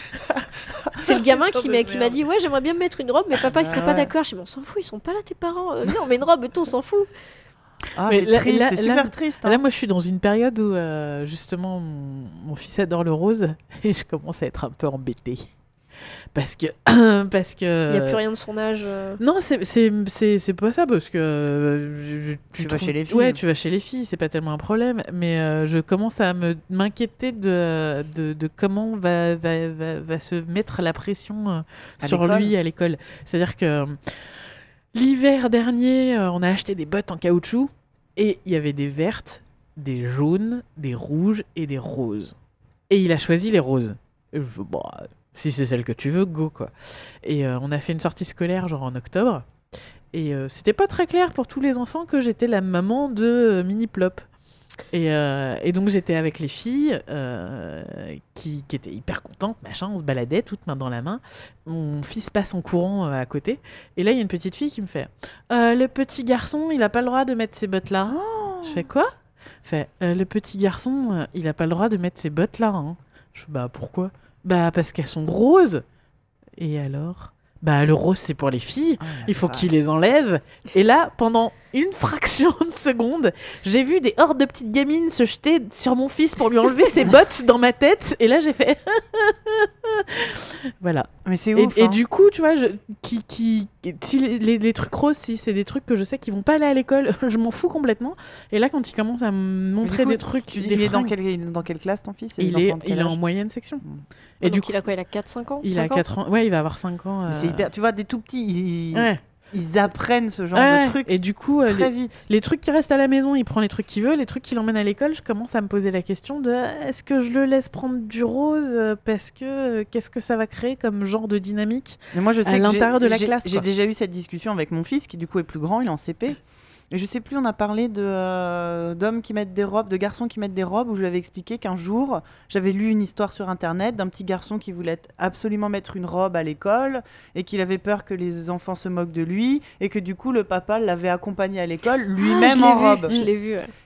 C'est le gamin qui m'a, qui m'a dit ouais j'aimerais bien me mettre une robe mais papa il serait ah, pas ouais. d'accord. Je dis mais on s'en fout ils sont pas là tes parents. Euh, non mais une robe tout on s'en fout. Ah, mais c'est là, triste, là, c'est super là, triste. Hein. Là moi je suis dans une période où euh, justement mon, mon fils adore le rose et je commence à être un peu embêtée. Parce que parce que il n'y a plus rien de son âge. Euh... Non, c'est c'est c'est c'est pas ça parce que euh, je, tu, tu trouves... vas chez les filles. Ouais, tu vas chez les filles, c'est pas tellement un problème, mais euh, je commence à me m'inquiéter de de, de comment va, va va va se mettre la pression euh, sur l'école. Lui à l'école. C'est-à-dire que euh, l'hiver dernier, euh, on a acheté des bottes en caoutchouc et il y avait des vertes, des jaunes, des rouges et des roses. Et il a choisi les roses. Et je veux bah si c'est celle que tu veux, go quoi. Et euh, on a fait une sortie scolaire genre en octobre. Et euh, c'était pas très clair pour tous les enfants que j'étais la maman de euh, Mini Plop. Et, euh, et donc j'étais avec les filles euh, qui, qui étaient hyper contentes, machin, on se baladait toutes main dans la main. Mon fils passe en courant euh, à côté. Et là il y a une petite fille qui me fait euh, le petit garçon il a pas le droit de mettre ses bottes là. Oh. Je fais quoi? Fait euh, le petit garçon euh, il a pas le droit de mettre ses bottes là. Hein. Je fais bah pourquoi? Bah parce qu'elles sont roses. Et alors? Bah le rose c'est pour les filles, oh, il faut qu'ils les enlèvent. Et là, pendant une fraction de seconde, j'ai vu des hordes de petites gamines se jeter sur mon fils pour lui enlever ses bottes dans ma tête. Et là j'ai fait... voilà. Mais c'est et, ouf. Et hein. du coup, tu vois, je, qui, qui, si les, les, les trucs roses, si c'est des trucs que je sais qu'ils vont pas aller à l'école, je m'en fous complètement. Et là, quand ils commencent à me montrer coup, des trucs... Tu dis, il est dans quelle, dans quelle classe ton fils? Il, est, il est en moyenne section. Mmh. Et donc du coup, il a quoi? Il a quatre cinq ans? Il a quatre ans. Ouais, il va avoir cinq ans. Euh... C'est hyper... Tu vois, des tout petits, ils... Ouais. Ils apprennent ce genre ouais, de trucs et du coup, très les, vite. Les trucs qui restent à la maison, il prend les trucs qu'il veut. Les trucs qu'il emmène à l'école, je commence à me poser la question de est-ce que je le laisse prendre du rose parce que qu'est-ce que ça va créer comme genre de dynamique Mais moi, je sais à l'intérieur de la j'ai, classe. J'ai déjà eu cette discussion avec mon fils qui du coup est plus grand, il est en C P. Et je sais plus, on a parlé de, euh, d'hommes qui mettent des robes, de garçons qui mettent des robes, où je lui avais expliqué qu'un jour, j'avais lu une histoire sur Internet d'un petit garçon qui voulait absolument mettre une robe à l'école et qu'il avait peur que les enfants se moquent de lui et que du coup, le papa l'avait accompagné à l'école, lui-même ah, en vu, robe. Je l'ai vu, ouais.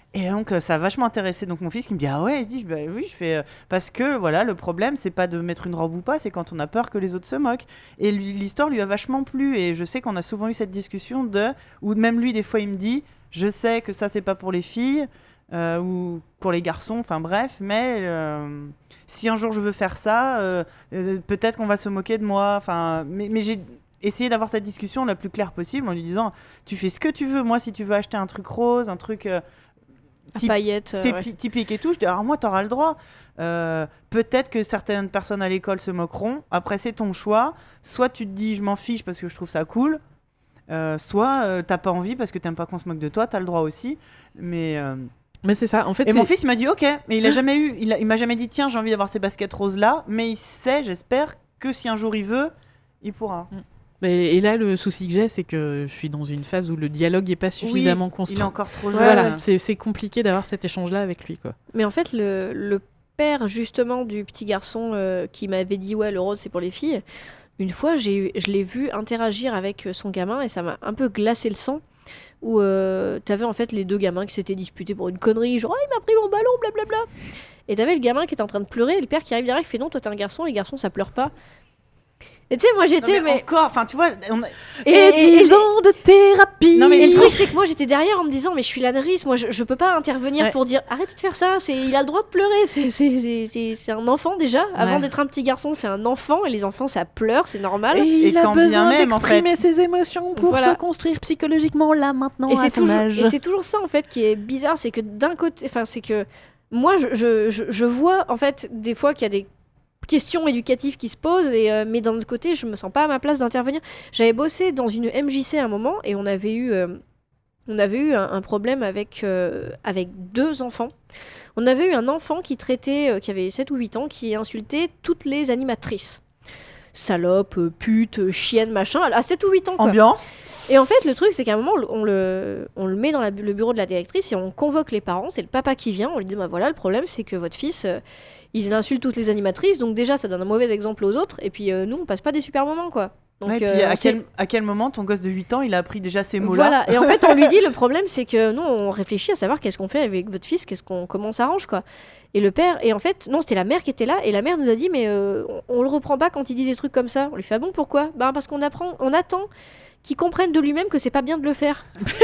Et donc, euh, ça a vachement intéressé donc, mon fils qui me dit « Ah ouais ?» Je dis bah, « Oui, je fais... Euh, parce que, voilà, le problème, c'est pas de mettre une robe ou pas, c'est quand on a peur que les autres se moquent. » Et lui, l'histoire lui a vachement plu. Et je sais qu'on a souvent eu cette discussion de... Où même lui, des fois, il me dit « Je sais que ça, c'est pas pour les filles. Euh, » ou pour les garçons, enfin bref, mais euh, si un jour je veux faire ça, euh, euh, peut-être qu'on va se moquer de moi. Enfin, mais, mais j'ai essayé d'avoir cette discussion la plus claire possible en lui disant « Tu fais ce que tu veux. Moi, si tu veux acheter un truc rose, un truc... Euh, Typ- paillettes, euh, typi- ouais. typique et tout, je dis alors moi t'auras le droit. Euh, peut-être que certaines personnes à l'école se moqueront. Après c'est ton choix. Soit tu te dis je m'en fiche parce que je trouve ça cool. Euh, soit euh, t'as pas envie parce que t'aimes pas qu'on se moque de toi. T'as le droit aussi. Mais euh... mais c'est ça. En fait, et c'est... mon fils il m'a dit ok. Mais il a jamais eu. Il, a, il m'a jamais dit tiens j'ai envie d'avoir ces baskets roses là. Mais il sait, j'espère que si un jour il veut, il pourra. Mm. Mais, et là, le souci que j'ai, c'est que je suis dans une phase où le dialogue n'est pas suffisamment oui, construit. Il est encore trop jeune. Voilà, c'est, c'est compliqué d'avoir cet échange-là avec lui, quoi. Mais en fait, le, le père, justement, du petit garçon euh, qui m'avait dit « Ouais, le rose, c'est pour les filles », une fois, j'ai, je l'ai vu interagir avec son gamin et ça m'a un peu glacé le sang. Où euh, t'avais en fait les deux gamins qui s'étaient disputés pour une connerie, genre oh, « Il m'a pris mon ballon, blablabla ». Et t'avais le gamin qui était en train de pleurer et le père qui arrive derrière qui fait « Non, toi, t'es un garçon, les garçons, ça pleure pas ». Et tu sais, moi j'étais. Non, mais, mais... encore, enfin tu vois. On a... Et, et, dix ans de thérapie. Non, mais et le il- truc, c'est que moi j'étais derrière en me disant, mais je suis la nourrice, moi je, je peux pas intervenir Ouais. pour dire arrêtez de faire ça, c'est, il a le droit de pleurer, c'est, c'est, c'est, c'est, c'est un enfant déjà. Avant Ouais. d'être un petit garçon, c'est un enfant et les enfants ça pleure, c'est normal. Et il Et a quand bien besoin même, en d'exprimer fait. ses émotions pour Voilà. se construire psychologiquement là, maintenant, Et à c'est, son toujours, âge. et c'est toujours ça en fait qui est bizarre, c'est que d'un côté, enfin c'est que moi je, je, je, je vois en fait des fois qu'il y a des questions éducatives qui se posent, et, euh, mais d'un autre côté, je me sens pas à ma place d'intervenir. J'avais bossé dans une M J C à un moment, et on avait eu, euh, on avait eu un, un problème avec, euh, avec deux enfants. On avait eu un enfant qui traitait, euh, qui avait sept ou huit ans, qui insultait toutes les animatrices. Salope, euh, pute, euh, chienne, machin, à sept ou huit ans, quoi. Ambiance. Et en fait, le truc, c'est qu'à un moment, on le, on le met dans la- le bureau de la directrice et on convoque les parents. C'est le papa qui vient. On lui dit bah voilà, le problème, c'est que votre fils, euh, il insulte toutes les animatrices. Donc, déjà, ça donne un mauvais exemple aux autres. Et puis, euh, nous, on passe pas des super moments, quoi. Donc, Ouais, et puis euh, à, on s'est- quel, à quel moment ton gosse de huit ans il a appris déjà ces mots-là? Voilà. Et en fait, on lui dit le problème, c'est que nous, on réfléchit à savoir qu'est-ce qu'on fait avec votre fils, qu'est-ce qu'on, comment on s'arrange, quoi. Et le père, et en fait, non, c'était la mère qui était là. Et la mère nous a dit mais euh, on, on le reprend pas quand il dit des trucs comme ça. On lui fait ah bon, pourquoi? Bah, parce qu'on apprend, on attend qu'il comprenne de lui-même que c'est pas bien de le faire.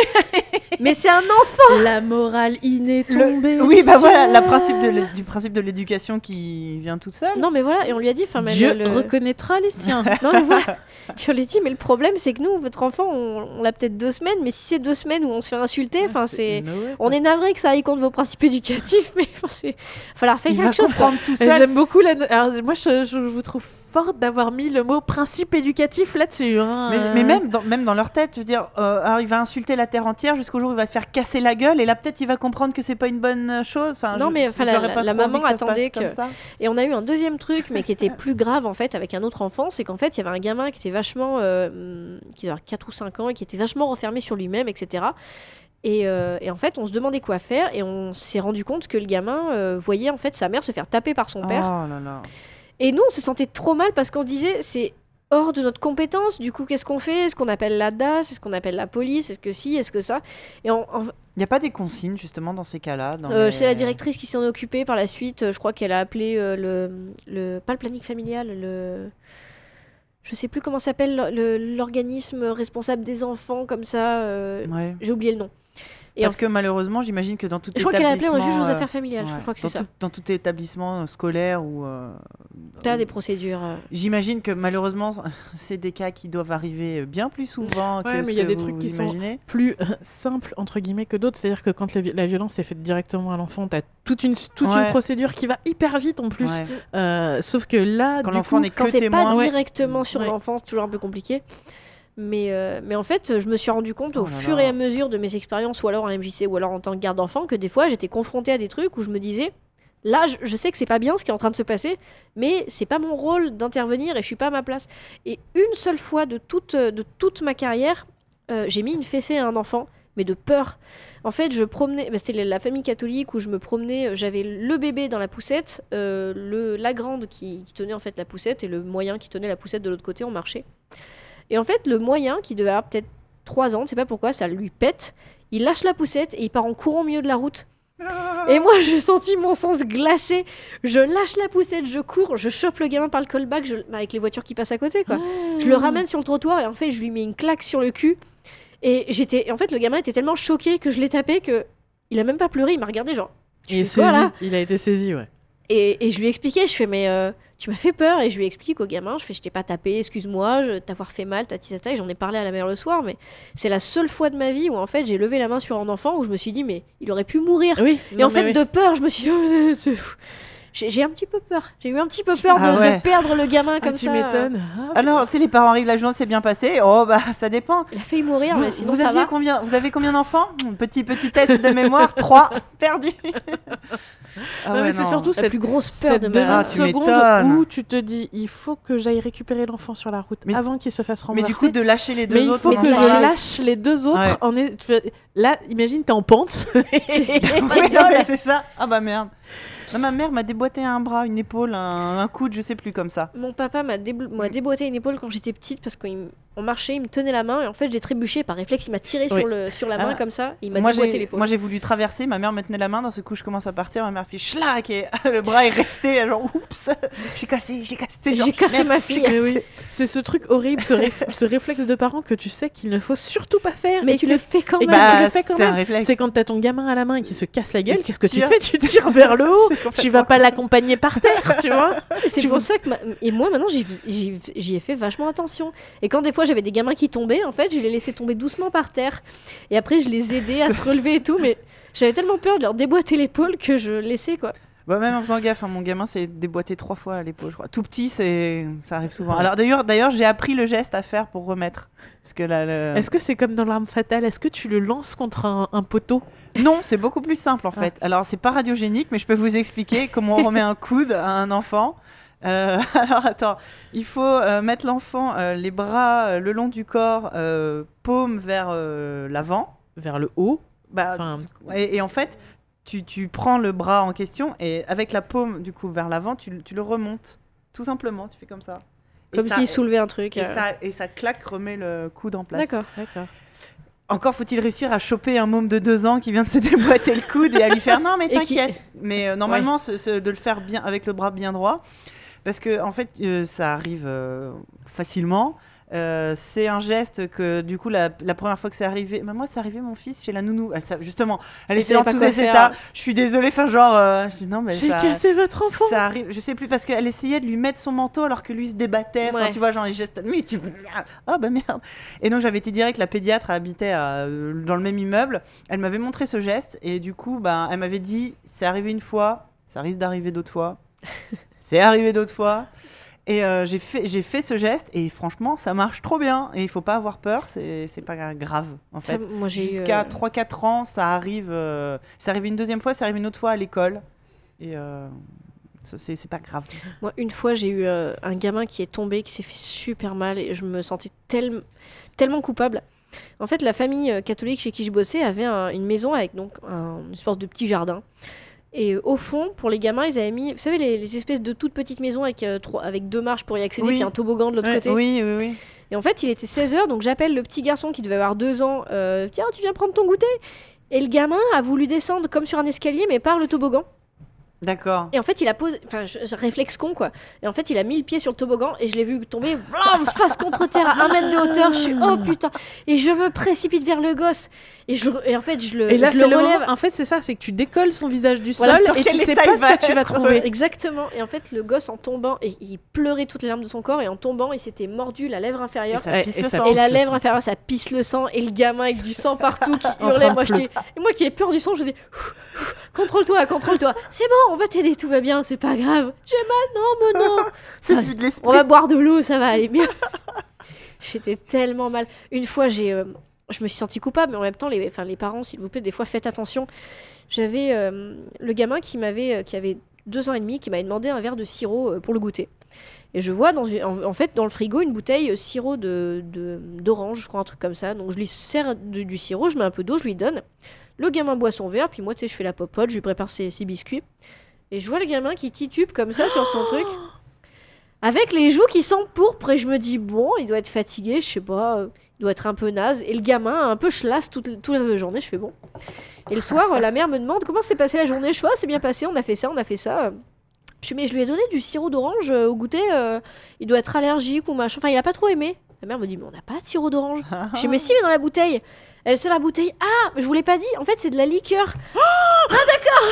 Mais c'est un enfant. La morale innée Le- tombée. Oui, du bah voilà, ciel. la principe de l'é- du principe de l'éducation qui vient toute seule. Non mais voilà, et on lui a dit enfin mais Dieu le- le- reconnaîtra les siens. Non mais voilà. Puis on lui a dit mais le problème c'est que nous votre enfant on, on l'a peut-être deux semaines, mais si c'est deux semaines où on se fait insulter, enfin Ah, c'est no way, on est navré que ça aille contre vos principes éducatifs, mais c'est falloir faire Il va quelque chose. comprendre tout Et seul. J'aime beaucoup la. Alors, moi, je, je vous trouve forte d'avoir mis le mot principe éducatif là-dessus. hein. Mais, mais même, dans, même dans leur tête, je veux dire, euh, alors il va insulter la terre entière jusqu'au jour où il va se faire casser la gueule, et là peut-être il va comprendre que c'est pas une bonne chose. Enfin, Non, je- mais, enfin, la- j'aurais la- pas la trop envie maman que ça se attendait passe que- comme ça. Et on a eu un deuxième truc, mais qui était plus grave en fait, avec un autre enfant, c'est qu'en fait il y avait un gamin qui était vachement, euh, qui avait quatre ou cinq ans et qui était vachement renfermé sur lui-même, et cetera. Et, euh, et en fait, on se demandait quoi faire, et on s'est rendu compte que le gamin euh, voyait en fait sa mère se faire taper par son père. Oh là là. Et nous, on se sentait trop mal parce qu'on disait c'est hors de notre compétence. Du coup, qu'est-ce qu'on fait? Est-ce qu'on appelle la D A S? Est-ce qu'on appelle la police? Est-ce que si? Est-ce que ça? Et en- en- Il n'y a pas des consignes justement dans ces cas-là dans euh, les- c'est la directrice qui s'en est occupée par la suite. euh, Je crois qu'elle a appelé euh, le, le. Pas le planning familial, le. Je sais plus comment s'appelle le- l'organisme responsable des enfants, comme ça. euh, Ouais. J'ai oublié le nom. Et Parce en- que malheureusement, j'imagine que dans tout Je crois qu'elle a appelé un établissement, juge aux euh, affaires familiales. ouais, Je crois que c'est dans ça. tout, dans tout établissement euh, scolaire ou. euh, T'as des procédures. euh. J'imagine que malheureusement, c'est des cas qui doivent arriver bien plus souvent que Ouais, ce mais il y a que des vous trucs qui sont- imaginez. Plus euh, simple entre guillemets que d'autres, c'est-à-dire que quand la, vi- la violence est faite directement à l'enfant, t'as toute une toute Ouais. une procédure qui va hyper vite en plus. Ouais. Euh, sauf que là, Quand du l'enfant coup, n'est Quand que c'est témoin. pas ouais. directement sur Ouais. l'enfance, c'est toujours un peu compliqué. Mais, euh, mais en fait, je me suis rendu compte Oh au là fur là. et à mesure de mes expériences, ou alors en M J C, ou alors en tant que garde d'enfant, que des fois j'étais confrontée à des trucs où je me disais, là, je, je sais que c'est pas bien ce qui est en train de se passer, mais c'est pas mon rôle d'intervenir et je suis pas à ma place. Et une seule fois de toute, de toute ma carrière, euh, j'ai mis une fessée à un enfant, mais de peur. En fait, je promenais, bah, c'était la famille catholique où je me promenais, euh, j'avais le bébé dans la poussette, euh, le, la grande qui, qui tenait en fait la poussette et le moyen qui tenait la poussette de l'autre côté, on marchait. Et en fait, le moyen, qui devait avoir peut-être trois ans, je sais pas pourquoi, ça lui pète, il lâche la poussette et il part en courant au milieu de la route. Et moi, je sentis mon sens glacé. Je lâche la poussette, je cours, je chope le gamin par le callback je... avec les voitures qui passent à côté, quoi. Mmh. Je le ramène sur le trottoir et en fait, je lui mets une claque sur le cul. Et j'étais, et en fait, le gamin était tellement choqué que je l'ai tapé que il a même pas pleuré. Il m'a regardé genre. Il est saisi. Quoi, il a été saisi, ouais. Et, et je lui ai expliqué. Je fais mais euh, tu m'as fait peur. Et je lui explique au gamin. Je fais je t'ai pas tapé. Excuse-moi. Je t'avoir fait mal. T'as tata. Et j'en ai parlé à la mère le soir. Mais c'est la seule fois de ma vie où en fait j'ai levé la main sur un enfant où je me suis dit mais il aurait pu mourir. Oui. Et non, en fait oui. de peur je me suis dit oh, c'est fou. J'ai, j'ai un petit peu peur. J'ai eu un petit peu peur de, ah ouais. de perdre le gamin comme ah, tu ça. Tu m'étonnes. Ah, alors, tu sais, les parents arrivent, la journée s'est bien passée. Oh, bah, ça dépend. Il a failli mourir, vous, mais sinon vous ça aviez va. Combien, vous avez combien d'enfants ? Petit, petit test de mémoire. Trois. Perdu. Ah ouais, mais c'est surtout la cette plus grosse peur de ma vie. Seconde où tu te dis, il faut que j'aille récupérer l'enfant sur la route mais, avant qu'il se fasse renverser. Mais du coup, de lâcher les deux mais autres. Mais il faut que je lâche les deux autres. Ouais. En est... Là, imagine, t'es en pente. Oui, non, mais c'est ça. Ah bah merde. Non, ma mère m'a déboîté un bras, une épaule, un, un coude, je sais plus, comme ça. Mon papa m'a, déblo- m'a déboîté une épaule quand j'étais petite parce qu'on marchait, il me tenait la main et en fait j'ai trébuché. Par réflexe, il m'a tiré oui. sur, le, sur la main ah, comme ça et il m'a moi, déboîté j'ai, l'épaule. Moi j'ai voulu traverser, ma mère me tenait la main, d'un seul coup je commence à partir, ma mère fait schlac et le bras est resté, genre oups, j'ai cassé, j'ai cassé. Genre, j'ai cassé merde, ma fille. Cassé. Oui. C'est ce truc horrible, ce, réf- ce réflexe de parent que tu sais qu'il ne faut surtout pas faire. Mais tu que... le fais quand même. Bah, tu le fais quand c'est même. Un réflexe. C'est quand t'as ton gamin à la main et qu'il se casse la gueule, qu'est-ce que tu fais ? Tu tires vers le haut, tu vas pas l'accompagner par terre, tu vois. Et c'est tu pour vois. ça que ma... et moi maintenant j'y, j'y, j'y ai fait vachement attention. Et quand des fois j'avais des gamins qui tombaient, en fait, je les laissais tomber doucement par terre. Et après je les aidais à se relever et tout, mais j'avais tellement peur de leur déboîter l'épaule que je laissais quoi. Bah même en faisant gaffe, hein, mon gamin s'est déboîté trois fois à l'épaule, je crois. Tout petit, c'est... ça arrive souvent. Alors d'ailleurs, d'ailleurs, j'ai appris le geste à faire pour remettre. Parce que là, le... Est-ce que c'est comme dans l'arme fatale ? Est-ce que tu le lances contre un, un poteau ? Non, c'est beaucoup plus simple en fait. Ah. Alors c'est pas radiogénique, mais je peux vous expliquer comment on remet un coude à un enfant. Euh, alors attends, il faut euh, mettre l'enfant euh, les bras euh, le long du corps, euh, paume vers euh, l'avant, vers le haut. Bah, enfin... et, et en fait, tu, tu prends le bras en question et avec la paume du coup vers l'avant, tu, tu le remontes. Tout simplement, tu fais comme ça. Et comme ça, s'il soulevait un truc. Et, euh... ça, et ça claque, remet le coude en place. D'accord, d'accord. Encore faut-il réussir à choper un môme de deux ans qui vient de se déboîter le coude et à lui faire non mais t'inquiète. Qui... Mais euh, normalement, ouais. ce, ce, de le faire bien avec le bras bien droit. Parce que en fait, euh, ça arrive euh, facilement. Euh, c'est un geste que du coup la, la première fois que c'est arrivé, bah, moi c'est arrivé mon fils chez la nounou. Elle, ça, justement, elle était enthousiaste et ça. Je suis désolée, enfin genre, euh, je dis non mais j'ai ça, cassé votre enfant. Ça arrive, je sais plus parce qu'elle essayait de lui mettre son manteau alors que lui se débattait. Ouais. Tu vois genre les gestes, mais tu, ah bah merde. Et donc j'avais été direct, la pédiatre habitait à, dans le même immeuble. Elle m'avait montré ce geste et du coup bah elle m'avait dit c'est arrivé une fois, ça risque d'arriver d'autres fois. C'est arrivé d'autres fois. Et euh, j'ai, fait, j'ai fait ce geste et franchement, ça marche trop bien. Et il ne faut pas avoir peur, c'est, c'est pas grave en fait. Ça, moi, j'ai Jusqu'à eu, euh... trois quatre ans, ça arrive. Euh, c'est arrivé une deuxième fois, c'est arrivé une autre fois à l'école. Et euh, ça, c'est, c'est pas grave. Moi, une fois, j'ai eu euh, un gamin qui est tombé, qui s'est fait super mal et je me sentais tel, tellement coupable. En fait, la famille catholique chez qui je bossais avait un, une maison avec donc, un, une sorte de petit jardin. Et au fond, pour les gamins, ils avaient mis, vous savez, les, les espèces de toutes petites maisons avec, euh, trois, avec deux marches pour y accéder, oui. Puis un toboggan de l'autre ouais, côté. Oui, oui, oui. Et en fait, il était seize heures, donc j'appelle le petit garçon qui devait avoir deux ans. Euh, Tiens, tu viens prendre ton goûter ? Et le gamin a voulu descendre comme sur un escalier, mais par le toboggan. D'accord. Et en fait, il a posé, enfin, je, je, réflexe con quoi. Et en fait, il a mis le pied sur le toboggan et je l'ai vu tomber, blam, face contre terre à un mètre de hauteur. Je suis, oh putain. Et je me précipite vers le gosse. Et, je, et en fait, je le, et là, je c'est le relève. Le moment, en fait, c'est ça, c'est que tu décolles son visage du voilà, sol et tu sais pas ce que tu vas trouver. Exactement. Et en fait, le gosse en tombant, et il pleurait toutes les larmes de son corps et en tombant, il s'était mordu la lèvre inférieure. Et, ça pisse et, le ça, sang. et la lèvre inférieure, ça pisse le sang. Et le gamin avec du sang partout qui hurlait. Moi, j'étais... Et moi qui ai peur du sang, je dis contrôle-toi, contrôle-toi. C'est bon, on va t'aider, tout va bien, c'est pas grave. J'ai mal, non, mais non. C'est juste de l'esprit. On va boire de l'eau, ça va aller mieux. J'étais tellement mal. Une fois, j'ai, euh, je me suis sentie coupable, mais en même temps, les, enfin, les parents, s'il vous plaît, des fois, faites attention. J'avais euh, le gamin qui m'avait, euh, qui avait deux ans et demi, qui m'avait demandé un verre de sirop euh, pour le goûter. Et je vois dans une, en, en fait dans le frigo une bouteille euh, sirop de, de, d'orange, je crois, un truc comme ça. Donc je lui sers de, du sirop, je mets un peu d'eau, je lui donne. Le gamin boit son verre, puis moi, tu sais, je fais la popote, je lui prépare ses, ses biscuits. Et je vois le gamin qui titube comme ça sur son truc, avec les joues qui sont pourpres. Et je me dis, bon, il doit être fatigué, je sais pas, euh, il doit être un peu naze. Et le gamin, un peu chlasse toute, toute la journée, je fais bon. Et le soir, euh, la mère me demande comment s'est passée la journée. Je fais, ah, c'est bien passé, on a fait ça, on a fait ça. Je fais, mais je lui ai donné du sirop d'orange euh, au goûter, euh, il doit être allergique ou machin. Enfin, il a pas trop aimé. La mère me dit, mais on n'a pas de sirop d'orange. Je fais, mais si, mais dans la bouteille. Elle sort la bouteille. Ah, je vous l'ai pas dit, en fait, c'est de la liqueur. Ah, d'accord.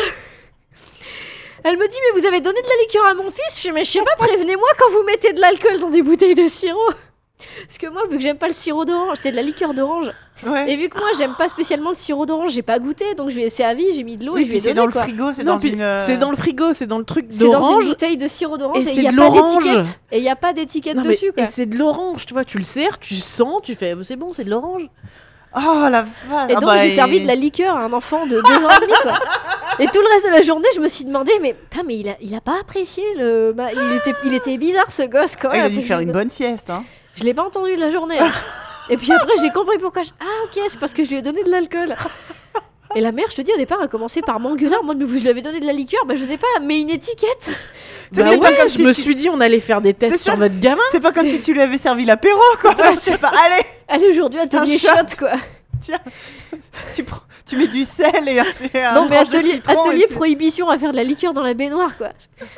Elle me dit, mais vous avez donné de la liqueur à mon fils. Je fais, mais je sais pas, prévenez-moi quand vous mettez de l'alcool dans des bouteilles de sirop. Parce que moi, vu que j'aime pas le sirop d'orange, c'était de la liqueur d'orange. Ouais. Et vu que moi, j'aime pas spécialement le sirop d'orange, j'ai pas goûté, donc je lui ai servi, j'ai mis de l'eau Oui, et je lui ai puis c'est donné dans quoi. le frigo, c'est Non, dans puis une. euh, C'est dans le frigo, c'est dans le truc C'est dans une d'orange. bouteille de sirop d'orange Et et il c'est y a de pas l'orange. d'étiquette. Et il y a pas d'étiquette Non, mais- dessus quoi. Et c'est de l'orange, tu vois, tu le sers, tu sens, tu fais, c'est bon, c'est de l'orange. Oh la vache. Et Ah donc bah, j'ai et- servi de la liqueur à un enfant de deux ans et demi quoi. Et tout le reste de la journée, je me suis demandé, mais putain, mais il a, il a pas apprécié le. Bah, il était, il était bizarre ce gosse quand Ah, il même. a dû faire une bonne sieste. Hein. Je l'ai pas entendu de la journée. hein. Et puis après, j'ai compris pourquoi. Je... Ah ok, c'est parce que je lui ai donné de l'alcool. Et la mère, je te dis, au départ, a commencé par m'engueuler en mode, mais vous lui avez donné de la liqueur, bah je sais pas, mais une étiquette. Bah c'est pas ouais, comme je si me tu- suis dit, on allait faire des tests C'est sur ça. votre gamin. C'est pas comme C'est- si tu lui avais servi l'apéro, quoi. Ouais, c'est pas. Allez, Allez, aujourd'hui, atelier Un shot. shot quoi. tiens. tu, prends... tu mets du sel et un. c'est un Non, mais tranche de atelier, citron atelier et tu- prohibition à faire de la liqueur dans la baignoire, quoi.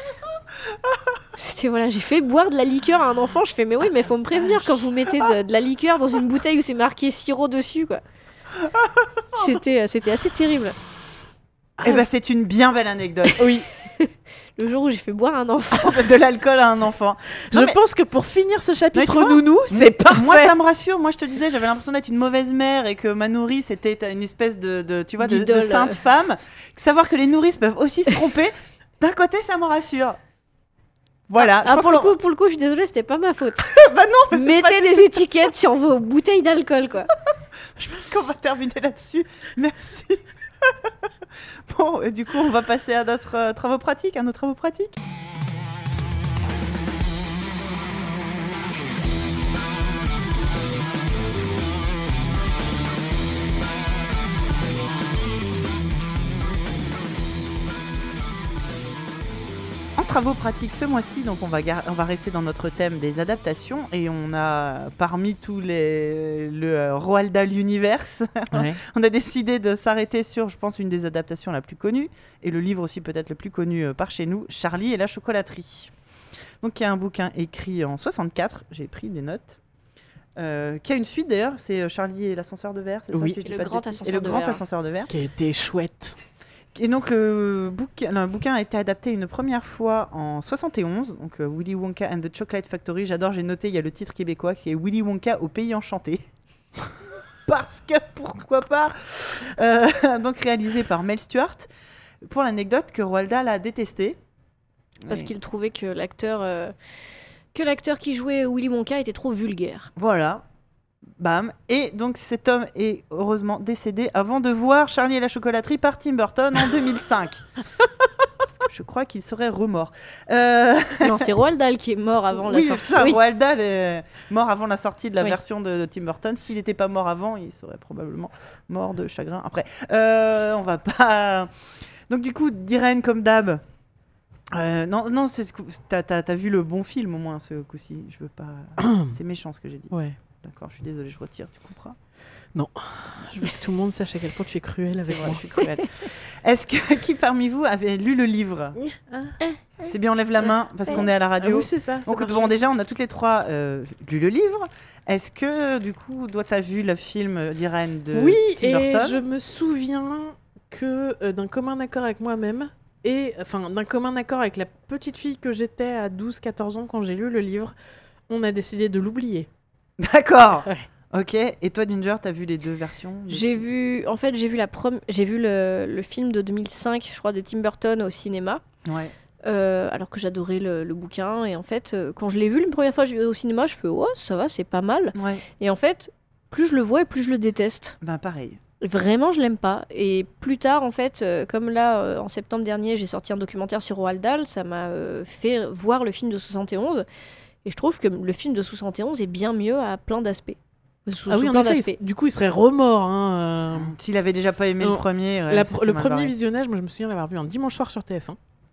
C'était voilà, j'ai fait boire de la liqueur à un enfant. Je fais, mais oui, mais faut me prévenir quand vous mettez de, de la liqueur dans une bouteille où c'est marqué sirop dessus, quoi. C'était, euh, c'était assez terrible. Eh ben, c'est une bien belle anecdote. Oui. Le jour où j'ai fait boire à un enfant. De l'alcool à un enfant. Je Non, mais- pense que pour finir ce Mais tu chapitre vois, nounou, c'est parfait. Moi, ça me rassure. Moi, je te disais, j'avais l'impression d'être une mauvaise mère et que ma nourrice était une espèce de, de tu vois, de, de D'idole. sainte femme. Savoir que les nourrices peuvent aussi se tromper, d'un côté, ça me rassure. Voilà. Ah, je pense pour le qu'on- coup, pour le coup, je suis désolée, c'était pas ma faute. bah non, mais c'est pas- Mettez des étiquettes sur vos bouteilles d'alcool, quoi. je pense qu'on va terminer là-dessus. Merci. Bon, et du coup, on va passer à notre euh, travaux pratiques, à nos travaux pratiques. En travaux pratiques ce mois-ci, donc on va, gar- on va rester dans notre thème des adaptations et on a parmi tous les le euh, Roald Dahl Universe, Ouais. on a décidé de s'arrêter sur, je pense, une des adaptations la plus connue et le livre aussi peut-être le plus connu euh, par chez nous, Charlie et la chocolaterie. Donc il y a un bouquin écrit en soixante-quatre, j'ai pris des notes. Euh, qui a une suite d'ailleurs, c'est euh, Charlie et l'ascenseur de verre, c'est Oui. ça si je Et dis le pas de grand bêtises. ascenseur Et le de grand verre. ascenseur de verre. Qui a été chouette. Et donc le bouquin, le bouquin a été adapté une première fois en soixante et onze, donc euh, Willy Wonka and the Chocolate Factory. J'adore, j'ai noté, il y a le titre québécois qui est Willy Wonka au pays enchanté. Parce que pourquoi pas. Euh, donc réalisé par Mel Stewart. Pour l'anecdote que Roald Dahl a détesté. Parce Et qu'il trouvait que l'acteur, euh, que l'acteur qui jouait Willy Wonka était trop vulgaire. Voilà. Bam. Et donc cet homme est heureusement décédé avant de voir Charlie et la chocolaterie par Tim Burton en deux mille cinq. Parce que je crois qu'il serait remort. Euh... Non, c'est Roald Dahl qui est mort avant la oui, sortie. ça, Oui. Roald Dahl est mort avant la sortie de la Oui. version de, de Tim Burton. S'il n'était pas mort avant, il serait probablement mort de chagrin après. Euh, on va pas. Donc du coup, d'Irène comme d'hab. Euh, non, non, c'est ce coup- t'as, t'as, t'as vu le bon film au moins ce coup-ci. Je veux pas. C'est méchant ce que j'ai dit. Ouais. D'accord, je suis désolée, je retire. Tu comprends? Je veux que tout le monde sache à quel point tu es cruel C'est avec vrai, moi. je suis cruelle. Est-ce que qui parmi vous avait lu le livre? C'est bien, on lève la main parce qu'on est à la Ah radio. oui, c'est ça. ça Donc marche. bon, déjà, on a toutes les trois euh, lu le livre. Est-ce que, du coup, toi, t'as vu le film d'Irène de Oui, Tim et Burton? je me souviens que euh, d'un commun accord avec moi-même, et enfin d'un commun accord avec la petite fille que j'étais à douze quatorze ans quand j'ai lu le livre, on a décidé de l'oublier. D'accord. Ouais. Ok. Et toi, Ginger, t'as vu les deux versions? J'ai vu, en fait, j'ai vu la prom- j'ai vu le, le film de deux mille cinq, je crois, de Tim Burton au cinéma. Ouais. Euh, alors que j'adorais le, le bouquin. Et en fait, euh, quand je l'ai vu la première fois je l'ai vu au cinéma, je fais oh, ça va, c'est pas mal. Ouais. Et en fait, plus je le vois et plus je le déteste. Ben pareil. Vraiment, je l'aime pas. Et plus tard, en fait, euh, comme là, euh, en septembre dernier, j'ai sorti un documentaire sur Roald Dahl, ça m'a euh, fait voir le film de soixante et onze. Et je trouve que le film de soixante et onze est bien mieux à plein d'aspects. Sous, Ah oui, sous en plein effet, d'aspects. il- du coup, il serait remort. Hein, S'il avait déjà pas aimé Non. le premier, euh. ouais, La c'était pr- le mal premier barré. visionnage, moi, je me souviens l'avoir vu un dimanche soir sur T F un.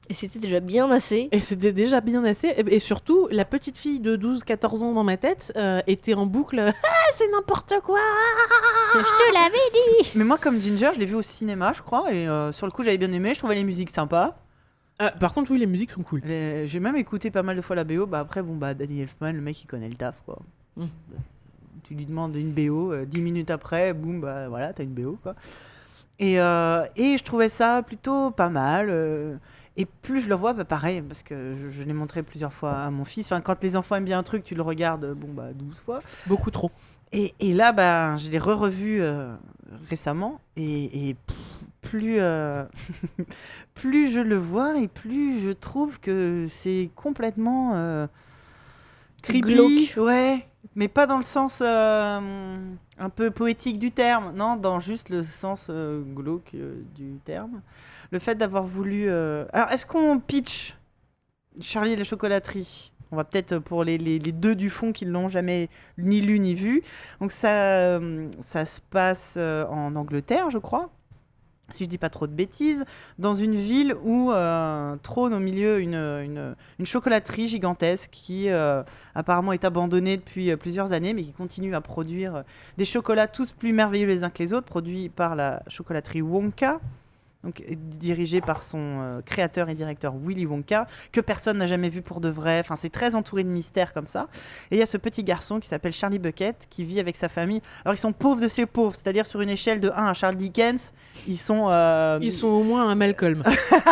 Et c'était déjà bien assez. Et c'était déjà bien assez. Et, et surtout, la petite fille de douze quatorze ans dans ma tête euh, était en boucle. Ah, c'est n'importe quoi. Je te l'avais dit. Mais moi, comme Ginger, je l'ai vu au cinéma, je crois. Et euh, sur le coup, j'avais bien aimé. Je trouvais les musiques sympas. Euh, par contre, oui, les musiques sont cool. Les... J'ai même écouté pas mal de fois la B O. Bah, après, bon, bah, Danny Elfman, le mec, il connaît le taf, quoi. Mm. Tu lui demandes une B O. Euh, dix minutes après, boum, bah voilà, t'as une B O, quoi. Et, euh, et je trouvais ça plutôt pas mal. Euh, et plus je le vois, bah pareil, parce que je, je l'ai montré plusieurs fois à mon fils. Enfin, quand les enfants aiment bien un truc, tu le regardes, bon, bah, douze fois. Beaucoup trop. Et, et là, bah, je l'ai re-revu euh, récemment. Et, et pff, plus, euh, plus je le vois, et plus je trouve que c'est complètement euh, creepy. Glauque. Ouais. Mais pas dans le sens euh, un peu poétique du terme, non, dans juste le sens euh, glauque euh, du terme. Le fait d'avoir voulu... Euh... Alors, est-ce qu'on pitch Charlie et la chocolaterie ? On va peut-être pour les, les, les deux du fond qui ne l'ont jamais ni lu ni vu. Donc, ça, euh, ça se passe euh, en Angleterre, je crois. Si je dis pas trop de bêtises, dans une ville où euh, trône au milieu une, une, une chocolaterie gigantesque qui euh, apparemment est abandonnée depuis euh, plusieurs années, mais qui continue à produire euh, des chocolats tous plus merveilleux les uns que les autres, produits par la chocolaterie Wonka, donc dirigée par son euh, créateur et directeur Willy Wonka, que personne n'a jamais vu pour de vrai. Enfin, c'est très entouré de mystères comme ça. Et il y a ce petit garçon qui s'appelle Charlie Bucket, qui vit avec sa famille. Alors, ils sont pauvres de chez pauvres, c'est-à-dire sur une échelle de un à Charles Dickens, ils sont... Euh... Ils sont au moins un Malcolm.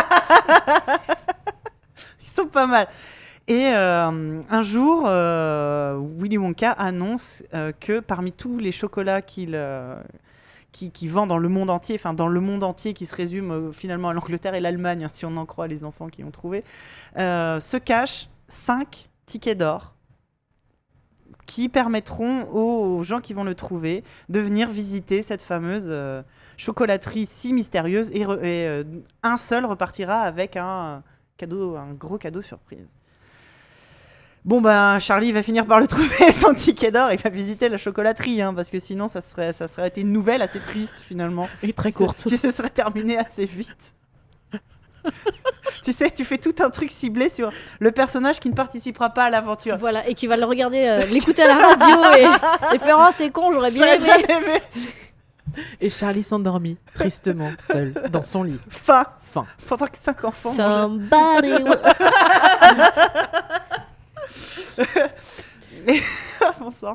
Ils sont pas mal. Et euh, un jour, euh, Willy Wonka annonce euh, que parmi tous les chocolats qu'il... Euh, Qui, qui vend dans le monde entier, enfin dans le monde entier qui se résume euh, finalement à l'Angleterre et l'Allemagne, hein, si on en croit les enfants qui l'ont trouvé, euh, se cachent cinq tickets d'or qui permettront aux gens qui vont le trouver de venir visiter cette fameuse euh, chocolaterie si mystérieuse et, re- et euh, un seul repartira avec un cadeau, un gros cadeau surprise. Bon ben Charlie va finir par le trouver son ticket d'or, il va visiter la chocolaterie hein, parce que sinon ça serait ça serait été une nouvelle assez triste finalement et très courte qui se serait terminée assez vite. Tu sais, tu fais tout un truc ciblé sur le personnage qui ne participera pas à l'aventure. Voilà, et qui va le regarder, euh, l'écouter à la radio et, et faire oh c'est con, j'aurais bien aimé. bien aimé. Et Charlie s'endormit tristement seul dans son lit. Fin. Fin. Pendant que cinq enfants. Somebody. Et... bon sang.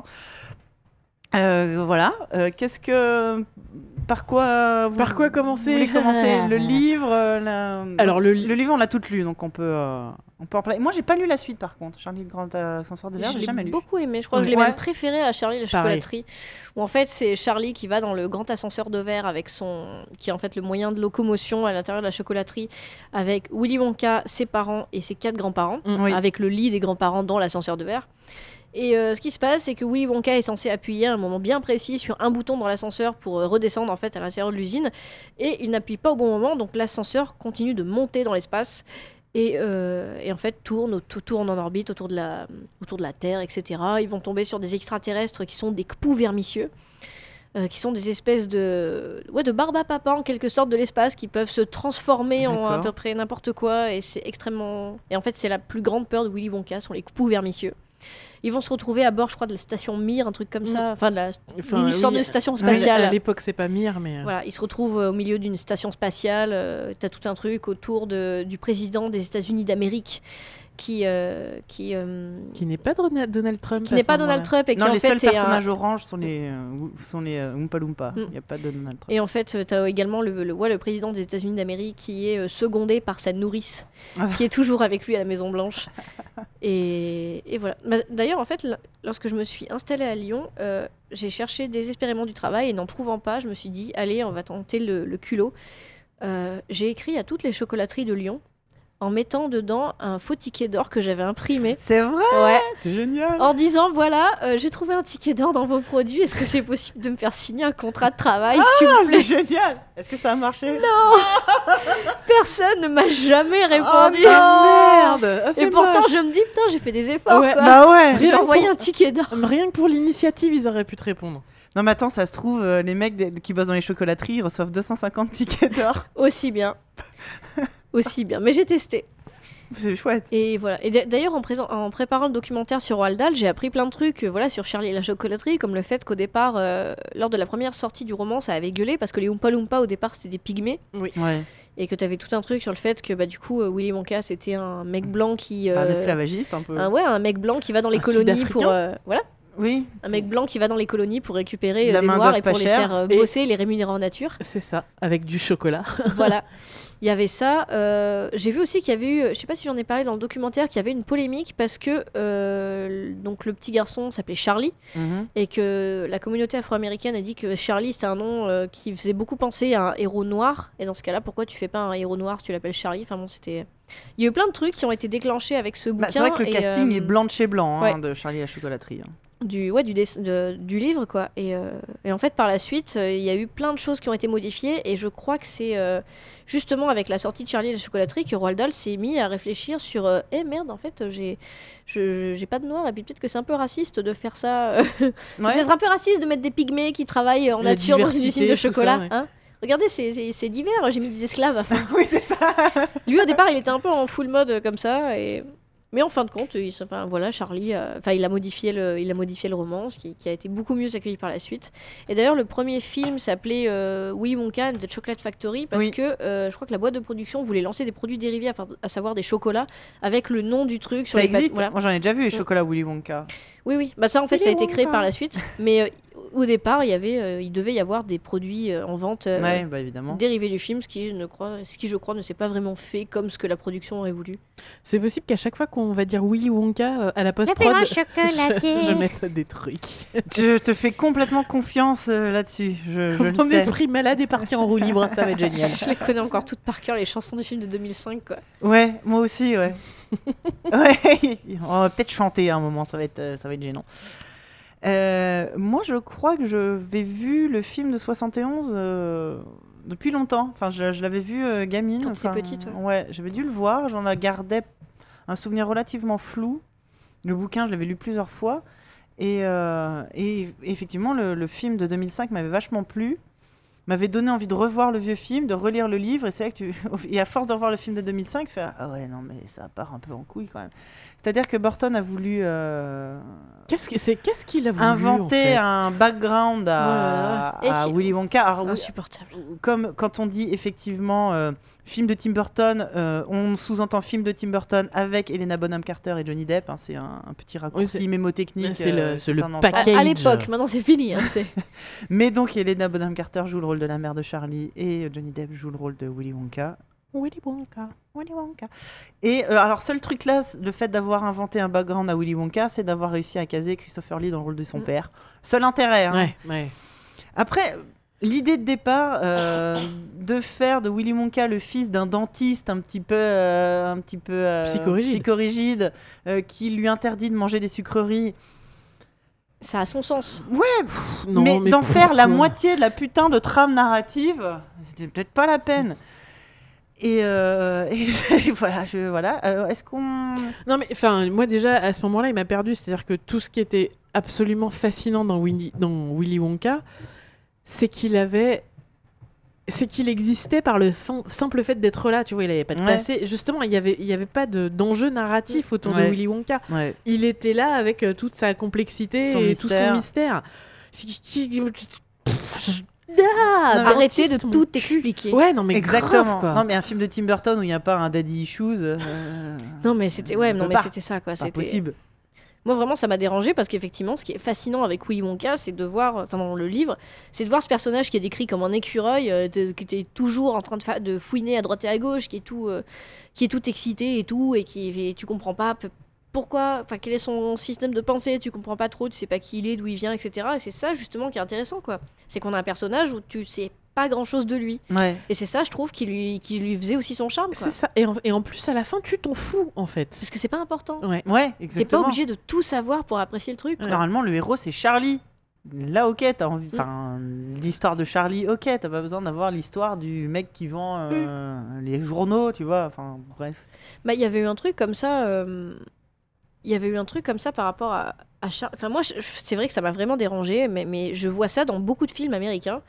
Euh, voilà. Euh, qu'est-ce que, par quoi, vous... par quoi commencer Vous voulez commencer le livre la... Alors le, li- le livre, on l'a tout lu, donc on peut, euh, on peut en parler. Moi, j'ai pas lu la suite, par contre. Charlie le grand ascenseur de l'air, j'ai jamais lu. Je l'ai beaucoup aimé. Je crois que je l'ai Ouais. même préféré à Charlie la chocolaterie. Où en fait, c'est Charlie qui va dans le grand ascenseur de verre avec son, qui est en fait le moyen de locomotion à l'intérieur de la chocolaterie, avec Willy Wonka, ses parents et ses quatre grands-parents, Mm, oui. avec le lit des grands-parents dans l'ascenseur de verre. Et euh, ce qui se passe, c'est que Willy Wonka est censé appuyer à un moment bien précis sur un bouton dans l'ascenseur pour euh, redescendre en fait à l'intérieur de l'usine, et il n'appuie pas au bon moment, donc l'ascenseur continue de monter dans l'espace et, euh, et en fait tourne, auto- tourne en orbite autour de, la, autour de la Terre, et cetera. Ils vont tomber sur des extraterrestres qui sont des kpous vermicieux, euh, qui sont des espèces de, ouais, de barbapapa en quelque sorte de l'espace, qui peuvent se transformer en D'accord. à peu près n'importe quoi, et c'est extrêmement... Et en fait, c'est la plus grande peur de Willy Wonka, sont les kpous vermicieux. Ils vont se retrouver à bord, je crois, de la station Mir, un truc comme ça. Enfin, de la... Enfin, une sorte oui, de station à- spatiale. À l'époque, c'est pas Mir, mais. euh, Voilà, ils se retrouvent euh, au milieu d'une station spatiale. Euh, T'as tout un truc autour de, du président des États-Unis d'Amérique qui, euh, qui, euh, Qui n'est pas Dona- Donald Trump. qui à n'est ce pas moment-là. Donald Trump et qui Non, en les fait seuls est un- personnages oranges sont les, euh, sont les euh, Oompa Loompa. Il Mm. n'y a pas de Donald Trump. Et en fait, tu as également le, le, ouais, le président des États-Unis d'Amérique qui est euh, secondé par sa nourrice, Ah. qui est toujours avec lui à la Maison Blanche. Et, et voilà. Bah, d'ailleurs, en fait, l- lorsque je me suis installée à Lyon, euh, j'ai cherché désespérément du travail et n'en trouvant pas, je me suis dit, allez, on va tenter le, le culot. Euh, j'ai écrit à toutes les chocolateries de Lyon en mettant dedans un faux ticket d'or que j'avais imprimé. C'est vrai. Ouais. C'est génial. En disant, voilà, euh, j'ai trouvé un ticket d'or dans vos produits, est-ce que c'est possible de me faire signer un contrat de travail, s'il vous Ah, plaît? c'est génial. Est-ce que ça a marché? Personne ne m'a jamais répondu. Oh non. Merde Ah, c'est Et pourtant, moche. je me dis, putain, j'ai fait des efforts, Ouais, quoi. Bah ouais. J'ai Rien envoyé pour- un ticket d'or. Rien que pour l'initiative, ils auraient pu te répondre. Non mais attends, ça se trouve, euh, les mecs des- qui bossent dans les chocolateries, ils reçoivent deux cent cinquante tickets d'or. Aussi bien. aussi bien. Mais j'ai testé. C'est chouette. Et voilà. Et d'ailleurs, en, présent, en préparant le documentaire sur Roald Dahl, j'ai appris plein de trucs euh, voilà, sur Charlie et la chocolaterie, comme le fait qu'au départ, euh, lors de la première sortie du roman, ça avait gueulé parce que les Oompa Loompa, au départ, c'était des pygmées. Oui. Ouais. Et que tu avais tout un truc sur le fait que bah, du coup, euh, Willy Wonka, c'était un mec blanc qui. Un euh, esclavagiste un peu. un, ouais, un mec blanc qui va dans les Un colonies Sud-Africain. pour. euh, voilà. Oui. Un mec blanc qui va dans les colonies pour récupérer De euh, la des main-d'œuvre noirs et pas pour les chère. faire euh, Et- bosser, les rémunérer en nature. C'est ça, avec du chocolat. Voilà. Il y avait ça. Euh, j'ai vu aussi qu'il y avait eu, je sais pas si j'en ai parlé dans le documentaire, qu'il y avait une polémique parce que euh, donc le petit garçon s'appelait Charlie Mhm. et que la communauté afro-américaine a dit que Charlie c'était un nom euh, qui faisait beaucoup penser à un héros noir. Et dans ce cas-là, pourquoi tu fais pas un héros noir si tu l'appelles Charlie? Enfin bon, c'était. Il y a eu plein de trucs qui ont été déclenchés avec ce bouquin. Bah, c'est vrai que le et, casting euh, est blanc de chez blanc hein, ouais. de Charlie et la chocolaterie. hein. du, ouais, du, dess- de- du livre quoi et, euh, et en fait par la suite euh, il y a eu plein de choses qui ont été modifiées et je crois que c'est euh, justement avec la sortie de Charlie et la chocolaterie que Roald Dahl s'est mis à réfléchir sur euh, eh merde en fait j'ai je- je- j'ai pas de noir et puis peut-être que c'est un peu raciste de faire ça euh, c'est Ouais. peut-être un peu raciste de mettre des pygmées qui travaillent en La nature dans une diversité, usine de tout ça, chocolat ouais. hein. Regardez, c'est- c'est c'est divers, j'ai mis des esclaves. Enfin, oui, c'est ça. lui, au départ, il était un peu en full mode euh, comme ça. Et... Mais en fin de compte, il, s- enfin, voilà, Charlie, euh, enfin, il, a modifié le, il a modifié le roman, ce qui, qui a été beaucoup mieux accueilli par la suite. Et d'ailleurs, le premier film s'appelait euh, Willy Wonka and the Chocolate Factory parce Oui. que euh, je crois que la boîte de production voulait lancer des produits dérivés, à, à savoir des chocolats, avec le nom du truc sur Ça les pat- existe. voilà. Moi, j'en ai déjà vu les chocolats Willy Wonka. Oui, oui. Bah ça, en fait, Willy ça a été créé Wonka. par la suite. Mais euh, au départ, il, y avait, euh, il devait y avoir des produits euh, en vente euh, Ouais, bah évidemment. dérivés du film, ce qui, je ne crois, ce qui, je crois, ne s'est pas vraiment fait comme ce que la production aurait voulu. C'est possible qu'à chaque fois qu'on va dire Willy Wonka euh, à la post-prod, L'apéro je, chocolatier. je mette des trucs. Je te fais complètement confiance euh, là-dessus. Je, je le Mon sais. esprit malade est parti en roue libre, ça va être génial. Je les connais encore toutes par cœur, les chansons du film de deux mille cinq, quoi. Ouais, moi aussi, ouais. ouais. On va peut-être chanter à un moment, ça va être, euh, ça va être gênant. Euh, moi, je crois que j'avais vu le film de soixante et onze euh, depuis longtemps. Enfin, je, je l'avais vu euh, gamine. Quand t'étais enfin, petite, ouais. Ouais, j'avais dû le voir. J'en gardais un souvenir relativement flou. Le bouquin, je l'avais lu plusieurs fois. Et, euh, et effectivement, le, le film de deux mille cinq m'avait vachement plu. M'avait donné envie de revoir le vieux film, de relire le livre. Et c'est vrai que tu... Et à force de revoir le film de deux mille cinq, tu fais ah ouais, non, mais ça part un peu en couille quand même. C'est-à-dire que Burton a voulu euh, Qu'est-ce que- c'est- qu'est-ce qu'il a voulu inventer en fait un background à, Oh là là. Et à si- Willy Wonka. Alors, oui, Insupportable. comme quand on dit effectivement euh, film de Tim Burton, euh, on sous-entend film de Tim Burton avec Helena Bonham Carter et Johnny Depp. hein, c'est un, un petit raccourci c'est- mémotechnique. c'est le- euh, c'est le un ensemble. paquet. À, à Cage. l'époque, maintenant c'est fini. Hein, c'est... Mais donc Helena Bonham Carter joue le rôle de la mère de Charlie et Johnny Depp joue le rôle de Willy Wonka. Willy Wonka, Willy Wonka. Et euh, alors, seul truc là, le fait d'avoir inventé un background à Willy Wonka, c'est d'avoir réussi à caser Christopher Lee dans le rôle de son Mm. père. Seul intérêt. hein. Ouais, ouais. Après, l'idée de départ euh, de faire de Willy Wonka le fils d'un dentiste un petit peu, euh, un petit peu euh, Psychorigide. psychorigide, euh, qui lui interdit de manger des sucreries, Ça a son sens. Non, mais, mais d'en faire la pourquoi moitié de la putain de trame narrative, c'était peut-être pas la peine. Et, euh, et voilà, je, voilà. Euh, est-ce qu'on... Non, mais enfin, moi déjà à ce moment-là, il m'a perdu. C'est-à-dire que tout ce qui était absolument fascinant dans Willy, dans Willy Wonka, c'est qu'il avait, c'est qu'il existait par le fin- simple fait d'être là. Tu vois, il avait pas de Ouais. passé. Justement, il y avait, il y avait pas de, d'enjeu narratif autour Ouais. de Willy Wonka. Ouais. Il était là avec euh, toute sa complexité Son et tout mystère. son mystère. C'est qui- qui- je- Ah, Non, mais arrêtez de artiste, mon tout cul. expliquer. Ouais, non mais Exactement. grave, quoi. Non, mais un film de Tim Burton où il n'y a pas un daddy issues, euh, Non mais c'était ouais, on non peut mais pas. c'était ça quoi. pas C'était. possible. Moi vraiment ça m'a dérangé parce qu'effectivement ce qui est fascinant avec Willy Wonka c'est de voir, enfin dans le livre, c'est de voir ce personnage qui est décrit comme un écureuil, euh, de- qui était toujours en train de, fa- de fouiner à droite et à gauche, qui est tout, euh, qui est tout excité et tout et qui et tu comprends pas pe- pourquoi, enfin quel est son système de pensée, tu comprends pas trop, tu sais pas qui il est, d'où il vient, et cetera. Et c'est ça justement qui est intéressant quoi. C'est qu'on a un personnage où tu sais pas grand chose de lui. Ouais. Et c'est ça je trouve qui lui, qui lui faisait aussi son charme quoi. C'est ça. Et en, et en plus, à la fin, tu t'en fous, en fait. Parce que c'est pas important. Ouais. Ouais, T'es exactement. pas obligé de tout savoir pour apprécier le truc. quoi. Normalement, le héros, c'est Charlie. Là, ok, t'as envie. Enfin, l'histoire de Charlie, ok, t'as pas besoin d'avoir l'histoire du mec qui vend euh, les journaux, tu vois. Enfin, bref. Bah, il y avait eu un truc comme ça. euh, Il y avait eu un truc comme ça par rapport à, à Charles. Enfin, moi, je- c'est vrai que ça m'a vraiment dérangé, mais, mais je vois ça dans beaucoup de films américains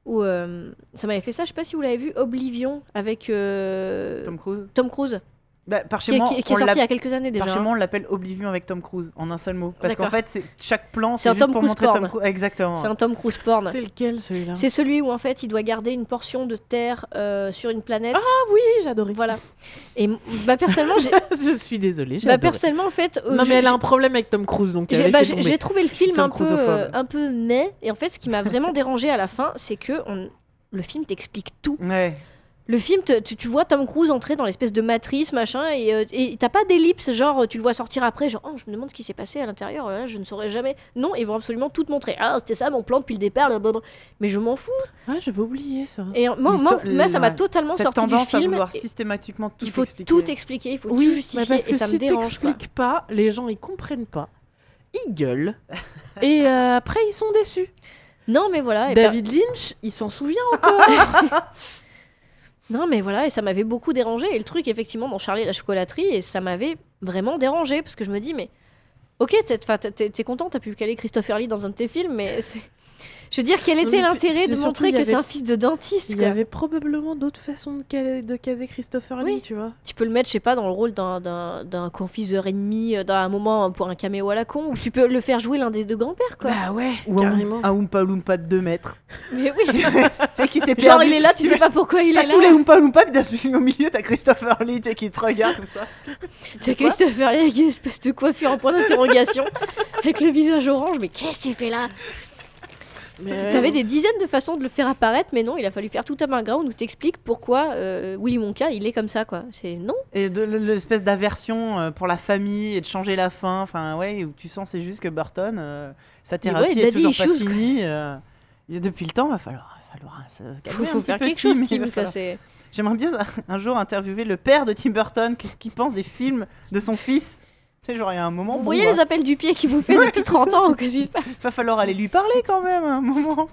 où euh, ça m'avait fait ça. Je sais pas si vous l'avez vu, Oblivion avec euh, Tom Cruise. Tom Cruise. Bah, par chez Qui, moi, qui- qui est on sorti l'a- il y a quelques années déjà. par chez hein. moi, on l'appelle Oblivion avec Tom Cruise en un seul mot. Parce qu'en D'accord. fait, c'est chaque plan, C'est c'est un juste Tom pour Cruise montrer porn. Tom Cruise. Exactement. C'est un Tom Cruise porn. C'est lequel celui-là? C'est celui où en fait il doit garder une portion de terre euh, sur une planète. Ah oui, j'adorais. Voilà. Et m- bah personnellement, j'ai Je suis désolée. j'ai bah, adoré. personnellement en fait, euh, Non, mais j'ai- elle a un problème avec Tom Cruise, donc j'ai elle bah, laisse j'ai- tomber. j'ai trouvé le Je suis film Tom un peu Cruisophobe. euh, un peu mais et en fait ce qui m'a vraiment dérangé à la fin, c'est que on- le film t'explique tout. Ouais. Le film, te- tu, tu vois Tom Cruise entrer dans l'espèce de matrice, machin, et euh, et t'as pas d'ellipse, genre tu le vois sortir après, genre oh, je me demande ce qui s'est passé à l'intérieur, là, je ne saurais jamais. Non, ils vont absolument tout te montrer. Ah, c'était ça mon plan depuis le départ, blablabla. Mais je m'en fous. Ah, j'avais oublié ça. Et euh, moi, moi, L'histoire- moi, ça m'a la- totalement Cette sorti du tendance à film. vouloir et systématiquement tout il faut expliquer. tout expliquer, il faut tout Oui, justifier, bah parce et que ça si me dérange. quoi. t'expliques pas, les gens ils comprennent pas, ils gueulent, et euh, après ils sont déçus. Non, mais voilà. et per- David Lynch, il s'en souvient encore. Non, mais voilà, et ça m'avait beaucoup dérangé. Et le truc, effectivement, dans Charlie et la chocolaterie, et ça m'avait vraiment dérangé, parce que je me dis, mais ok, t'es, 'fin, t'es, t'es- t'es content, t'as pu caler Christopher Lee dans un de tes films, mais c'est... je veux dire, quel Non, était mais puis- l'intérêt puis de surtout, montrer il y que c'est avait- un fils de dentiste Il y quoi. avait probablement d'autres façons de, caler- de caser Christopher Lee, Oui. tu vois. Tu peux le mettre, je sais pas, dans le rôle d'un, d'un, d'un confiseur ennemi, euh, dans un moment pour un caméo à la con, ou tu peux le faire jouer l'un des deux grands-pères, quoi. Bah ouais, Ou un, carrément. un Oompa Loompa de deux mètres. Mais oui, Tu sais qui s'est genre perdu. il est là, tu sais pas pourquoi il T'as est tous là. les Oompa Loompa, puis d'un- au milieu, t'as Christopher Lee tu sais, qui te regarde comme ça. C'est Christopher Lee avec une espèce de coiffure en point d'interrogation, avec le visage orange, mais qu'est-ce que tu fais là? Mais ouais, T'avais non. des dizaines de façons de le faire apparaître, mais non, il a fallu faire tout un background où t'expliques pourquoi euh, Willy Wonka, il est comme ça, quoi. C'est non. Et de l'espèce d'aversion euh, pour la famille et de changer la fin. Enfin, ouais, où tu sens c'est juste que Burton, euh, sa thérapie ouais, est daddy toujours pas issues, quoi. finie. euh, et depuis le temps, va falloir. va falloir euh, se Faut, calmer faut un faire petit peu, quelque chose, Tim, il Tim. va quoi, falloir- c'est- J'aimerais bien un jour interviewer le père de Tim Burton. Qu'est-ce qu'il pense des films de son fils? Tu sais, genre, il y a un moment. Vous bon, voyez bah, les appels du pied qu'il vous fait Ouais, depuis c'est trente ans, ou qu'est-ce qui se passe? va falloir aller lui parler quand même à un moment.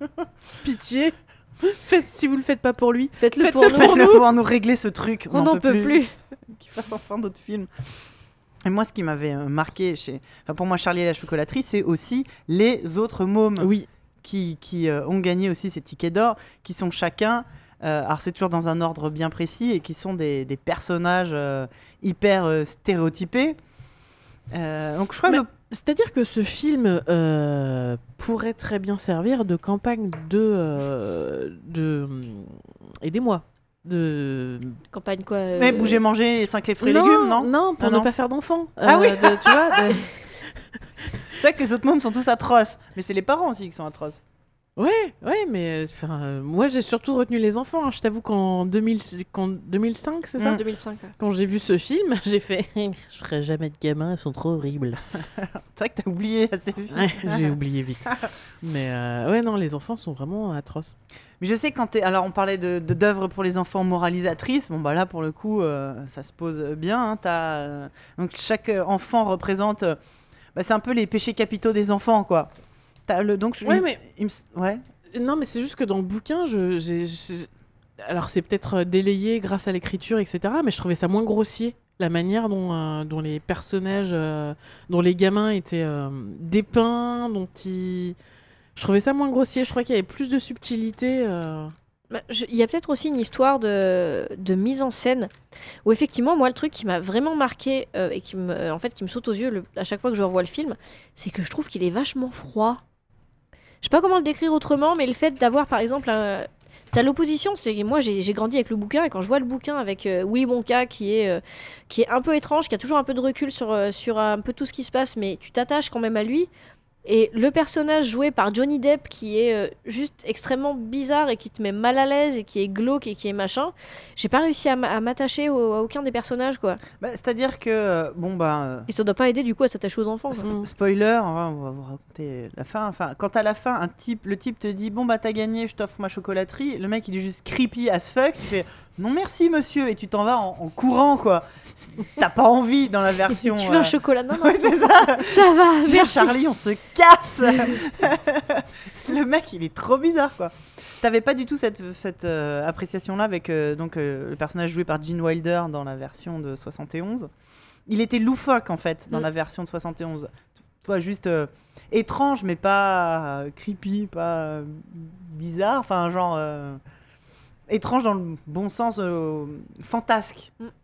Pitié. Faites, si vous le faites pas pour lui. Faites-le Faites-le pour pour nous. Il va pouvoir nous régler ce truc. On n'en peut plus. Qu'il fasse enfin d'autres films. Et moi, ce qui m'avait euh, marqué, chez... enfin, pour moi, Charlie et la chocolaterie, c'est aussi les autres mômes Oui. qui, qui euh, ont gagné aussi ces tickets d'or, qui sont chacun, euh, alors c'est toujours dans un ordre bien précis, et qui sont des, des personnages euh, hyper euh, stéréotypés. Euh, donc je crois Mais- que le- C'est-à-dire que ce film euh, pourrait très bien servir de campagne de... euh, de aidez-moi. De... Campagne quoi euh, Ouais, bouger, manger, les cinq les fruits et légumes, non Non, pour Ah, ne non. pas faire d'enfants. Ah oui. de- Tu vois de- C'est vrai que les autres mômes sont tous atroces, mais c'est les parents aussi qui sont atroces. Ouais, ouais, mais enfin, euh, moi j'ai surtout retenu les enfants. hein. Je t'avoue qu'en deux mille, qu'en deux mille cinq, c'est ça Mm. deux mille cinq. ouais. Quand j'ai vu ce film, j'ai fait je ferai jamais de gamins, ils sont trop horribles. C'est vrai que t'as oublié assez vite. Ouais, j'ai oublié vite. Mais euh, ouais, non, les enfants sont vraiment atroces. Mais je sais que quand t'es... Alors on parlait de, de, d'œuvres pour les enfants moralisatrices, bon bah là pour le coup euh, ça se pose bien. Hein, t'as, euh, Donc chaque euh, enfant représente... euh, bah, c'est un peu les péchés capitaux des enfants quoi. T'as le... Donc, je- Ouais, il- mais il me s- ouais. non, mais c'est juste que dans le bouquin, je, j'ai, j'ai- alors c'est peut-être délayé grâce à l'écriture, et cetera. Mais je trouvais ça moins grossier, la manière dont, euh, dont les personnages, euh, dont les gamins étaient euh, dépeints, dont ils... Je trouvais ça moins grossier. Je crois qu'il y avait plus de subtilité. euh. Bah, je- Il y a peut-être aussi une histoire de, de mise en scène où effectivement moi le truc qui m'a vraiment marqué euh, et qui me, en fait, qui me saute aux yeux le- à chaque fois que je revois le film, c'est que je trouve qu'il est vachement froid. Je sais pas comment le décrire autrement, mais le fait d'avoir par exemple un... T'as l'opposition, c'est que moi j'ai j'ai grandi avec le bouquin et quand je vois le bouquin avec euh, Willy Wonka qui est, euh, qui est un peu étrange, qui a toujours un peu de recul sur, euh, sur un peu tout ce qui se passe, mais tu t'attaches quand même à lui. Et le personnage joué par Johnny Depp qui est euh, juste extrêmement bizarre et qui te met mal à l'aise et qui est glauque et qui est machin, j'ai pas réussi à, m- à m'attacher au- à aucun des personnages quoi. Bah, c'est-à-dire que euh, bon bah euh, Et ça doit pas aider du coup à s'attacher aux enfants. quoi. Mm. spoiler, on va, on va vous raconter la fin. Enfin, quand à la fin, un type, le type te dit bon bah t'as gagné, je t'offre ma chocolaterie. Le mec il est juste creepy as fuck. Tu fais non merci monsieur et tu t'en vas en, en courant quoi. T'as pas envie dans la version. Tu veux un euh, chocolat? Non, non, Ouais, c'est ça. ça va, Viens, merci. Charlie, on se casse. Le mec, il est trop bizarre, quoi. T'avais pas du tout cette, cette euh, appréciation-là avec euh, donc, euh, le personnage joué par Gene Wilder dans la version de soixante et onze. Il était loufoque, en fait, dans Mm. la version de soixante et onze. toi, juste euh, étrange, mais pas euh, creepy, pas euh, bizarre. Enfin, genre euh, étrange dans le bon sens, euh, fantasque. Mm.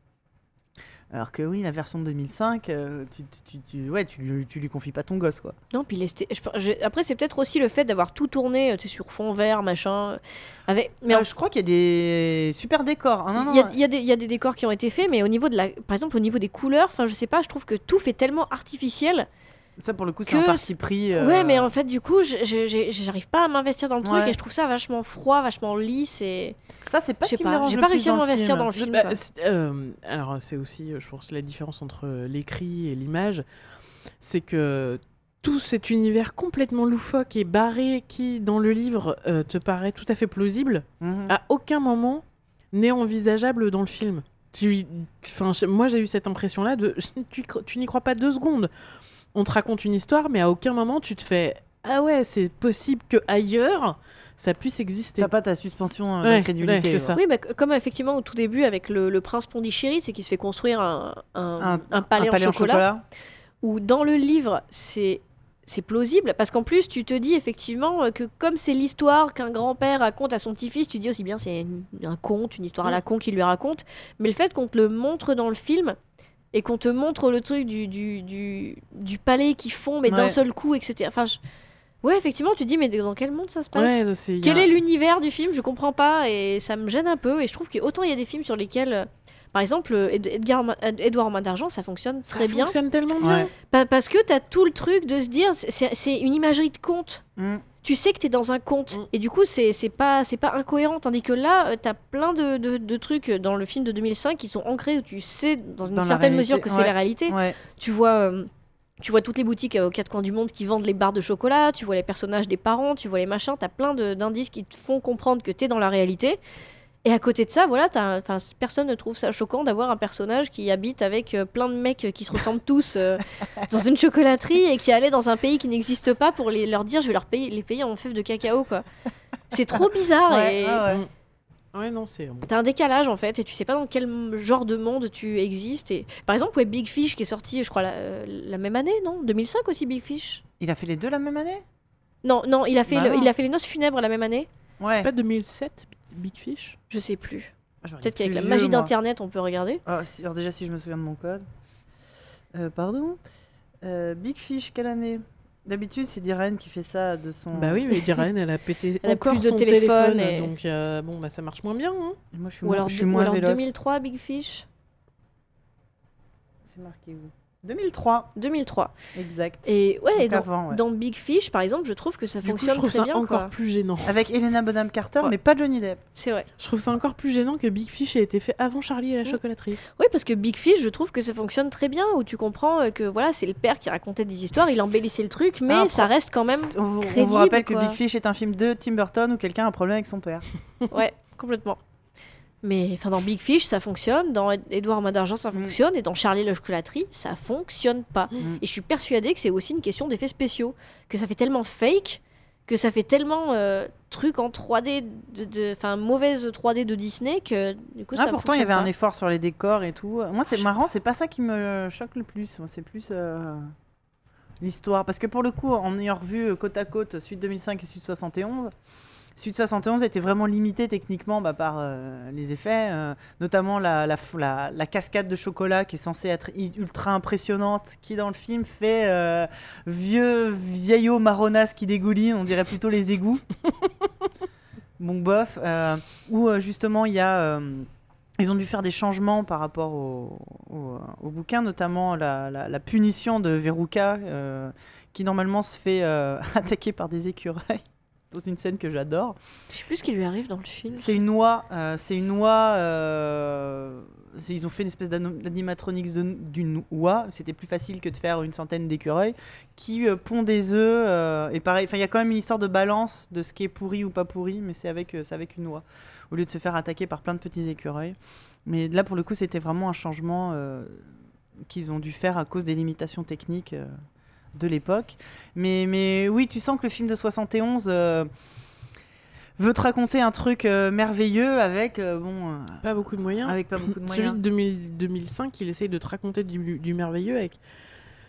Alors que oui, la version de deux mille cinq, euh, tu, tu, tu, ouais, tu, lui, tu lui confies pas ton gosse, quoi. Non, puis l'esthé... je, je, après, c'est peut-être aussi le fait d'avoir tout tourné sur fond vert, machin. Avec... Mais euh, en... Je crois qu'il y a des super décors. Hein, non, il, y a, non, il, y a des, il y a des décors qui ont été faits, mais au niveau de la... par exemple, au niveau des couleurs, je sais pas, je trouve que tout fait tellement artificiel. Ça, pour le coup, c'est un parti pris. Euh... Ouais, mais en fait, du coup, je, je, je, j'arrive pas à m'investir dans le truc ouais. et je trouve ça vachement froid, vachement lisse. Et... Ça, c'est pas ce qui me dérange J'ai le pas plus réussi à m'investir dans le film. Bah, euh, alors, c'est aussi, je pense, la différence entre l'écrit et l'image. C'est que tout cet univers complètement loufoque et barré qui, dans le livre, euh, te paraît tout à fait plausible, mm-hmm. à aucun moment n'est envisageable dans le film. Tu, moi, j'ai eu cette impression-là de tu, tu n'y crois pas deux secondes. On te raconte une histoire, mais à aucun moment tu te fais « Ah ouais, c'est possible qu'ailleurs, ça puisse exister. » T'as pas ta suspension euh, d'incrédulité. Ouais, ouais. ça. Oui, bah, comme effectivement au tout début avec le, le prince Pondichéry, c'est qu'il se fait construire un, un, un, un palais, un palais en, chocolat, en chocolat, où dans le livre, c'est... c'est plausible, parce qu'en plus, tu te dis effectivement que comme c'est l'histoire qu'un grand-père raconte à son petit-fils, tu dis aussi bien c'est un conte, une histoire à la con qu'il lui raconte, mais le fait qu'on te le montre dans le film... et qu'on te montre le truc du, du, du, du palais qui fond, mais ouais. d'un seul coup, et cetera. Enfin, je... ouais, effectivement, tu te dis, mais dans quel monde ça se passe ouais, c'est, Quel a... est l'univers du film? Je comprends pas, et ça me gêne un peu. Et je trouve qu'autant il y a des films sur lesquels, euh, par exemple, Edgar Ma... Edouard Main d'Argent, ça fonctionne ça très bien. Ça fonctionne tellement bien. Ouais. Pa- parce que t'as tout le truc de se dire, c'est, c'est une imagerie de conte. Mm. Tu sais que t'es dans un conte, mm. et du coup, c'est, c'est, pas, c'est pas incohérent. Tandis que là, euh, t'as plein de, de, de trucs dans le film de deux mille cinq qui sont ancrés où tu sais, dans une dans certaine mesure, que ouais. c'est la réalité. Ouais. Tu vois... Euh, Tu vois toutes les boutiques aux quatre coins du monde qui vendent les barres de chocolat, tu vois les personnages des parents, tu vois les machins, t'as plein de, d'indices qui te font comprendre que t'es dans la réalité. Et à côté de ça, voilà, t'as, personne ne trouve ça choquant d'avoir un personnage qui habite avec euh, plein de mecs qui se ressemblent tous euh, dans une chocolaterie et qui allait dans un pays qui n'existe pas pour les, leur dire je vais leur payer, les payer en fèves de cacao, quoi. C'est trop bizarre. Ouais, et... ah ouais. Ouais, non, c'est... T'as un décalage en fait, et tu sais pas dans quel genre de monde tu existes. Et... Par exemple, ouais, Big Fish qui est sorti, je crois, la, euh, la même année, non deux mille cinq aussi, Big Fish. Il a fait les deux la même année? Non, non, il a fait, bah le, non. il a fait les noces funèbres la même année. Ouais. C'est pas deux mille sept, Big Fish? Je sais plus. Ah, peut-être qu'avec la magie moi. d'internet, on peut regarder. Ah, si, alors déjà, si je me souviens de mon code. Euh, pardon euh, Big Fish, quelle année? D'habitude, c'est Diren qui fait ça de son... Bah oui, mais Diren, elle a pété elle encore a plus de son téléphone. téléphone et... donc euh, bon, bah ça marche moins bien. Hein. Et moi, je suis ou moins, alors, je suis ou moins alors véloce. deux mille trois, Big Fish. C'est marqué où? deux mille trois. deux mille trois. Exact. Et ouais, dans, avant, ouais, dans Big Fish, par exemple, je trouve que ça du fonctionne coup, je trouve très ça bien. encore quoi. plus gênant. Avec Helena Bonham Carter, ouais. mais pas Johnny Depp. C'est vrai. Je trouve ça encore plus gênant que Big Fish ait été fait avant Charlie et la mmh. chocolaterie. Oui, parce que Big Fish, je trouve que ça fonctionne très bien, où tu comprends que voilà, c'est le père qui racontait des histoires, il embellissait le truc, mais ah, ça reste quand même on vous, crédible. On vous rappelle quoi. que Big Fish est un film de Tim Burton où quelqu'un a un problème avec son père. Ouais, complètement. Mais enfin, dans Big Fish, ça fonctionne. Dans Edouard Main d'Argent, ça fonctionne. Mm. Et dans Charlie et la chocolaterie, ça fonctionne pas. Mm. Et je suis persuadée que c'est aussi une question d'effets spéciaux. Que ça fait tellement fake, que ça fait tellement euh, truc en trois D, enfin mauvaise trois D de Disney, que du coup, ah, ça pourtant, il y avait pas. un effort sur les décors et tout. Moi, c'est marrant, c'est pas ça qui me choque le plus. Moi, c'est plus euh, l'histoire. Parce que pour le coup, en ayant revu côte à côte Suite deux mille cinq et Suite soixante et onze, Suite soixante et onze était vraiment limité techniquement bah, par euh, les effets, euh, notamment la, la, la, la cascade de chocolat qui est censée être ultra impressionnante, qui dans le film fait euh, vieux vieillot marronasse qui dégouline, on dirait plutôt les égouts. Bon bof, euh, où euh, justement il y a... Euh, ils ont dû faire des changements par rapport au, au, au bouquin, notamment la, la, la punition de Veruca, euh, qui normalement se fait euh, attaquer par des écureuils. Dans une scène que j'adore. Je sais plus ce qui lui arrive dans le film. C'est une oie. Euh, c'est une oie. Euh, c'est, ils ont fait une espèce d'animatronics de, d'une oie. C'était plus facile que de faire une centaine d'écureuils qui euh, pond des œufs. Euh, et pareil, il y a quand même une histoire de balance de ce qui est pourri ou pas pourri, mais c'est avec, euh, c'est avec une oie. Au lieu de se faire attaquer par plein de petits écureuils. Mais là, pour le coup, c'était vraiment un changement euh, qu'ils ont dû faire à cause des limitations techniques. Euh, de l'époque, mais, mais oui, tu sens que le film de soixante et onze euh, veut te raconter un truc euh, merveilleux avec euh, bon, euh, pas beaucoup de moyens. Avec pas beaucoup de moyens. Celui de deux mille, deux mille cinq, il essaye de te raconter du, du merveilleux avec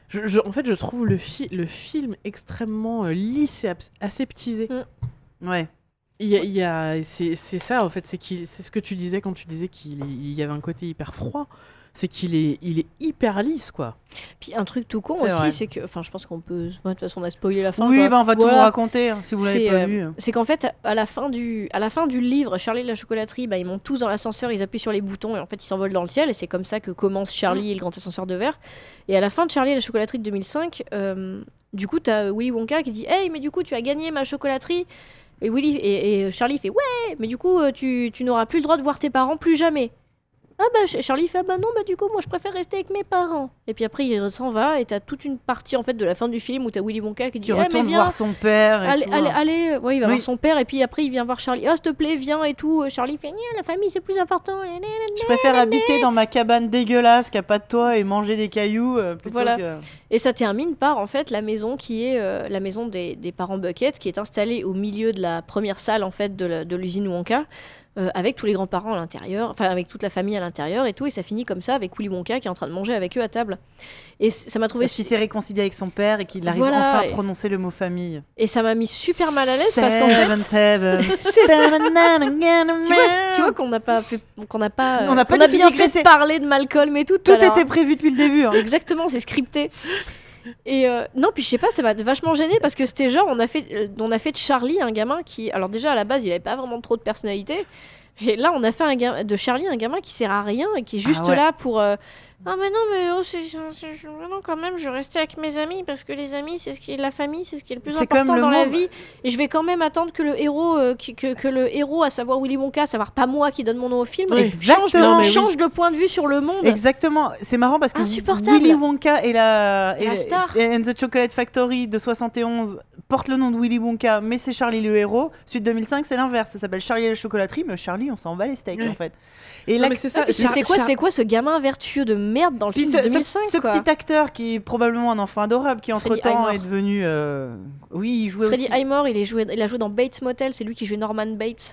Je, je, en fait, je trouve le, fi- le film extrêmement euh, lisse et abs- aseptisé. Mm. Ouais. Il y a, il y a, c'est, c'est ça, en fait. C'est, qu'il, c'est ce que tu disais quand tu disais qu'il est- il y avait un côté hyper froid. C'est qu'il est, il est hyper lisse, quoi. Puis un truc tout con C'est aussi, vrai. c'est que, enfin, je pense qu'on peut, de toute façon, on a spoilé la fin. Oui, quoi. bah, on va tout Voilà. vous raconter hein, si vous l'avez C'est, pas euh, vu. C'est qu'en fait, à la fin du, à la fin du livre, Charlie et la chocolaterie, bah, ils montent tous dans l'ascenseur, ils appuient sur les boutons et en fait, ils s'envolent dans le ciel. Et c'est comme ça que commence Charlie et le grand ascenseur de verre. Et à la fin de Charlie et la chocolaterie de deux mille cinq, euh, du coup, t'as Willy Wonka qui dit Hey, mais du coup, tu as gagné ma chocolaterie. Et, Willy, et, et Charlie fait Ouais, mais du coup, euh, tu, tu n'auras plus le droit de voir tes parents plus jamais. Ah bah Ch- Charlie fait ah bah non bah du coup moi je préfère rester avec mes parents. Et puis après il s'en va et t'as toute une partie en fait de la fin du film où t'as Willy Wonka qui dit Qui Eh, mais retourne viens, voir son père. Et allez tout, allez hein. allez ouais il va Oui. voir son père et puis après il vient voir Charlie. Oh s'il te plaît viens et tout. Charlie fait Nya, la famille c'est plus important. Je préfère habiter dans ma cabane dégueulasse qui a pas de toit et manger des cailloux euh, plutôt Voilà. que. Et ça termine par en fait la maison qui est euh, la maison des, des parents Bucket qui est installée au milieu de la première salle en fait de, la- de l'usine Wonka. Euh, avec tous les grands-parents à l'intérieur, enfin avec toute la famille à l'intérieur et tout, et ça finit comme ça avec Willy Wonka qui est en train de manger avec eux à table. Et c- ça m'a trouvé Parce qu'il s'est réconcilié avec son père et qu'il arrive Voilà, enfin à et- prononcer le mot famille. et ça m'a mis super mal à l'aise parce qu'en fait, Seven, seven. c'est ça. Tu vois, tu vois qu'on n'a pas fait, qu'on n'a pas, euh, On n'a pas qu'on a du tout bien digressé. fait de parler de Malcolm et tout. Tout alors. était prévu depuis le début. hein. Exactement, c'est scripté. Et euh, non, puis je sais pas, ça m'a vachement gêné parce que c'était genre, on a fait, euh, on a fait de Charlie un gamin qui, alors déjà à la base, il avait pas vraiment trop de personnalité. Et là, on a fait un ga- de Charlie un gamin qui sert à rien et qui est juste Ah ouais. là pour. euh, Ah mais non mais oh, c'est, c'est- c'est- vraiment quand même je vais rester avec mes amis parce que les amis c'est ce qui est la famille c'est ce qui est le plus C'est important comme le dans la monde- vie et je vais quand même attendre que le héros euh, qui- que, que le héros à savoir Willy Wonka à savoir pas moi qui donne mon nom au film Oui, change, de, exactement. mais oui. change de point de vue sur le monde. Exactement, c'est marrant parce que Insupportable. Willy Wonka et la, Et la star. et and the Chocolate Factory de soixante et onze portent le nom de Willy Wonka, mais c'est Charlie le héros. Suite deux mille cinq, c'est l'inverse, ça s'appelle Charlie et la chocolaterie, mais Charlie, on s'en bat les steaks Ouais. en fait. Et Non, là, mais c'est ça. Mais Char- c'est quoi Char- c'est quoi ce gamin vertueux de merde dans le puis film ce, de ce- deux mille cinq ce quoi. petit acteur qui est probablement un enfant adorable, qui entre temps Highmore. est devenu, euh, oui, il jouait Freddie aussi. Highmore il, est joué, il a joué dans Bates Motel c'est lui qui jouait Norman Bates.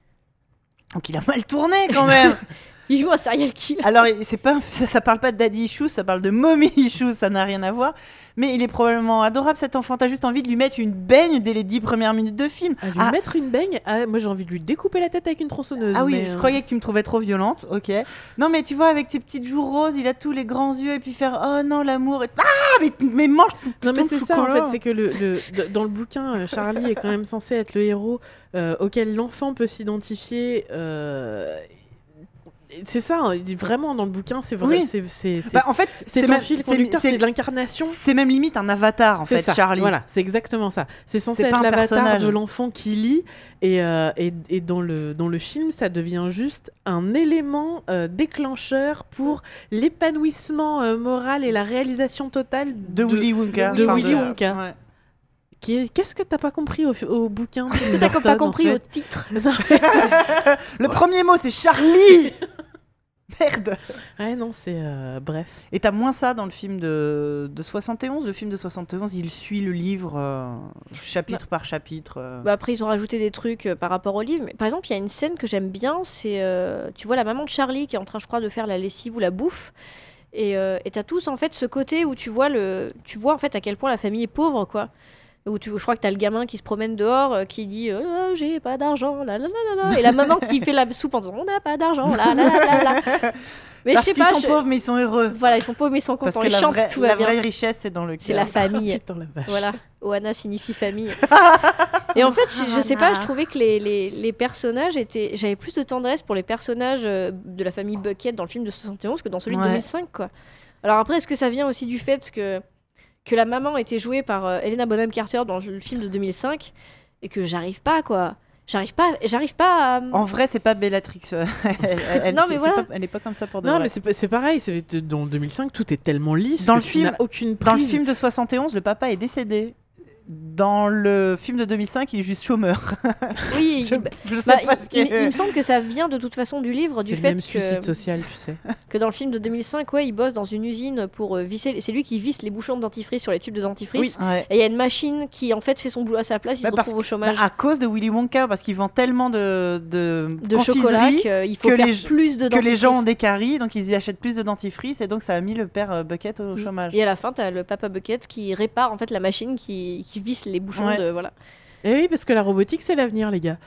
Donc il a mal tourné quand même. Il joue un serial killer. Alors, c'est pas, ça, ça parle pas de Daddy Issues, ça parle de Mommy Issues, ça n'a rien à voir. Mais il est probablement adorable cet enfant. T'as juste envie de lui mettre une baigne dès les dix premières minutes de film. À lui Ah, mettre une baigne, ah, moi j'ai envie de lui découper la tête avec une tronçonneuse. ah oui, mais, je euh, croyais que tu me trouvais trop violente. Ok. Non, mais tu vois, avec ses petites joues roses, il a tous les grands yeux et puis faire oh non, l'amour. Et... Ah, mais, mais mange tout Non mais ton c'est ça en chocolat. fait, c'est que le, le- d- dans le bouquin, euh, Charlie est quand même censé être le héros euh, auquel l'enfant peut s'identifier. euh, C'est ça, hein, il dit vraiment dans le bouquin, c'est vrai, Oui. c'est c'est c'est- Bah, en fait, c'est ton même- fil c'est- conducteur, c'est- c'est de l'incarnation. c'est même limite un avatar en C'est fait, ça, Charlie. voilà, c'est exactement ça. C'est censé C'est être pas un l'avatar personnage. de l'enfant qui lit, et, euh, et, et dans, le, dans le film, ça devient juste un élément euh, déclencheur pour l'épanouissement euh, moral et la réalisation totale De, Willy Wonka. de Enfin, Willy Wonka. ouais. Qui est- Qu'est-ce que t'as pas compris au, au bouquin Tim T'as Burton, pas en compris fait au titre. Non, mais c'est- Le premier mot, c'est Charlie. Merde. Ouais, non, c'est... euh, bref. Et t'as moins ça dans le film de, de soixante et onze. Le film de soixante et onze, il suit le livre euh, chapitre par chapitre. euh. Bah après, ils ont rajouté des trucs euh, par rapport au livre. Mais, par exemple, il y a une scène que j'aime bien. C'est, euh, tu vois, la maman de Charlie qui est en train, je crois, de faire la lessive ou la bouffe. Et euh, et t'as tous, en fait, ce côté où tu vois, le, tu vois en fait, à quel point la famille est pauvre, quoi. Où tu, je crois que t'as le gamin qui se promène dehors, euh, qui dit euh, Ah, j'ai pas d'argent, là, là, là, là, là. Et la maman qui fait la soupe en disant on n'a pas d'argent, là, là, là, là, là. Mais Parce je sais qu'ils pas, sont je- pauvres, mais ils sont heureux. voilà, ils sont pauvres mais ils sont Parce contents, que ils la, chantent, vraie, tout va la bien. vraie richesse, c'est dans le C'est la cœur. famille. Putain, la vache. Voilà, Oana signifie famille. Et en fait, je, je sais pas, je trouvais que les, les, les personnages étaient. J'avais plus de tendresse pour les personnages euh, de la famille Bucket dans le film de soixante et onze que dans celui de Ouais. deux mille cinq, quoi. Alors après, est-ce que ça vient aussi du fait que, que la maman était jouée par euh, Helena Bonham Carter dans le film de deux mille cinq et que j'arrive pas, quoi. J'arrive pas, j'arrive pas à. En vrai, c'est pas Bellatrix. elle, elle- non, c'est- mais c'est voilà. pas- elle est pas comme ça pour de Non, vrai. mais c'est pas- c'est pareil, c'est- dans deux mille cinq, tout est tellement lisse Dans que le tu film- n'as aucune Dans le prise. film de soixante et onze, le papa est décédé. dans le film de deux mille cinq, il est juste chômeur. Oui, je, il, je sais bah, pas il, ce il, qu'il il me semble que ça vient de toute façon du livre, C'est du le fait même suicide que, social, tu sais. que dans le film de deux mille cinq, ouais, il bosse dans une usine pour euh, visser. C'est lui qui visse les bouchons de dentifrice sur les tubes de dentifrice. Oui, ouais. Et il y a une machine qui en fait fait son boulot à sa place, il Bah, se parce retrouve au chômage. Bah, à cause de Willy Wonka, parce qu'il vend tellement de, de, de chocolat qu'il faut que faire les, plus de que dentifrice. les gens ont des caries, donc ils y achètent plus de dentifrice, et donc ça a mis le père euh, Bucket au chômage. Et à la fin, t'as le papa Bucket qui répare en fait la machine qui, qui visse les bouchons Ouais. de voilà. Et oui, parce que la robotique, c'est l'avenir, les gars.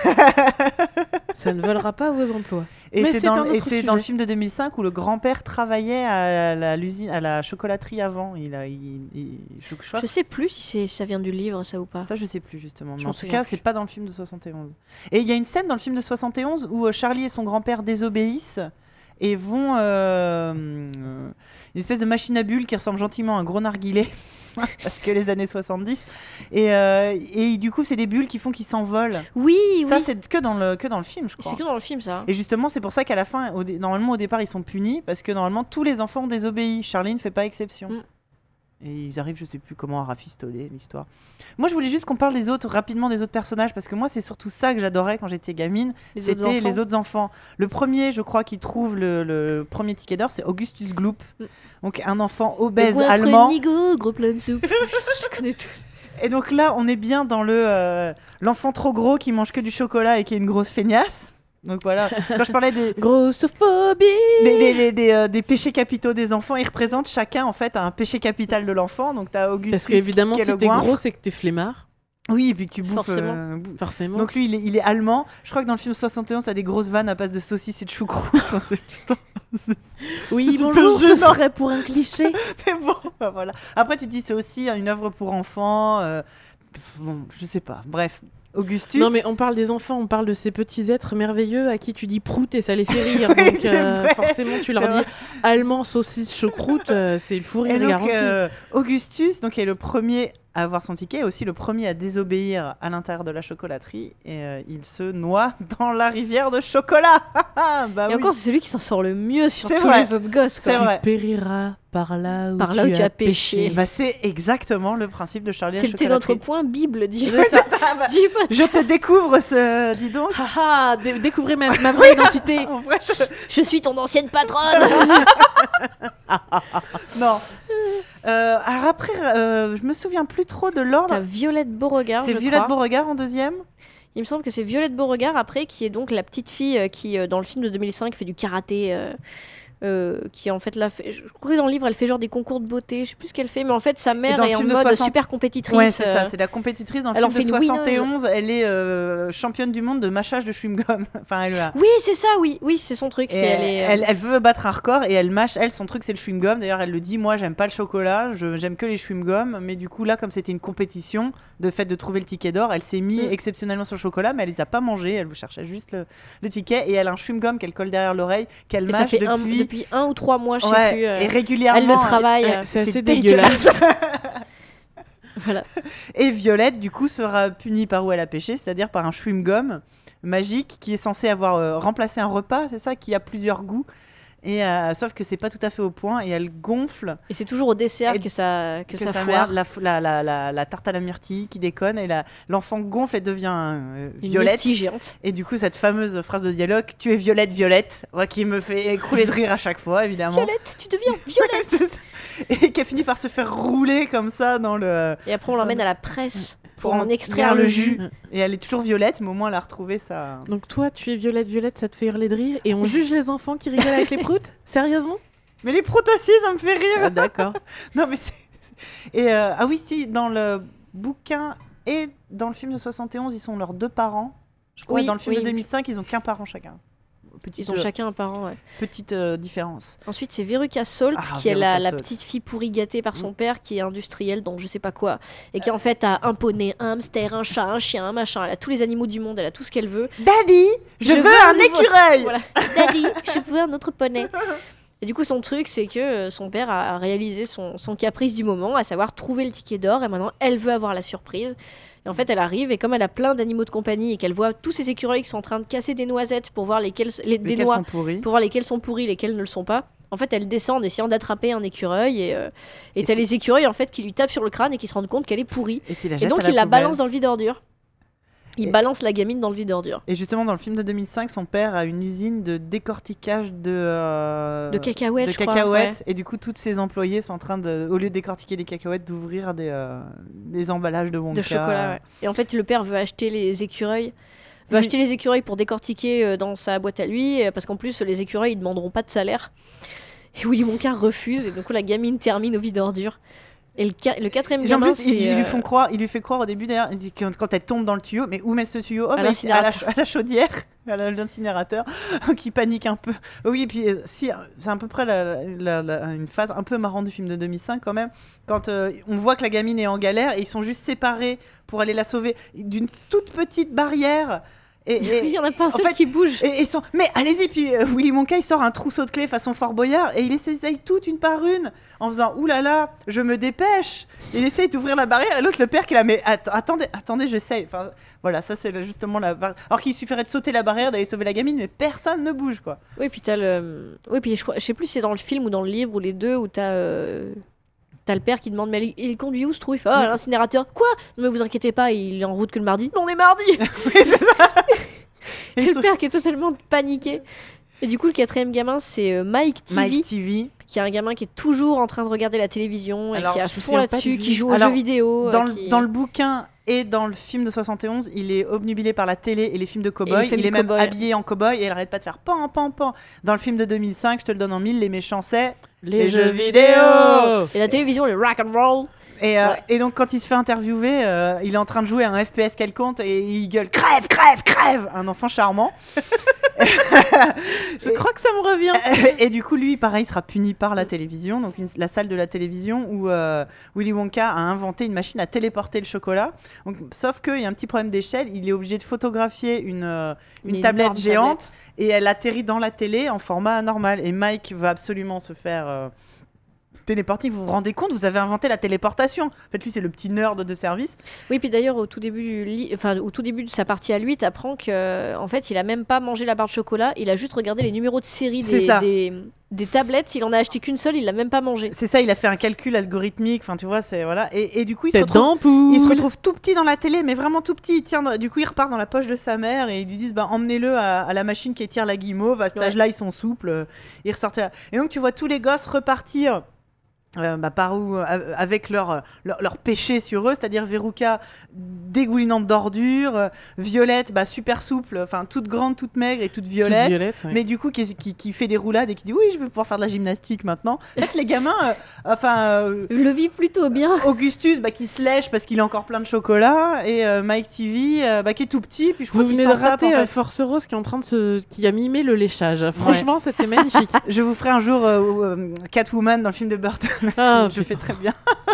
Ça ne volera pas vos emplois. Et Mais c'est c'est dans, un et autre c'est dans le sujet. film de deux mille cinq où le grand-père travaillait à la, l'usine, à la chocolaterie avant. Il a, il, il- je, je crois Je que sais plus si, c'est, si ça vient du livre, ça ou pas. Ça, je sais plus justement. Je Mais m'en en tout souviens cas, plus. c'est pas dans le film de soixante et onze. Et il y a une scène dans le film de soixante et onze où euh, Charlie et son grand-père désobéissent et vont euh, euh, une espèce de machine à bulles qui ressemble gentiment à un gros narguilé. Parce que les années soixante-dix. Et, euh, et du coup, c'est des bulles qui font qu'ils s'envolent. Oui, Ça, oui. c'est que dans, le, que dans le film, je crois. C'est que dans le film, ça. Et justement, c'est pour ça qu'à la fin, au dé- normalement, au départ, ils sont punis parce que normalement, tous les enfants ont désobéi. Charlie ne fait pas exception. Mm. Et ils arrivent, je sais plus comment, à rafistoler l'histoire. Moi, je voulais juste qu'on parle des autres, rapidement des autres personnages, parce que moi, c'est surtout ça que j'adorais quand j'étais gamine. Les autres C'était enfants. les autres enfants. Le premier, je crois, qui trouve le, le premier ticket d'or, c'est Augustus Gloop. Mm. Donc, un enfant Le obèse goinfre allemand. Nigo, gros plein de soupe. Je connais tous. Et donc là, on est bien dans le euh, l'enfant trop gros qui mange que du chocolat et qui est une grosse feignasse. Donc voilà, quand je parlais des, Grossophobie. des, des, des, des, euh, des péchés capitaux des enfants, ils représentent chacun en fait un péché capital de l'enfant. Donc t'as Augustus Parce qu'évidemment, qui est si le t'es goinfre. gros, c'est que t'es flemmard. Oui, et puis que tu bouffes. Forcément. euh, bou- Forcément. Donc lui, il est, il est allemand. Je crois que dans le film soixante et onze, t'as des grosses vannes à base de saucisses et de choucroute. Enfin, c'est- oui, c'est super bonjour, ce gênant. serait pour un cliché. Mais bon, bah voilà. Après, tu te dis c'est aussi une œuvre pour enfants. euh, pff, bon, je sais pas. Bref, Augustus. Non, mais on parle des enfants, on parle de ces petits êtres merveilleux à qui tu dis prout et ça les fait rire. Oui, Donc c'est euh, vrai. forcément, tu C'est leur vrai. dis allemand, saucisse, choucroute, euh, c'est le fou Et rire donc, garanti. euh, Augustus, donc, est le premier à avoir son ticket, et aussi le premier à désobéir à l'intérieur de la chocolaterie. Et euh, il se noie dans la rivière de chocolat. bah Et oui. encore, c'est celui qui s'en sort le mieux sur C'est tous vrai. les autres gosses. quoi. C'est tu vrai. périras par là où, Par tu, là où tu as as péché. Et bah, c'est exactement le principe de Charlie à la T'es t'es notre chocolaterie. point Bible, dis. C'est ça. Bah, dis pas. je te découvre ce... Dis donc. Ah ah, dé- découvrez ma, ma vraie identité. En vrai, Je suis ton ancienne patronne. non. Euh, alors après, euh, je me souviens plus trop de T'as l'ordre. Violette Beauregard. C'est je Violette crois. Beauregard en deuxième. Il me semble que c'est Violette Beauregard après qui est donc la petite fille euh, qui euh, dans le film de deux mille cinq fait du karaté. euh, euh, qui en fait là fait... je crois que dans le livre elle fait genre des concours de beauté, je sais plus ce qu'elle fait, mais en fait sa mère dans le est en film de mode soixante super compétitrice. Ouais, c'est euh, ça, c'est la compétitrice dans le elle en film de fait une soixante et onze. Elle est euh, championne du monde de mâchage de chewing-gum. Enfin, elle, a- Oui, c'est ça, oui, oui, c'est son truc. et C'est elle, est, euh, elle, elle veut battre un record et elle mâche. Elle, son truc, c'est le chewing-gum. D'ailleurs, elle le dit. Moi, j'aime pas le chocolat. Je, j'aime que les chewing-gums. Mais du coup, là, comme c'était une compétition de fait de trouver le ticket d'or, elle s'est mise Mm. exceptionnellement sur le chocolat, mais elle les a pas mangés. Elle cherchait juste le, le ticket et elle a un chewing-gum qu'elle colle derrière l'oreille, qu'elle et ça mâche fait un- depuis. depuis un ou trois mois, je sais Ouais, plus. euh, et régulièrement. elle le travaille. Ouais, euh, c'est c'est assez dégueulasse. dégueulasse. voilà. Et Violette, du coup, sera punie par où elle a péché, c'est-à-dire par un chewing-gum magique qui est censé avoir euh, remplacé un repas, c'est ça, qui a plusieurs goûts. Et euh, sauf que c'est pas tout à fait au point et elle gonfle Et c'est toujours au dessert Et que ça, que, que ça sa foire. mère, la, f- la, la, la, la tarte à la myrtille qui déconne et la, l'enfant gonfle et devient euh, Une Violette. myrtille géante. Et du coup, cette fameuse phrase de dialogue, tu es Violette, Violette, ouais, qui me fait écrouler de rire à chaque fois, évidemment. Violette, tu deviens Violette. C'est ça. Et qui a fini par se faire rouler comme ça dans le. Et après on l'emmène à la presse pour, Pour en en extraire lire le le jus. jus. Et elle est toujours Violette, mais au moins elle a retrouvé sa. Donc toi, tu es Violette, Violette, ça te fait hurler de rire et on juge les enfants qui rigolent avec les proutes. Sérieusement? Mais les proutes aussi, ça me fait rire. Ah, d'accord. Non, mais c'est. c'est- Et euh, ah oui, si, dans le bouquin et dans le film de soixante et onze, ils sont leurs deux parents. Je crois. Oui, Et dans le film oui. de deux mille cinq, ils ont qu'un parent chacun. Petite, Ils ont euh, chacun un parent. Ouais. petite euh, différence. Ensuite, c'est Veruca Salt, Ah, qui est la, Veruca la Salt. petite fille pourri gâtée par son Mm. père, qui est industrielle dans je sais pas quoi, et qui en fait a un poney, un hamster, un chat, un chien, un machin. Elle a tous les animaux du monde, elle a tout ce qu'elle veut. Daddy, je, Je veux, veux un un nouveau- écureuil. Voilà. Daddy, je veux un autre poney. Et du coup, son truc, c'est que euh, son père a a réalisé son, son caprice du moment, à savoir trouver le ticket d'or, et maintenant elle veut avoir la surprise. Et en fait, elle arrive, et comme elle a plein d'animaux de compagnie, et qu'elle voit tous ces écureuils qui sont en train de casser des noisettes pour voir lesquels, les, des Lesquels noix, sont pourris. pour voir lesquels sont pourris, lesquels ne le sont pas, En fait, elle descend en essayant d'attraper un écureuil et, euh, et, et t'as c'est... les écureuils en fait qui lui tapent sur le crâne et qui se rendent compte qu'elle est pourrie. Et, la et donc il la, la balance dans le vide-ordures. Il et... balance la gamine dans le vide-ordures. Et justement, dans le film de deux mille cinq, son père a une usine de décortiquage de, euh, de cacahuètes. De je cacahuètes crois, ouais. Et du coup, tous ses employés sont en train, de, au lieu de décortiquer des cacahuètes, d'ouvrir des, euh, des emballages de Wonka. De chocolat, ouais. Et en fait, le père veut acheter les écureuils. veut oui. acheter les écureuils pour décortiquer euh, dans sa boîte à lui, euh, parce qu'en plus, les écureuils, ils demanderont pas de salaire. Et Willy Wonka refuse, et donc la gamine termine au vide-ordures. Et le, ca- le quatrième et gamin, plus, c'est... Ils, euh... lui font croire, il lui fait croire au début, d'ailleurs, il dit que quand elle tombe dans le tuyau, mais où met ce tuyau? Oh, à, bah, l'incinérateur. À, la, à la chaudière, à l'incinérateur, qui panique un peu. Oui, et puis si, c'est à peu près la, la, la, une phase un peu marrante du film de deux mille cinq quand même, quand euh, on voit que la gamine est en galère, et ils sont juste séparés pour aller la sauver d'une toute petite barrière. Et, et, il y en a pas un seul en fait, qui bouge. Et, et sont... Mais allez-y, puis euh, Willy Wonka il sort un trousseau de clés façon Fort Boyard et il essaye toutes une par une en faisant oulala, je me dépêche. Il essaye d'ouvrir la barrière et l'autre le père qui la met att- attendez, attendez, j'essaye. Enfin voilà, ça c'est justement la barrière. Alors qu'il suffirait de sauter la barrière, d'aller sauver la gamine, mais personne ne bouge quoi. Oui, puis t'as le. Oui, puis je, crois... je sais plus si c'est dans le film ou dans le livre ou les deux où t'as. Euh... T'as le père qui demande mais il conduit où ce trou? Il fait ah, l'incinérateur. Quoi? Non mais vous inquiétez pas, il est en route que le mardi. Non, on est mardi. Oui, c'est ça. Et, et le père qui est totalement paniqué. Et du coup, le quatrième gamin, c'est euh, Mike T V. Mike T V. Qui est un gamin qui est toujours en train de regarder la télévision et Alors, qui est à fond là-dessus, qui joue aux Alors, jeux vidéo. Dans, euh, le, qui... dans le bouquin et dans le film de soixante et onze, il est obnubilé par la télé et les films de cow-boy. Il est même cow-boy. habillé en cow-boy et il arrête pas de faire pan, pan, pan. Dans le film de deux mille cinq, je te le donne en mille, les méchants, c'est les, les jeux vidéo. Et la télévision, le rock and roll. Et, euh, ouais. et donc quand il se fait interviewer, euh, il est en train de jouer à un F P S quelconque et il gueule crève, crève, crève, un enfant charmant. Je et, crois que ça me revient. Et, et du coup lui, pareil, sera puni par la télévision, donc une, la salle de la télévision où euh, Willy Wonka a inventé une machine à téléporter le chocolat. Donc, sauf qu'il y a un petit problème d'échelle, il est obligé de photographier une, euh, une, une tablette géante tablette. Et elle atterrit dans la télé en format normal. Et Mike veut absolument se faire euh, téléporter. Vous vous rendez compte, vous avez inventé la téléportation. En fait, lui, c'est le petit nerd de service. Oui, puis d'ailleurs, au tout début, du li... enfin, au tout début de sa partie à lui, t'apprends qu'en fait, il a même pas mangé la barre de chocolat. Il a juste regardé les numéros de série des, des, des tablettes. Il en a acheté qu'une seule, il l'a même pas mangé. C'est ça, il a fait un calcul algorithmique. Enfin, tu vois, c'est voilà. Et, et du coup, il se, retrouve, il se retrouve tout petit dans la télé, mais vraiment tout petit. Il tient, du coup, il repart dans la poche de sa mère et ils lui disent, bah, emmenez-le à, à la machine qui étire la guimauve. À cet ouais. âge-là, ils sont souples. Ils ressortent. Et donc, tu vois tous les gosses repartir. Euh, bah, par où, euh, avec leur, leur, leur péché sur eux, c'est-à-dire Veruca dégoulinante d'ordures, euh, Violette bah, super souple, enfin toute grande, toute maigre et toute violette, toute violette ouais. mais du coup qui, qui, qui fait des roulades et qui dit oui je vais pouvoir faire de la gymnastique maintenant. En fait les gamins, euh, enfin euh, le vivent plutôt bien. Augustus bah, qui se lèche parce qu'il a encore plein de chocolat et euh, Mike T V euh, bah, qui est tout petit. Puis je Vous crois venez de rater tape, en fait. Force Rose qui est en train de se, qui a mimé le léchage. Franchement ouais. C'était magnifique. Je vous ferai un jour euh, euh, Catwoman dans le film de Burton. Ah, je fais très bien.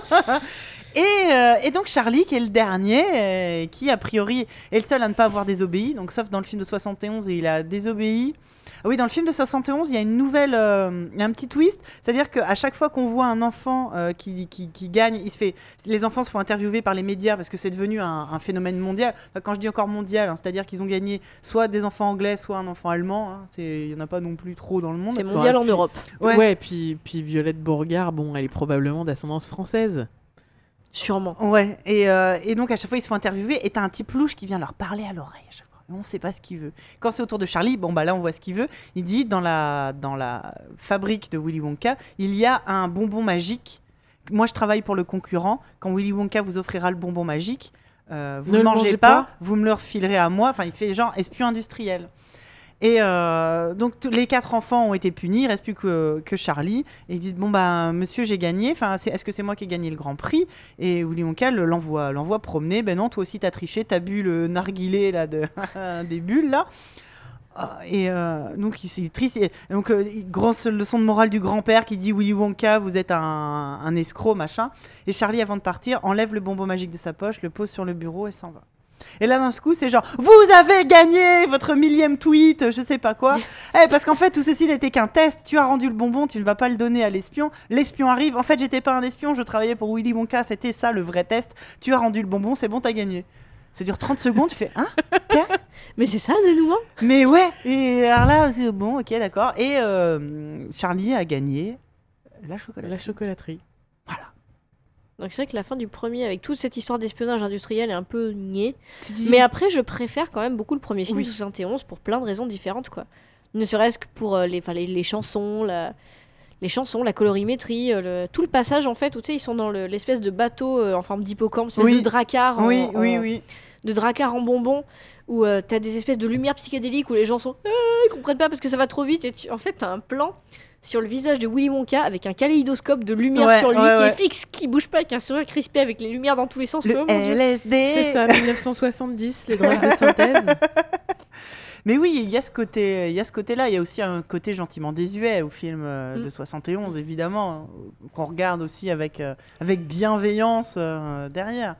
et, euh, et donc Charlie qui est le dernier, euh, qui a priori est le seul à ne pas avoir désobéi, donc sauf dans le film de soixante et onze et il a désobéi. Ah oui, dans le film de soixante et onze, il y a une nouvelle, euh, il y a un petit twist, c'est-à-dire qu'à chaque fois qu'on voit un enfant euh, qui, qui, qui gagne, il se fait, les enfants se font interviewer par les médias parce que c'est devenu un, un phénomène mondial. Enfin, quand je dis encore mondial, hein, c'est-à-dire qu'ils ont gagné soit des enfants anglais, soit un enfant allemand. Hein, il n'y en a pas non plus trop dans le monde. C'est mondial ouais, en Europe. Ouais, ouais puis, puis Violette Beauregard, bon, elle est probablement d'ascendance française. Sûrement. Ouais, et, euh, et donc à chaque fois ils se font interviewer et t'as un type louche qui vient leur parler à l'oreille à chaque fois. On ne sait pas ce qu'il veut. Quand c'est autour de Charlie, bon bah là on voit ce qu'il veut. Il dit dans la, dans la fabrique de Willy Wonka, il y a un bonbon magique. Moi je travaille pour le concurrent. Quand Willy Wonka vous offrira le bonbon magique, euh, vous ne le mangez, mangez pas, pas, vous me le refilerez à moi. Enfin il fait genre espion industriel. Et euh, donc t- les quatre enfants ont été punis, il ne reste plus que, que Charlie. Et ils disent bon bah monsieur j'ai gagné, enfin c'est, est-ce que c'est moi qui ai gagné le Grand Prix? Et Willy Wonka l'envoie, l'envoie promener. Ben non, toi aussi t'as triché, t'as bu le narguilé là de des bulles là. Et euh, donc il est triste. Et donc euh, grosse leçon de morale du grand-père qui dit Willy Wonka vous êtes un, un escroc machin. Et Charlie avant de partir enlève le bonbon magique de sa poche, le pose sur le bureau et s'en va. Et là d'un coup c'est genre vous avez gagné votre millième tweet je sais pas quoi. Eh, parce qu'en fait tout ceci n'était qu'un test, tu as rendu le bonbon, tu ne vas pas le donner à l'espion, l'espion arrive, en fait j'étais pas un espion, je travaillais pour Willy Wonka, c'était ça le vrai test, tu as rendu le bonbon, c'est bon t'as gagné. Ça dure trente secondes, tu fais hein Quoi Mais c'est ça le dénouement. Mais ouais. Et alors là, c'est bon, ok, d'accord. Et euh, Charlie a gagné la chocolaterie. La chocolaterie. Voilà. Donc c'est vrai que la fin du premier, avec toute cette histoire d'espionnage industriel, est un peu niais. C'est- Mais après, je préfère quand même beaucoup le premier film Oui. de soixante et onze pour plein de raisons différentes, quoi. Ne serait-ce que pour euh, les, enfin, les, les chansons, la, les chansons, la colorimétrie, euh, le, tout le passage en fait où tu sais ils sont dans le- l'espèce de bateau euh, en forme d'hippocampe, espèce Oui. de dracar, en, Oui, en- oui, oui. de dracar en bonbon, où euh, t'as des espèces de lumières psychédéliques où les gens sont, ah, ils comprennent pas parce que ça va trop vite et tu... en fait t'as un plan sur le visage de Willy Wonka avec un kaléidoscope de lumière Ouais, sur lui ouais, qui ouais. est fixe, qui bouge pas, avec un sourire crispé avec les lumières dans tous les sens. Le Oh, mon Dieu. L S D. C'est ça, dix-neuf cent soixante-dix, les drogues de synthèse. Mais oui, il y a ce côté, il y a ce côté-là. Il y a aussi un côté gentiment désuet au film euh, Mm. de soixante et onze, évidemment, hein, qu'on regarde aussi avec, euh, avec bienveillance euh, derrière.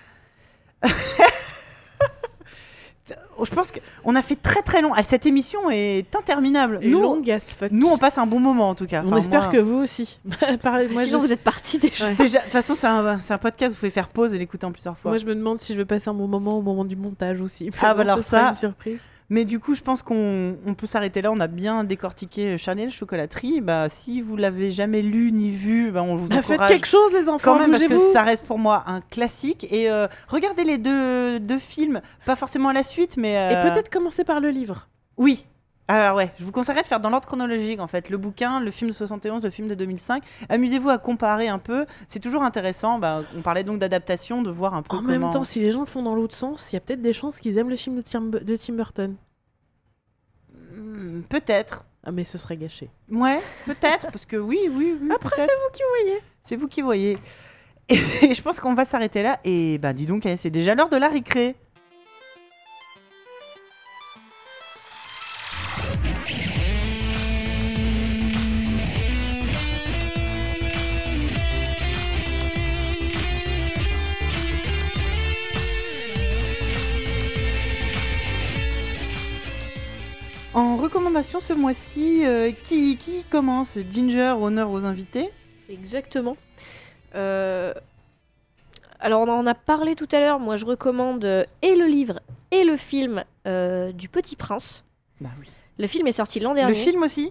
Je pense qu'on a fait très très long. Ah, cette émission est interminable. Et Nous, longue as fuck. nous, on passe un bon moment en tout cas. On Enfin, espère moi- que vous aussi. Pareil, moi, Sinon je... vous êtes partis déjà. Ouais. Déjà, de toute façon, c'est un, c'est un podcast, vous pouvez faire pause et l'écouter en plusieurs fois. Moi, je me demande si je vais passer un bon moment au moment du montage aussi. Ah, bah Bon, alors ce sera ça- une surprise. Mais du coup, je pense qu'on on peut s'arrêter là. On a bien décortiqué Charlie et la chocolaterie. Bah, si vous l'avez jamais lu ni vu, bah, on vous Bah, faites encourage quelque chose, les enfants. quand même parce que bougez-vous. ça reste pour moi un classique. Et euh, regardez les deux, deux films, pas forcément à la suite, mais Et euh, peut-être commencer par le livre. oui. Alors ouais, je vous conseillerais de faire dans l'ordre chronologique en fait, le bouquin, le film de soixante et onze, le film de deux mille cinq. Amusez-vous à comparer un peu, c'est toujours intéressant. Bah, on parlait donc d'adaptation, de voir un peu En comment. même temps, si les gens le font dans l'autre sens, il y a peut-être des chances qu'ils aiment le film de Tim, de Tim Burton. Hmm, peut-être. Ah, mais ce serait gâché. Ouais, peut-être, parce que oui, oui, oui. Après, peut-être. c'est vous qui voyez. C'est vous qui voyez. Et je pense qu'on va s'arrêter là. Et bah dis donc, eh, c'est déjà l'heure de la récré. En recommandation ce mois-ci, euh, qui, qui commence? Ginger, honneur aux invités. Exactement. Euh, Alors, on en a parlé tout à l'heure. Moi, je recommande euh, et le livre et le film euh, du Petit Prince. Bah oui. Le film est sorti l'an Le dernier. film aussi.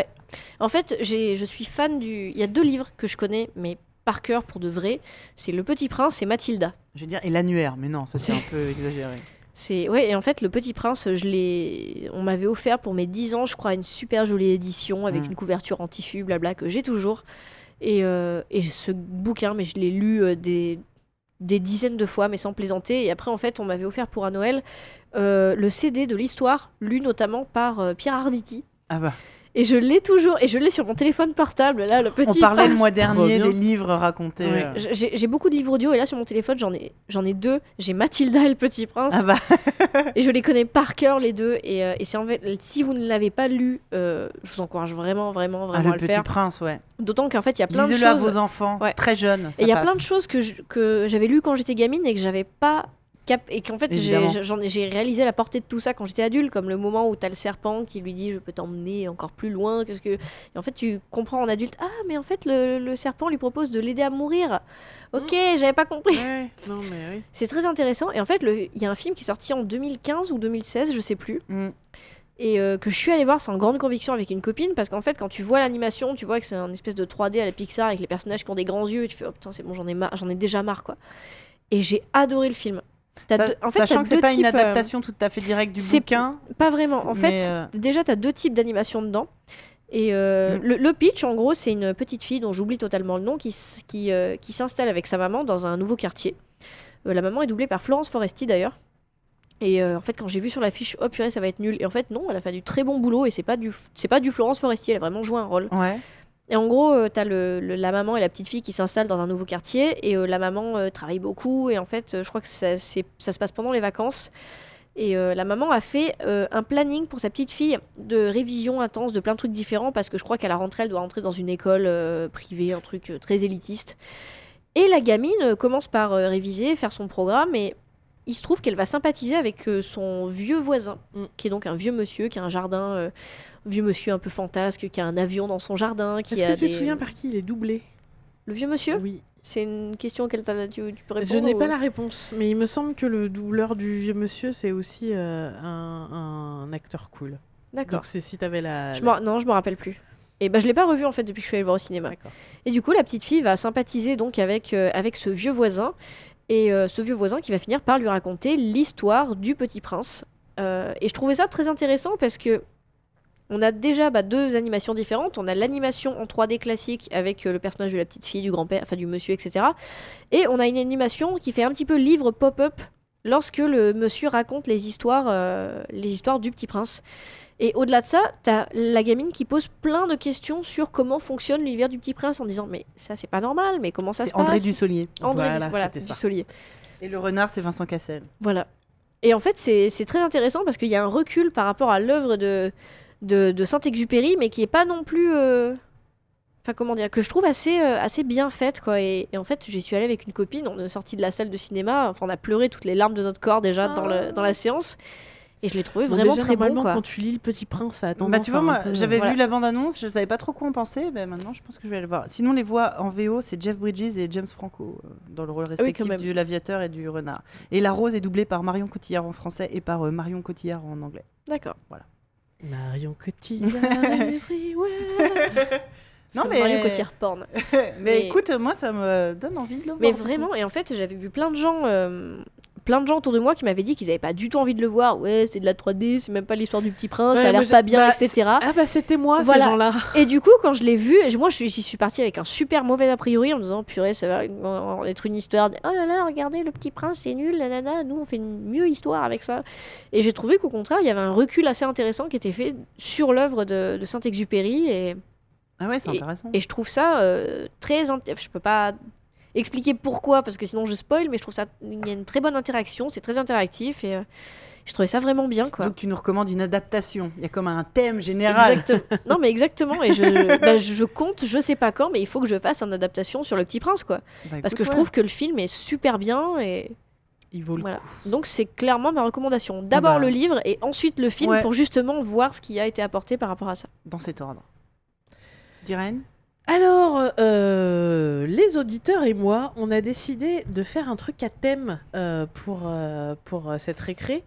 En fait, j'ai, je suis fan du. Il y a deux livres que je connais, mais par cœur pour de vrai. C'est Le Petit Prince et Mathilda. Je vais dire, et l'annuaire, mais non, ça c'est un peu exagéré. C'est ouais, et en fait, Le Petit Prince, je l'ai, on m'avait offert pour mes dix ans, je crois, une super jolie édition avec Mm. une couverture en tissu, blabla, que j'ai toujours. Et, euh, et ce bouquin, mais je l'ai lu euh, des des dizaines de fois, mais sans plaisanter. Et après, en fait, on m'avait offert pour un Noël euh, le C D de l'histoire, lu notamment par euh, Pierre Arditi. Ah bah. Et je l'ai toujours, et je l'ai sur mon téléphone portable, là, Le Petit On parlait Prince. le mois trop dernier bien. des livres racontés. Ouais. euh. J'ai j'ai beaucoup de livres audio, et là, sur mon téléphone, j'en ai, j'en ai deux. J'ai Mathilda et Le Petit Prince. Ah bah. Et je les connais par cœur, les deux. Et, euh, et c'est en fait, si vous ne l'avez pas lu, euh, je vous encourage vraiment, vraiment, Ah, vraiment le à le Petit faire. Prince, ouais. D'autant qu'en fait, il y a plein de Lisez-le à choses. vos enfants, Ouais. très jeunes. Et il y a plein de choses que, je- que j'avais lues quand j'étais gamine et que j'avais pas cap et qu'en fait j'ai, Évidemment. j'en ai, j'ai réalisé la portée de tout ça quand j'étais adulte, comme le moment où t'as le serpent qui lui dit je peux t'emmener encore plus loin, qu'est-ce que et en fait tu comprends en adulte, ah mais en fait le, le serpent lui propose de l'aider à mourir. Ok, j'avais pas compris. Ouais, non, mais oui. C'est très intéressant. Et en fait le- il y a un film qui est sorti en deux mille quinze ou deux mille seize, je sais plus, Mm. et euh, que je suis allée voir sans grande conviction avec une copine, parce qu'en fait quand tu vois l'animation, tu vois que c'est un espèce de trois D à la Pixar avec les personnages qui ont des grands yeux et tu fais oh putain c'est bon, j'en ai marre, j'en ai déjà marre quoi. Et j'ai adoré le film. T'as Sa- deux- en fait, Sachant t'as que c'est deux pas une types, euh, adaptation tout à fait directe du c'est bouquin. pas vraiment. En mais, fait, euh, déjà t'as deux types d'animation dedans. Et euh, Mm. le, le pitch, en gros, c'est une petite fille dont j'oublie totalement le nom qui, s- qui, euh, qui s'installe avec sa maman dans un nouveau quartier. Euh, la maman est doublée par Florence Foresti d'ailleurs. Et euh, en fait, quand j'ai vu sur l'affiche, oh purée, ça va être nul. Et en fait, non, elle a fait du très bon boulot et c'est pas du, c'est pas du Florence Foresti, elle a vraiment joué un rôle. Ouais. Et en gros, euh, t'as le, le- la maman et la petite fille qui s'installent dans un nouveau quartier. Et euh, la maman euh, travaille beaucoup. Et en fait, euh, je crois que ça, c'est- ça se passe pendant les vacances. Et euh, la maman a fait euh, un planning pour sa petite fille de révision intense de plein de trucs différents. Parce que je crois qu'à la rentrée, elle doit rentrer dans une école euh, privée, un truc euh, très élitiste. Et la gamine euh, commence par euh, réviser, faire son programme. Et il se trouve qu'elle va sympathiser avec euh, son vieux voisin, Mm. qui est donc un vieux monsieur, qui a un jardin... euh, vieux monsieur un peu fantasque, qui a un avion dans son jardin, qui Est-ce a que tu des... te souviens par qui il est doublé? Le vieux monsieur Oui. C'est une question auquel t'as- tu, tu peux répondre. Je n'ai ou- pas la réponse, mais il me semble que le doubleur du vieux monsieur, c'est aussi euh, un, un acteur cool. D'accord. Donc c'est si t'avais la... Je la- m'en- Non, je me rappelle plus. Et ben je l'ai pas revu en fait depuis que je suis allée le voir au cinéma. D'accord. Et du coup, la petite fille va sympathiser donc avec, euh, avec ce vieux voisin. Et euh, ce vieux voisin qui va finir par lui raconter l'histoire du Petit Prince. Euh, et je trouvais ça très intéressant parce que on a déjà bah, deux animations différentes. On a l'animation en trois D classique avec euh, le personnage de la petite fille, du grand-père, enfin du monsieur, et cetera. Et on a une animation qui fait un petit peu livre pop-up lorsque le monsieur raconte les histoires, euh, les histoires du Petit Prince. Et au-delà de ça, t'as la gamine qui pose plein de questions sur comment fonctionne l'univers du Petit Prince en disant mais ça c'est pas normal, mais comment ça C'est se André passe Dussolier. André Voilà, Duss- voilà, c'était ça. Dussolier. Et le renard, c'est Vincent Cassel. Voilà. Et en fait, c'est c'est très intéressant parce qu'il y a un recul par rapport à l'œuvre de, de, de Saint-Exupéry, mais qui est pas non plus. euh, Enfin, comment dire, que je trouve assez, euh, assez bien faite, quoi. Et, et en fait, j'y suis allée avec une copine, on est sorti de la salle de cinéma, enfin, on a pleuré toutes les larmes de notre corps déjà dans, le, dans la séance. Et je l'ai trouvé Bon, vraiment déjà, très bon, normalement, quoi. quand tu lis Le Petit Prince, ça a tendance Bah, tu vois, à un moi, peu- j'avais voilà. vu la bande-annonce, je savais pas trop quoi en penser. Bah, maintenant, je pense que je vais aller le voir. Sinon, les voix en V O, c'est Jeff Bridges et James Franco euh, dans le rôle oui, respectif quand même. du l'aviateur et du renard. Et la rose est doublée par Marion Cotillard en français et par euh, Marion Cotillard en anglais. D'accord. Marion Cotillard everywhere. Non, C'est mais- Marion Cotillard porn. mais, Mais- écoute, moi, ça me donne envie de le voir. Mais du coup. vraiment, et en fait, j'avais vu plein de gens, euh, plein de gens autour de moi qui m'avaient dit qu'ils avaient pas du tout envie de le voir. Ouais, c'est de la trois D, c'est même pas l'histoire du Petit Prince, Ouais, ça a moi, l'air j'ai- pas bien, bah, et cetera. Ah bah c'était moi, Voilà. ces gens-là. Et du coup, quand je l'ai vu, et moi, je suis, j'y suis partie avec un super mauvais a priori en me disant, purée, ça va euh, être une histoire. De, oh là là, regardez, le Petit Prince, c'est nul, là, là, là, nous, on fait une mieux histoire avec ça. Et j'ai trouvé qu'au contraire, il y avait un recul assez intéressant qui était fait sur l'œuvre de, de Saint-Exupéry. Et, Ah ouais, c'est intéressant. et je trouve ça euh, très. int- Je peux pas expliquer pourquoi, parce que sinon je spoil, mais je trouve ça. Il y a une très bonne interaction, c'est très interactif et euh, je trouvais ça vraiment bien, quoi. Donc, tu nous recommandes une adaptation. Il y a comme un thème général. Exactement. Non, mais exactement. Et je, bah, je compte, je sais pas quand, mais il faut que je fasse une adaptation sur Le Petit Prince, quoi. Bah, Parce écoute, que je ouais. trouve que le film est super bien et Il vaut le voilà. coup. Donc c'est clairement ma recommandation. D'abord bah. le livre et ensuite le film Ouais. pour justement voir ce qui a été apporté par rapport à ça. Dans cet ordre. Diren Alors, euh, les auditeurs et moi, on a décidé de faire un truc à thème euh, pour, euh, pour euh, cette récré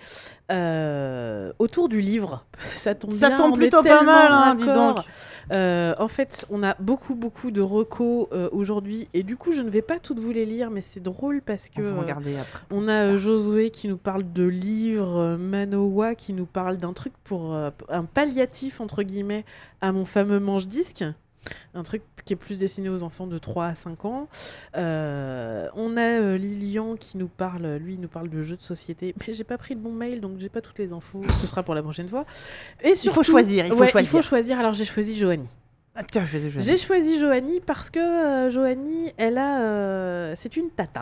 euh, autour du livre. Ça tombe Ça bien, tombe on est plutôt pas tellement mal, hein, dis raccord. donc. Euh, en fait, on a beaucoup, beaucoup de recos euh, aujourd'hui. Et du coup, je ne vais pas toutes vous les lire, mais c'est drôle parce que... On va euh, regarder après. on a euh, Josué qui nous parle de livres, euh, Manoa qui nous parle d'un truc pour euh, un palliatif entre guillemets à mon fameux manche-disque, un truc qui est plus destiné aux enfants de trois à cinq ans. Euh, on a euh, Lilian qui nous parle, lui il nous parle de jeux de société, mais j'ai pas pris le bon mail donc j'ai pas toutes les infos, ce sera pour la prochaine fois. Et Il faut choisir, il faut ouais, choisir. il faut choisir. Alors j'ai choisi Joanie. Ah, tiens, je vais, je vais- J'ai choisi Joanie parce que euh, Joanie, elle a, euh, c'est une tata.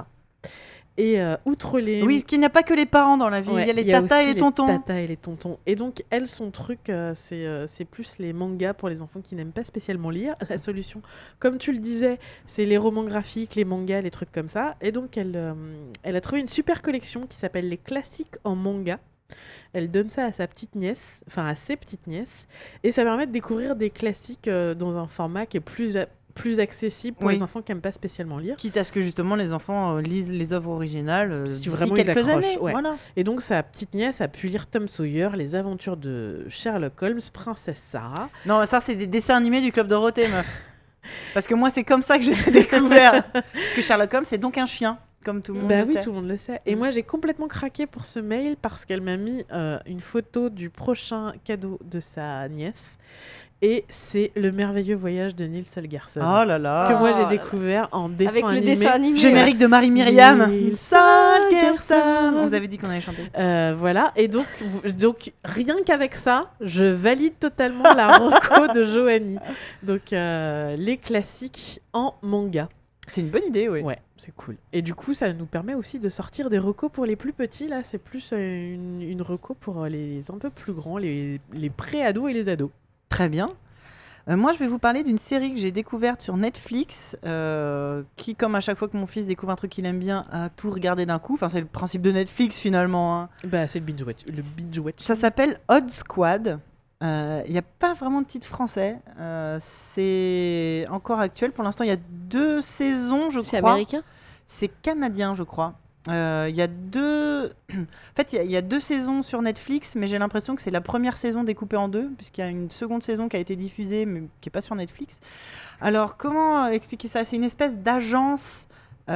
Et euh, outre les... Oui, qu'il n'y a pas que les parents dans la vie. Ouais, il y a les il y a tatas aussi et les tontons. tatas et les tontons. Et donc, elle, son truc, euh, c'est euh, c'est plus les mangas pour les enfants qui n'aiment pas spécialement lire. La solution, comme tu le disais, c'est les romans graphiques, les mangas, les trucs comme ça. Et donc, elle, euh, elle a trouvé une super collection qui s'appelle Les classiques en manga. Elle donne ça à sa petite nièce, enfin à ses petites nièces. Et ça permet de découvrir des classiques euh, dans un format qui est plus... a- plus accessible pour Oui. les enfants qui n'aiment pas spécialement lire. Quitte à ce que justement les enfants euh, lisent les œuvres originales euh, Si d'ici vraiment ils quelques accrochent, années. ouais. Voilà. Et donc sa petite nièce a pu lire Tom Sawyer, Les aventures de Sherlock Holmes, Princesse Sarah. Non, ça c'est des dessins animés du Club Dorothée, meuf. Parce que moi c'est comme ça que j'ai découvert. Parce que Sherlock Holmes c'est donc un chien, comme tout le monde Bah le oui, sait. tout le monde le sait. Et Mm. moi j'ai complètement craqué pour ce mail parce qu'elle m'a mis euh, une photo du prochain cadeau de sa nièce. Et c'est Le merveilleux voyage de Neil Solgerson. Oh là là. que moi Oh j'ai là découvert en dessin Avec le animé. dessin animé. Générique de Marie-Myriam. Neil Solgerson. Solgerson. On vous avait dit qu'on allait chanter. Euh, voilà, et donc, vous- donc rien qu'avec ça, je valide totalement la reco de Joanie. Donc, euh, les classiques en manga. C'est une bonne idée, oui. Ouais, c'est cool. Et du coup, ça nous permet aussi de sortir des recos pour les plus petits. Là, c'est plus euh, une, une reco pour les un peu plus grands, les, les pré-ados et les ados. Très bien. Euh, moi, je vais vous parler d'une série que j'ai découverte sur Netflix, euh, qui, comme à chaque fois que mon fils découvre un truc qu'il aime bien, a tout regardé d'un coup. Enfin, c'est le principe de Netflix, finalement, hein. Bah, c'est le binge watch. Le binge watch. Ça s'appelle Odd Squad. Il n'y a pas vraiment de titre français. Euh, c'est encore actuel. Pour l'instant, il y a deux saisons, je C'est crois. américain ? C'est canadien, je crois. Il euh, y a deux... en fait, il y, y a deux saisons sur Netflix, mais j'ai l'impression que c'est la première saison découpée en deux, puisqu'il y a une seconde saison qui a été diffusée, mais qui n'est pas sur Netflix. Alors, comment expliquer ça ? C'est une espèce d'agence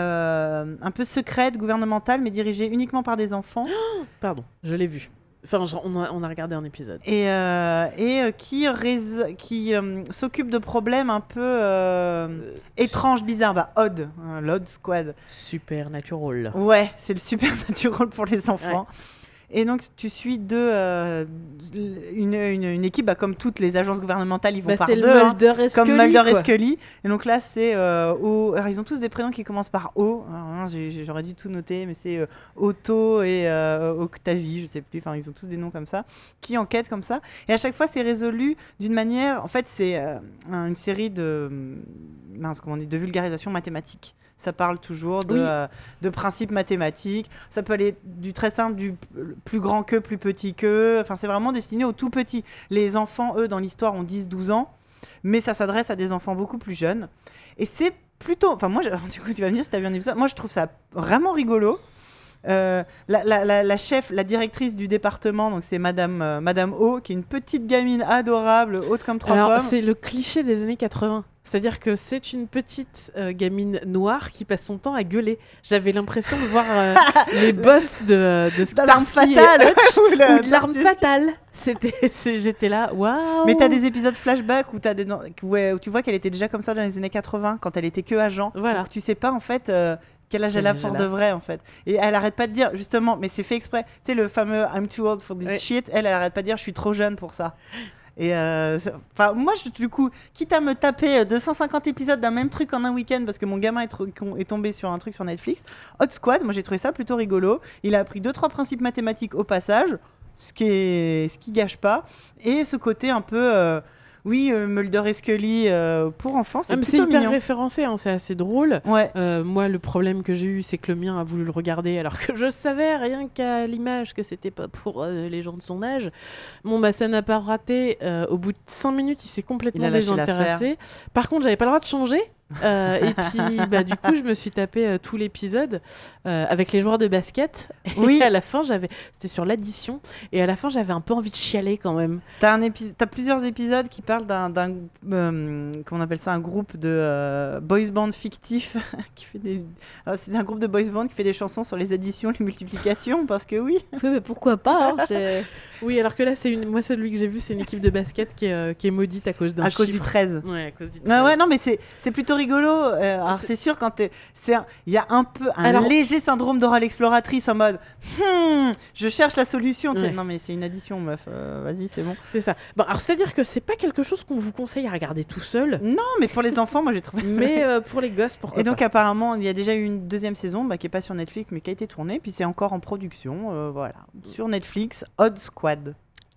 euh, un peu secrète, gouvernementale, mais dirigée uniquement par des enfants. Oh, pardon, je l'ai vu. Enfin, on a, on a regardé un épisode. Et, euh, et euh, qui, rés- qui euh, s'occupe de problèmes un peu euh, euh, étranges, bizarres. Bah, Odd, hein, l'Odd Squad. Supernatural. Ouais, c'est le Supernatural pour les enfants. Ouais. Et donc, tu suis deux, euh, une, une, une équipe, bah, comme toutes les agences gouvernementales, ils vont bah, par c'est deux. Le Mulder et comme Scully, Mulder et quoi. Scully. Et donc là, c'est euh, O. Alors, ils ont tous des prénoms qui commencent par O. Alors, j'ai, j'aurais dû tout noter, mais c'est euh, Otto et euh, Octavie, je sais plus. Enfin, ils ont tous des noms comme ça, qui enquêtent comme ça. Et à chaque fois, c'est résolu d'une manière. En fait, c'est euh, une série de, mince, comment on dit, de vulgarisation mathématique. Ça parle toujours de, oui. euh, de principes mathématiques. Ça peut aller du très simple, du plus grand que, plus petit que. Enfin, c'est vraiment destiné aux tout petits. Les enfants, eux, dans l'histoire, ont dix douze ans. Mais ça s'adresse à des enfants beaucoup plus jeunes. Et c'est plutôt... Enfin, moi, je, du coup, tu vas me dire si tu as vu un épisode. Moi, je trouve ça vraiment rigolo. Euh, la, la, la, la chef, la directrice du département, donc c'est Madame, euh, Madame O, qui est une petite gamine adorable, haute comme trois Alors, pommes. C'est le cliché des années quatre-vingts. C'est-à-dire que c'est une petite euh, gamine noire qui passe son temps à gueuler. J'avais l'impression de voir euh, les boss de, de Starsky et Hutch ou, ou de L'Arme Fatale. C'était, c'est, j'étais là, waouh. Mais t'as des épisodes flashback où, t'as des, où tu vois qu'elle était déjà comme ça dans les années quatre-vingts, quand elle était que agent. Voilà. Donc tu sais pas en fait... Euh, quel âge elle a pour de vrai en fait. Et elle arrête pas de dire justement, mais c'est fait exprès. Tu sais le fameux I'm too old for this ouais. shit. Elle, elle arrête pas de dire je suis trop jeune pour ça. Et euh, enfin moi je, du coup, quitte à me taper deux cent cinquante épisodes d'un même truc en un week-end parce que mon gamin est, tr- est tombé sur un truc sur Netflix. Odd Squad, moi j'ai trouvé ça plutôt rigolo. Il a appris deux trois principes mathématiques au passage, ce qui est, ce qui gâche pas. Et ce côté un peu euh, oui, euh, Mulder et Scully euh, pour enfants, c'est ah, plutôt c'est hyper mignon. référencé, hein, c'est assez drôle. Ouais. Euh, moi, le problème que j'ai eu, c'est que le mien a voulu le regarder alors que je savais rien qu'à l'image que c'était pas pour euh, les gens de son âge. Bon, bah ça n'a pas raté. Euh, au bout de cinq minutes, il s'est complètement il désintéressé. Par contre, j'avais pas le droit de changer. Euh, et puis, bah, du coup, je me suis tapé euh, tout l'épisode euh, avec les joueurs de basket. Oui. Et à la fin, j'avais, c'était sur l'addition. Et à la fin, j'avais un peu envie de chialer quand même. T'as un épi- t'as plusieurs épisodes qui parlent d'un, d'un euh, comment on appelle ça, un groupe de euh, boys band fictif qui fait des. Alors, c'est un groupe de boys band qui fait des chansons sur les additions, les multiplications, parce que oui. Oui, mais pourquoi pas hein, c'est... Oui, alors que là, c'est une. Moi, celui que j'ai vu, c'est une équipe de basket qui est, euh, qui est maudite à cause d'un à chiffre. À cause du treize. Ouais, à cause du treize. Ouais, ouais, non, mais c'est c'est plutôt rigolo. Euh, alors c'est... c'est sûr quand t'es, c'est il y a un peu un alors... léger syndrome Dora l'exploratrice en mode, hmm, je cherche la solution. Ouais. Non mais c'est une addition, meuf. Euh, vas-y, c'est bon. C'est ça. Bon, alors c'est à dire que c'est pas quelque chose qu'on vous conseille à regarder tout seul. Non, mais pour les enfants, moi j'ai trouvé. Mais euh, pour les gosses, pourquoi Et donc pas. Apparemment, il y a déjà eu une deuxième saison, bah, qui est pas sur Netflix, mais qui a été tournée, puis c'est encore en production, euh, voilà, sur Netflix, Odd Squad.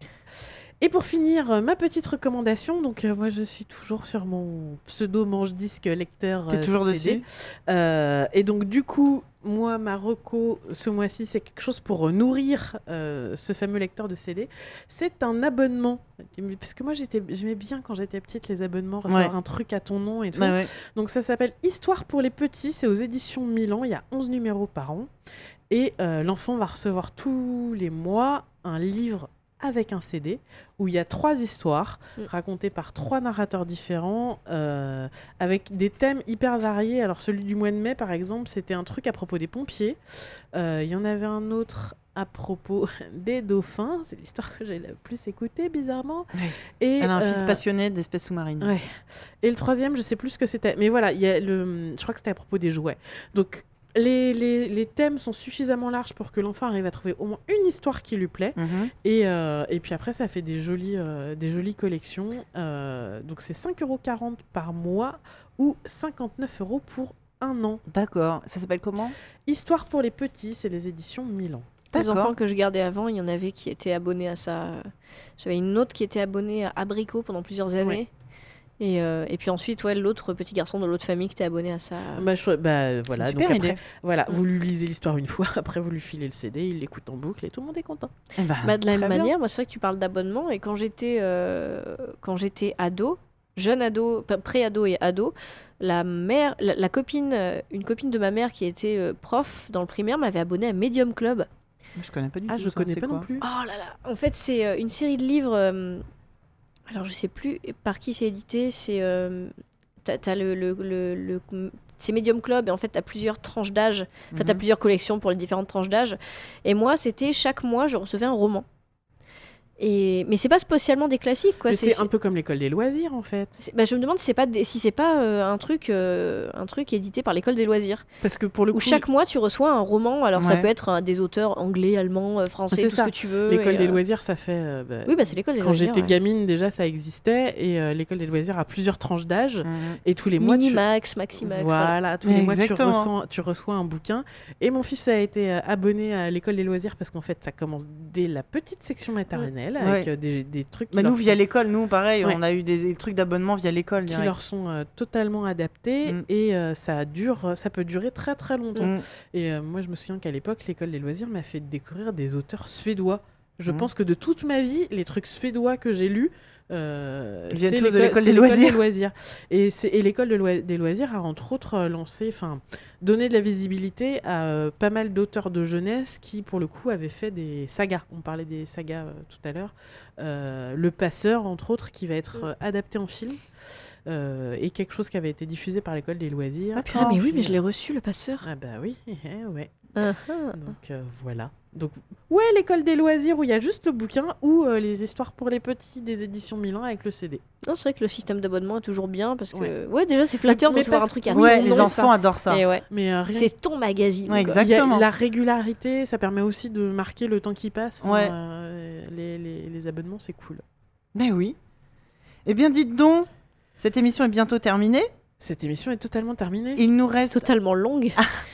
Et pour finir, euh, ma petite recommandation, donc euh, moi je suis toujours sur mon pseudo manche-disque lecteur. T'es euh, toujours C D. dessus euh, Et donc du coup, moi ma reco ce mois-ci, c'est quelque chose pour nourrir euh, ce fameux lecteur de C D. C'est un abonnement. Parce que moi j'étais, j'aimais bien quand j'étais petite les abonnements, recevoir ouais. un truc à ton nom et tout. Ouais, ouais. Donc ça s'appelle Histoire pour les petits, c'est aux éditions Milan, il y a onze numéros par an. Et euh, l'enfant va recevoir tous les mois un livre avec un C D où il y a trois histoires mmh. racontées par trois narrateurs différents euh, avec des thèmes hyper variés. Alors celui du mois de mai par exemple, c'était un truc à propos des pompiers. Euh, il y en avait un autre à propos des dauphins, c'est l'histoire que j'ai le plus écoutée bizarrement. Oui. Et, Elle a un euh, fils passionné d'espèces sous-marines. Ouais. Et le troisième, je sais plus ce que c'était, mais voilà, il y a le, je crois que c'était à propos des jouets. Donc Les, les, les thèmes sont suffisamment larges pour que l'enfant arrive à trouver au moins une histoire qui lui plaît. Mmh. Et, euh, et puis après, ça fait des jolies, euh, des jolies collections. Euh, donc, c'est cinq euros quarante par mois ou cinquante-neuf euros pour un an. D'accord. Ça s'appelle comment ? Histoire pour les petits, c'est les éditions Milan. Les enfants que je gardais avant, il y en avait qui étaient abonnés à ça. J'avais une autre qui était abonnée à Abricot pendant plusieurs années. Ouais. Et, euh, et puis ensuite, ouais, l'autre petit garçon de l'autre famille qui était abonné à ça. Bah, je, bah voilà. C'est une super donc après, idée. Voilà, vous lui lisez l'histoire une fois, après vous lui filez le C D, il l'écoute en boucle et tout le monde est content. Bah, bah, de la même manière, moi c'est vrai que tu parles d'abonnement et quand j'étais, euh, quand j'étais ado, jeune ado, p- pré-ado et ado, la mère, la, la copine, euh, une copine de ma mère qui était euh, prof dans le primaire m'avait abonné à Medium Club. Je connais pas du Ah, tout. je ça, connais c'est pas quoi non plus. Oh là là. En fait, c'est euh, une série de livres. euh, alors, je sais plus par qui c'est édité. C'est euh, t'as, t'as le, le, le, le- c'est Medium Club et en fait t'as plusieurs tranches d'âge. Enfin, t'as Mhm. plusieurs collections pour les différentes tranches d'âge. Et moi, c'était chaque mois, je recevais un roman. Et mais c'est pas spécialement des classiques, quoi. Mais C'est, c'est c'est- un peu comme l'école des loisirs, en fait. c'est- bah, je me demande si c'est pas des- si c'est pas euh, un truc euh, un truc édité par l'école des loisirs. Parce que pour le Où coup, chaque mois tu reçois un roman. Alors ça Ouais. peut être euh, des auteurs anglais, allemands, euh, français, C'est tout ça. ce que tu veux. l'école et, des euh, loisirs, ça fait... euh, bah, Oui, bah c'est l'école des quand loisirs. j'étais ouais. gamine, déjà, ça existait. Et euh, l'école des loisirs a plusieurs tranches d'âge. Mhm. Et tous les mois, tu... Minimax, Maximax. Voilà, voilà. tous les mois, tu Exactement. reçois, tu reçois un bouquin. Et mon fils a été euh, abonné à l'école des loisirs parce qu'en fait, ça commence dès la petite section maternelle avec Ouais. euh, des, des trucs qui, Bah, leur nous, via sont, l'école, nous, pareil, Ouais. on a eu des, des trucs d'abonnement via l'école qui direct. leur sont euh, totalement adaptés Mm. et euh, ça dure, ça peut durer très très longtemps. Mm. Et euh, moi, je me souviens qu'à l'époque, l'école des loisirs m'a fait découvrir des auteurs suédois. Je Mhm. pense que de toute ma vie, les trucs suédois que j'ai lus, euh, Ils viennent c'est tous de l'école c'est des loisirs. loisirs. Et, c'est- et l'école de loi- des loisirs a entre autres euh, lancé, enfin, donné de la visibilité à euh, pas mal d'auteurs de jeunesse qui, pour le coup, avaient fait des sagas. On parlait des sagas euh, tout à l'heure. Euh, Le Passeur, entre autres, qui va être euh, adapté en film. Euh, et quelque chose qui avait été diffusé par l'école des loisirs. D'accord. Ah mais oui, Puis, mais je l'ai euh, reçu le passeur. Ah bah oui, eh, ouais. Ah, ah. Donc euh, voilà. Donc ouais, l'école des loisirs où il y a juste le bouquin ou euh, les histoires pour les petits des éditions Milan avec le C D. Non, c'est vrai que le système d'abonnement est toujours bien parce que Ouais. ouais, déjà c'est flatteur de Mais recevoir parce- un truc à Oui, Ouais, ton les nom. enfants adorent ça. Et ouais, Mais euh, rien c'est ton magazine. Ouais, quoi. exact. Il y a Exactement. la régularité, ça permet aussi de marquer le temps qui passe. Enfin, Ouais. euh, les, les- les abonnements, c'est cool. Ben oui. Eh bien, dites donc, cette émission est bientôt terminée. Cette émission est totalement terminée. Il nous reste Totalement longue.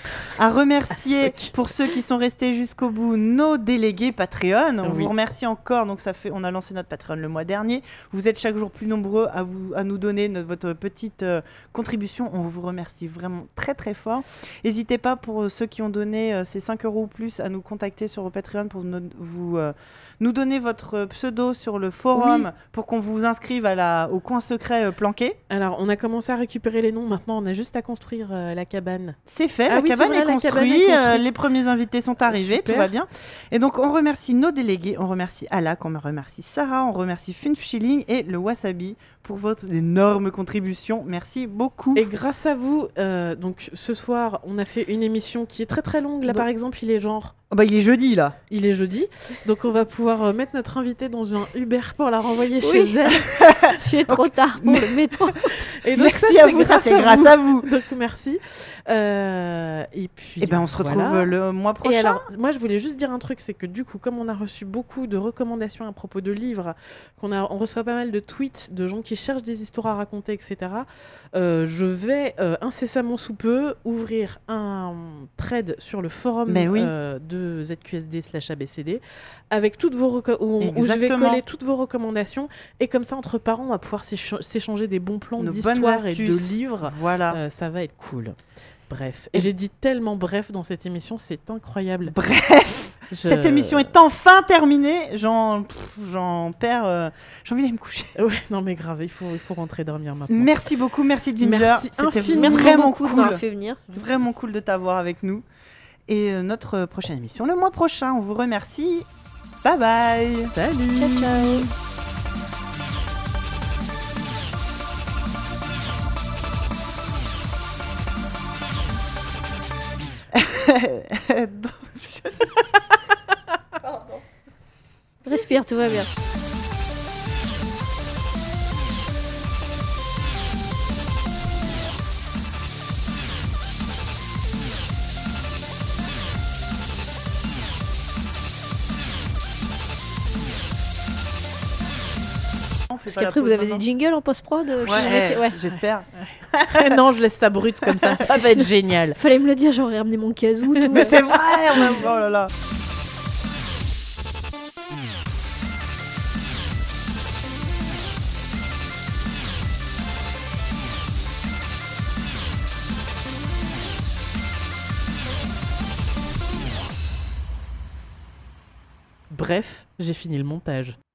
à remercier, As fuck. pour ceux qui sont restés jusqu'au bout, nos délégués Patreon. On Oui. vous remercie encore. Donc, ça fait, on a lancé notre Patreon le mois dernier. Vous êtes chaque jour plus nombreux à, vous, à nous donner notre- votre petite euh, contribution. On vous remercie vraiment très, très fort. N'hésitez pas, pour euh, ceux qui ont donné euh, ces cinq euros ou plus, à nous contacter sur Patreon pour no- vous, euh, nous donner votre pseudo sur le forum pour qu'on vous inscrive à la, au coin secret euh, planqué. Alors, on a commencé à récupérer les noms. Maintenant, on a juste à construire euh, la cabane. C'est fait, Ah la, oui, c'est cabane vrai, est la cabane construite, est construite. euh, les premiers invités sont arrivés, Super. tout va bien. Et donc on remercie nos délégués, on remercie Alak, on remercie Sarah, on remercie Finf Schilling et le Wasabi pour votre énorme contribution. Merci beaucoup. Et grâce à vous, euh, donc ce soir, on a fait une émission qui est très très longue. Là, Donc- par exemple, il est genre, Oh bah, il est jeudi là. il est jeudi, donc on va pouvoir euh, mettre notre invité dans un Uber pour la renvoyer Oui. chez elle. C'est trop tard pour le métro. Et donc, Merci ça, à c'est vous, ça c'est grâce à vous. Donc merci. Euh, et puis. Et ben on se retrouve voilà. euh, le mois prochain. Et alors, moi, je voulais juste dire un truc, c'est que du coup, comme on a reçu beaucoup de recommandations à propos de livres, qu'on a, on reçoit pas mal de tweets de gens qui cherchent des histoires à raconter, et cetera. euh, je vais euh, incessamment sous peu ouvrir un thread sur le forum Mais oui. euh, de Z Q S D slash A B C D avec toutes vos reco- où, on- où je vais Exactement. coller toutes vos recommandations et comme ça entre parents, on va pouvoir s'éch- s'échanger des bons plans Nos bonnes d'histoire et de astuces. livres. Voilà. Euh, ça va être cool. Bref. Et j'ai dit tellement bref dans cette émission, c'est incroyable. Bref, Je- cette émission est enfin terminée. J'en, pff, j'en perds. euh, J'ai envie d'aller me coucher. Ouais, non mais grave, il faut, il faut rentrer dormir maintenant. Merci beaucoup, merci Ginger. Merci C'était infiniment. Merci vraiment beaucoup de cool. m'avoir fait venir. Vraiment cool de t'avoir avec nous. Et euh, notre prochaine émission le mois prochain. On vous remercie. Bye bye. Salut. Ciao ciao. Respire, tout va bien. Parce qu'après, vous avez des jingles en post-prod euh, qui vont Ouais, mettre- ouais. j'espère. Non, je laisse ça brut comme ça. Ça va être génial. Fallait me le dire, j'aurais ramené mon casou. Tout. Mais c'est vrai. on a- Oh là là. Bref, j'ai fini le montage.